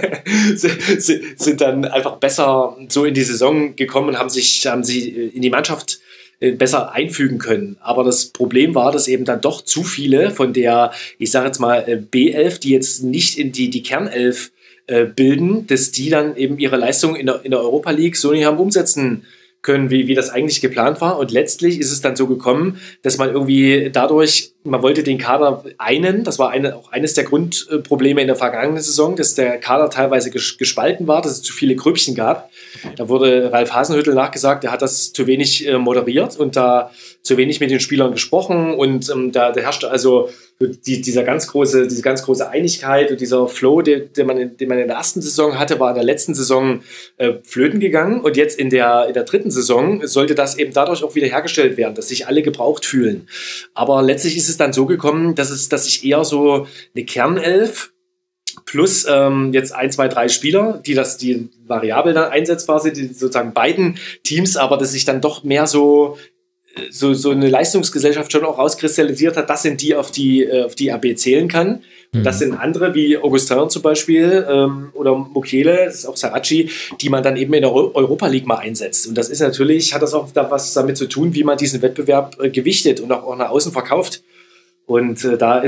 sind dann einfach besser so in die Saison gekommen und haben sie in die Mannschaft besser einfügen können. Aber das Problem war, dass eben dann doch zu viele von der, ich sage jetzt mal B11, die jetzt nicht in die Kernelf bilden, dass die dann eben ihre Leistung in der Europa League so nicht haben umsetzen können, wie das eigentlich geplant war. Und letztlich ist es dann so gekommen, dass man irgendwie dadurch, man wollte den Kader das war auch eines der Grundprobleme in der vergangenen Saison, dass der Kader teilweise gespalten war, dass es zu viele Grüppchen gab. Da wurde Ralf Hasenhüttl nachgesagt, er hat das zu wenig moderiert und da zu wenig mit den Spielern gesprochen und da herrschte also diese ganz große Einigkeit und dieser Flow, den man in der ersten Saison hatte, war in der letzten Saison flöten gegangen und jetzt in der dritten Saison sollte das eben dadurch auch wieder hergestellt werden, dass sich alle gebraucht fühlen. Aber letztlich ist es dann so gekommen, dass sich eher so eine Kernelf plus jetzt 1, 2, 3 Spieler, die variabel dann einsetzbar sind, die sozusagen beiden Teams, aber dass sich dann doch mehr so eine Leistungsgesellschaft schon auch rauskristallisiert hat, das sind die, auf die RB zählen kann. Und das sind andere, wie Augustin zum Beispiel oder Mukiele, das ist auch Saracchi, die man dann eben in der Europa League mal einsetzt. Und das ist natürlich, hat das auch was damit zu tun, wie man diesen Wettbewerb gewichtet und auch nach außen verkauft. Und da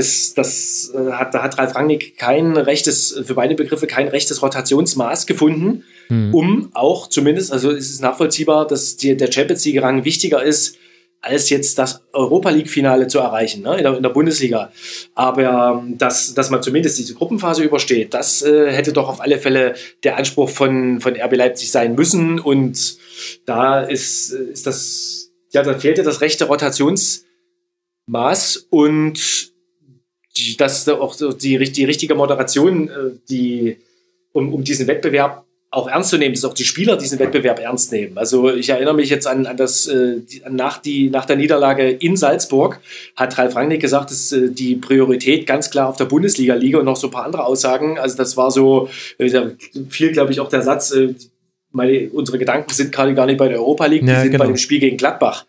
hat Ralf Rangnick für beide Begriffe kein rechtes Rotationsmaß gefunden, um auch zumindest, also ist es nachvollziehbar, dass der Champions-League-Rang wichtiger ist, als jetzt das Europa-League-Finale zu erreichen, ne, in der Bundesliga. Aber dass man zumindest diese Gruppenphase übersteht, das hätte doch auf alle Fälle der Anspruch von RB Leipzig sein müssen. Und da ist das, ja, da fehlte das rechte Rotationsmaß und dass auch die richtige Moderation, um diesen Wettbewerb auch ernst zu nehmen, dass auch die Spieler diesen Wettbewerb ernst nehmen. Also ich erinnere mich jetzt an das nach der Niederlage in Salzburg hat Ralf Rangnick gesagt, dass die Priorität ganz klar auf der Bundesliga liege und noch so ein paar andere Aussagen. Also das war so viel, glaube ich, auch der Satz, unsere Gedanken sind gerade gar nicht bei der Europa League, die sind bei dem Spiel gegen Gladbach.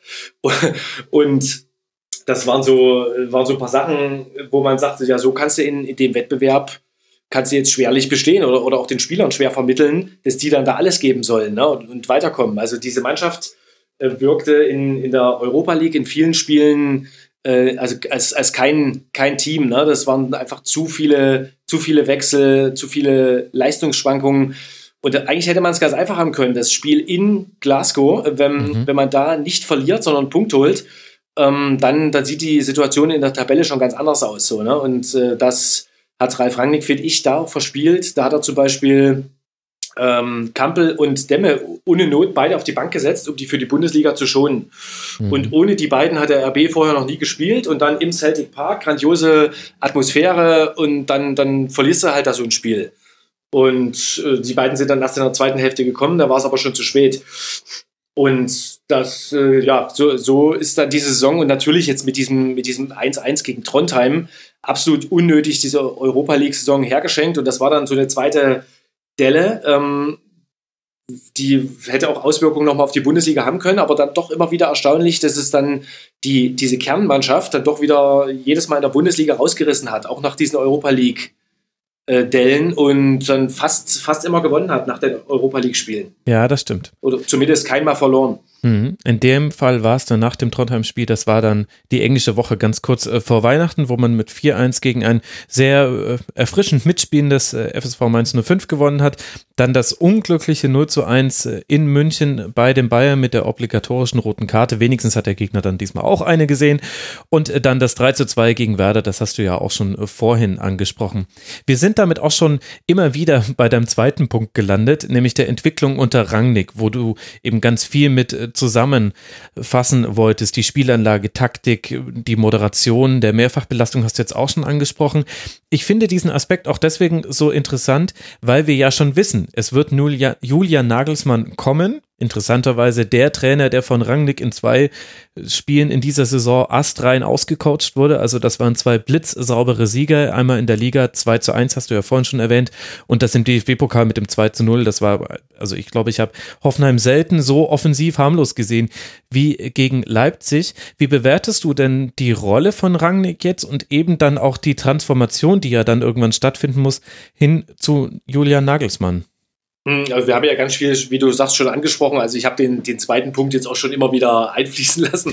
Und das waren so ein paar Sachen, wo man sagte, ja, so kannst du in dem Wettbewerb kannst du jetzt schwerlich bestehen oder auch den Spielern schwer vermitteln, dass die dann da alles geben sollen, ne, und weiterkommen. Also diese Mannschaft wirkte in der Europa League in vielen Spielen also als kein Team. Ne? Das waren einfach zu viele Wechsel, zu viele Leistungsschwankungen. Und eigentlich hätte man es ganz einfach haben können. Das Spiel in Glasgow, wenn man da nicht verliert, sondern einen Punkt holt, dann sieht die Situation in der Tabelle schon ganz anders aus. So, ne? Und das hat Ralf Rangnick, finde ich, da auch verspielt. Da hat er zum Beispiel Kampel und Demme ohne Not beide auf die Bank gesetzt, um die für die Bundesliga zu schonen. Und ohne die beiden hat der RB vorher noch nie gespielt und dann im Celtic Park, grandiose Atmosphäre und dann verlierst du halt da so ein Spiel. Und die beiden sind dann erst in der zweiten Hälfte gekommen, da war es aber schon zu spät. Und das, so ist dann diese Saison und natürlich jetzt mit diesem 1-1 gegen Trondheim absolut unnötig diese Europa-League-Saison hergeschenkt. Und das war dann so eine zweite Delle, die hätte auch Auswirkungen nochmal auf die Bundesliga haben können, aber dann doch immer wieder erstaunlich, dass es dann diese Kernmannschaft dann doch wieder jedes Mal in der Bundesliga rausgerissen hat, auch nach diesen Europa-League-Dellen und dann fast immer gewonnen hat nach den Europa-League-Spielen. Ja, das stimmt. Oder zumindest keinmal verloren. In dem Fall war es dann nach dem Trondheim-Spiel, das war dann die englische Woche ganz kurz vor Weihnachten, wo man mit 4-1 gegen ein sehr erfrischend mitspielendes FSV Mainz 05 gewonnen hat. Dann das unglückliche 0-1 in München bei den Bayern mit der obligatorischen roten Karte. Wenigstens hat der Gegner dann diesmal auch eine gesehen. Und dann das 3-2 gegen Werder, das hast du ja auch schon vorhin angesprochen. Wir sind damit auch schon immer wieder bei deinem zweiten Punkt gelandet, nämlich der Entwicklung unter Rangnick, wo du eben ganz viel mit zusammenfassen wolltest, die Spielanlage, Taktik, die Moderation, der Mehrfachbelastung hast du jetzt auch schon angesprochen. ich finde diesen Aspekt auch deswegen so interessant, weil wir ja schon wissen, es wird Julian Nagelsmann kommen. Interessanterweise der Trainer, der von Rangnick in 2 Spielen in dieser Saison astrein ausgecoacht wurde. Also das waren 2 blitzsaubere Sieger. Einmal in der Liga 2:1, hast du ja vorhin schon erwähnt. Und das im DFB-Pokal mit dem 2:0. Das war, also ich glaube, ich habe Hoffenheim selten so offensiv harmlos gesehen wie gegen Leipzig. Wie bewertest du denn die Rolle von Rangnick jetzt und eben dann auch die Transformation, die ja dann irgendwann stattfinden muss, hin zu Julian Nagelsmann? Also wir haben ja ganz viel, wie du sagst, schon angesprochen. Also ich habe den zweiten Punkt jetzt auch schon immer wieder einfließen lassen.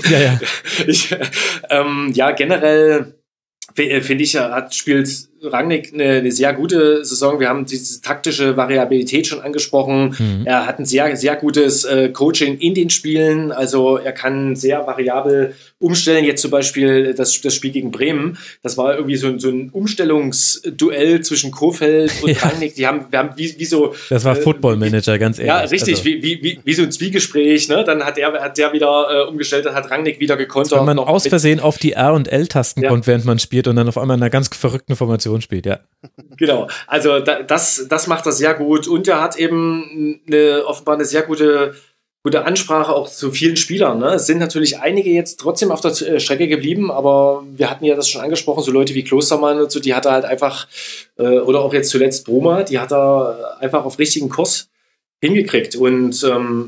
Ja. Generell finde ich, spielt Rangnick eine sehr gute Saison. Wir haben diese taktische Variabilität schon angesprochen. Er hat ein sehr, sehr gutes Coaching in den Spielen. Also er kann sehr variabel umstellen. Jetzt zum Beispiel das Spiel gegen Bremen. Das war irgendwie so ein Umstellungsduell zwischen Kohfeldt und Rangnick. Wir haben wie so... Das war Football-Manager, ganz ehrlich. Ja, richtig. Also. Wie so ein Zwiegespräch. Ne? Dann hat der wieder umgestellt, dann hat Rangnick wieder gekontert. Wenn man aus Versehen auf die R- und L-Tasten kommt, während man spielt und dann auf einmal in einer ganz verrückten Formation spielt, ja. Genau, also das macht er sehr gut und er hat eben offenbar eine sehr gute Ansprache auch zu vielen Spielern. Ne? Es sind natürlich einige jetzt trotzdem auf der Strecke geblieben, aber wir hatten ja das schon angesprochen, so Leute wie Klostermann und so, die hat er halt einfach, oder auch jetzt zuletzt Bruma, die hat er einfach auf richtigen Kurs hingekriegt und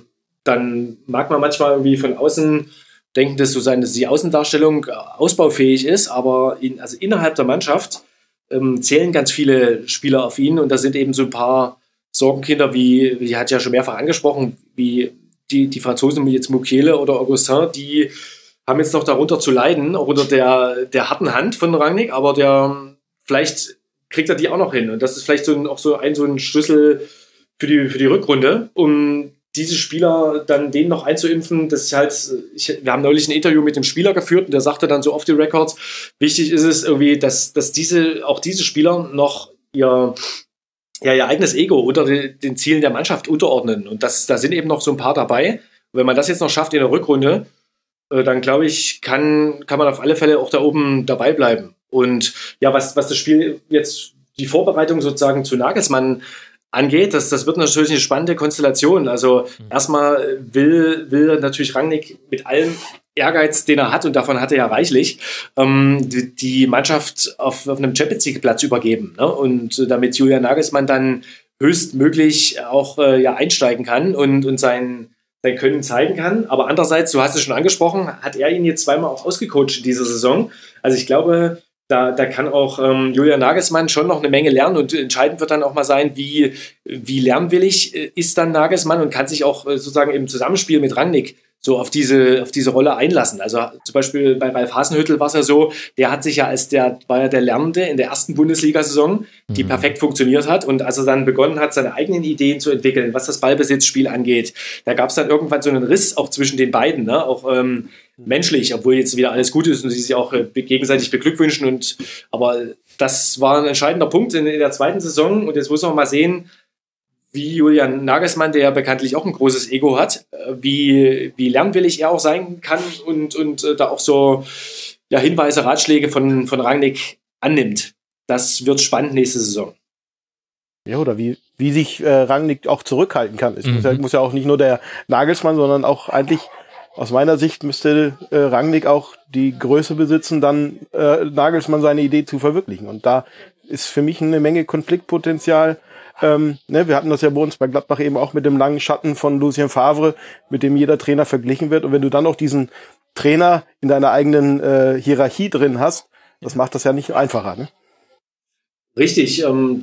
dann mag man manchmal irgendwie von außen denken, dass die Außendarstellung ausbaufähig ist, aber innerhalb der Mannschaft zählen ganz viele Spieler auf ihn und da sind eben so ein paar Sorgenkinder, wie hat ja schon mehrfach angesprochen, wie die Franzosen wie jetzt Mukiele oder Augustin, die haben jetzt noch darunter zu leiden, auch unter der harten Hand von Rangnick, aber vielleicht kriegt er die auch noch hin und das ist vielleicht so ein Schlüssel für die Rückrunde, um diese Spieler dann denen noch einzuimpfen, das ist halt, wir haben neulich ein Interview mit dem Spieler geführt und der sagte dann so off the records, wichtig ist es irgendwie, dass diese Spieler noch ihr eigenes Ego unter den Zielen der Mannschaft unterordnen und da sind eben noch so ein paar dabei. Und wenn man das jetzt noch schafft in der Rückrunde, dann glaube ich, kann man auf alle Fälle auch da oben dabei bleiben. Und ja, was das Spiel jetzt, die Vorbereitung sozusagen zu Nagelsmann angeht, das wird natürlich eine spannende Konstellation. Also erstmal will natürlich Rangnick mit allem Ehrgeiz, den er hat, und davon hat er ja reichlich, die Mannschaft auf einem Champions-League-Platz übergeben. Ne? Und damit Julian Nagelsmann dann höchstmöglich auch einsteigen kann und sein Können zeigen kann. Aber andererseits, du hast es schon angesprochen, hat er ihn jetzt zweimal auch ausgecoacht in dieser Saison. Also ich glaube, da kann auch Julian Nagelsmann schon noch eine Menge lernen und entscheidend wird dann auch mal sein, wie lernwillig ist dann Nagelsmann und kann sich auch sozusagen im Zusammenspiel mit Rangnick so auf diese Rolle einlassen. Also zum Beispiel bei Ralf Hasenhüttl war es ja so, der hat sich ja war ja der Lernende in der ersten Bundesliga-Saison, die perfekt funktioniert hat und als er dann begonnen hat, seine eigenen Ideen zu entwickeln, was das Ballbesitzspiel angeht, da gab es dann irgendwann so einen Riss auch zwischen den beiden, ne? Auch menschlich, obwohl jetzt wieder alles gut ist und sie sich auch gegenseitig beglückwünschen aber das war ein entscheidender Punkt in der zweiten Saison und jetzt muss man mal sehen, wie Julian Nagelsmann, der bekanntlich auch ein großes Ego hat, wie lernwillig er auch sein kann und da auch so Hinweise, Ratschläge von Rangnick annimmt. Das wird spannend nächste Saison. Ja, oder wie sich Rangnick auch zurückhalten kann. Es muss ja auch nicht nur der Nagelsmann, sondern auch eigentlich aus meiner Sicht müsste Rangnick auch die Größe besitzen, dann Nagelsmann seine Idee zu verwirklichen. Und da ist für mich eine Menge Konfliktpotenzial. Wir hatten das ja bei uns bei Gladbach eben auch mit dem langen Schatten von Lucien Favre, mit dem jeder Trainer verglichen wird. Und wenn du dann auch diesen Trainer in deiner eigenen Hierarchie drin hast, das macht das ja nicht einfacher, ne? Richtig,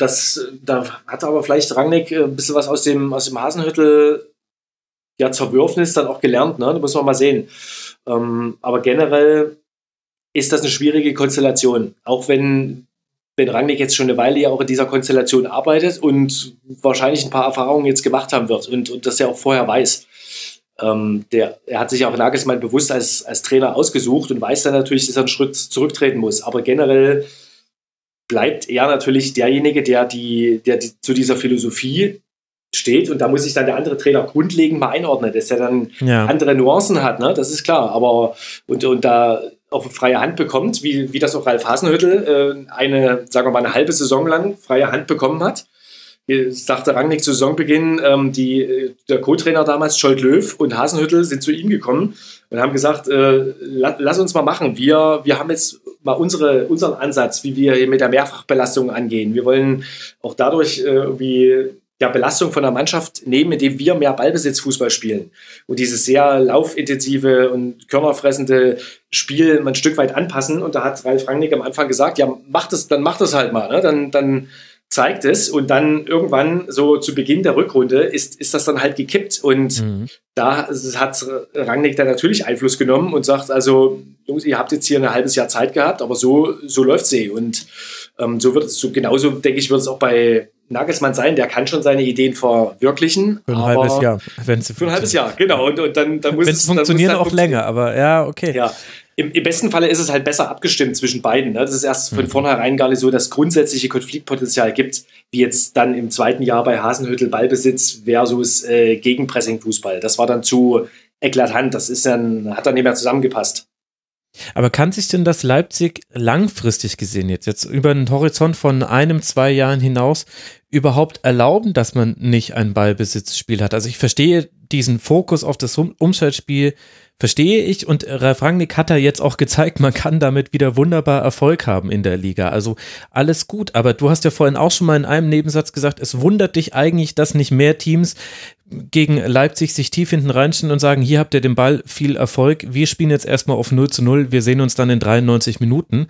da hat aber vielleicht Rangnick ein bisschen was aus dem Hasenhüttl Zerwürfnis dann auch gelernt, ne? Da muss man mal sehen. Aber generell ist das eine schwierige Konstellation, auch wenn Rangnick jetzt schon eine Weile ja auch in dieser Konstellation arbeitet und wahrscheinlich ein paar Erfahrungen jetzt gemacht haben wird und das ja auch vorher weiß. Er hat sich auch Nagelsmann bewusst als Trainer ausgesucht und weiß dann natürlich, dass er einen Schritt zurücktreten muss. Aber generell bleibt er natürlich derjenige, der zu dieser Philosophie steht und da muss sich dann der andere Trainer grundlegend mal einordnen, dass er dann andere Nuancen hat, ne? Das ist klar. Aber und da auf freie Hand bekommt, wie das auch Ralf Hasenhüttl sagen wir mal eine halbe Saison lang freie Hand bekommen hat. Sagte Rangnick zu Saisonbeginn, der Co-Trainer damals, Scholt Löw und Hasenhüttl sind zu ihm gekommen und haben gesagt, lass uns mal machen. Wir haben jetzt mal unseren Ansatz, wie wir hier mit der Mehrfachbelastung angehen. Wir wollen auch dadurch Belastung von der Mannschaft nehmen, indem wir mehr Ballbesitzfußball spielen und dieses sehr laufintensive und körnerfressende Spiel mal ein Stück weit anpassen. Und da hat Ralf Rangnick am Anfang gesagt, ja, mach das halt mal, ne? Dann zeigt es und dann irgendwann so zu Beginn der Rückrunde ist das dann halt gekippt und da hat Rangnick dann natürlich Einfluss genommen und sagt, also Jungs, ihr habt jetzt hier ein halbes Jahr Zeit gehabt, aber so läuft's und genauso denke ich, wird es auch bei Nagelsmann sein, der kann schon seine Ideen verwirklichen. Für ein halbes Jahr. Für ein halbes Jahr, genau. Und dann muss es funktionieren auch länger, aber ja, okay. Ja. Im besten Falle ist es halt besser abgestimmt zwischen beiden. Ne? Das ist erst von vornherein gar nicht so, dass grundsätzliche Konfliktpotenzial gibt, wie jetzt dann im zweiten Jahr bei Hasenhüttl Ballbesitz versus Gegenpressing-Fußball. Das war dann zu eklatant. Hat dann nicht mehr zusammengepasst. Aber kann sich denn das Leipzig langfristig gesehen jetzt über einen Horizont von 1-2 Jahren hinaus überhaupt erlauben, dass man nicht ein Ballbesitzspiel hat? Also ich verstehe diesen Fokus auf das Umschaltspiel, verstehe ich, und Ralf Rangnick hat da jetzt auch gezeigt, man kann damit wieder wunderbar Erfolg haben in der Liga, also alles gut, aber du hast ja vorhin auch schon mal in einem Nebensatz gesagt, es wundert dich eigentlich, dass nicht mehr Teams gegen Leipzig sich tief hinten reinstellen und sagen, hier habt ihr den Ball, viel Erfolg, wir spielen jetzt erstmal auf 0-0, wir sehen uns dann in 93 Minuten.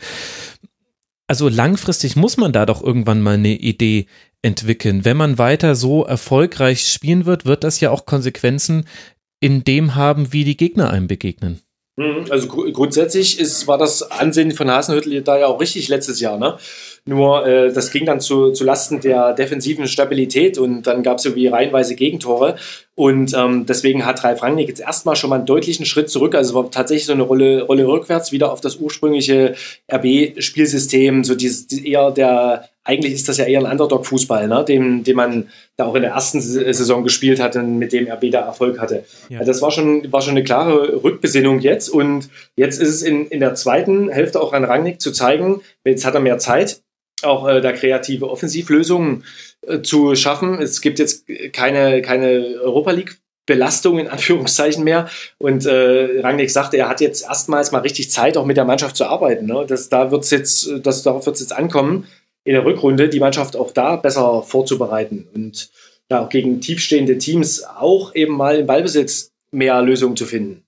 Also langfristig muss man da doch irgendwann mal eine Idee entwickeln. Wenn man weiter so erfolgreich spielen wird das ja auch Konsequenzen in dem haben, wie die Gegner einem begegnen. Also grundsätzlich war das Ansehen von Hasenhüttl da ja auch richtig letztes Jahr, ne? Nur das ging dann zu Lasten der defensiven Stabilität und dann gab es irgendwie reihenweise Gegentore und deswegen hat Ralf Rangnick jetzt erstmal schon mal einen deutlichen Schritt zurück, also es war tatsächlich so eine Rolle rückwärts, wieder auf das ursprüngliche RB-Spielsystem, so eigentlich ist das ja eher ein Underdog-Fußball, ne? Den man da auch in der ersten Saison gespielt hat und mit dem RB da Erfolg hatte. Ja. Also das war schon eine klare Rückbesinnung jetzt und jetzt ist es in der zweiten Hälfte auch an Rangnick zu zeigen, jetzt hat er mehr Zeit, auch da kreative Offensivlösungen zu schaffen. Es gibt jetzt keine Europa League Belastung in Anführungszeichen mehr und Rangnick sagte, er hat jetzt erstmals mal richtig Zeit, auch mit der Mannschaft zu arbeiten. Ne? Darauf wird es jetzt ankommen, in der Rückrunde die Mannschaft auch da besser vorzubereiten und da auch gegen tiefstehende Teams auch eben mal im Ballbesitz mehr Lösungen zu finden.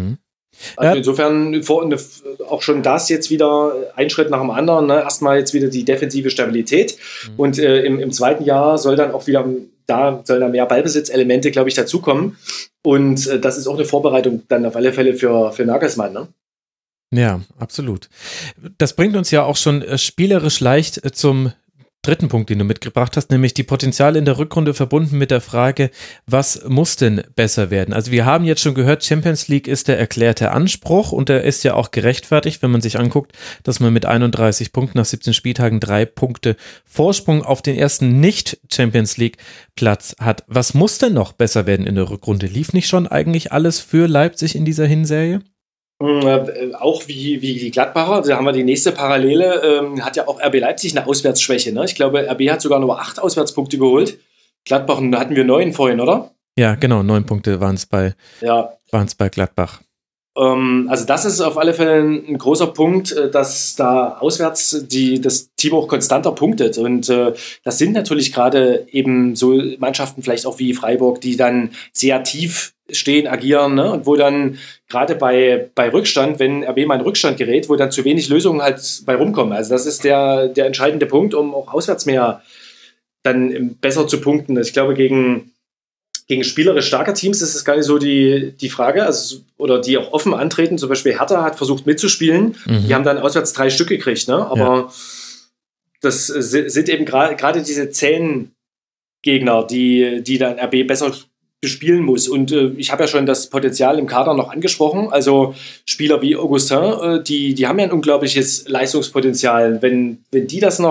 Also insofern auch schon das jetzt wieder ein Schritt nach dem anderen. Ne? Erstmal jetzt wieder die defensive Stabilität und im zweiten Jahr soll dann auch wieder mehr Ballbesitzelemente, glaube ich, dazukommen. Und das ist auch eine Vorbereitung dann auf alle Fälle für Nagelsmann. Ne? Ja, absolut. Das bringt uns ja auch schon spielerisch leicht zum dritten Punkt, den du mitgebracht hast, nämlich die Potenziale in der Rückrunde verbunden mit der Frage, was muss denn besser werden? Also wir haben jetzt schon gehört, Champions League ist der erklärte Anspruch und der ist ja auch gerechtfertigt, wenn man sich anguckt, dass man mit 31 Punkten nach 17 Spieltagen 3 Punkte Vorsprung auf den ersten Nicht-Champions League-Platz hat. Was muss denn noch besser werden in der Rückrunde? Lief nicht schon eigentlich alles für Leipzig in dieser Hinserie? Auch wie die Gladbacher, da haben wir die nächste Parallele, hat ja auch RB Leipzig eine Auswärtsschwäche. Ne? Ich glaube, RB hat sogar nur 8 Auswärtspunkte geholt. Gladbach, da hatten wir 9 vorhin, oder? Ja, genau, 9 Punkte waren es bei Gladbach. Also das ist auf alle Fälle ein großer Punkt, dass da auswärts das Team auch konstanter punktet. Und das sind natürlich gerade eben so Mannschaften vielleicht auch wie Freiburg, die dann sehr tief stehen, agieren, ne? Und wo dann gerade bei Rückstand, wenn RB mal in Rückstand gerät, wo dann zu wenig Lösungen halt bei rumkommen. Also das ist der entscheidende Punkt, um auch auswärts mehr dann besser zu punkten. Ich glaube, gegen spielerisch starke Teams ist es gar nicht so die Frage, also, oder die auch offen antreten. Zum Beispiel Hertha hat versucht mitzuspielen. Die haben dann auswärts 3 Stück gekriegt, ne? Aber das sind eben gerade diese zähen Gegner, die dann RB besser bespielen muss. Und ich habe ja schon das Potenzial im Kader noch angesprochen. Also Spieler wie Augustin, die haben ja ein unglaubliches Leistungspotenzial. Wenn die das noch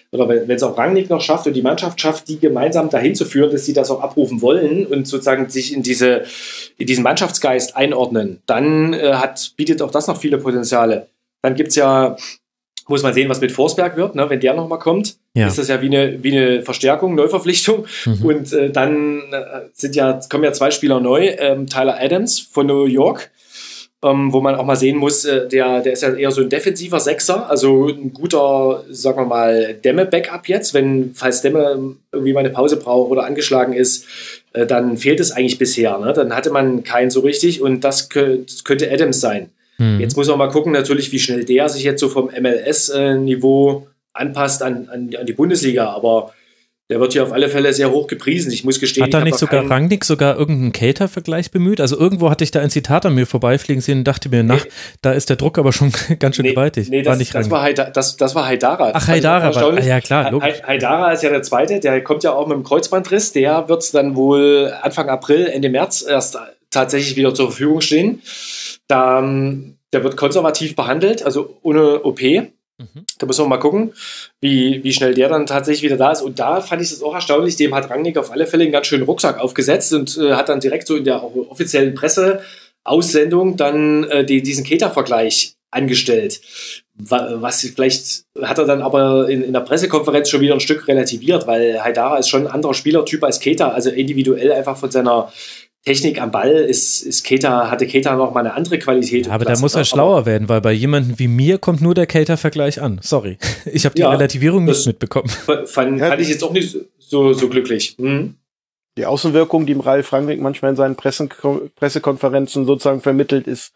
oder wenn es auch Rangnick noch schafft und die Mannschaft schafft, die gemeinsam dahin zu führen, dass sie das auch abrufen wollen und sozusagen sich in diesen Mannschaftsgeist einordnen, dann bietet auch das noch viele Potenziale. Dann gibt es ja, muss man sehen, was mit Forsberg wird, ne? Wenn der nochmal kommt, ist das ja wie eine Verstärkung, Neuverpflichtung. Und dann kommen ja 2 Spieler neu, Tyler Adams von New York, wo man auch mal sehen muss, der ist ja eher so ein defensiver Sechser, also ein guter, sagen wir mal, Demme-Backup jetzt, falls Demme irgendwie mal eine Pause braucht oder angeschlagen ist, dann fehlt es eigentlich bisher, ne? Dann hatte man keinen so richtig und das könnte Adams sein. Jetzt muss man mal gucken, natürlich, wie schnell der sich jetzt so vom MLS-Niveau anpasst an die Bundesliga, aber der wird hier auf alle Fälle sehr hoch gepriesen. Ich muss gestehen, hat da nicht sogar Rangnick irgendeinen Cater-Vergleich bemüht? Also irgendwo hatte ich da ein Zitat an mir vorbeifliegen sehen und dachte mir, da ist der Druck aber schon ganz schön gewaltig. Nee, das war Haidara. Ach, Haidara. Ja, klar, logisch. Haidara ist ja der Zweite, der kommt ja auch mit dem Kreuzbandriss. Der wird dann wohl Anfang April, Ende März erst tatsächlich wieder zur Verfügung stehen. Der wird konservativ behandelt, also ohne OP. Da müssen wir mal gucken, wie schnell der dann tatsächlich wieder da ist. Und da fand ich das auch erstaunlich. Dem hat Rangnick auf alle Fälle einen ganz schönen Rucksack aufgesetzt und hat dann direkt so in der offiziellen Presseaussendung dann diesen Keita-Vergleich angestellt. Was vielleicht hat er dann aber in der Pressekonferenz schon wieder ein Stück relativiert, weil Haidara ist schon ein anderer Spielertyp als Keita, also individuell einfach von seiner Technik am Ball hatte Keita noch mal eine andere Qualität. Ja, aber da muss er schlauer werden, weil bei jemandem wie mir kommt nur der Keita-Vergleich an. Sorry, ich habe die Relativierung nicht mitbekommen. Fand ich jetzt auch nicht so glücklich. Die Außenwirkung, die Ralf Rangnick manchmal in seinen Pressekonferenzen sozusagen vermittelt, ist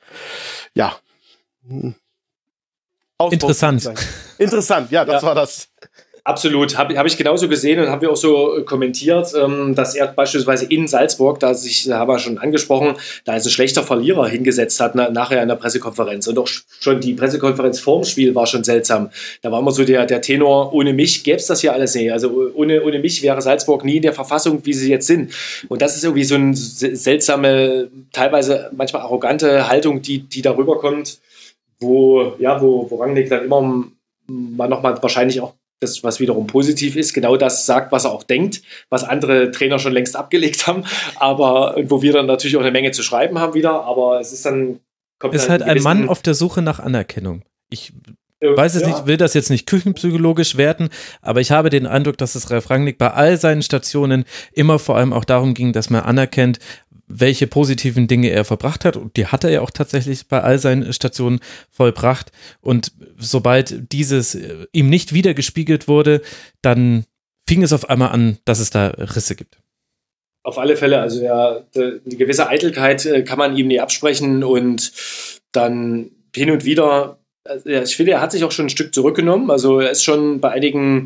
interessant. Interessant, ja, das war das. Absolut, hab ich genauso gesehen und haben wir auch so kommentiert, dass er beispielsweise in Salzburg, da haben wir schon angesprochen, da ist ein schlechter Verlierer hingesetzt hat nachher in der Pressekonferenz. Und auch schon die Pressekonferenz vorm Spiel war schon seltsam. Da war immer so der Tenor, ohne mich gäbe es das hier alles nicht. Also ohne mich wäre Salzburg nie in der Verfassung, wie sie jetzt sind. Und das ist irgendwie so eine seltsame, teilweise manchmal arrogante Haltung, die darüber kommt, wo Rangnick dann immer mal nochmal wahrscheinlich auch das, was wiederum positiv ist, genau das sagt, was er auch denkt, was andere Trainer schon längst abgelegt haben, aber wo wir dann natürlich auch eine Menge zu schreiben haben wieder, aber es ist dann... Ist halt ein Mann auf der Suche nach Anerkennung. Ich weiß es nicht, will das jetzt nicht küchenpsychologisch werten, aber ich habe den Eindruck, dass es Ralf Rangnick bei all seinen Stationen immer vor allem auch darum ging, dass man anerkennt, welche positiven Dinge er verbracht hat, und die hat er ja auch tatsächlich bei all seinen Stationen vollbracht, und sobald dieses ihm nicht wiedergespiegelt wurde, dann fing es auf einmal an, dass es da Risse gibt. Auf alle Fälle, also eine gewisse Eitelkeit kann man ihm nie absprechen, und dann hin und wieder, ich finde, er hat sich auch schon ein Stück zurückgenommen, also er ist schon bei einigen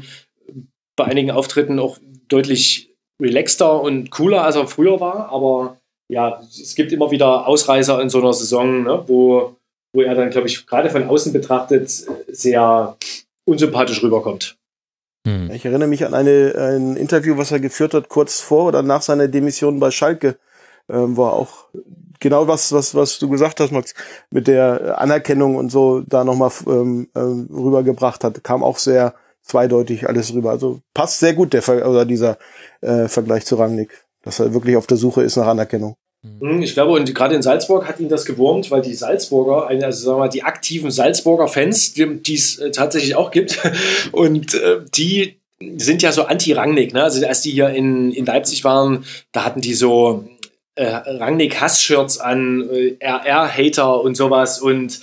Auftritten auch deutlich relaxter und cooler, als er früher war, aber ja, es gibt immer wieder Ausreißer in so einer Saison, ne, wo er dann, glaube ich, gerade von außen betrachtet sehr unsympathisch rüberkommt. Ich erinnere mich an ein Interview, was er geführt hat, kurz vor oder nach seiner Demission bei Schalke, wo er auch genau was du gesagt hast, Max, mit der Anerkennung und so da nochmal rübergebracht hat. Kam auch sehr zweideutig alles rüber. Also passt sehr gut dieser Vergleich zu Rangnick, dass er wirklich auf der Suche ist nach Anerkennung. Ich glaube, und gerade in Salzburg hat ihn das gewurmt, weil die Salzburger, also sagen wir mal, die aktiven Salzburger Fans, die es tatsächlich auch gibt, und die sind ja so anti-Rangnick, ne? Also als die hier in Leipzig waren, da hatten die so Rangnick-Hass-Shirts an, RR-Hater und sowas, und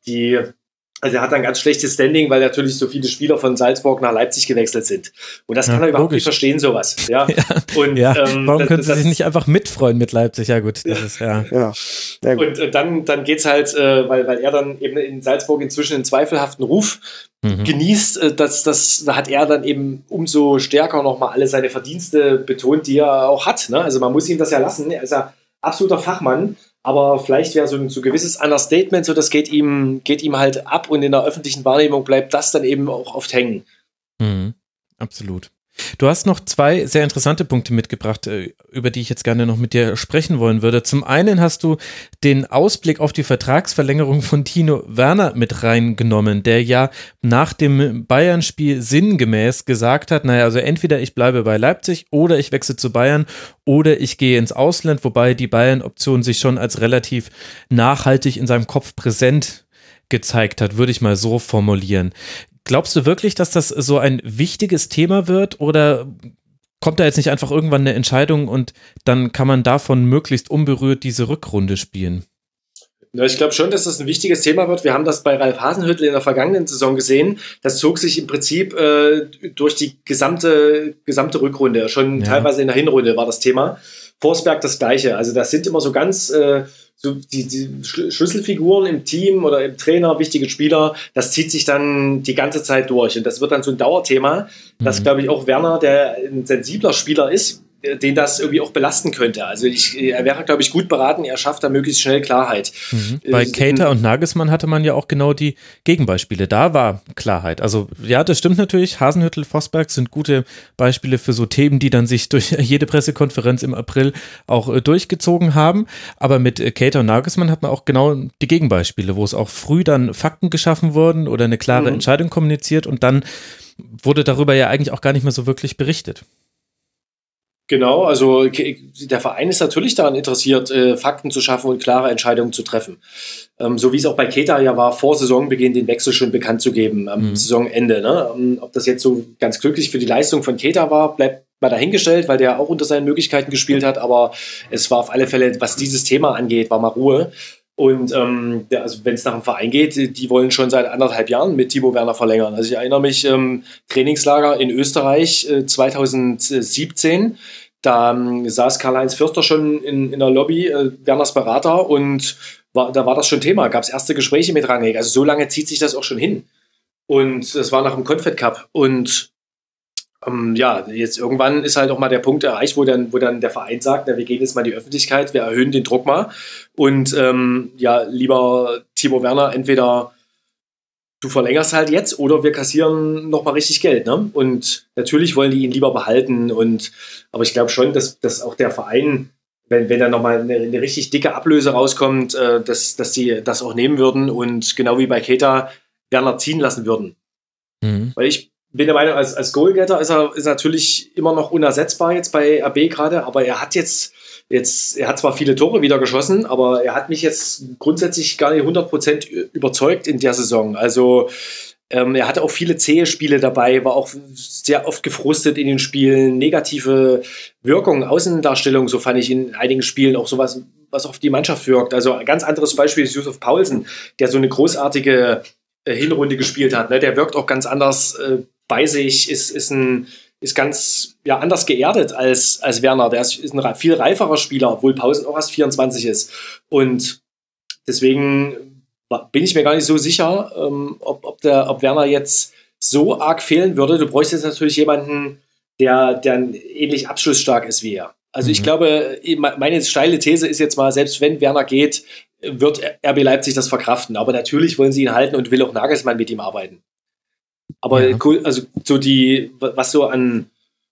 also er hat ein ganz schlechtes Standing, weil natürlich so viele Spieler von Salzburg nach Leipzig gewechselt sind. Und das kann er überhaupt nicht verstehen, sowas. Ja. Und, warum können sie sich nicht einfach mitfreuen mit Leipzig? Ja gut, das ist ja. Und dann geht's halt, weil er dann eben in Salzburg inzwischen einen zweifelhaften Ruf genießt, da hat er dann eben umso stärker nochmal alle seine Verdienste betont, die er auch hat. Ne? Also man muss ihm das ja lassen. Er ist ja absoluter Fachmann. Aber vielleicht wäre so ein gewisses Understatement, so das geht ihm halt ab, und in der öffentlichen Wahrnehmung bleibt das dann eben auch oft hängen. Absolut. Du hast noch 2 sehr interessante Punkte mitgebracht, über die ich jetzt gerne noch mit dir sprechen wollen würde. Zum einen hast du den Ausblick auf die Vertragsverlängerung von Timo Werner mit reingenommen, der ja nach dem Bayern-Spiel sinngemäß gesagt hat, naja, also entweder ich bleibe bei Leipzig oder ich wechsle zu Bayern oder ich gehe ins Ausland, wobei die Bayern-Option sich schon als relativ nachhaltig in seinem Kopf präsent gezeigt hat, würde ich mal so formulieren. Glaubst du wirklich, dass das so ein wichtiges Thema wird oder kommt da jetzt nicht einfach irgendwann eine Entscheidung und dann kann man davon möglichst unberührt diese Rückrunde spielen? Ja, ich glaube schon, dass das ein wichtiges Thema wird. Wir haben das bei Ralf Hasenhüttl in der vergangenen Saison gesehen. Das zog sich im Prinzip durch die gesamte Rückrunde. Schon teilweise in der Hinrunde war das Thema. Forsberg das Gleiche. Also das sind immer so ganz so die Schlüsselfiguren im Team oder im Trainer, wichtige Spieler, das zieht sich dann die ganze Zeit durch. Und das wird dann so ein Dauerthema, dass, glaube ich, auch Werner, der ein sensibler Spieler ist, den das irgendwie auch belasten könnte. Also er wäre, glaube ich, gut beraten, er schafft da möglichst schnell Klarheit. Bei Keita und Nagelsmann hatte man ja auch genau die Gegenbeispiele. Da war Klarheit. Also ja, das stimmt natürlich. Hasenhüttl, Forsberg sind gute Beispiele für so Themen, die dann sich durch jede Pressekonferenz im April auch durchgezogen haben. Aber mit Keita und Nagelsmann hat man auch genau die Gegenbeispiele, wo es auch früh dann Fakten geschaffen wurden oder eine klare Entscheidung kommuniziert und dann wurde darüber ja eigentlich auch gar nicht mehr so wirklich berichtet. Genau, also der Verein ist natürlich daran interessiert, Fakten zu schaffen und klare Entscheidungen zu treffen. So wie es auch bei Keita ja war, vor Saisonbeginn den Wechsel schon bekannt zu geben, am Saisonende. Ne? Ob das jetzt so ganz glücklich für die Leistung von Keita war, bleibt mal dahingestellt, weil der auch unter seinen Möglichkeiten gespielt hat. Aber es war auf alle Fälle, was dieses Thema angeht, war mal Ruhe. Und also wenn es nach dem Verein geht, die wollen schon seit 1,5 Jahren mit Timo Werner verlängern. Also ich erinnere mich, Trainingslager in Österreich 2017, da saß Karl-Heinz Fürster schon in der Lobby, Werners Berater, und da war das schon Thema, gab es erste Gespräche mit Rangnick. Also so lange zieht sich das auch schon hin. Und das war nach dem Confed Cup. Und jetzt irgendwann ist halt auch mal der Punkt erreicht, wo dann der Verein sagt, wir gehen jetzt mal in die Öffentlichkeit, wir erhöhen den Druck mal und lieber Timo Werner, entweder du verlängerst halt jetzt oder wir kassieren nochmal richtig Geld, ne? Und natürlich wollen die ihn lieber behalten aber ich glaube schon, dass auch der Verein, wenn da nochmal eine richtig dicke Ablöse rauskommt, dass die das auch nehmen würden und genau wie bei Keita Werner ziehen lassen würden. Weil ich bin der Meinung, als Goalgetter ist er natürlich immer noch unersetzbar jetzt bei RB gerade, aber er hat er hat zwar viele Tore wieder geschossen, aber er hat mich jetzt grundsätzlich gar nicht 100% überzeugt in der Saison. Also er hatte auch viele zähe Spiele dabei, war auch sehr oft gefrustet in den Spielen, negative Wirkung, Außendarstellung, so fand ich in einigen Spielen auch sowas, was auf die Mannschaft wirkt. Also ein ganz anderes Beispiel ist Yusuf Paulsen, der so eine großartige Hinrunde gespielt hat. Ne? Der wirkt auch ganz anders bei sich, ist ganz anders geerdet als Werner. Der ist ein viel reiferer Spieler, obwohl Pausen auch erst 24 ist. Und deswegen bin ich mir gar nicht so sicher, ob Werner jetzt so arg fehlen würde. Du bräuchst jetzt natürlich jemanden, der ähnlich abschlussstark ist wie er. Also ich glaube, meine steile These ist jetzt mal, selbst wenn Werner geht, wird RB Leipzig das verkraften. Aber natürlich wollen sie ihn halten und will auch Nagelsmann mit ihm arbeiten. Aber cool, also so was so an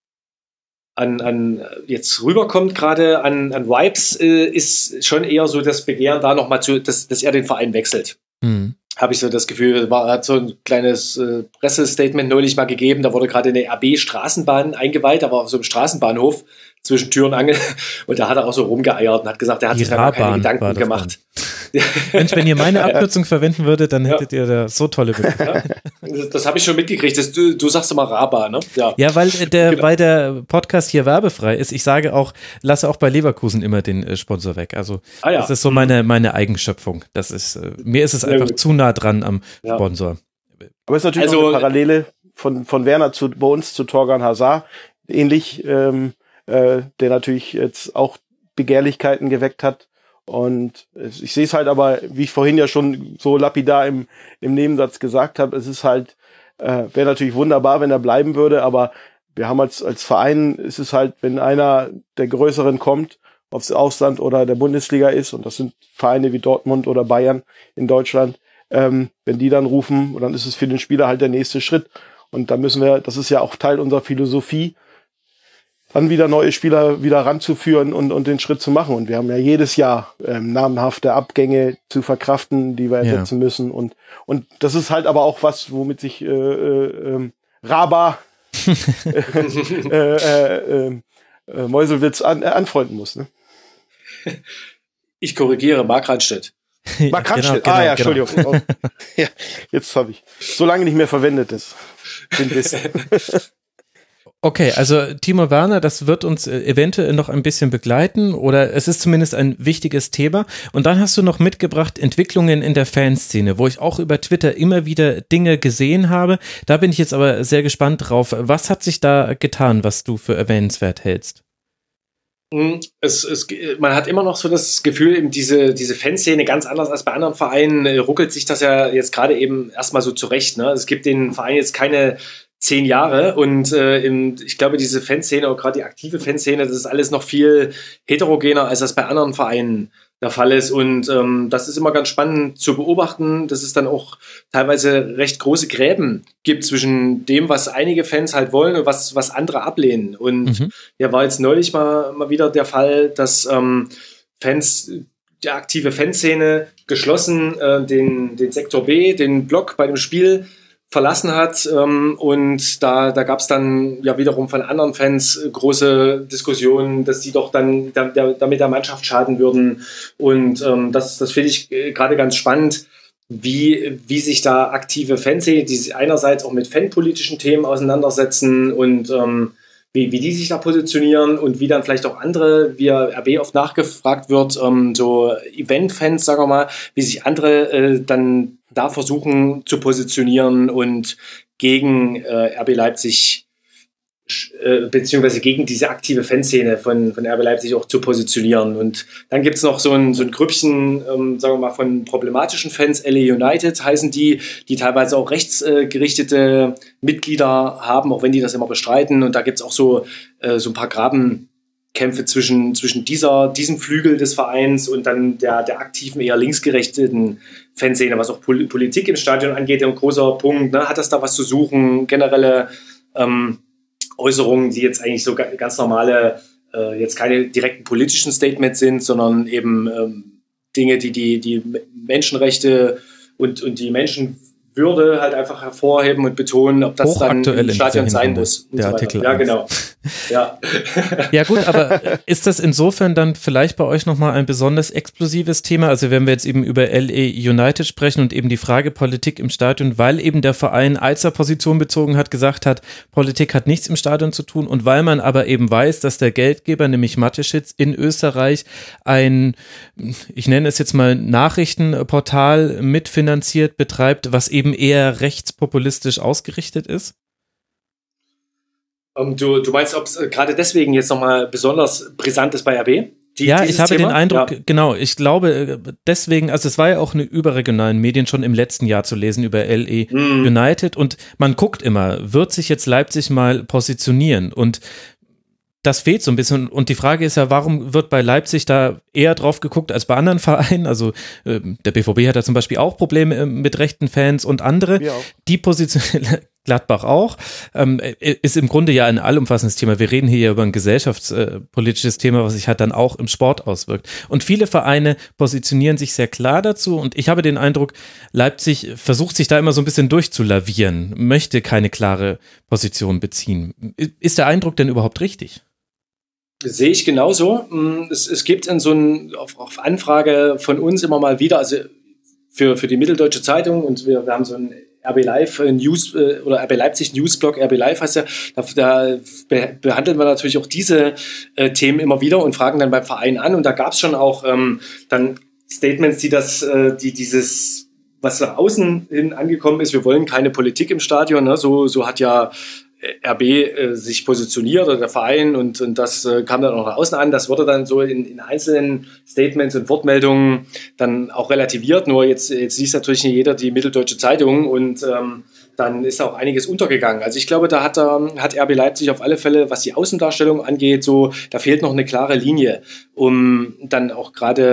jetzt rüberkommt gerade an Vibes, ist schon eher so das Begehren da nochmal dass er den Verein wechselt. Habe ich so das Gefühl, hat so ein kleines Pressestatement neulich mal gegeben, da wurde gerade eine RB-Straßenbahn eingeweiht, da war auf so einem Straßenbahnhof zwischen Tür und Angel und da hat er auch so rumgeeiert und hat gesagt, er hat sich da gar keine Gedanken gemacht. Mensch, wenn ihr meine Abkürzung verwenden würdet, dann hättet ihr da so tolle Begriffe. Das habe ich schon mitgekriegt. Du sagst immer Raba, ne? Ja, weil der Podcast hier werbefrei ist. Ich sage auch, lasse auch bei Leverkusen immer den Sponsor weg. Also das ist so meine Eigenschöpfung. Das ist, mir ist es einfach zu nah dran am Sponsor. Aber es ist natürlich noch eine Parallele von Werner bei uns zu Torgan Hazard. Ähnlich, der natürlich jetzt auch Begehrlichkeiten geweckt hat. Und ich sehe es halt aber, wie ich vorhin ja schon so lapidar im Nebensatz gesagt habe, es ist halt, wäre natürlich wunderbar, wenn er bleiben würde, aber wir haben als Verein, ist es halt, wenn einer der Größeren kommt, ob es Ausland oder der Bundesliga ist, und das sind Vereine wie Dortmund oder Bayern in Deutschland, wenn die dann rufen, dann ist es für den Spieler halt der nächste Schritt. Und da müssen wir, das ist ja auch Teil unserer Philosophie, dann wieder neue Spieler wieder ranzuführen und den Schritt zu machen. Und wir haben ja jedes Jahr namenhafte Abgänge zu verkraften, die wir ersetzen müssen. Und das ist halt aber auch was, womit sich Raba Meuselwitz anfreunden muss. Ne? Ich korrigiere, Mark Randstedt. Mark Randstedt, genau, Entschuldigung. Genau. Ja, jetzt habe ich so lange nicht mehr verwendet. Okay, also Timo Werner, das wird uns eventuell noch ein bisschen begleiten oder es ist zumindest ein wichtiges Thema. Und dann hast du noch mitgebracht Entwicklungen in der Fanszene, wo ich auch über Twitter immer wieder Dinge gesehen habe. Da bin ich jetzt aber sehr gespannt drauf. Was hat sich da getan, was du für erwähnenswert hältst? Man hat immer noch so das Gefühl, eben diese Fanszene ganz anders als bei anderen Vereinen ruckelt sich das ja jetzt gerade eben erstmal so zurecht. Ne? Es gibt den Verein jetzt keine 10 Jahre und ich glaube, diese Fanszene oder gerade die aktive Fanszene, das ist alles noch viel heterogener, als das bei anderen Vereinen der Fall ist und das ist immer ganz spannend zu beobachten, dass es dann auch teilweise recht große Gräben gibt zwischen dem, was einige Fans halt wollen und was andere ablehnen und ja, war jetzt neulich mal wieder der Fall, dass Fans, die aktive Fanszene geschlossen den Sektor B, den Block bei dem Spiel verlassen hat und da gab es dann ja wiederum von anderen Fans große Diskussionen, dass die doch dann damit der Mannschaft schaden würden und das finde ich gerade ganz spannend, wie sich da aktive Fanszene, die sich einerseits auch mit fanpolitischen Themen auseinandersetzen und wie die sich da positionieren und wie dann vielleicht auch andere, wie RB oft nachgefragt wird, so Event-Fans, sagen wir mal, wie sich andere dann da versuchen zu positionieren und gegen RB Leipzig beziehungsweise gegen diese aktive Fanszene von RB Leipzig auch zu positionieren. Und dann gibt es noch so ein Grüppchen, sagen wir mal, von problematischen Fans, LA United heißen die teilweise auch rechtsgerichtete Mitglieder haben, auch wenn die das immer bestreiten. Und da gibt es auch so ein paar Grabenkämpfe zwischen diesem Flügel des Vereins und dann der aktiven, eher linksgerichteten Fanszene, was auch Politik im Stadion angeht, ein großer Punkt. Ne? Hat das da was zu suchen? Generelle Äußerungen, die jetzt eigentlich so ganz normale, jetzt keine direkten politischen Statements sind, sondern eben Dinge, die Menschenrechte und die Menschenwürde halt einfach hervorheben und betonen, ob das dann im Stadion sein muss. Der Artikel. Ja, genau. Ja. Ja gut, aber ist das insofern dann vielleicht bei euch nochmal ein besonders explosives Thema? Also wenn wir jetzt eben über LA United sprechen und eben die Frage Politik im Stadion, weil eben der Verein, als er Position bezogen hat, gesagt hat, Politik hat nichts im Stadion zu tun und weil man aber eben weiß, dass der Geldgeber, nämlich Mateschitz in Österreich, ich nenne es jetzt mal Nachrichtenportal mitfinanziert, betreibt, was eben eher rechtspopulistisch ausgerichtet ist? Du meinst, ob es gerade deswegen jetzt nochmal besonders brisant ist bei RB? Ja, ich habe den Eindruck, genau, ich glaube deswegen, also es war ja auch in überregionalen Medien schon im letzten Jahr zu lesen über LA United und man guckt immer, wird sich jetzt Leipzig mal positionieren und das fehlt so ein bisschen und die Frage ist ja, warum wird bei Leipzig da eher drauf geguckt als bei anderen Vereinen, also der BVB hat da zum Beispiel auch Probleme mit rechten Fans und andere, die Position Gladbach auch, ist im Grunde ja ein allumfassendes Thema. Wir reden hier ja über ein gesellschaftspolitisches Thema, was sich halt dann auch im Sport auswirkt. Und viele Vereine positionieren sich sehr klar dazu und ich habe den Eindruck, Leipzig versucht sich da immer so ein bisschen durchzulavieren, möchte keine klare Position beziehen. Ist der Eindruck denn überhaupt richtig? Sehe ich genauso. Es gibt auf Anfrage von uns immer mal wieder, also für die Mitteldeutsche Zeitung und wir haben so ein RB Live News oder RB Leipzig Newsblog, RB Live heißt ja, da behandeln wir natürlich auch diese Themen immer wieder und fragen dann beim Verein an und da gab es schon auch dann Statements, die dieses, was nach außen hin angekommen ist, wir wollen keine Politik im Stadion, ne? So hat ja RB sich positioniert oder der Verein und das kam dann auch nach außen an. Das wurde dann so in einzelnen Statements und Wortmeldungen dann auch relativiert. Nur jetzt liest natürlich nicht jeder die Mitteldeutsche Zeitung und dann ist auch einiges untergegangen. Also ich glaube, da hat RB Leipzig auf alle Fälle, was die Außendarstellung angeht, so da fehlt noch eine klare Linie, um dann auch gerade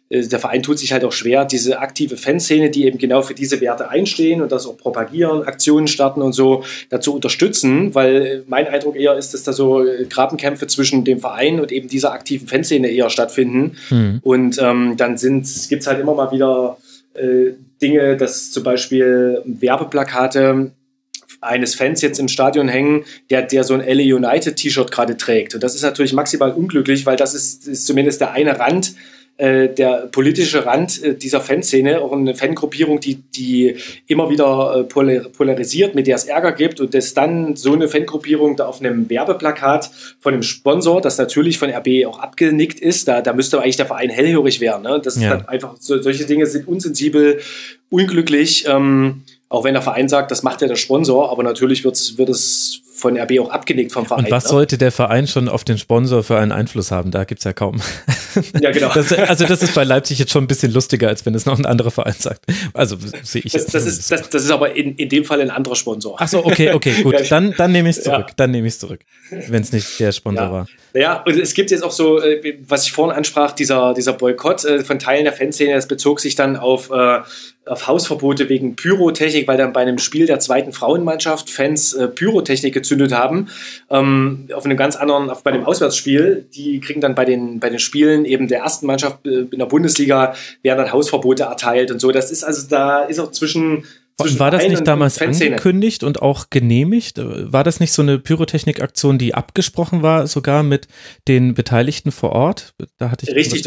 der Verein tut sich halt auch schwer, diese aktive Fanszene, die eben genau für diese Werte einstehen und das auch propagieren, Aktionen starten und so, dazu unterstützen, weil mein Eindruck eher ist, dass da so Grabenkämpfe zwischen dem Verein und eben dieser aktiven Fanszene eher stattfinden. Und dann gibt es halt immer mal wieder Dinge, dass zum Beispiel Werbeplakate eines Fans jetzt im Stadion hängen, der so ein LA United T-Shirt gerade trägt. Und das ist natürlich maximal unglücklich, weil das ist zumindest der eine Rand, der politische Rand dieser Fanszene, auch eine Fangruppierung, die immer wieder polarisiert, mit der es Ärger gibt, und dass dann so eine Fangruppierung da auf einem Werbeplakat von einem Sponsor, das natürlich von RB auch abgenickt ist, da müsste eigentlich der Verein hellhörig werden. Ne? Das ist halt einfach, solche Dinge sind unsensibel, unglücklich, auch wenn der Verein sagt, das macht ja der Sponsor, aber natürlich wird es von RB auch abgenickt vom Verein. Und was sollte der Verein schon auf den Sponsor für einen Einfluss haben? Da gibt es ja kaum. Ja, genau. Das ist bei Leipzig jetzt schon ein bisschen lustiger, als wenn es noch ein anderer Verein sagt. Also sehe ich das ist aber in dem Fall ein anderer Sponsor. Ach so, okay, gut. Dann nehme ich es zurück. Dann nehme ich es zuruk, wenn es nicht der Sponsor war. Ja, und es gibt jetzt auch so, was ich vorhin ansprach, dieser Boykott von Teilen der Fanszene, das bezog sich dann auf Hausverbote wegen Pyrotechnik, weil dann bei einem Spiel der zweiten Frauenmannschaft Fans Pyrotechnik gezündet haben. Auf einem ganz anderen, bei dem Auswärtsspiel, die kriegen dann bei den Spielen eben der ersten Mannschaft in der Bundesliga, werden dann Hausverbote erteilt und so. Das ist also, da ist auch zwischen war das nicht damals angekündigt und auch genehmigt? War das nicht so eine Pyrotechnik-Aktion, die abgesprochen war, sogar mit den Beteiligten vor Ort? Da hatte ich richtig,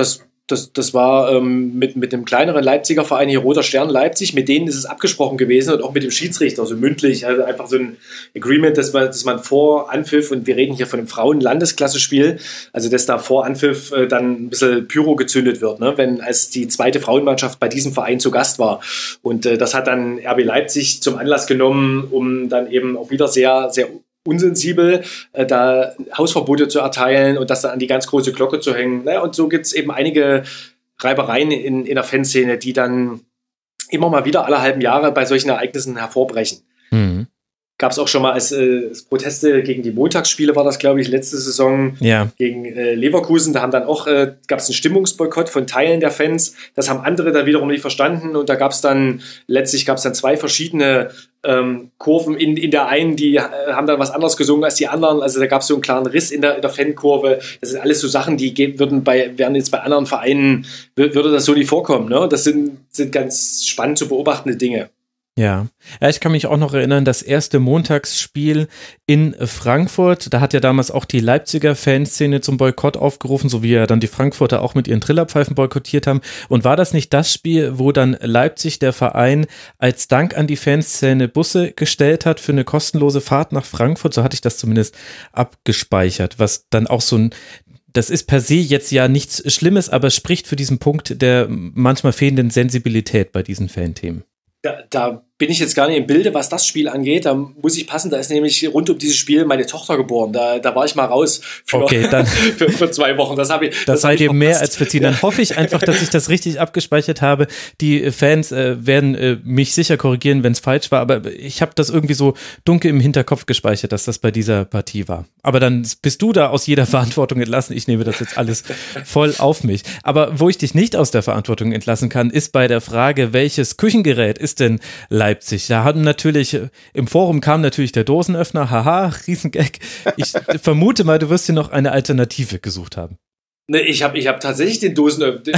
das war mit dem kleineren Leipziger Verein hier, Roter Stern Leipzig, mit denen ist es abgesprochen gewesen und auch mit dem Schiedsrichter, so mündlich, also einfach so ein Agreement, dass man vor Anpfiff, und wir reden hier von einem Frauen-Landesklasse-Spiel, also dass da vor Anpfiff dann ein bisschen Pyro gezündet wird, ne, als die zweite Frauenmannschaft bei diesem Verein zu Gast war. Und das hat dann RB Leipzig zum Anlass genommen, um dann eben auch wieder sehr, sehr unsensibel, da Hausverbote zu erteilen und das dann an die ganz große Glocke zu hängen. Naja, und so gibt es eben einige Reibereien in der Fanszene, die dann immer mal wieder alle halben Jahre bei solchen Ereignissen hervorbrechen. Gab es auch schon mal als Proteste gegen die Montagsspiele, war das, glaube ich, letzte Saison gegen Leverkusen. Da haben dann auch, gab es einen Stimmungsboykott von Teilen der Fans. Das haben andere dann wiederum nicht verstanden. Und da gab es dann zwei verschiedene Kurven in der einen, die haben dann was anderes gesungen als die anderen. Also da gab es so einen klaren Riss in der Fankurve. Das sind alles so Sachen, die wären jetzt bei anderen Vereinen, würde das so nicht vorkommen. Ne? Das sind ganz spannend zu beobachtende Dinge. Ja, ich kann mich auch noch erinnern, das erste Montagsspiel in Frankfurt, da hat ja damals auch die Leipziger Fanszene zum Boykott aufgerufen, so wie ja dann die Frankfurter auch mit ihren Trillerpfeifen boykottiert haben. Und war das nicht das Spiel, wo dann Leipzig, der Verein, als Dank an die Fanszene Busse gestellt hat für eine kostenlose Fahrt nach Frankfurt? So hatte ich das zumindest abgespeichert, was dann auch das ist per se jetzt ja nichts Schlimmes, aber spricht für diesen Punkt der manchmal fehlenden Sensibilität bei diesen Fanthemen. Da bin ich jetzt gar nicht im Bilde, was das Spiel angeht. Da muss ich passen, da ist nämlich rund um dieses Spiel meine Tochter geboren. Da war ich mal raus für 2 Wochen. Das seid ihr mehr als verziehen. Dann hoffe ich einfach, dass ich das richtig abgespeichert habe. Die Fans werden mich sicher korrigieren, wenn es falsch war, aber ich habe das irgendwie so dunkel im Hinterkopf gespeichert, dass das bei dieser Partie war. Aber dann bist du da aus jeder Verantwortung entlassen. Ich nehme das jetzt alles voll auf mich. Aber wo ich dich nicht aus der Verantwortung entlassen kann, ist bei der Frage, welches Küchengerät ist denn Leipzig? Da hatten natürlich, im Forum kam natürlich der Dosenöffner, haha, Riesengag. Ich vermute mal, du wirst dir noch eine Alternative gesucht haben. Ne, ich hab tatsächlich den Dosenöffner.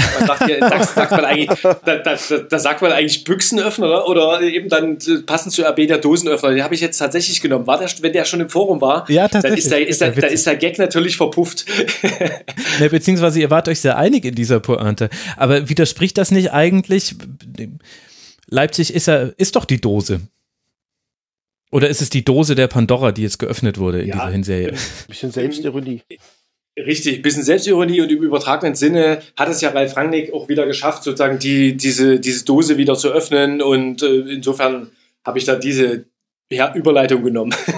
Da sagt man eigentlich Büchsenöffner, oder eben dann passend zu RB der Dosenöffner. Den habe ich jetzt tatsächlich genommen. Wenn der schon im Forum war, ja, tatsächlich. Dann ist der Gag natürlich verpufft. Ne, beziehungsweise ihr wart euch sehr einig in dieser Pointe. Aber widerspricht das nicht eigentlich? Leipzig ist doch die Dose. Oder ist es die Dose der Pandora, die jetzt geöffnet wurde in dieser Hinserie? Ein bisschen Selbstironie. Richtig, ein bisschen Selbstironie, und im übertragenen Sinne hat es ja Ralf Rangnick auch wieder geschafft, sozusagen diese Dose wieder zu öffnen, und insofern habe ich da diese Überleitung genommen.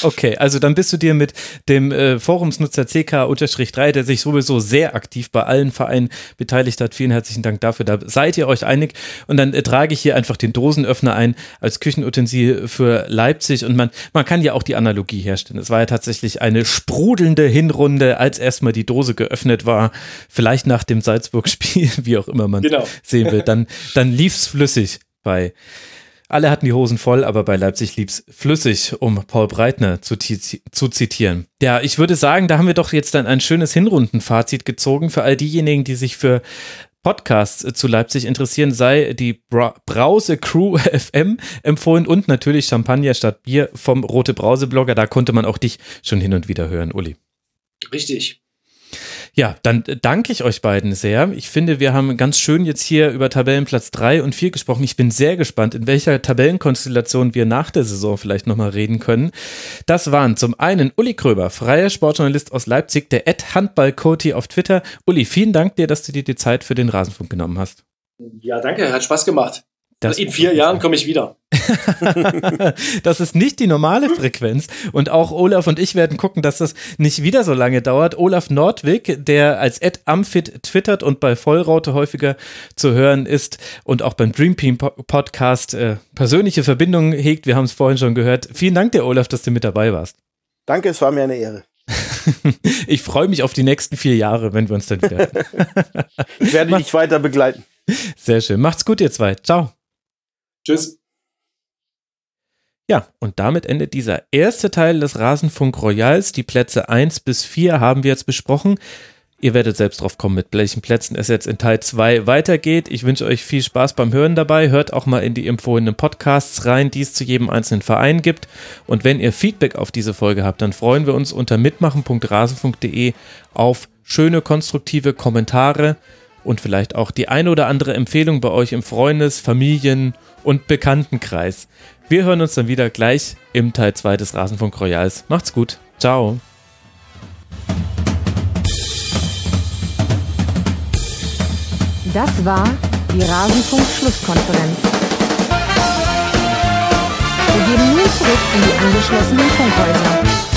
Okay, also dann bist du dir mit dem Forumsnutzer CK-3, der sich sowieso sehr aktiv bei allen Vereinen beteiligt hat. Vielen herzlichen Dank dafür. Da seid ihr euch einig. Und dann trage ich hier einfach den Dosenöffner ein als Küchenutensil für Leipzig. Und man kann ja auch die Analogie herstellen. Es war ja tatsächlich eine sprudelnde Hinrunde, als erstmal die Dose geöffnet war. Vielleicht nach dem Salzburg-Spiel, wie auch immer man sehen will. Dann lief's flüssig alle hatten die Hosen voll, aber bei Leipzig lief's flüssig, um Paul Breitner zu zitieren. Ja, ich würde sagen, da haben wir doch jetzt dann ein schönes Hinrundenfazit gezogen für all diejenigen, die sich für Podcasts zu Leipzig interessieren, sei die Brause Crew FM empfohlen und natürlich Champagner statt Bier vom Rote Brause Blogger. Da konnte man auch dich schon hin und wieder hören, Uli. Richtig. Ja, dann danke ich euch beiden sehr. Ich finde, wir haben ganz schön jetzt hier über Tabellenplatz 3 und 4 gesprochen. Ich bin sehr gespannt, in welcher Tabellenkonstellation wir nach der Saison vielleicht nochmal reden können. Das waren zum einen Uli Kröber, freier Sportjournalist aus Leipzig, der @handballkoti auf Twitter. Uli, vielen Dank dir, dass du dir die Zeit für den Rasenfunk genommen hast. Ja, danke, hat Spaß gemacht. In 4 Jahren komme ich wieder. Das ist nicht die normale Frequenz. Und auch Olaf und ich werden gucken, dass das nicht wieder so lange dauert. Olaf Nordwig, der als @amfit twittert und bei Vollraute häufiger zu hören ist und auch beim Dream Team Podcast persönliche Verbindungen hegt. Wir haben es vorhin schon gehört. Vielen Dank dir, Olaf, dass du mit dabei warst. Danke, es war mir eine Ehre. Ich freue mich auf die nächsten 4 Jahre, wenn wir uns dann wieder hören. Ich werde dich weiter begleiten. Sehr schön. Macht's gut, ihr zwei. Ciao. Tschüss. Ja, und damit endet dieser erste Teil des Rasenfunk Royals. Die Plätze 1 bis 4 haben wir jetzt besprochen. Ihr werdet selbst drauf kommen, mit welchen Plätzen es jetzt in Teil 2 weitergeht. Ich wünsche euch viel Spaß beim Hören dabei. Hört auch mal in die empfohlenen Podcasts rein, die es zu jedem einzelnen Verein gibt. Und wenn ihr Feedback auf diese Folge habt, dann freuen wir uns unter mitmachen.rasenfunk.de auf schöne, konstruktive Kommentare und vielleicht auch die eine oder andere Empfehlung bei euch im Freundes-, Familien- und Bekanntenkreis. Wir hören uns dann wieder gleich im Teil 2 des Rasenfunk Royals. Macht's gut. Ciao. Das war die Rasenfunk-Schlusskonferenz. Wir gehen nun zurück in die angeschlossenen Funkhäuser.